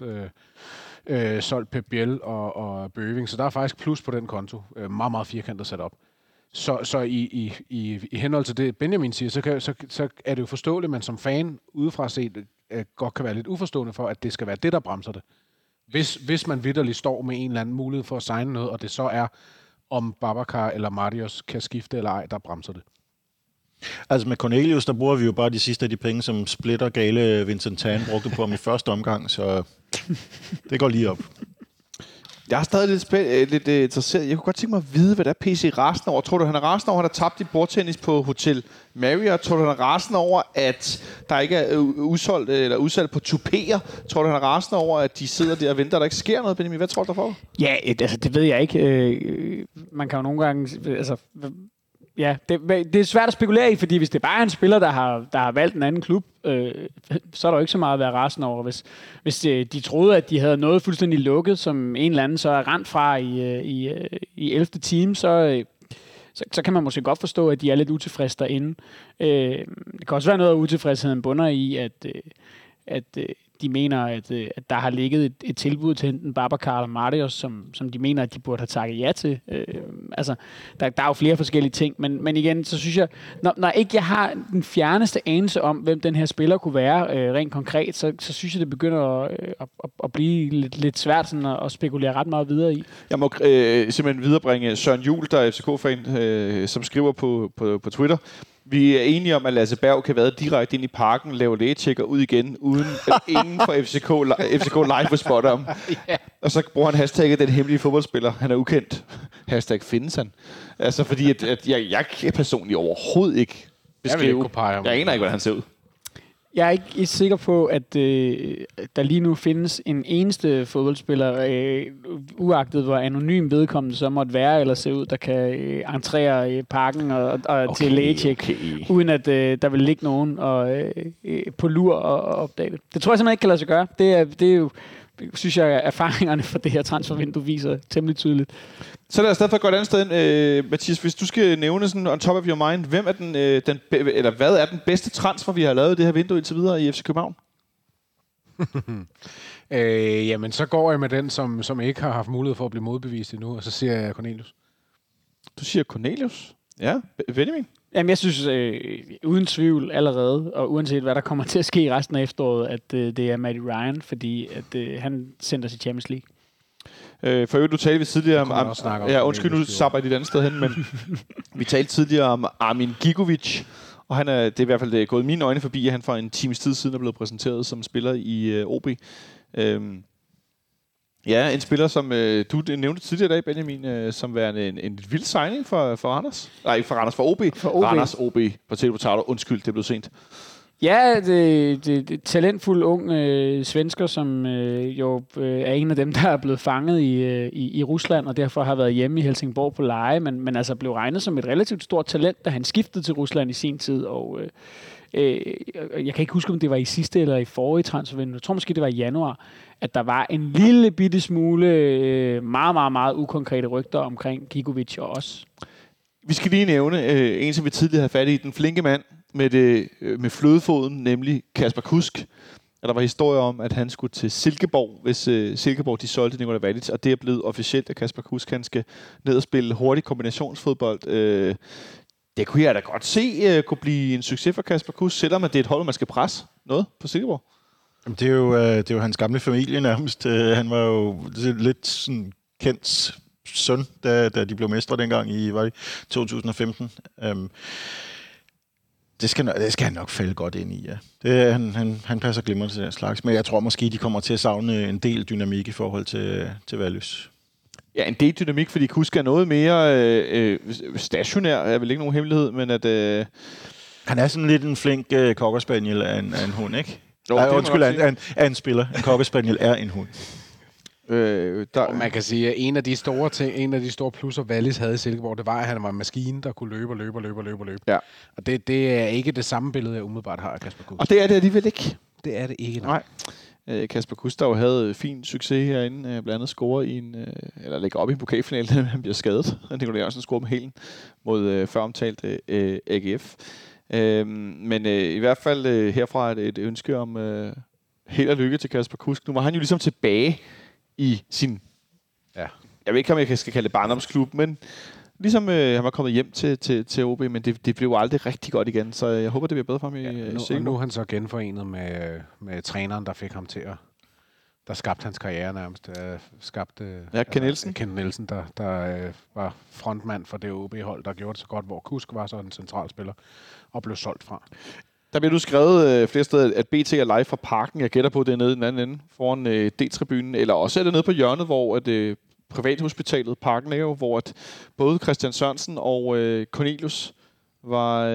solgt Pep Biel og Bøving. Så der er faktisk plus på den konto. Meget, meget firkantet sat op. Så i henhold til det, Benjamin siger, så er det jo forståeligt, men som fan udefra set godt kan være lidt uforstående for, at det skal være det, der bremser det. Hvis man vitterligt står med en eller anden mulighed for at signe noget, og det så er, om Babacar eller Marius kan skifte eller ej, der bremser det. Altså med Cornelius, der bruger vi jo bare de sidste af de penge, som Splitter gale Vincent Tan brugte på ham i første omgang, så det går lige op. Jeg er stadig lidt interesseret. Jeg kunne godt tænke mig at vide, hvad der er PC rasende over. Tror du, han er rasende over, at han har tabt i bordtennis på Hotel Marriott? Tror du, han er rasende over, at der ikke er udsolgt på tupéer? Tror du, han er rasende over, at de sidder der og venter, der ikke sker noget, Benjamin? Hvad tror du derfor? Ja, altså det ved jeg ikke. Man kan jo nogle gange... Altså, ja, det er svært at spekulere i, fordi hvis det bare er en spiller, der har valgt en anden klub, så er der jo ikke så meget at være rasende over. Hvis de troede, at de havde noget fuldstændig lukket, som en eller anden så er rent fra i 11. team, så kan man måske godt forstå, at de er lidt utilfredse derinde. Det kan også være noget af utilfredsheden bunder i, at de mener, at der har ligget et tilbud til enten Babacar eller Marius, som de mener, at de burde have takket ja til. Altså, der er jo flere forskellige ting, men igen, så synes jeg, når ikke jeg har den fjerneste anelse om, hvem den her spiller kunne være rent konkret, så synes jeg, det begynder at blive lidt svært sådan at spekulere ret meget videre i. Jeg må simpelthen viderebringe Søren Juhl, der er FCK-fan, som skriver på Twitter. Vi er enige om, at Lasse Berg kan være direkte ind i parken, lave lægetjekker ud igen, uden at ingen fra FCK Live vil spotte om. Yeah. Og så bruger han hashtagget den hemmelige fodboldspiller. Han er ukendt. Hashtag findes han. Altså fordi, at jeg kan personligt overhovedet ikke beskrive. Jeg aner ikke, hvordan han ser ud. Jeg er ikke sikker på, at der lige nu findes en eneste fodboldspiller, uagtet hvor anonym vedkommende så måtte være eller se ud, der kan entrere parken og til lægetjek, uden at der vil ligge nogen på lur og opdage det. Det tror jeg simpelthen ikke kan lade sig gøre. Det er jo, synes jeg, erfaringerne fra det her transfervindue viser temmelig tydeligt. Så lad os derfor gå et andet sted ind. Mathias, hvis du skal nævne sådan on top of your mind, hvem er hvad er den bedste transfer, vi har lavet i det her vindue indtil videre i FC København? Jamen, så går jeg med den, som ikke har haft mulighed for at blive modbevist endnu, og så siger jeg Cornelius. Du siger Cornelius? Ja, Benjamin? Jamen, jeg synes uden tvivl allerede, og uanset hvad der kommer til at ske i resten af efteråret, at det er Matty Ryan, fordi at han sender sig Champions League. For øvrigt, du talte vi tidligere om... Ja, undskyld, nu sabber jeg dit andet sted hen, men vi talte tidligere om Armin Gigovic, og det er i hvert fald gået mine øjne forbi, at han for en times tid siden er blevet præsenteret som spiller i OB. Ja, en spiller, som du nævnte tidligere i dag, Benjamin, som værende en vild signing for Randers. Nej, ikke for Randers, for OB. For OB. Randers OB. Potato. Undskyld, det blev sent. Ja, det talentfuld ung svensker, som jo er en af dem, der er blevet fanget i Rusland, og derfor har været hjemme i Helsingborg på leje, men altså blev regnet som et relativt stort talent, da han skiftede til Rusland i sin tid, og jeg kan ikke huske, om det var i sidste eller i forrige transfervindue. Jeg tror måske, det var i januar, at der var en lille bitte smule meget, meget, meget ukonkrete rygter omkring Gigovic og os. Vi skal lige nævne en, som vi tidligere havde fat i, den flinke mand med flødefoden, nemlig Kasper Kusk. Og der var historier om, at han skulle til Silkeborg, hvis Silkeborg de solgte Nikolaj Valic, og det er blevet officielt, at Kasper Kusk han skal ned og spille hurtig kombinationsfodbold. Det kunne jeg da godt se kunne blive en succes for Kasper Kusk, selvom det er et hold, man skal presse noget på Silkeborg. Jamen, det er jo hans gamle familie nærmest. Han var jo lidt sådan kendt søn, da de blev mestre dengang i 2015. Det skal han nok falde godt ind i, ja. Han passer glimrende til den slags, men jeg tror måske, de kommer til at savne en del dynamik i forhold til Valus. Ja, en del dynamik, fordi Kusk er noget mere stationær, er vel ikke nogen hemmelighed, men at... Han er sådan lidt en flink cockerspaniel af en hund, ikke? Jo, af en spiller. En cockerspaniel er en hund. Man kan sige, at en af de store plusser, Wallis havde i Silkeborg, det var, at han var en maskine, der kunne løbe. Ja. Og det er ikke det samme billede, jeg umiddelbart har af Kasper Kusk. Og det er det alligevel ikke. Det er det ikke. Nej. Kasper Kusk, der jo havde fin succes herinde, blandt andet score i eller lægger op i en pokalfinale, han bliver skadet. Nikolaj Jørgensen scorer med hælen mod føromtalt AGF. Men i hvert fald herfra er det et ønske om held og lykke til Kasper Kusk. Nu var han jo ligesom tilbage i sin... Ja. Jeg ved ikke, om jeg skal kalde det barndomsklub, men ligesom han var kommet hjem til OB, men det blev aldrig rigtig godt igen, så jeg håber, det bliver bedre for ham i Silkeborg. Nu er han så genforenet med træneren, der fik ham til at... Der skabte hans karriere nærmest. Ken Nielsen, der var frontmand for det OB-hold, der gjorde det så godt, hvor Kusk var så en central spiller og blev solgt fra. Der bliver du skrevet flere steder, at BT er live fra Parken. Jeg gætter på, det er nede i den anden ende, foran D-tribunen. Eller også er det nede på hjørnet, hvor privathospitalet Parken er jo, hvor at både Christian Sørensen og Cornelius var,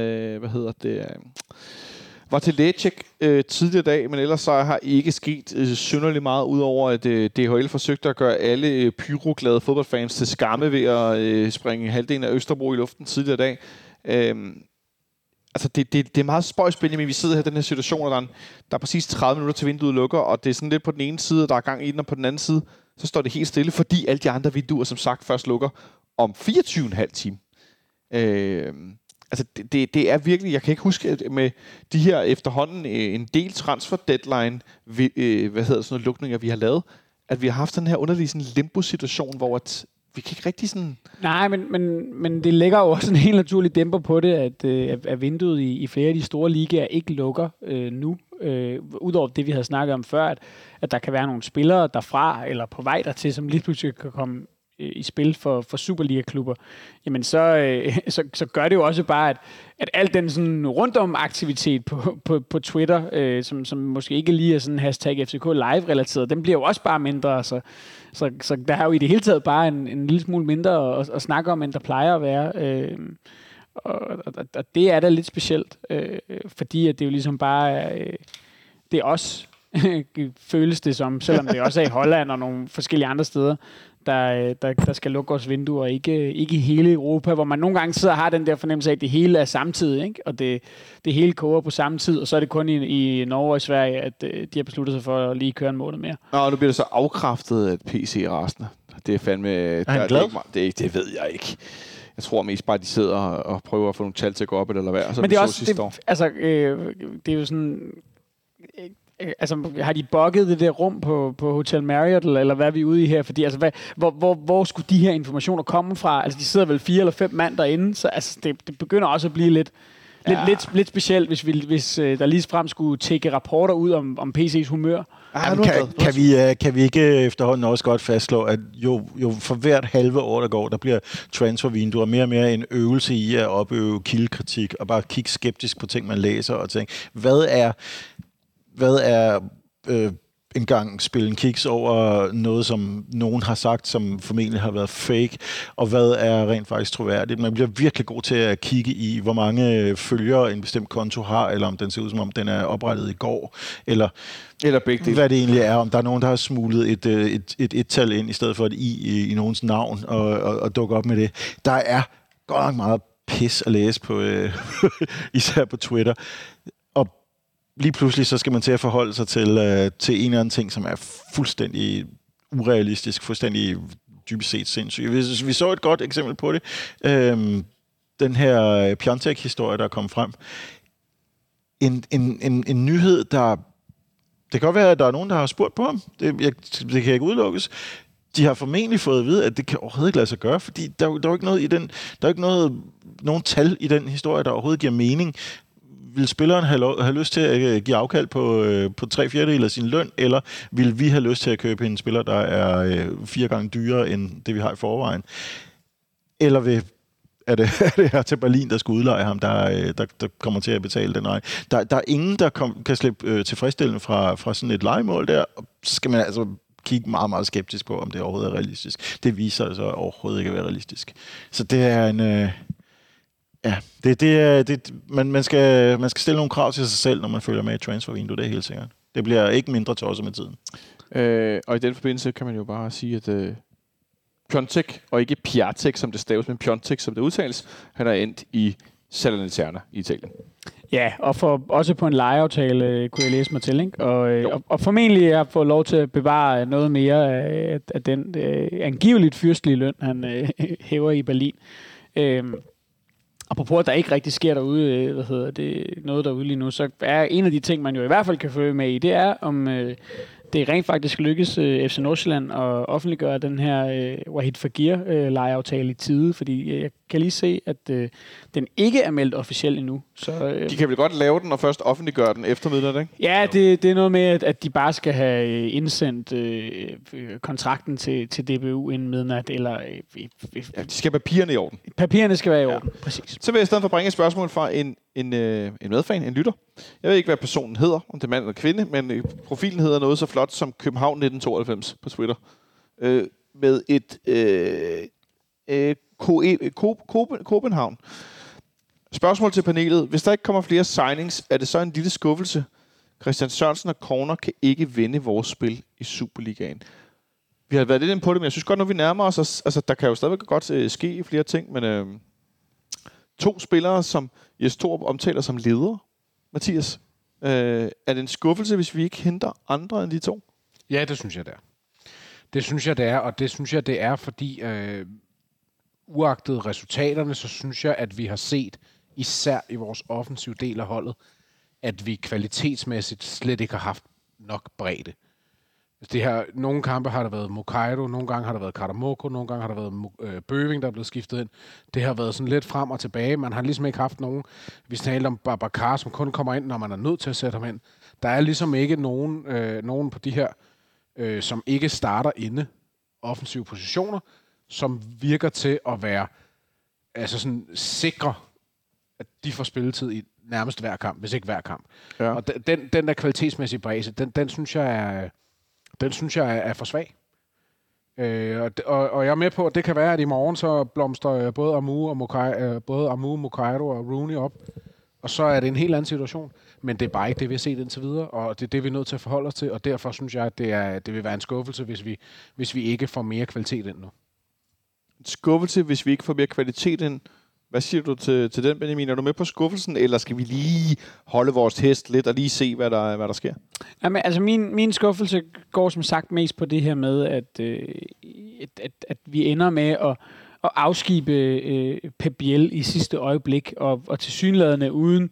var til lægetjek tidligere dag, men ellers så har ikke sket synderligt meget, udover at DHL forsøgte at gøre alle pyroglade fodboldfans til skamme ved at springe halvdelen af Østerbro i luften tidligere dag. Altså, det er meget spøjsspændende, men vi sidder her i den her situation, og der er præcis 30 minutter til vinduet lukker, og det er sådan lidt på den ene side, der er gang i den, og på den anden side, så står det helt stille, fordi alle de andre vinduer, som sagt, først lukker om 24,5 timer. Altså, det er virkelig, jeg kan ikke huske, at med de her efterhånden en del transfer deadline, lukninger, vi har lavet, at vi har haft den her underlige sådan limbo-situation, hvor at vi kan ikke rigtig sådan... Nej, men det lægger jo også en helt naturlig dæmper på det, at vinduet i flere af de store ligaer ikke lukker nu. Udover det, vi havde snakket om før, at der kan være nogle spillere derfra, eller på vej dertil, som lige pludselig kan komme i spil for Superliga-klubber, jamen så gør det jo også bare, at al den sådan rundom aktivitet på Twitter, som måske ikke lige er sådan hashtag FCK live-relateret, den bliver jo også bare mindre. Så der er jo i det hele taget bare en lille smule mindre at snakke om, end der plejer at være. Og det er da lidt specielt, fordi at det jo ligesom bare er, det er os, føles det som, selvom det også er i Holland og nogle forskellige andre steder, der skal lukke vores vinduer, ikke i hele Europa, hvor man nogle gange sidder og har den der fornemmelse af, at det hele er samtidig, ikke? Og det hele koger på samme tid, og så er det kun i Norge og Sverige, at de har besluttet sig for at lige køre en måned mere. Nå, nu bliver det så afkræftet, at PC er rasende. Det er fandme... Er han glad? Det ved jeg ikke. Jeg tror mest bare, at de sidder og prøver at få nogle tal til at gå op eller hvad. Men det er også... Det er jo sådan... Altså, har de bugget det der rum på Hotel Marriott, eller hvad er vi ude i her? Fordi, altså, hvor skulle de her informationer komme fra? Altså, de sidder vel 4 eller 5 mand derinde, så altså, det begynder også at blive lidt specielt, hvis der lige frem skulle tække rapporter ud om PC's humør. Kan vi ikke efterhånden også godt fastslå, at jo for hvert halve år, der bliver transfervinduer mere og mere en øvelse i at opøve kildekritik, og bare kigge skeptisk på ting, man læser, og tænke, hvad er en gang spille en kiks over noget, som nogen har sagt, som formentlig har været fake, og hvad er rent faktisk troværdigt. Man bliver virkelig god til at kigge i, hvor mange følgere en bestemt konto har, eller om den ser ud som om, den er oprettet i går, eller begge dele. Hvad det egentlig er, om der er nogen, der har smuglet et tal ind, i stedet for et i nogens navn, og dukke op med det. Der er godt nok meget pis at læse på, især på Twitter. Lige pludselig så skal man til at forholde sig til en eller anden ting, som er fuldstændig urealistisk, fuldstændig dybest set sindssygt. Vi så et godt eksempel på det. Den her Piontek-historie, der er kommet frem. En nyhed, der... Det kan godt være, at der er nogen, der har spurgt på ham. Det kan ikke udelukkes. De har formentlig fået at vide, at det kan overhovedet ikke lade sig gøre, fordi der er jo ikke noget i den... Der er ikke nogen tal i den historie, der overhovedet giver mening. Vil spilleren have lyst til at give afkald på 3/4 af sin løn, eller vil vi have lyst til at købe en spiller, der er 4 gange dyrere end det, vi har i forvejen? Eller er det her til Berlin, der skal udleje ham, der kommer til at betale den regning? Der er ingen, der kan slippe tilfredsstillende fra sådan et lejemål der, og så skal man altså kigge meget, meget skeptisk på, om det overhovedet er realistisk. Det viser altså overhovedet ikke at være realistisk. Så det er en... Ja, man skal stille nogle krav til sig selv, når man følger med i transfervindue, det er helt sikkert. Det bliver ikke mindre tosset med tiden. Og i den forbindelse kan man jo bare sige, at Piontek, og ikke Piatek, som det staves, men Piontek, som det udtales, han er endt i Salernitana i Italien. Ja, og også på en lejeaftale kunne jeg læse mig til, ikke? Og formentlig har fået lov til at bevare noget mere af den angiveligt fyrstlige løn, han hæver i Berlin. Apropos, at der ikke rigtig sker derude, noget derude lige nu, så er en af de ting, man jo i hvert fald kan følge med i, det er, om det rent faktisk lykkes FC Nordsjælland at offentliggøre den her Wahid Fagir-lejeaftale i tide, fordi jeg kan lige se, at den ikke er meldt officielt endnu. Så, de kan vel godt lave den og først offentliggøre den efter midnat, ikke? Ja, det er noget med, at de bare skal have indsendt kontrakten til DBU inden midnat, eller... de skal have papirerne i orden. Papirerne skal være i orden, præcis. Så vil jeg i stedet for bringe et spørgsmål fra en medfan, en lytter. Jeg ved ikke, hvad personen hedder, om det er mand eller kvinde, men profilen hedder noget så flot som København 1992 på Twitter. Med et Copenhagen. Spørgsmål til panelet. Hvis der ikke kommer flere signings, er det så en lille skuffelse? Christian Sørensen og Corner kan ikke vinde vores spil i Superligaen. Vi har været lidt inde på det, men jeg synes godt, når vi nærmer os, altså der kan jo stadigvæk godt ske flere ting, men 2 spillere, som Jes Torup omtaler som ledere, Mathias, er det en skuffelse, hvis vi ikke henter andre end de 2? Ja, det synes jeg, det er. Det synes jeg, det er, og det synes jeg, det er, fordi uagtet resultaterne, så synes jeg, at vi har set, især i vores offensive del af holdet, at vi kvalitetsmæssigt slet ikke har haft nok bredde. Det her, nogle kampe har der været Mokaido, nogle gange har der været Karamoko, nogle gange har der været Bøving, der er blevet skiftet ind. Det har været sådan lidt frem og tilbage. Man har ligesom ikke haft nogen. Vi taler om Babacar, som kun kommer ind, når man er nødt til at sætte ham ind. Der er ligesom ikke nogen på de her, som ikke starter inde offensive positioner, som virker til at være altså sådan sikre, at de får spilletid i nærmest hver kamp, hvis ikke hver kamp. Ja. Og den der kvalitetsmæssige bredde, den synes jeg er for svag. Og jeg er med på, at det kan være, at i morgen så blomster både Amu, Mokairo og Rooney op. Og så er det en helt anden situation. Men det er bare ikke det, vi har set indtil videre, og det er det, vi er nødt til at forholde os til. Og derfor synes jeg, at det vil være en skuffelse, hvis vi ikke får mere kvalitet ind nu. En skuffelse, hvis vi ikke får mere kvalitet ind. Hvad siger du til den, Benjamin? Er du med på skuffelsen, eller skal vi lige holde vores hest lidt og lige se, hvad der sker? Jamen, altså min skuffelse går som sagt mest på det her med, at vi ender med at afskibe Pep Biel i sidste øjeblik, og tilsyneladende uden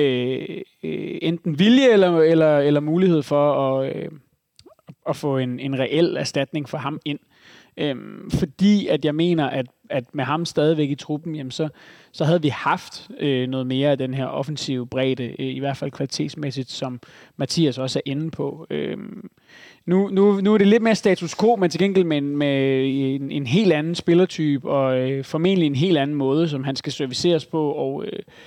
enten vilje eller mulighed for at få en reel erstatning for ham ind. Fordi at jeg mener, at med ham stadigvæk i truppen, jamen så havde vi haft noget mere af den her offensive bredde, i hvert fald kvalitetsmæssigt, som Mathias også er inde på. Nu er det lidt mere status quo, men til gengæld med en helt anden spillertype, og formentlig en helt anden måde, som han skal serviceres på, og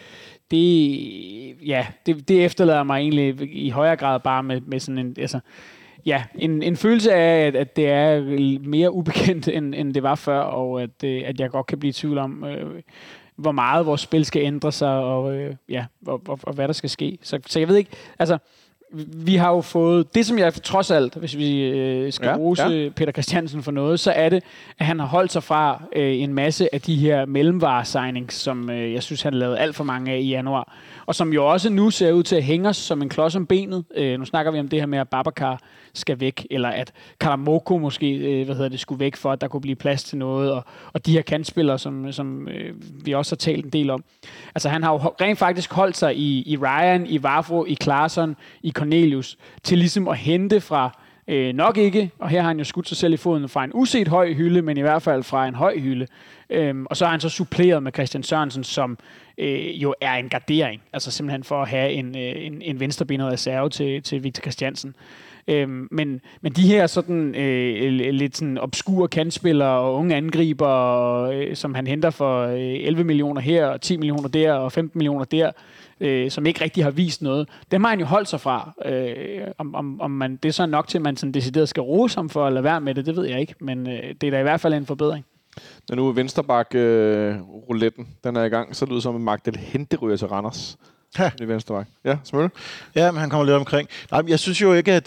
det efterlader mig egentlig i højere grad bare med sådan en... Altså, ja, en følelse af, at det er mere ubekendt, end det var før, og at jeg godt kan blive i tvivl om, hvor meget vores spil skal ændre sig, og og hvad der skal ske. Så jeg ved ikke, altså, vi har jo fået, det som jeg trods alt, hvis vi skal rose Peter Christiansen for noget, så er det, at han har holdt sig fra en masse af de her mellemvare-signings, som jeg synes, han lavede alt for mange af i januar, og som jo også nu ser ud til at hænge os som en klods om benet. Nu snakker vi om det her med, at Babacar skal væk, eller at Karamoko måske skulle væk, for at der kunne blive plads til noget, og de her kantspillere, som vi også har talt en del om. Altså han har jo rent faktisk holdt sig i Ryan, i Vavro, i Klaarsson, i Cornelius, til ligesom at hente fra nok ikke, og her har han jo skudt sig selv i foden fra en uset høj hylde, men i hvert fald fra en høj hylde. Og så har han så suppleret med Christian Sørensen, som jo er en gardering, altså simpelthen for at have en venstrebenet reserve til Victor Christiansen. Men de her sådan lidt sådan obskure kantspillere og unge angriber, som han henter for 11 millioner her, og 10 millioner der, og 15 millioner der, som ikke rigtig har vist noget, dem har han jo holdt sig fra. Om man, det er så nok til, at man sådan decideret skal rose ham for at lade være med det, det ved jeg ikke, men det er da i hvert fald en forbedring. Når nu venstreback-rouletten, den er i gang, så lyder det som, at Magdal Hente ryger til Randers. I venstreback. Ja, Smølle? Ja, men han kommer lidt omkring. Nej, jeg synes jo ikke, at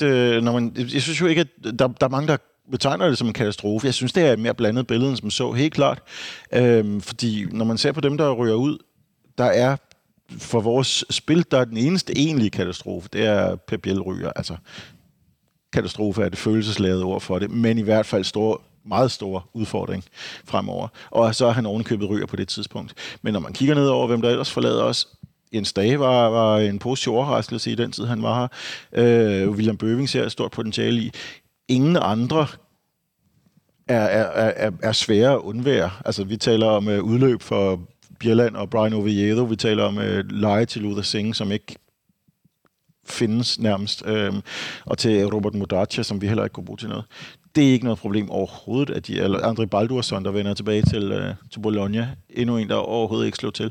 der er mange, der betegner det som en katastrofe. Jeg synes, det er et mere blandet billede, end som så, helt klart. Fordi når man ser på dem, der ryger ud, der er for vores spil, der er den eneste egentlige katastrofe, det er Pep Biel ryger. Altså, katastrofe er det følelsesladede ord for det, men i hvert fald meget stor udfordring fremover. Og så er han ovenikøbet ryger på det tidspunkt. Men når man kigger ned over, hvem der ellers forlader os, Jens Dage var en positiv overraskelse i den tid, han var her. William Bøving ser et stort potentiale i. Ingen andre er svære at undvære. Altså, vi taler om udløb for Bjelland og Brian Oviedo. Vi taler om leje til Luther Singh, som ikke findes nærmest. Og til Robert Mudacha, som vi heller ikke kunne bruge til noget. Det er ikke noget problem overhovedet, at André Baldursson, der vender tilbage til Bologna, endnu en, der overhovedet ikke slog til.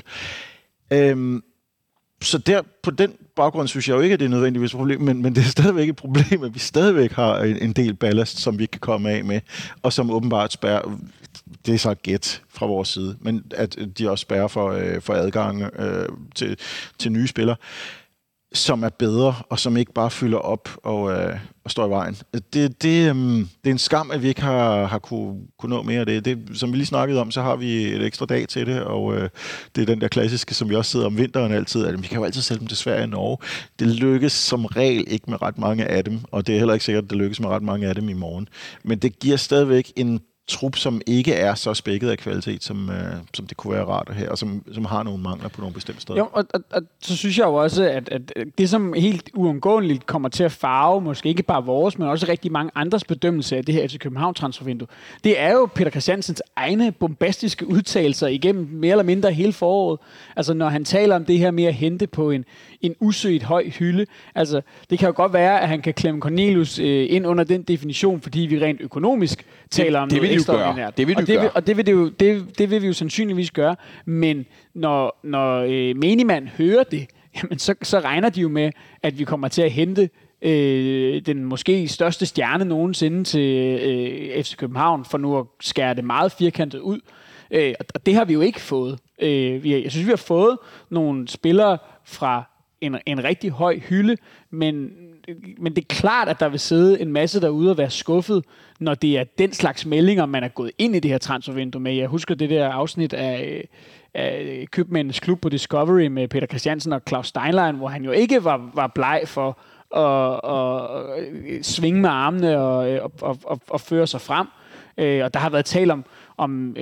Så der, på den baggrund synes jeg jo ikke, at det er nødvendigvis et problem, men det er stadigvæk et problem, at vi stadigvæk har en del ballast, som vi kan komme af med, og som åbenbart spærrer, det er så gæt fra vores side, men at de også spærrer for adgang til nye spillere, som er bedre, og som ikke bare fylder op og står i vejen. Det er en skam, at vi ikke har kunne nå mere af det. Som vi lige snakkede om, så har vi et ekstra dag til det, og det er den der klassiske, som vi også sidder om vinteren altid, at vi kan jo altid sælge dem til Sverige og Norge. Det lykkes som regel ikke med ret mange af dem, og det er heller ikke sikkert, at det lykkes med ret mange af dem i morgen. Men det giver stadigvæk en trup, som ikke er så spækket af kvalitet, som det kunne være rart at have, og som har nogle mangler på nogle bestemte steder. Jo, og så synes jeg jo også, at det, som helt uundgåeligt kommer til at farve, måske ikke bare vores, men også rigtig mange andres bedømmelse af det her FC København transfervindue, det er jo Peter Christiansens egne bombastiske udtalelser igennem mere eller mindre hele foråret. Altså, når han taler om det her med at hente på en usøgt høj hylde, altså, det kan jo godt være, at han kan klemme Cornelius ind under den definition, fordi vi rent økonomisk taler om noget ekstraordinært. Det vil vi jo sandsynligvis gøre, men når menigmand hører det, jamen så regner de jo med, at vi kommer til at hente den måske største stjerne nogensinde til FC København, for nu at skære det meget firkantet ud. Og det har vi jo ikke fået. Jeg synes, vi har fået nogle spillere fra en rigtig høj hylde, men det er klart, at der vil sidde en masse derude og være skuffet, når det er den slags meldinger, man er gået ind i det her transfervindue med. Jeg husker det der afsnit af Købmændenes Klub på Discovery med Peter Christiansen og Claus Steinlein, hvor han jo ikke var bleg for at svinge med armene og føre sig frem. Og der har været tale om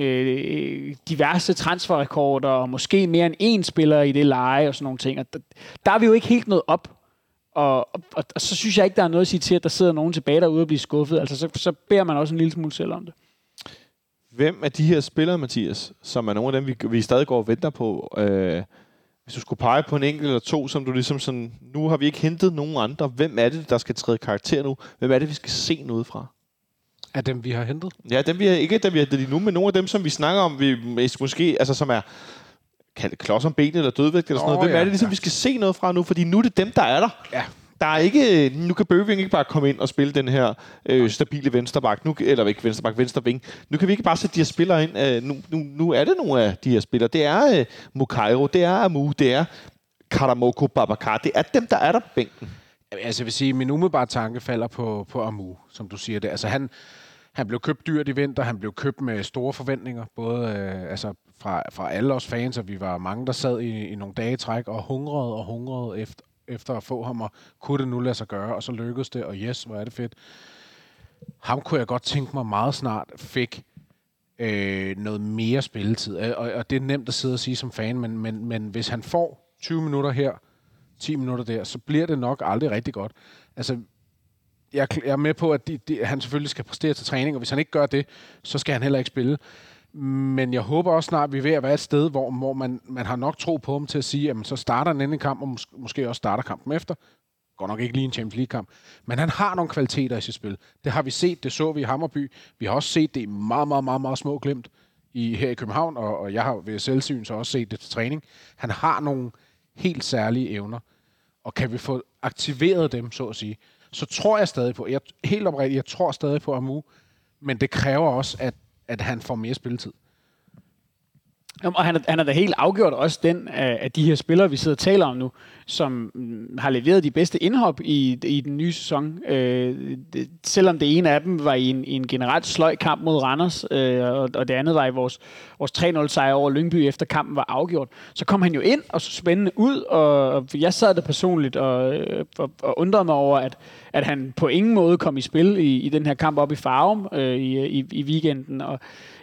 diverse transferrekorder, og måske mere end én spiller i det leje og sådan nogle ting. Og der er vi jo ikke helt nået op. Og så synes jeg ikke, der er noget at sige til, at der sidder nogen tilbage derude og bliver skuffet. Altså, så beder man også en lille smule selv om det. Hvem af de her spillere, Mathias, som er nogle af dem, vi stadig går og venter på, hvis du skulle pege på en enkelt eller to, som du ligesom sådan, nu har vi ikke hentet nogen andre. Hvem er det, der skal træde karakter nu? Hvem er det, vi skal se noget fra? Af dem, vi har hentet? Ja, ikke dem, vi har hentet lige nu, men nogle af dem, som vi snakker om, vi måske, altså som er kaldt klods om benet eller dødvægt eller sådan noget. Hvem er det ligesom, vi skal se noget fra nu? Fordi nu er det dem, der er der. Ja. Der er ikke, nu kan Bøving ikke bare komme ind og spille den her stabile venstreback, eller ikke venstreback, venstreving. Nu kan vi ikke bare sætte de her spillere ind. Nu er det nogle af de her spillere. Det er Mukairo, det er Amu, det er Karamoko, Babacar. Det er dem, der er der på bænken. Altså jeg vil sige, min umiddelbare tanke falder på Amu, som du siger det. Altså han blev købt dyrt i vinter, han blev købt med store forventninger, både fra alle os fans, og vi var mange, der sad i nogle dage i træk og hungrede efter at få ham, og kunne det nu lade sig gøre, og så lykkedes det, og yes, hvor er det fedt. Ham kunne jeg godt tænke mig meget snart fik noget mere spilletid, og det er nemt at sidde og sige som fan, men hvis han får 20 minutter her, 10 minutter der, så bliver det nok aldrig rigtig godt. Altså, jeg er med på, at han selvfølgelig skal præstere til træning, og hvis han ikke gør det, så skal han heller ikke spille. Men jeg håber også snart, at vi er ved at være et sted, hvor man har nok tro på ham til at sige, at så starter han endelig kamp, og måske også starter kampen efter. Går nok ikke lige en Champions League-kamp. Men han har nogle kvaliteter i sit spil. Det har vi set, det så vi i Hammarby. Vi har også set det i meget, meget, meget, meget små glimt her i København, og jeg har ved selvsyn så også set det til træning. Han har nogle helt særlige evner, og kan vi få aktiveret dem, så at sige, så tror jeg stadig på, helt oprigtigt, jeg tror stadig på Amu, men det kræver også, at han får mere spilletid. Og han er da helt afgjort også den af de her spillere, vi sidder og taler om nu, som har leveret de bedste indhop i den nye sæson. Selvom det ene af dem var i en generelt sløj kamp mod Randers, og det andet var i vores 3-0-sejr over Lyngby, efter kampen var afgjort, så kom han jo ind og så spændende ud, og jeg sad der personligt og undrede mig over, at han på ingen måde kom i spil i den her kamp op i Farum i weekenden, og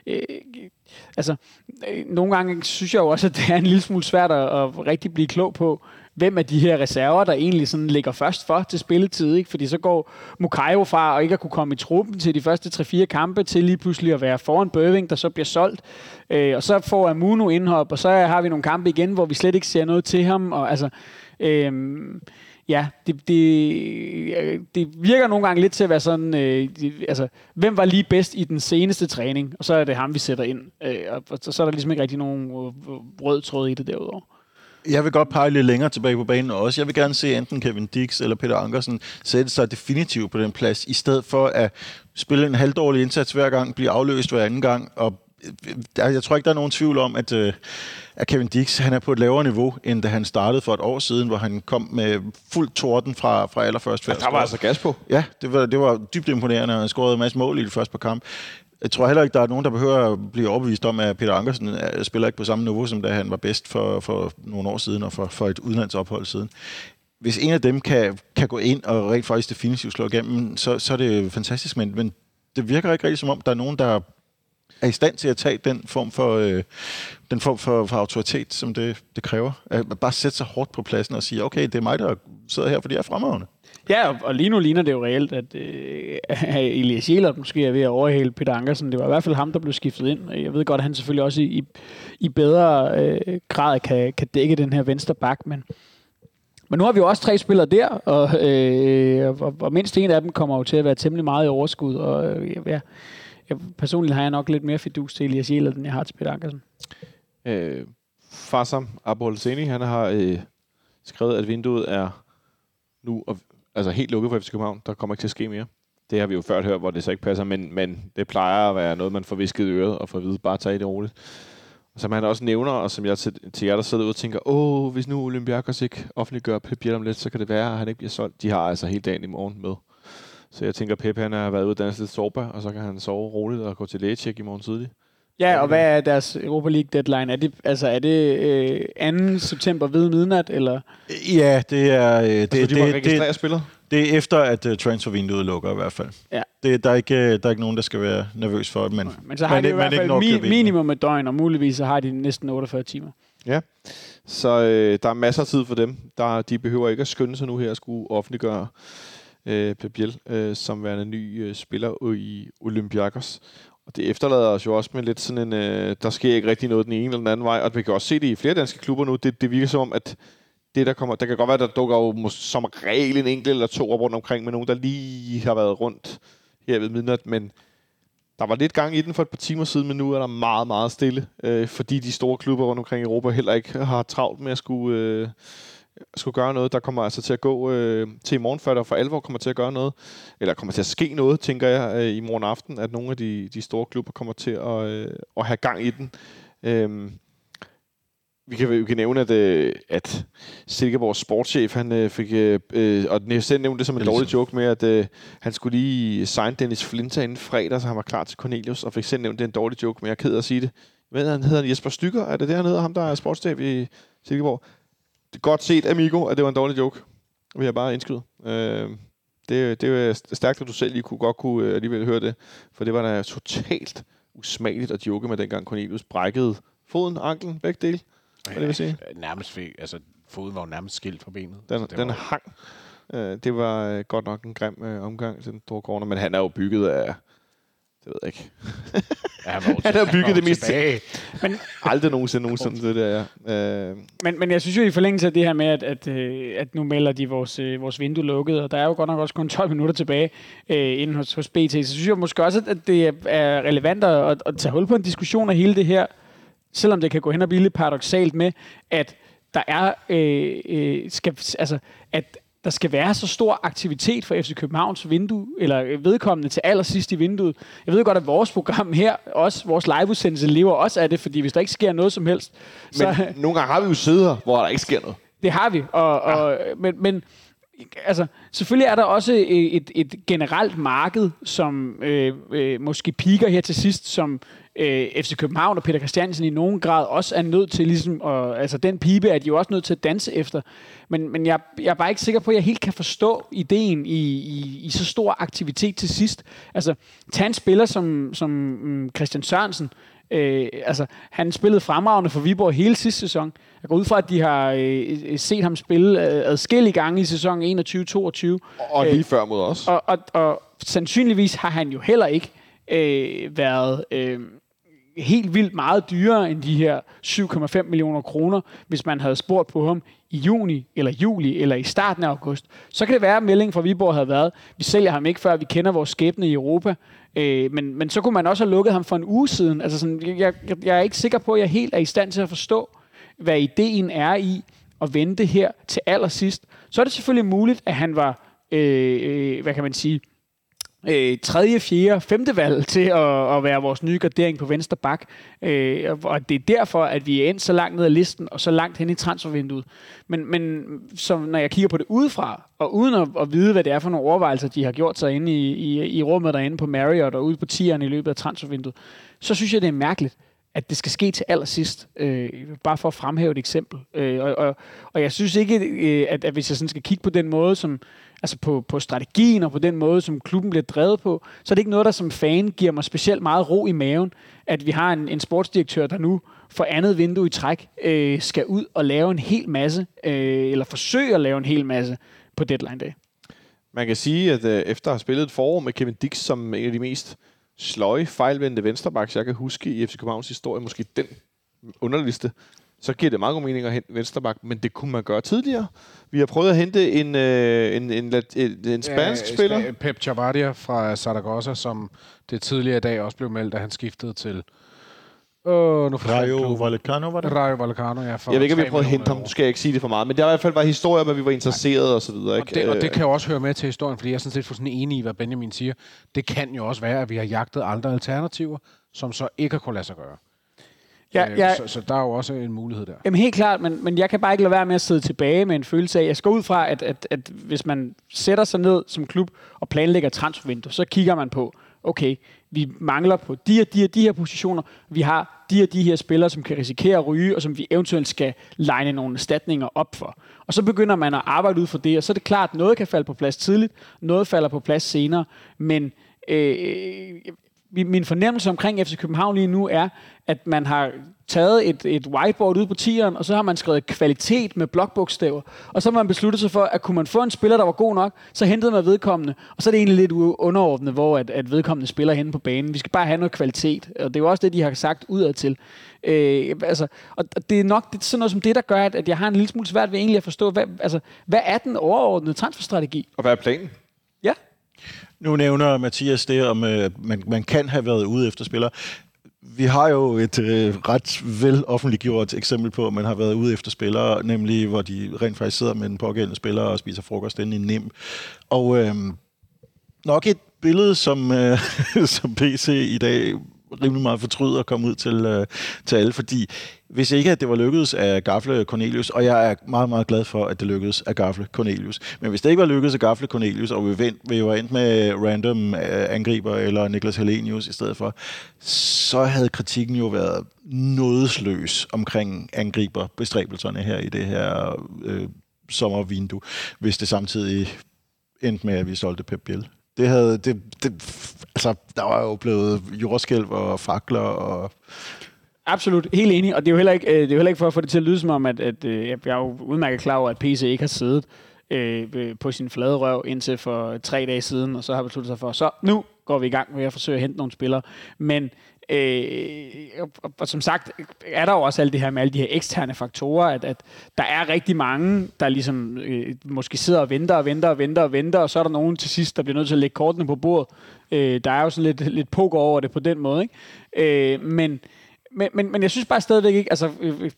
nogle gange synes jeg jo også, at det er en lille smule svært at rigtig blive klog på, hvem af de her reserver, der egentlig sådan ligger først for til spilletid, ikke? Fordi så går Mukairo fra at ikke at kunne komme i truppen til de første 3-4 kampe, til lige pludselig at være foran Bøving, der så bliver solgt. Og så får Amuno indhop, og så har vi nogle kampe igen, hvor vi slet ikke ser noget til ham. Og altså, ja, det virker nogle gange lidt til at være sådan, hvem var lige bedst i den seneste træning? Og så er det ham, vi sætter ind. Og så er der ligesom ikke rigtig nogen rød tråd i det derudover. Jeg vil godt pege lidt længere tilbage på banen også. Jeg vil gerne se enten Kevin Dix eller Peter Ankersen sætte sig definitivt på den plads, i stedet for at spille en halvdårlig indsats hver gang, blive afløst hver anden gang. Og jeg tror ikke, der er nogen tvivl om, at Kevin Dix han er på et lavere niveau, end da han startede for et år siden, hvor han kom med fuld torden fra allerførst. Ja, der var altså gas på. Ja, det var dybt imponerende, og han scorede en masse mål i det første par kamp. Jeg tror heller ikke, der er nogen, der behøver at blive overbevist om, at Peter Ankersen spiller ikke på samme niveau, som da han var bedst for nogle år siden og for et udlandsophold siden. Hvis en af dem kan gå ind og rent faktisk definitivt slå igennem, så er det fantastisk, men det virker ikke rigtig som om, der er nogen, der er i stand til at tage den form for autoritet, som det kræver. At bare sætte sig hårdt på pladsen og sige, okay, det er mig, der sidder her, fordi jeg er fremragende. Ja, og lige nu ligner det jo reelt, at Elias Jelert måske er ved at overhale Peter Ankersen. Det var i hvert fald ham, der blev skiftet ind. Jeg ved godt, at han selvfølgelig også i bedre grad kan dække den her venstre bak, men nu har vi jo også 3 spillere der, og mindst en af dem kommer jo til at være temmelig meget i overskud, og personligt har jeg nok lidt mere fidus til Elias Jelert, end jeg har til Peter Ankersen. Farsam Abolseni, han har skrevet, at vinduet er nu altså helt lukket for FC København. Der kommer ikke til at ske mere. Det har vi jo før hørt, hvor det så ikke passer, men det plejer at være noget, man får visket i øret og får at vide, bare tage det roligt. Og som han også nævner, og som jeg til jer, der sidder ude og tænker, hvis nu Olympiakos ikke offentliggør Pep Biel om lidt, så kan det være, at han ikke bliver solgt. De har altså hele dagen i morgen med. Så jeg tænker, Pep han har været ude og danse lidt sårbar, og så kan han sove roligt og gå til lægetjek i morgen tidlig. Ja, og hvad er deres Europa League deadline? Er det 2. september ved midnat, eller? Ja, det er... de må registrere spillere? Det er efter, at transfervinduet lukker i hvert fald. Ja. Der er ikke nogen, der skal være nervøs for det, men så har de i hvert fald minimum et døgn, og muligvis så har de næsten 48 timer. Ja, så der er masser af tid for dem. De behøver ikke at skynde sig nu her at skulle offentliggøre Pep Biel som værende ny spiller i Olympiakos. Og det efterlader os jo også med lidt sådan en... der sker ikke rigtig noget den ene eller den anden vej, og vi kan også se det i flere danske klubber nu. Det virker som om, at det, der kommer... Der kan godt være, der dukker jo som regel en enkelt eller to op rundt omkring med nogen, der lige har været rundt her ved midnat, men der var lidt gang i den for et par timer siden, men nu er der meget, meget stille, fordi de store klubber rundt omkring i Europa heller ikke har travlt med at skulle gøre noget. Der kommer altså til at gå til i morgen, før der for alvor kommer til at gøre noget, eller kommer til at ske noget, tænker jeg, i morgen aften, at nogle af de store klubber kommer til at have gang i den. Vi kan nævne, at Silkeborgs sportschef, han fik, og Nielsen nævnte det som en dårlig joke med, at han skulle lige signe Dennis Flinta inden fredag, så han var klar til Cornelius, og fik selv nævnt, det er en dårlig joke, men jeg er ked af at sige det. Han hedder Jesper Stykker, er det der, han hedder, ham der er sportschef i Silkeborg? Det er godt set, amigo, at det var en dårlig joke. Vi har bare indskyde. Det er jo stærkt, at du selv lige kunne alligevel høre det, for det var da totalt usmageligt at joke med, dengang Cornelius brækkede foden, anklen, begge dele. Hvad det vil sige? Nærmest foden var jo nærmest skilt fra benet. Den hang. Det var godt nok en grim omgang til den store corner, men han er jo bygget af... Det ved jeg ikke. Ja, han er bygget det mest tilbage. Men aldrig nogensinde det der, ja. Men jeg synes jo i forlængelse af det her med, at nu melder de vores vindue lukket, og der er jo godt nok også kun 12 minutter tilbage inden hos BT, så synes jeg måske også, at det er relevant at tage hul på en diskussion af hele det her, selvom det kan gå hen og blive lidt paradoksalt med, at der er at der skal være så stor aktivitet for FC Københavns vindue, eller vedkommende til allersidst i vinduet. Jeg ved godt, at vores program her, også vores liveudsendelse, lever også af det, fordi hvis der ikke sker noget som helst... Men så, nogle gange har vi jo siddet her, hvor der ikke sker noget. Det har vi, men altså, selvfølgelig er der også et generelt marked, som måske piker her til sidst, som FC København og Peter Christiansen i nogen grad også er nødt til, ligesom, altså den pibe er de jo også nødt til at danse efter. Men jeg er bare ikke sikker på, at jeg helt kan forstå ideen i så stor aktivitet til sidst. Altså, tag en spiller som Christian Sørensen. Altså, han spillede fremragende for Viborg hele sidste sæson. Jeg går ud fra, at de har set ham spille adskillige gange i sæsonen 21-22. Og lige før mod os. Og sandsynligvis har han jo heller ikke været helt vildt meget dyrere end de her 7,5 millioner kroner, hvis man havde spurgt på ham i juni, eller juli, eller i starten af august. Så kan det være, at meldingen fra Viborg havde været, vi sælger ham ikke, før vi kender vores skæbne i Europa. Men så kunne man også have lukket ham for en uge siden. Altså sådan, jeg er ikke sikker på, at jeg helt er i stand til at forstå, hvad ideen er i at vente her til allersidst. Så er det selvfølgelig muligt, at han var, hvad kan man sige, 3., 4., 5. valg til at være vores nye gardering på venstre bak. Og det er derfor, at vi er endt så langt ned ad listen, og så langt hen i transfervinduet. Men så, når jeg kigger på det udefra, og uden at vide, hvad det er for nogle overvejelser, de har gjort sig inde i rummet derinde på Marriott og ude på tieren i løbet af transfervinduet, så synes jeg, det er mærkeligt, at det skal ske til allersidst. Bare for at fremhæve et eksempel. Og jeg synes ikke, at hvis jeg sådan skal kigge på den måde, som altså på strategien og på den måde, som klubben bliver drevet på, så er det ikke noget, der som fan giver mig specielt meget ro i maven, at vi har en sportsdirektør, der nu for andet vindue i træk skal ud og lave en hel masse, eller forsøge at lave en hel masse på deadline day. Man kan sige, at efter at have spillet et forår med Kevin Dix som en af de mest sløje, fejlvendte venstrebacks, jeg kan huske i FC Københavns historie, måske den underligste, så giver det meget god mening at hente venstreback, men det kunne man gøre tidligere. Vi har prøvet at hente en spansk spiller. Pep Chavarria fra Zaragoza, som det tidligere i dag også blev meldt, at han skiftede til Rayo Vallecano, var det? Rayo Vallecano, ja. Jeg ved ikke, om vi har prøvet at hente ham. Nu skal jeg ikke sige det for meget. Men der i hvert fald var historier, hvor vi var interesserede og så videre. Ikke? Og det kan jo også høre med til historien, fordi jeg er sådan set fuldstændig enig i, hvad Benjamin siger. Det kan jo også være, at vi har jagtet andre alternativer, som så ikke har kunnet lade sig gøre. Så der er jo også en mulighed der. Jamen helt klart, men jeg kan bare ikke lade være med at sidde tilbage med en følelse af, jeg skal ud fra, at hvis man sætter sig ned som klub og planlægger transfervindue, så kigger man på, okay, vi mangler på de her positioner, vi har de her spillere, som kan risikere at ryge, og som vi eventuelt skal line nogle erstatninger op for. Og så begynder man at arbejde ud for det, og så er det klart, at noget kan falde på plads tidligt, noget falder på plads senere, men min fornemmelse omkring FC København lige nu er, at man har taget et whiteboard ud på tieren, og så har man skrevet kvalitet med blokbogstaver, og så har man besluttet sig for, at kunne man få en spiller, der var god nok, så hentede man vedkommende, og så er det egentlig lidt underordnet, hvor at vedkommende spiller henne på banen. Vi skal bare have noget kvalitet, og det er jo også det, de har sagt udadtil. Og det er nok sådan noget som det, der gør, at jeg har en lille smule svært ved egentlig at forstå, hvad er den overordnede transferstrategi? Og hvad er planen? Ja. Nu nævner Mathias det, om man kan have været ude efter spillere. Vi har jo et ret vel offentliggjort eksempel på, at man har været ude efter spillere, nemlig hvor de rent faktisk sidder med den pågældende spiller og spiser frokost inde i NIM. Og nok et billede, som PC i dag rimelig meget fortryder at komme ud til alle, fordi hvis ikke at det var lykkedes af Gafle Cornelius, og jeg er meget, meget glad for, at det lykkedes af Gafle Cornelius, men hvis det ikke var lykkedes af Gafle Cornelius, og vi var endt med random angriber eller Niklas Helenius i stedet for, så havde kritikken jo været nådesløs omkring angriberbestræbelserne her i det her sommervindue, hvis det samtidig endte med, at vi solgte Pep Biel. Altså, der var jo blevet jordskælv og fakler og... Absolut, helt enig, og det er jo heller ikke for at få det til at lyde som om, at jeg er jo udmærket klar over, at PC ikke har siddet på sin flade røv indtil for 3 dage siden, og så har besluttet sig for, så nu går vi i gang med at forsøge at hente nogle spillere. Men og som sagt er der jo også alt det her med alle de her eksterne faktorer, at der er rigtig mange, der ligesom måske sidder og venter, og så er der nogen til sidst, der bliver nødt til at lægge kortene på bordet. Der er jo sådan lidt poker over det på den måde, ikke? Men jeg synes bare stadigvæk ikke, altså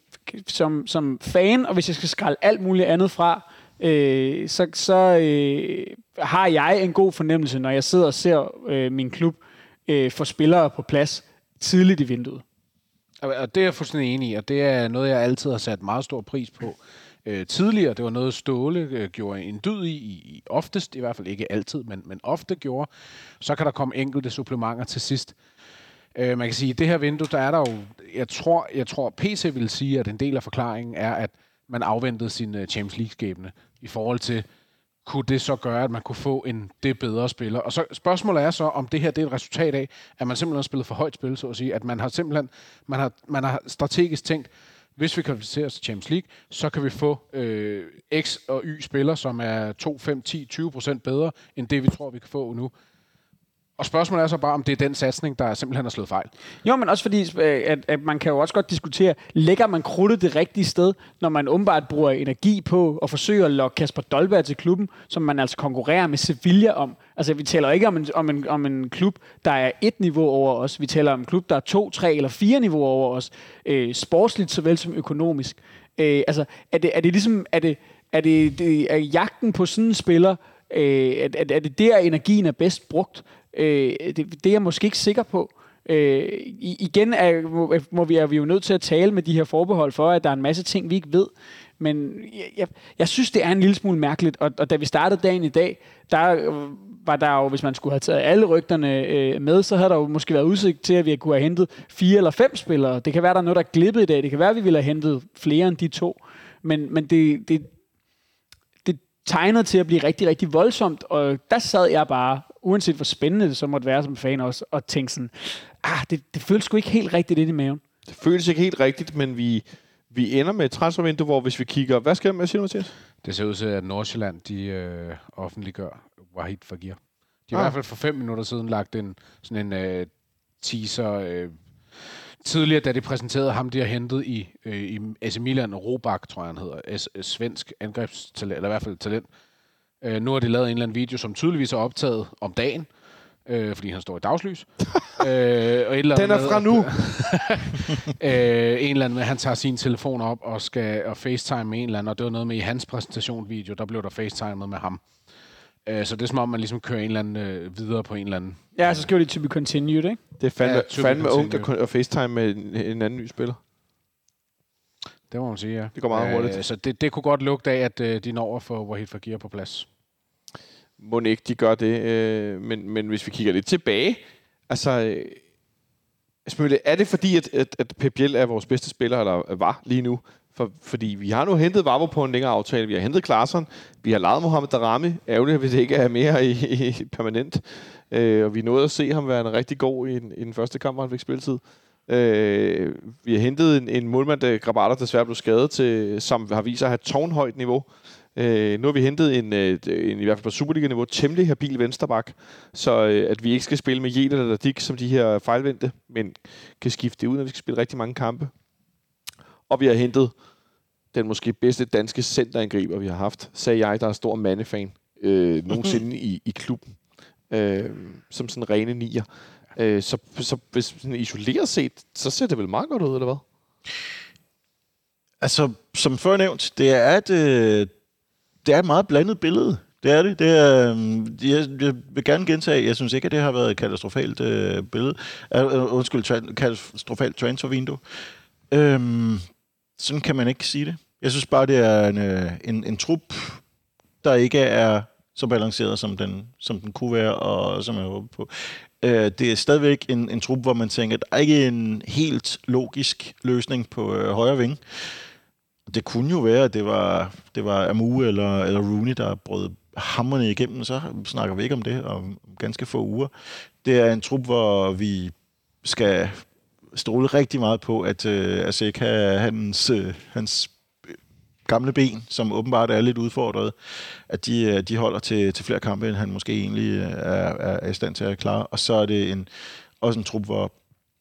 som fan, og hvis jeg skal skrælle alt muligt andet fra, så har jeg en god fornemmelse, når jeg sidder og ser min klub få spillere på plads tidligt i vinduet. Og det er jeg fuldstændig enig i, og det er noget, jeg altid har sat meget stor pris på. Tidligere, det var noget Ståle gjorde en dyd i oftest, i hvert fald ikke altid, men ofte gjorde, så kan der komme enkelte supplementer til sidst. Man kan sige, at det her vindue, der er der jo, jeg tror PC vil sige, at en del af forklaringen er, at man afventede sin Champions League-skæbne i forhold til, kunne det så gøre, at man kunne få det bedre spiller. Og så spørgsmålet er så, om det her det er et resultat af, at man simpelthen har spillet for højt spil, så at sige, at man har simpelthen, man har strategisk tænkt, hvis vi kvalificerer os til Champions League, så kan vi få X og Y spillere, som er 2, 5, 10, 20% bedre, end det vi tror, vi kan få nu. Og spørgsmålet er så bare, om det er den satsning, der simpelthen har slået fejl. Jo, men også fordi, at man kan jo også godt diskutere, lægger man krudtet det rigtige sted, når man åbenbart bruger energi på at forsøge at lokke Kasper Dolberg til klubben, som man altså konkurrerer med Sevilla om. Altså, vi taler ikke om en klub, der er 1 niveau over os. Vi taler om en klub, der er 2, 3 eller 4 niveauer over os. Sportsligt såvel som økonomisk. Altså, er det ligesom, er jagten på sådan en spiller, er det der, energien er bedst brugt? Det er jeg måske ikke sikker på. Igen er vi jo nødt til at tale med de her forbehold for, at der er en masse ting, vi ikke ved. Men jeg synes, det er en lille smule mærkeligt. Og da vi startede dagen i dag, der var der jo, hvis man skulle have taget alle rygterne med, så havde der jo måske været udsigt til, at vi kunne have hentet 4 eller 5 spillere. Det kan være, der er noget, der er glippet i dag. Det kan være, at vi ville have hentet flere end de 2. Men det tegnede til at blive rigtig, rigtig voldsomt. Og der sad jeg bare, uanset hvor spændende det så måtte være som fan også, og tænkte sådan, det føles sgu ikke helt rigtigt ind i maven. Det føles ikke helt rigtigt, men vi ender med et transfervindue, hvor hvis vi kigger... Hvad skal man sige, Mathias? Det ser ud til, at Nordsjælland, de offentliggør Wahid Fagir. De har i hvert fald for 5 minutter siden lagt sådan en teaser... Tidligere, da de præsenterede ham, de har hentet i AC Milan og Robak, tror jeg han hedder, svensk angrebstalent, eller i hvert fald talent. Nu har de lavet en eller anden video, som tydeligvis er optaget om dagen, fordi han står i dagslys. Og et eller Den er fra nu! En eller anden med, han tager sin telefon op og skal facetime med en eller anden, og det var noget med i hans præsentationsvideo, der blev der facetimet med ham. Så det er som om, man ligesom kører en eller anden videre på en eller anden. Ja, så skriver de to be continued, ikke? Det er fandme ungt at facetime med en anden ny spiller. Det må man sige, ja. Det går meget hurtigt. Så det kunne godt lugte af, at de når at få Wahid Fagir på plads. Må ikke de gør det, men hvis vi kigger lidt tilbage, altså, er det fordi, at Pep Biel er vores bedste spiller, eller var lige nu? Fordi vi har nu hentet Vavro på en længere aftale, vi har hentet Klaarsson, vi har lejet Mohamed Daramy, ærgerligt, hvis det ikke er mere i permanent, og vi nåede at se ham være en rigtig god i den første kamp, hvor han fik spilletid. Vi har hentet en målmand, der Grabara desværre blev skadet, som har vist sig at have tårnhøjt niveau. Nu har vi hentet en i hvert fald på Superliga-niveau temmelig habil vensterbak, så at vi ikke skal spille med Jæler eller Dik som de her fejlvendte, men kan skifte det ud, når vi skal spille rigtig mange kampe. Og vi har hentet den måske bedste danske centerangriber, vi har haft, sagde jeg, der er stor mandefan nogensinde i klubben, som sådan rene nier. Så hvis sådan isoleret set, så ser det vel meget godt ud, eller hvad? Altså, som før nævnt, det er et meget blandet billede. Det er det. Jeg vil gerne gentage, jeg synes ikke, at det har været et katastrofalt billede. Katastrofalt transfervindue. Sådan kan man ikke sige det. Jeg synes bare, det er en trup, der ikke er så balanceret, som den kunne være, og som jeg håber på. Det er stadigvæk en trup, hvor man tænker, at der er ikke en helt logisk løsning på højre ving. Det kunne jo være, at det var Amu eller Rooney, der brød hammerne igennem, så snakker vi ikke om det om ganske få uger. Det er en trup, hvor vi skal stole rigtig meget på, at Aseka, hans gamle ben, som åbenbart er lidt udfordret, at de holder til flere kampe, end han måske egentlig er i stand til at klare. Og så er det også en trup, hvor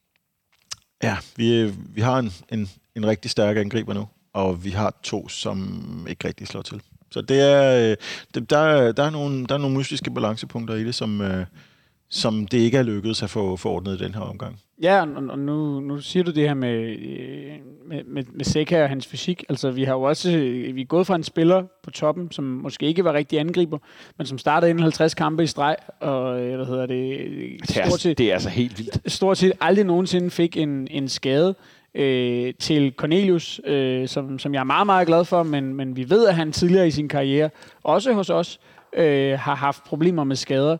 vi har en rigtig stærk angriber nu, og vi har to, som ikke rigtig slår til. Så det er der er nogle mystiske balancepunkter i det, som det ikke er lykkedes at få ordnet i den her omgang. Ja, og nu siger du det her med Seca og hans fysik. Altså, vi er gået fra en spiller på toppen, som måske ikke var rigtig angriber, men som startede inden 50 kampe i streg, og det er altså helt vildt. Stort set aldrig nogensinde fik en skade. Til Cornelius, som jeg er meget, meget glad for, men vi ved, at han tidligere i sin karriere, også hos os, har haft problemer med skader.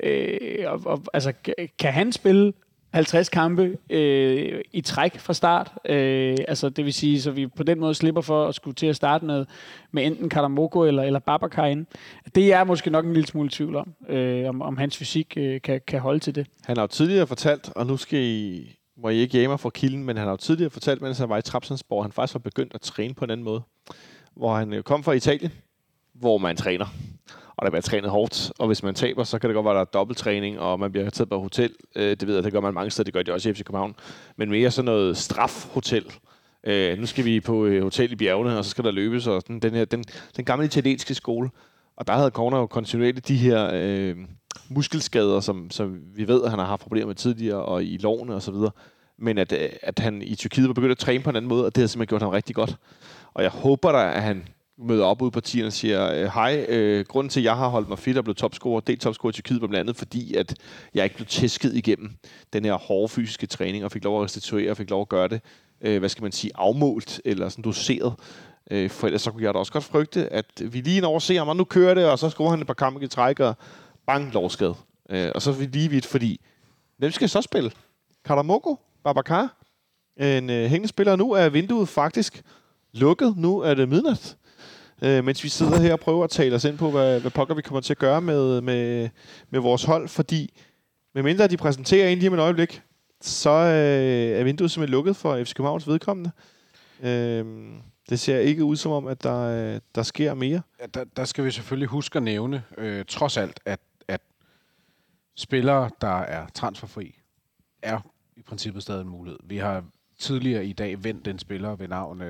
Altså, kan han spille 50 kampe i træk fra start? Altså, det vil sige, så vi på den måde slipper for at skulle til at starte med enten Karamoko eller Babacar inde. Det er måske nok en lille smule tvivl om hans fysik kan holde til det. Han har jo tidligere fortalt, og nu må I ikke jage mig fra kilden, men han har jo tidligere fortalt, mens han var i Trabzonspor, han faktisk var begyndt at træne på en anden måde. Hvor han kom fra Italien, hvor man træner. Og der bliver trænet hårdt, og hvis man taber, så kan det godt være, der er dobbelttræning, og man bliver taget på hotel. Det ved jeg, det gør man mange steder, det gør de også i FC København. Men mere sådan noget strafhotel. Nu skal vi på hotel i bjergene, og så skal der løbes, og den gamle italienske skole. Og der havde Corner jo kontinuerligt de her muskelskader, som vi ved, at han har haft problemer med tidligere, og i lårene og så videre. Men at han i Tyrkiet var begyndt at træne på en anden måde, og det har simpelthen gjort ham rigtig godt. Og jeg håber da, at han møder op ude på partierne og siger, hej, grunden til, at jeg har holdt mig fit og blevet delt topscorer i Tyrkiet, blandt andet, fordi at jeg ikke blev tæsket igennem den her hårde fysiske træning, og fik lov at restituere, og fik lov at gøre det, afmålt, eller sådan doseret. For ellers så kunne jeg da også godt frygte, at vi lige når se ham, og nu kører det, og så scorer han et par kampe i træk, og bang, lovskade. Og så er vi lige vidt, fordi hvem skal så spille? Karamoko? Babacar? En hængende spiller. Nu er vinduet faktisk lukket. Nu er det midnat. Mens vi sidder her og prøver at tale os ind på, hvad pokker vi kommer til at gøre med vores hold, fordi medmindre de præsenterer en lige om et øjeblik, så er vinduet simpelthen lukket for FC Københavns vedkommende. Det ser ikke ud som om, at der sker mere. Ja, der skal vi selvfølgelig huske at nævne, trods alt, at spillere, der er transferfri, er i princippet stadig en mulighed. Vi har tidligere i dag vendt en spiller ved navn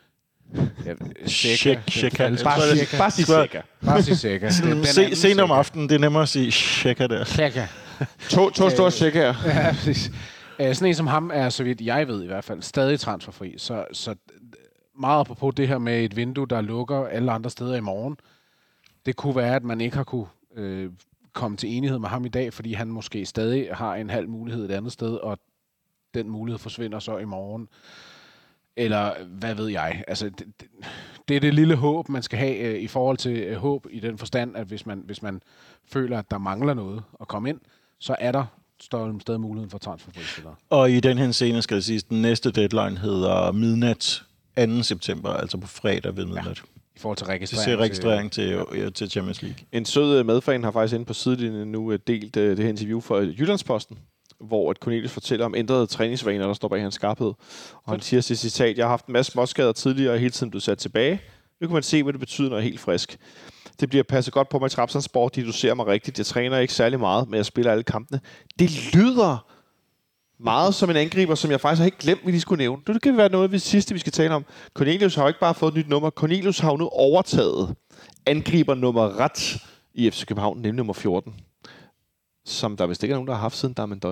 Xhaka. Basi Xhaka. Sent om aftenen, det er nemmere at sige Xhaka der. Xhaka. To store tjek her. Ja, præcis. Sådan en som ham er, så vidt jeg ved i hvert fald, stadig transferfri. Så meget apropos det her med et vindue, der lukker alle andre steder i morgen. Det kunne være, at man ikke har kunne komme til enighed med ham i dag, fordi han måske stadig har en halv mulighed et andet sted, og den mulighed forsvinder så i morgen. Eller hvad ved jeg. Altså, det er det lille håb, man skal have i forhold til håb i den forstand, at hvis man føler, at der mangler noget at komme ind, så er der stadig muligheden for transferfrispillere. Og i den her scene skal jeg sige, at den næste deadline hedder midnat 2. september, altså på fredag ved midnat. Ja. I forhold til registrering til Champions League. En sød medfan har faktisk inde på sidelinjen nu delt det her interview for Jyllandsposten, hvor Cornelius fortæller om ændrede træningsvaner, der står bag hans skarphed. Og han siger til citat, jeg har haft en masse småskader tidligere og hele tiden blevet sat tilbage. Nu kan man se, hvad det betyder, når jeg er helt frisk. Det bliver passet godt på mig i Trabzonspor. De doserer mig rigtigt. Jeg træner ikke særlig meget, men jeg spiller alle kampene. Det lyder meget som en angriber, som jeg faktisk har ikke glemt, vi lige skulle nævne. Det kan være noget af det sidste, vi skal tale om. Cornelius har jo ikke bare fået et nyt nummer. Cornelius har jo nu overtaget angriber nummer ret i FC København, nemlig nummer 14. Som der vist ikke er nogen, der har haft siden Darmendøj.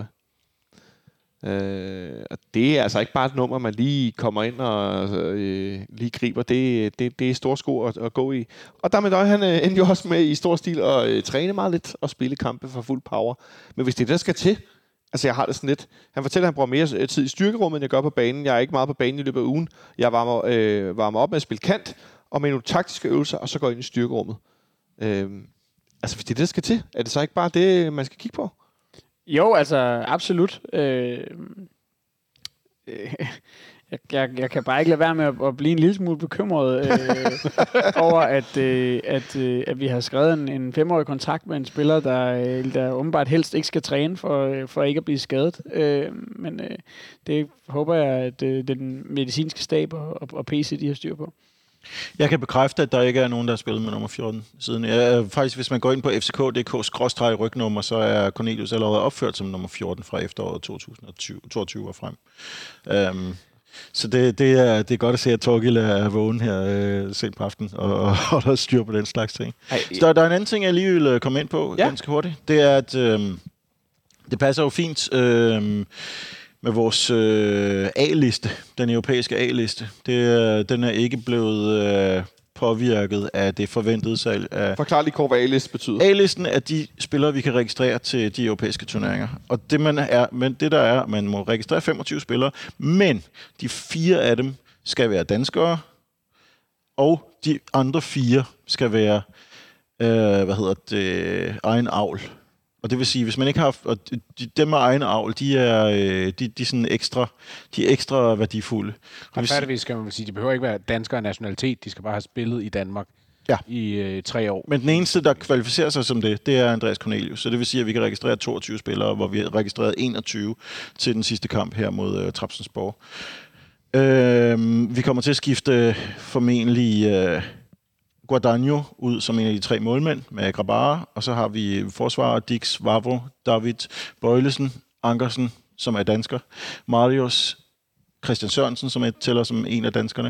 Og det er altså ikke bare et nummer, man lige kommer ind og lige griber. Det er store sko at gå i. Og Darmendøj, han endte jo også med i stor stil at træne meget lidt og spille kampe for fuld power. Men hvis det der skal til, altså jeg har det sådan lidt. Han fortæller, at han bruger mere tid i styrkerummet, end jeg gør på banen. Jeg er ikke meget på banen i løbet af ugen. Jeg varmer op med at spille kant og med nogle taktiske øvelser, og så går jeg ind i styrkerummet. Altså hvis det der skal til, er det så ikke bare det, man skal kigge på? Jo, altså absolut. Jeg kan bare ikke lade være med at blive en lille smule bekymret over, at vi har skrevet en 5-årig kontrakt med en spiller, der åbenbart helst ikke skal træne for ikke at blive skadet. Men det håber jeg, at den medicinske stab og PC, de har styr på. Jeg kan bekræfte, at der ikke er nogen, der har spillet med nummer 14 siden. Faktisk, hvis man går ind på fck.dk/rygnummer, så er Cornelius allerede opført som nummer 14 fra efteråret 2022 og frem. Så det er godt at se, at Torgild er vågen her sent på aftenen og der er styr på den slags ting. Så der er en anden ting, jeg lige vil komme ind på ganske hurtigt. Det er, at det passer jo fint med vores A-liste, den europæiske A-liste. Den er ikke blevet påvirket af det forventede salg af... Forklar lige kort, hvad A-liste betyder. A-listen er de spillere, vi kan registrere til de europæiske turneringer. Og det, man må registrere 25 spillere, men de 4 af dem skal være danskere, og de andre 4 skal være egen avl. Og det vil sige, hvis man ikke har... Og dem med egen avl, de er sådan ekstra værdifulde. Retfærdigvis skal man sige, de behøver ikke være danskere af nationalitet, de skal bare have spillet i Danmark i 3 år. Men den eneste, der kvalificerer sig som det er Andreas Cornelius. Så det vil sige, at vi kan registrere 22 spillere, hvor vi har registreret 21 til den sidste kamp her mod Trabzonspor. Vi kommer til at skifte formentlig... Guadagno ud som en af de 3 målmænd med Grabara, og så har vi forsvarer Dix, Vavro, David, Bøjlesen, Ankersen, som er dansker, Marius, Christian Sørensen, som tæller som en af danskerne.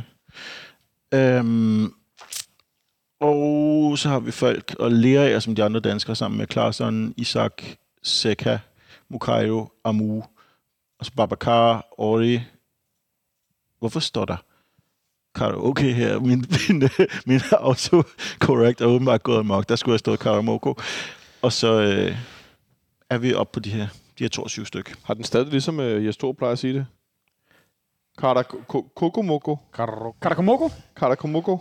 Og så har vi Falk og Lerager som de andre danskere, sammen med Klarsson, Isak, Seka, Mukayo, Amu, og så Babacar, Ori. Hvorfor står der karaoke her? Min autocorrect er åbenbart gået amok. Der skulle have stået Karamoko. Og så er vi oppe på de her 22 stykker. Har den stadig ligesom jeg stor plejer at sige det? Karakomoko. Karakomoko? Karakomoko.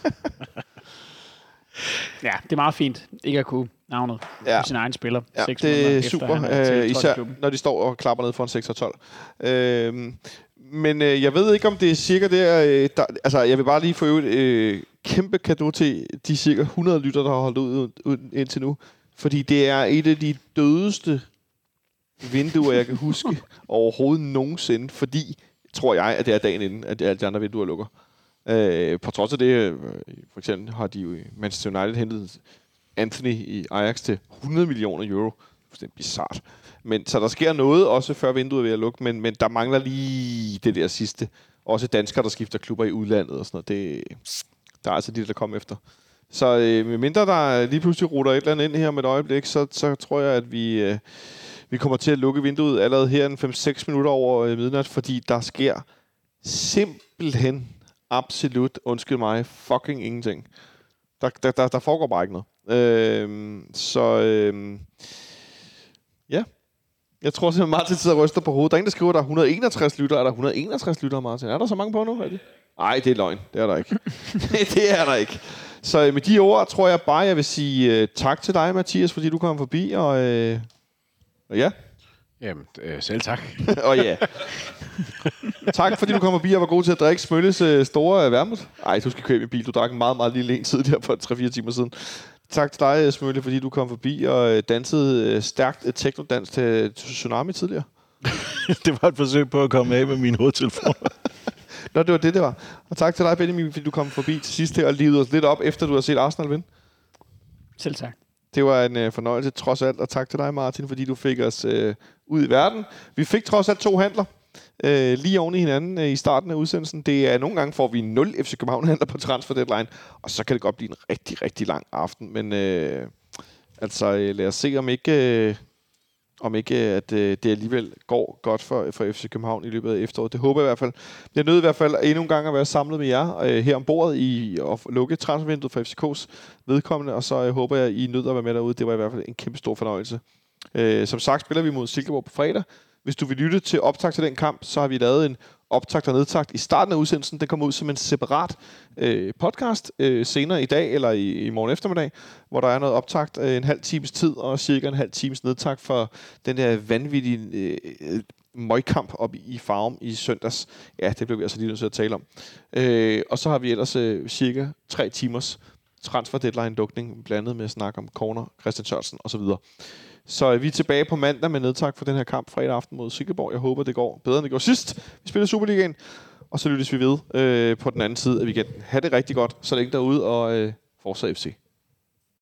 Ja, det er meget fint ikke at kunne navnet på sin egen spiller. Ja, det er super. Især når de står og klapper ned for en 6 og 12. Men jeg ved ikke, om det er cirka der... altså, jeg vil bare lige få et kæmpe cadeau til de cirka 100 lytter, der har holdt ud indtil nu. Fordi det er et af de dødeste vinduer, jeg kan huske overhovedet nogensinde. Fordi, tror jeg, at det er dagen inden, at alle de andre vinduer lukker. På trods af det, for eksempel har de jo i Manchester United hentet Anthony i Ajax til 100 millioner euro. Det er bizarrt. Men så der sker noget, også før vinduet er ved at lukke, men der mangler lige det der sidste. Også danskere, der skifter klubber i udlandet og sådan noget. Der er altså de, der kommer efter. Så medmindre der lige pludselig rutter et eller andet ind her med et øjeblik, så tror jeg, at vi kommer til at lukke vinduet allerede her en 5-6 minutter over midnat, fordi der sker simpelthen absolut, undskyld mig, fucking ingenting. Der foregår bare ikke noget. Ja. Jeg tror simpelthen, Martin sidder og ryster på hovedet. Der er ingen, der skriver, at der er 161 lytter. Er der 161 lytter, Martin? Er der så mange på nu? Nej, det er løgn. Det er der ikke. Det er der ikke. Så med de ord tror jeg bare, jeg vil sige tak til dig, Mathias, fordi du kom forbi. Og ja. Jamen, selv tak. Og ja. Tak, fordi du kom forbi og var god til at drikke Smølles store vermut. Ej, du skal købe en bil. Du drak en meget, meget lille en tidligere for 3-4 timer siden. Tak til dig, Smølle, fordi du kom forbi og dansede stærkt technodans til Tsunami tidligere. Det var et forsøg på at komme af med mine hovedtelefoner. Nå, det var det var. Og tak til dig, Benjamin, fordi du kom forbi til sidst her og livede os lidt op, efter du har set Arsenal vinde. Selv tak. Det var en fornøjelse, trods alt. Og tak til dig, Martin, fordi du fik os ud i verden. Vi fik trods alt 2 handler. Lige oven i hinanden i starten af udsendelsen. Det er nogle gange får vi 0 FC København-handler på transfer deadline, og så kan det godt blive en rigtig, rigtig lang aften. Men lad os se, om ikke at det alligevel går godt for FC København i løbet af efteråret. Det håber jeg i hvert fald. Jeg nød i hvert fald endnu en gang at være samlet med jer her ombord i at lukke transfervinduet for FCK's vedkommende, og så håber jeg, I nød at være med derude. Det var i hvert fald en kæmpe stor fornøjelse. Som sagt spiller vi mod Silkeborg på fredag. Hvis du vil lytte til optag til den kamp, så har vi lavet en optakt og nedtagt i starten af udsendelsen. Den kommer ud som en separat podcast senere i dag eller i morgen eftermiddag, hvor der er noget optakt en halv times tid og cirka en halv times nedtagt for den der vanvittige møgkamp op i Farum i søndags. Ja, det blev vi altså lige nødt til at tale om. Og så har vi ellers cirka 3 timers transfer deadline-dukning, blandet med snak om corner, Christian Sørensen osv. Så vi er tilbage på mandag med nedtak for den her kamp fredag aften mod Silkeborg. Jeg håber, det går bedre, end det går sidst. Vi spiller Superligaen, og så lyttes vi ved på den anden side af weekenden. Ha' det rigtig godt, så længe derude, og Forza FC.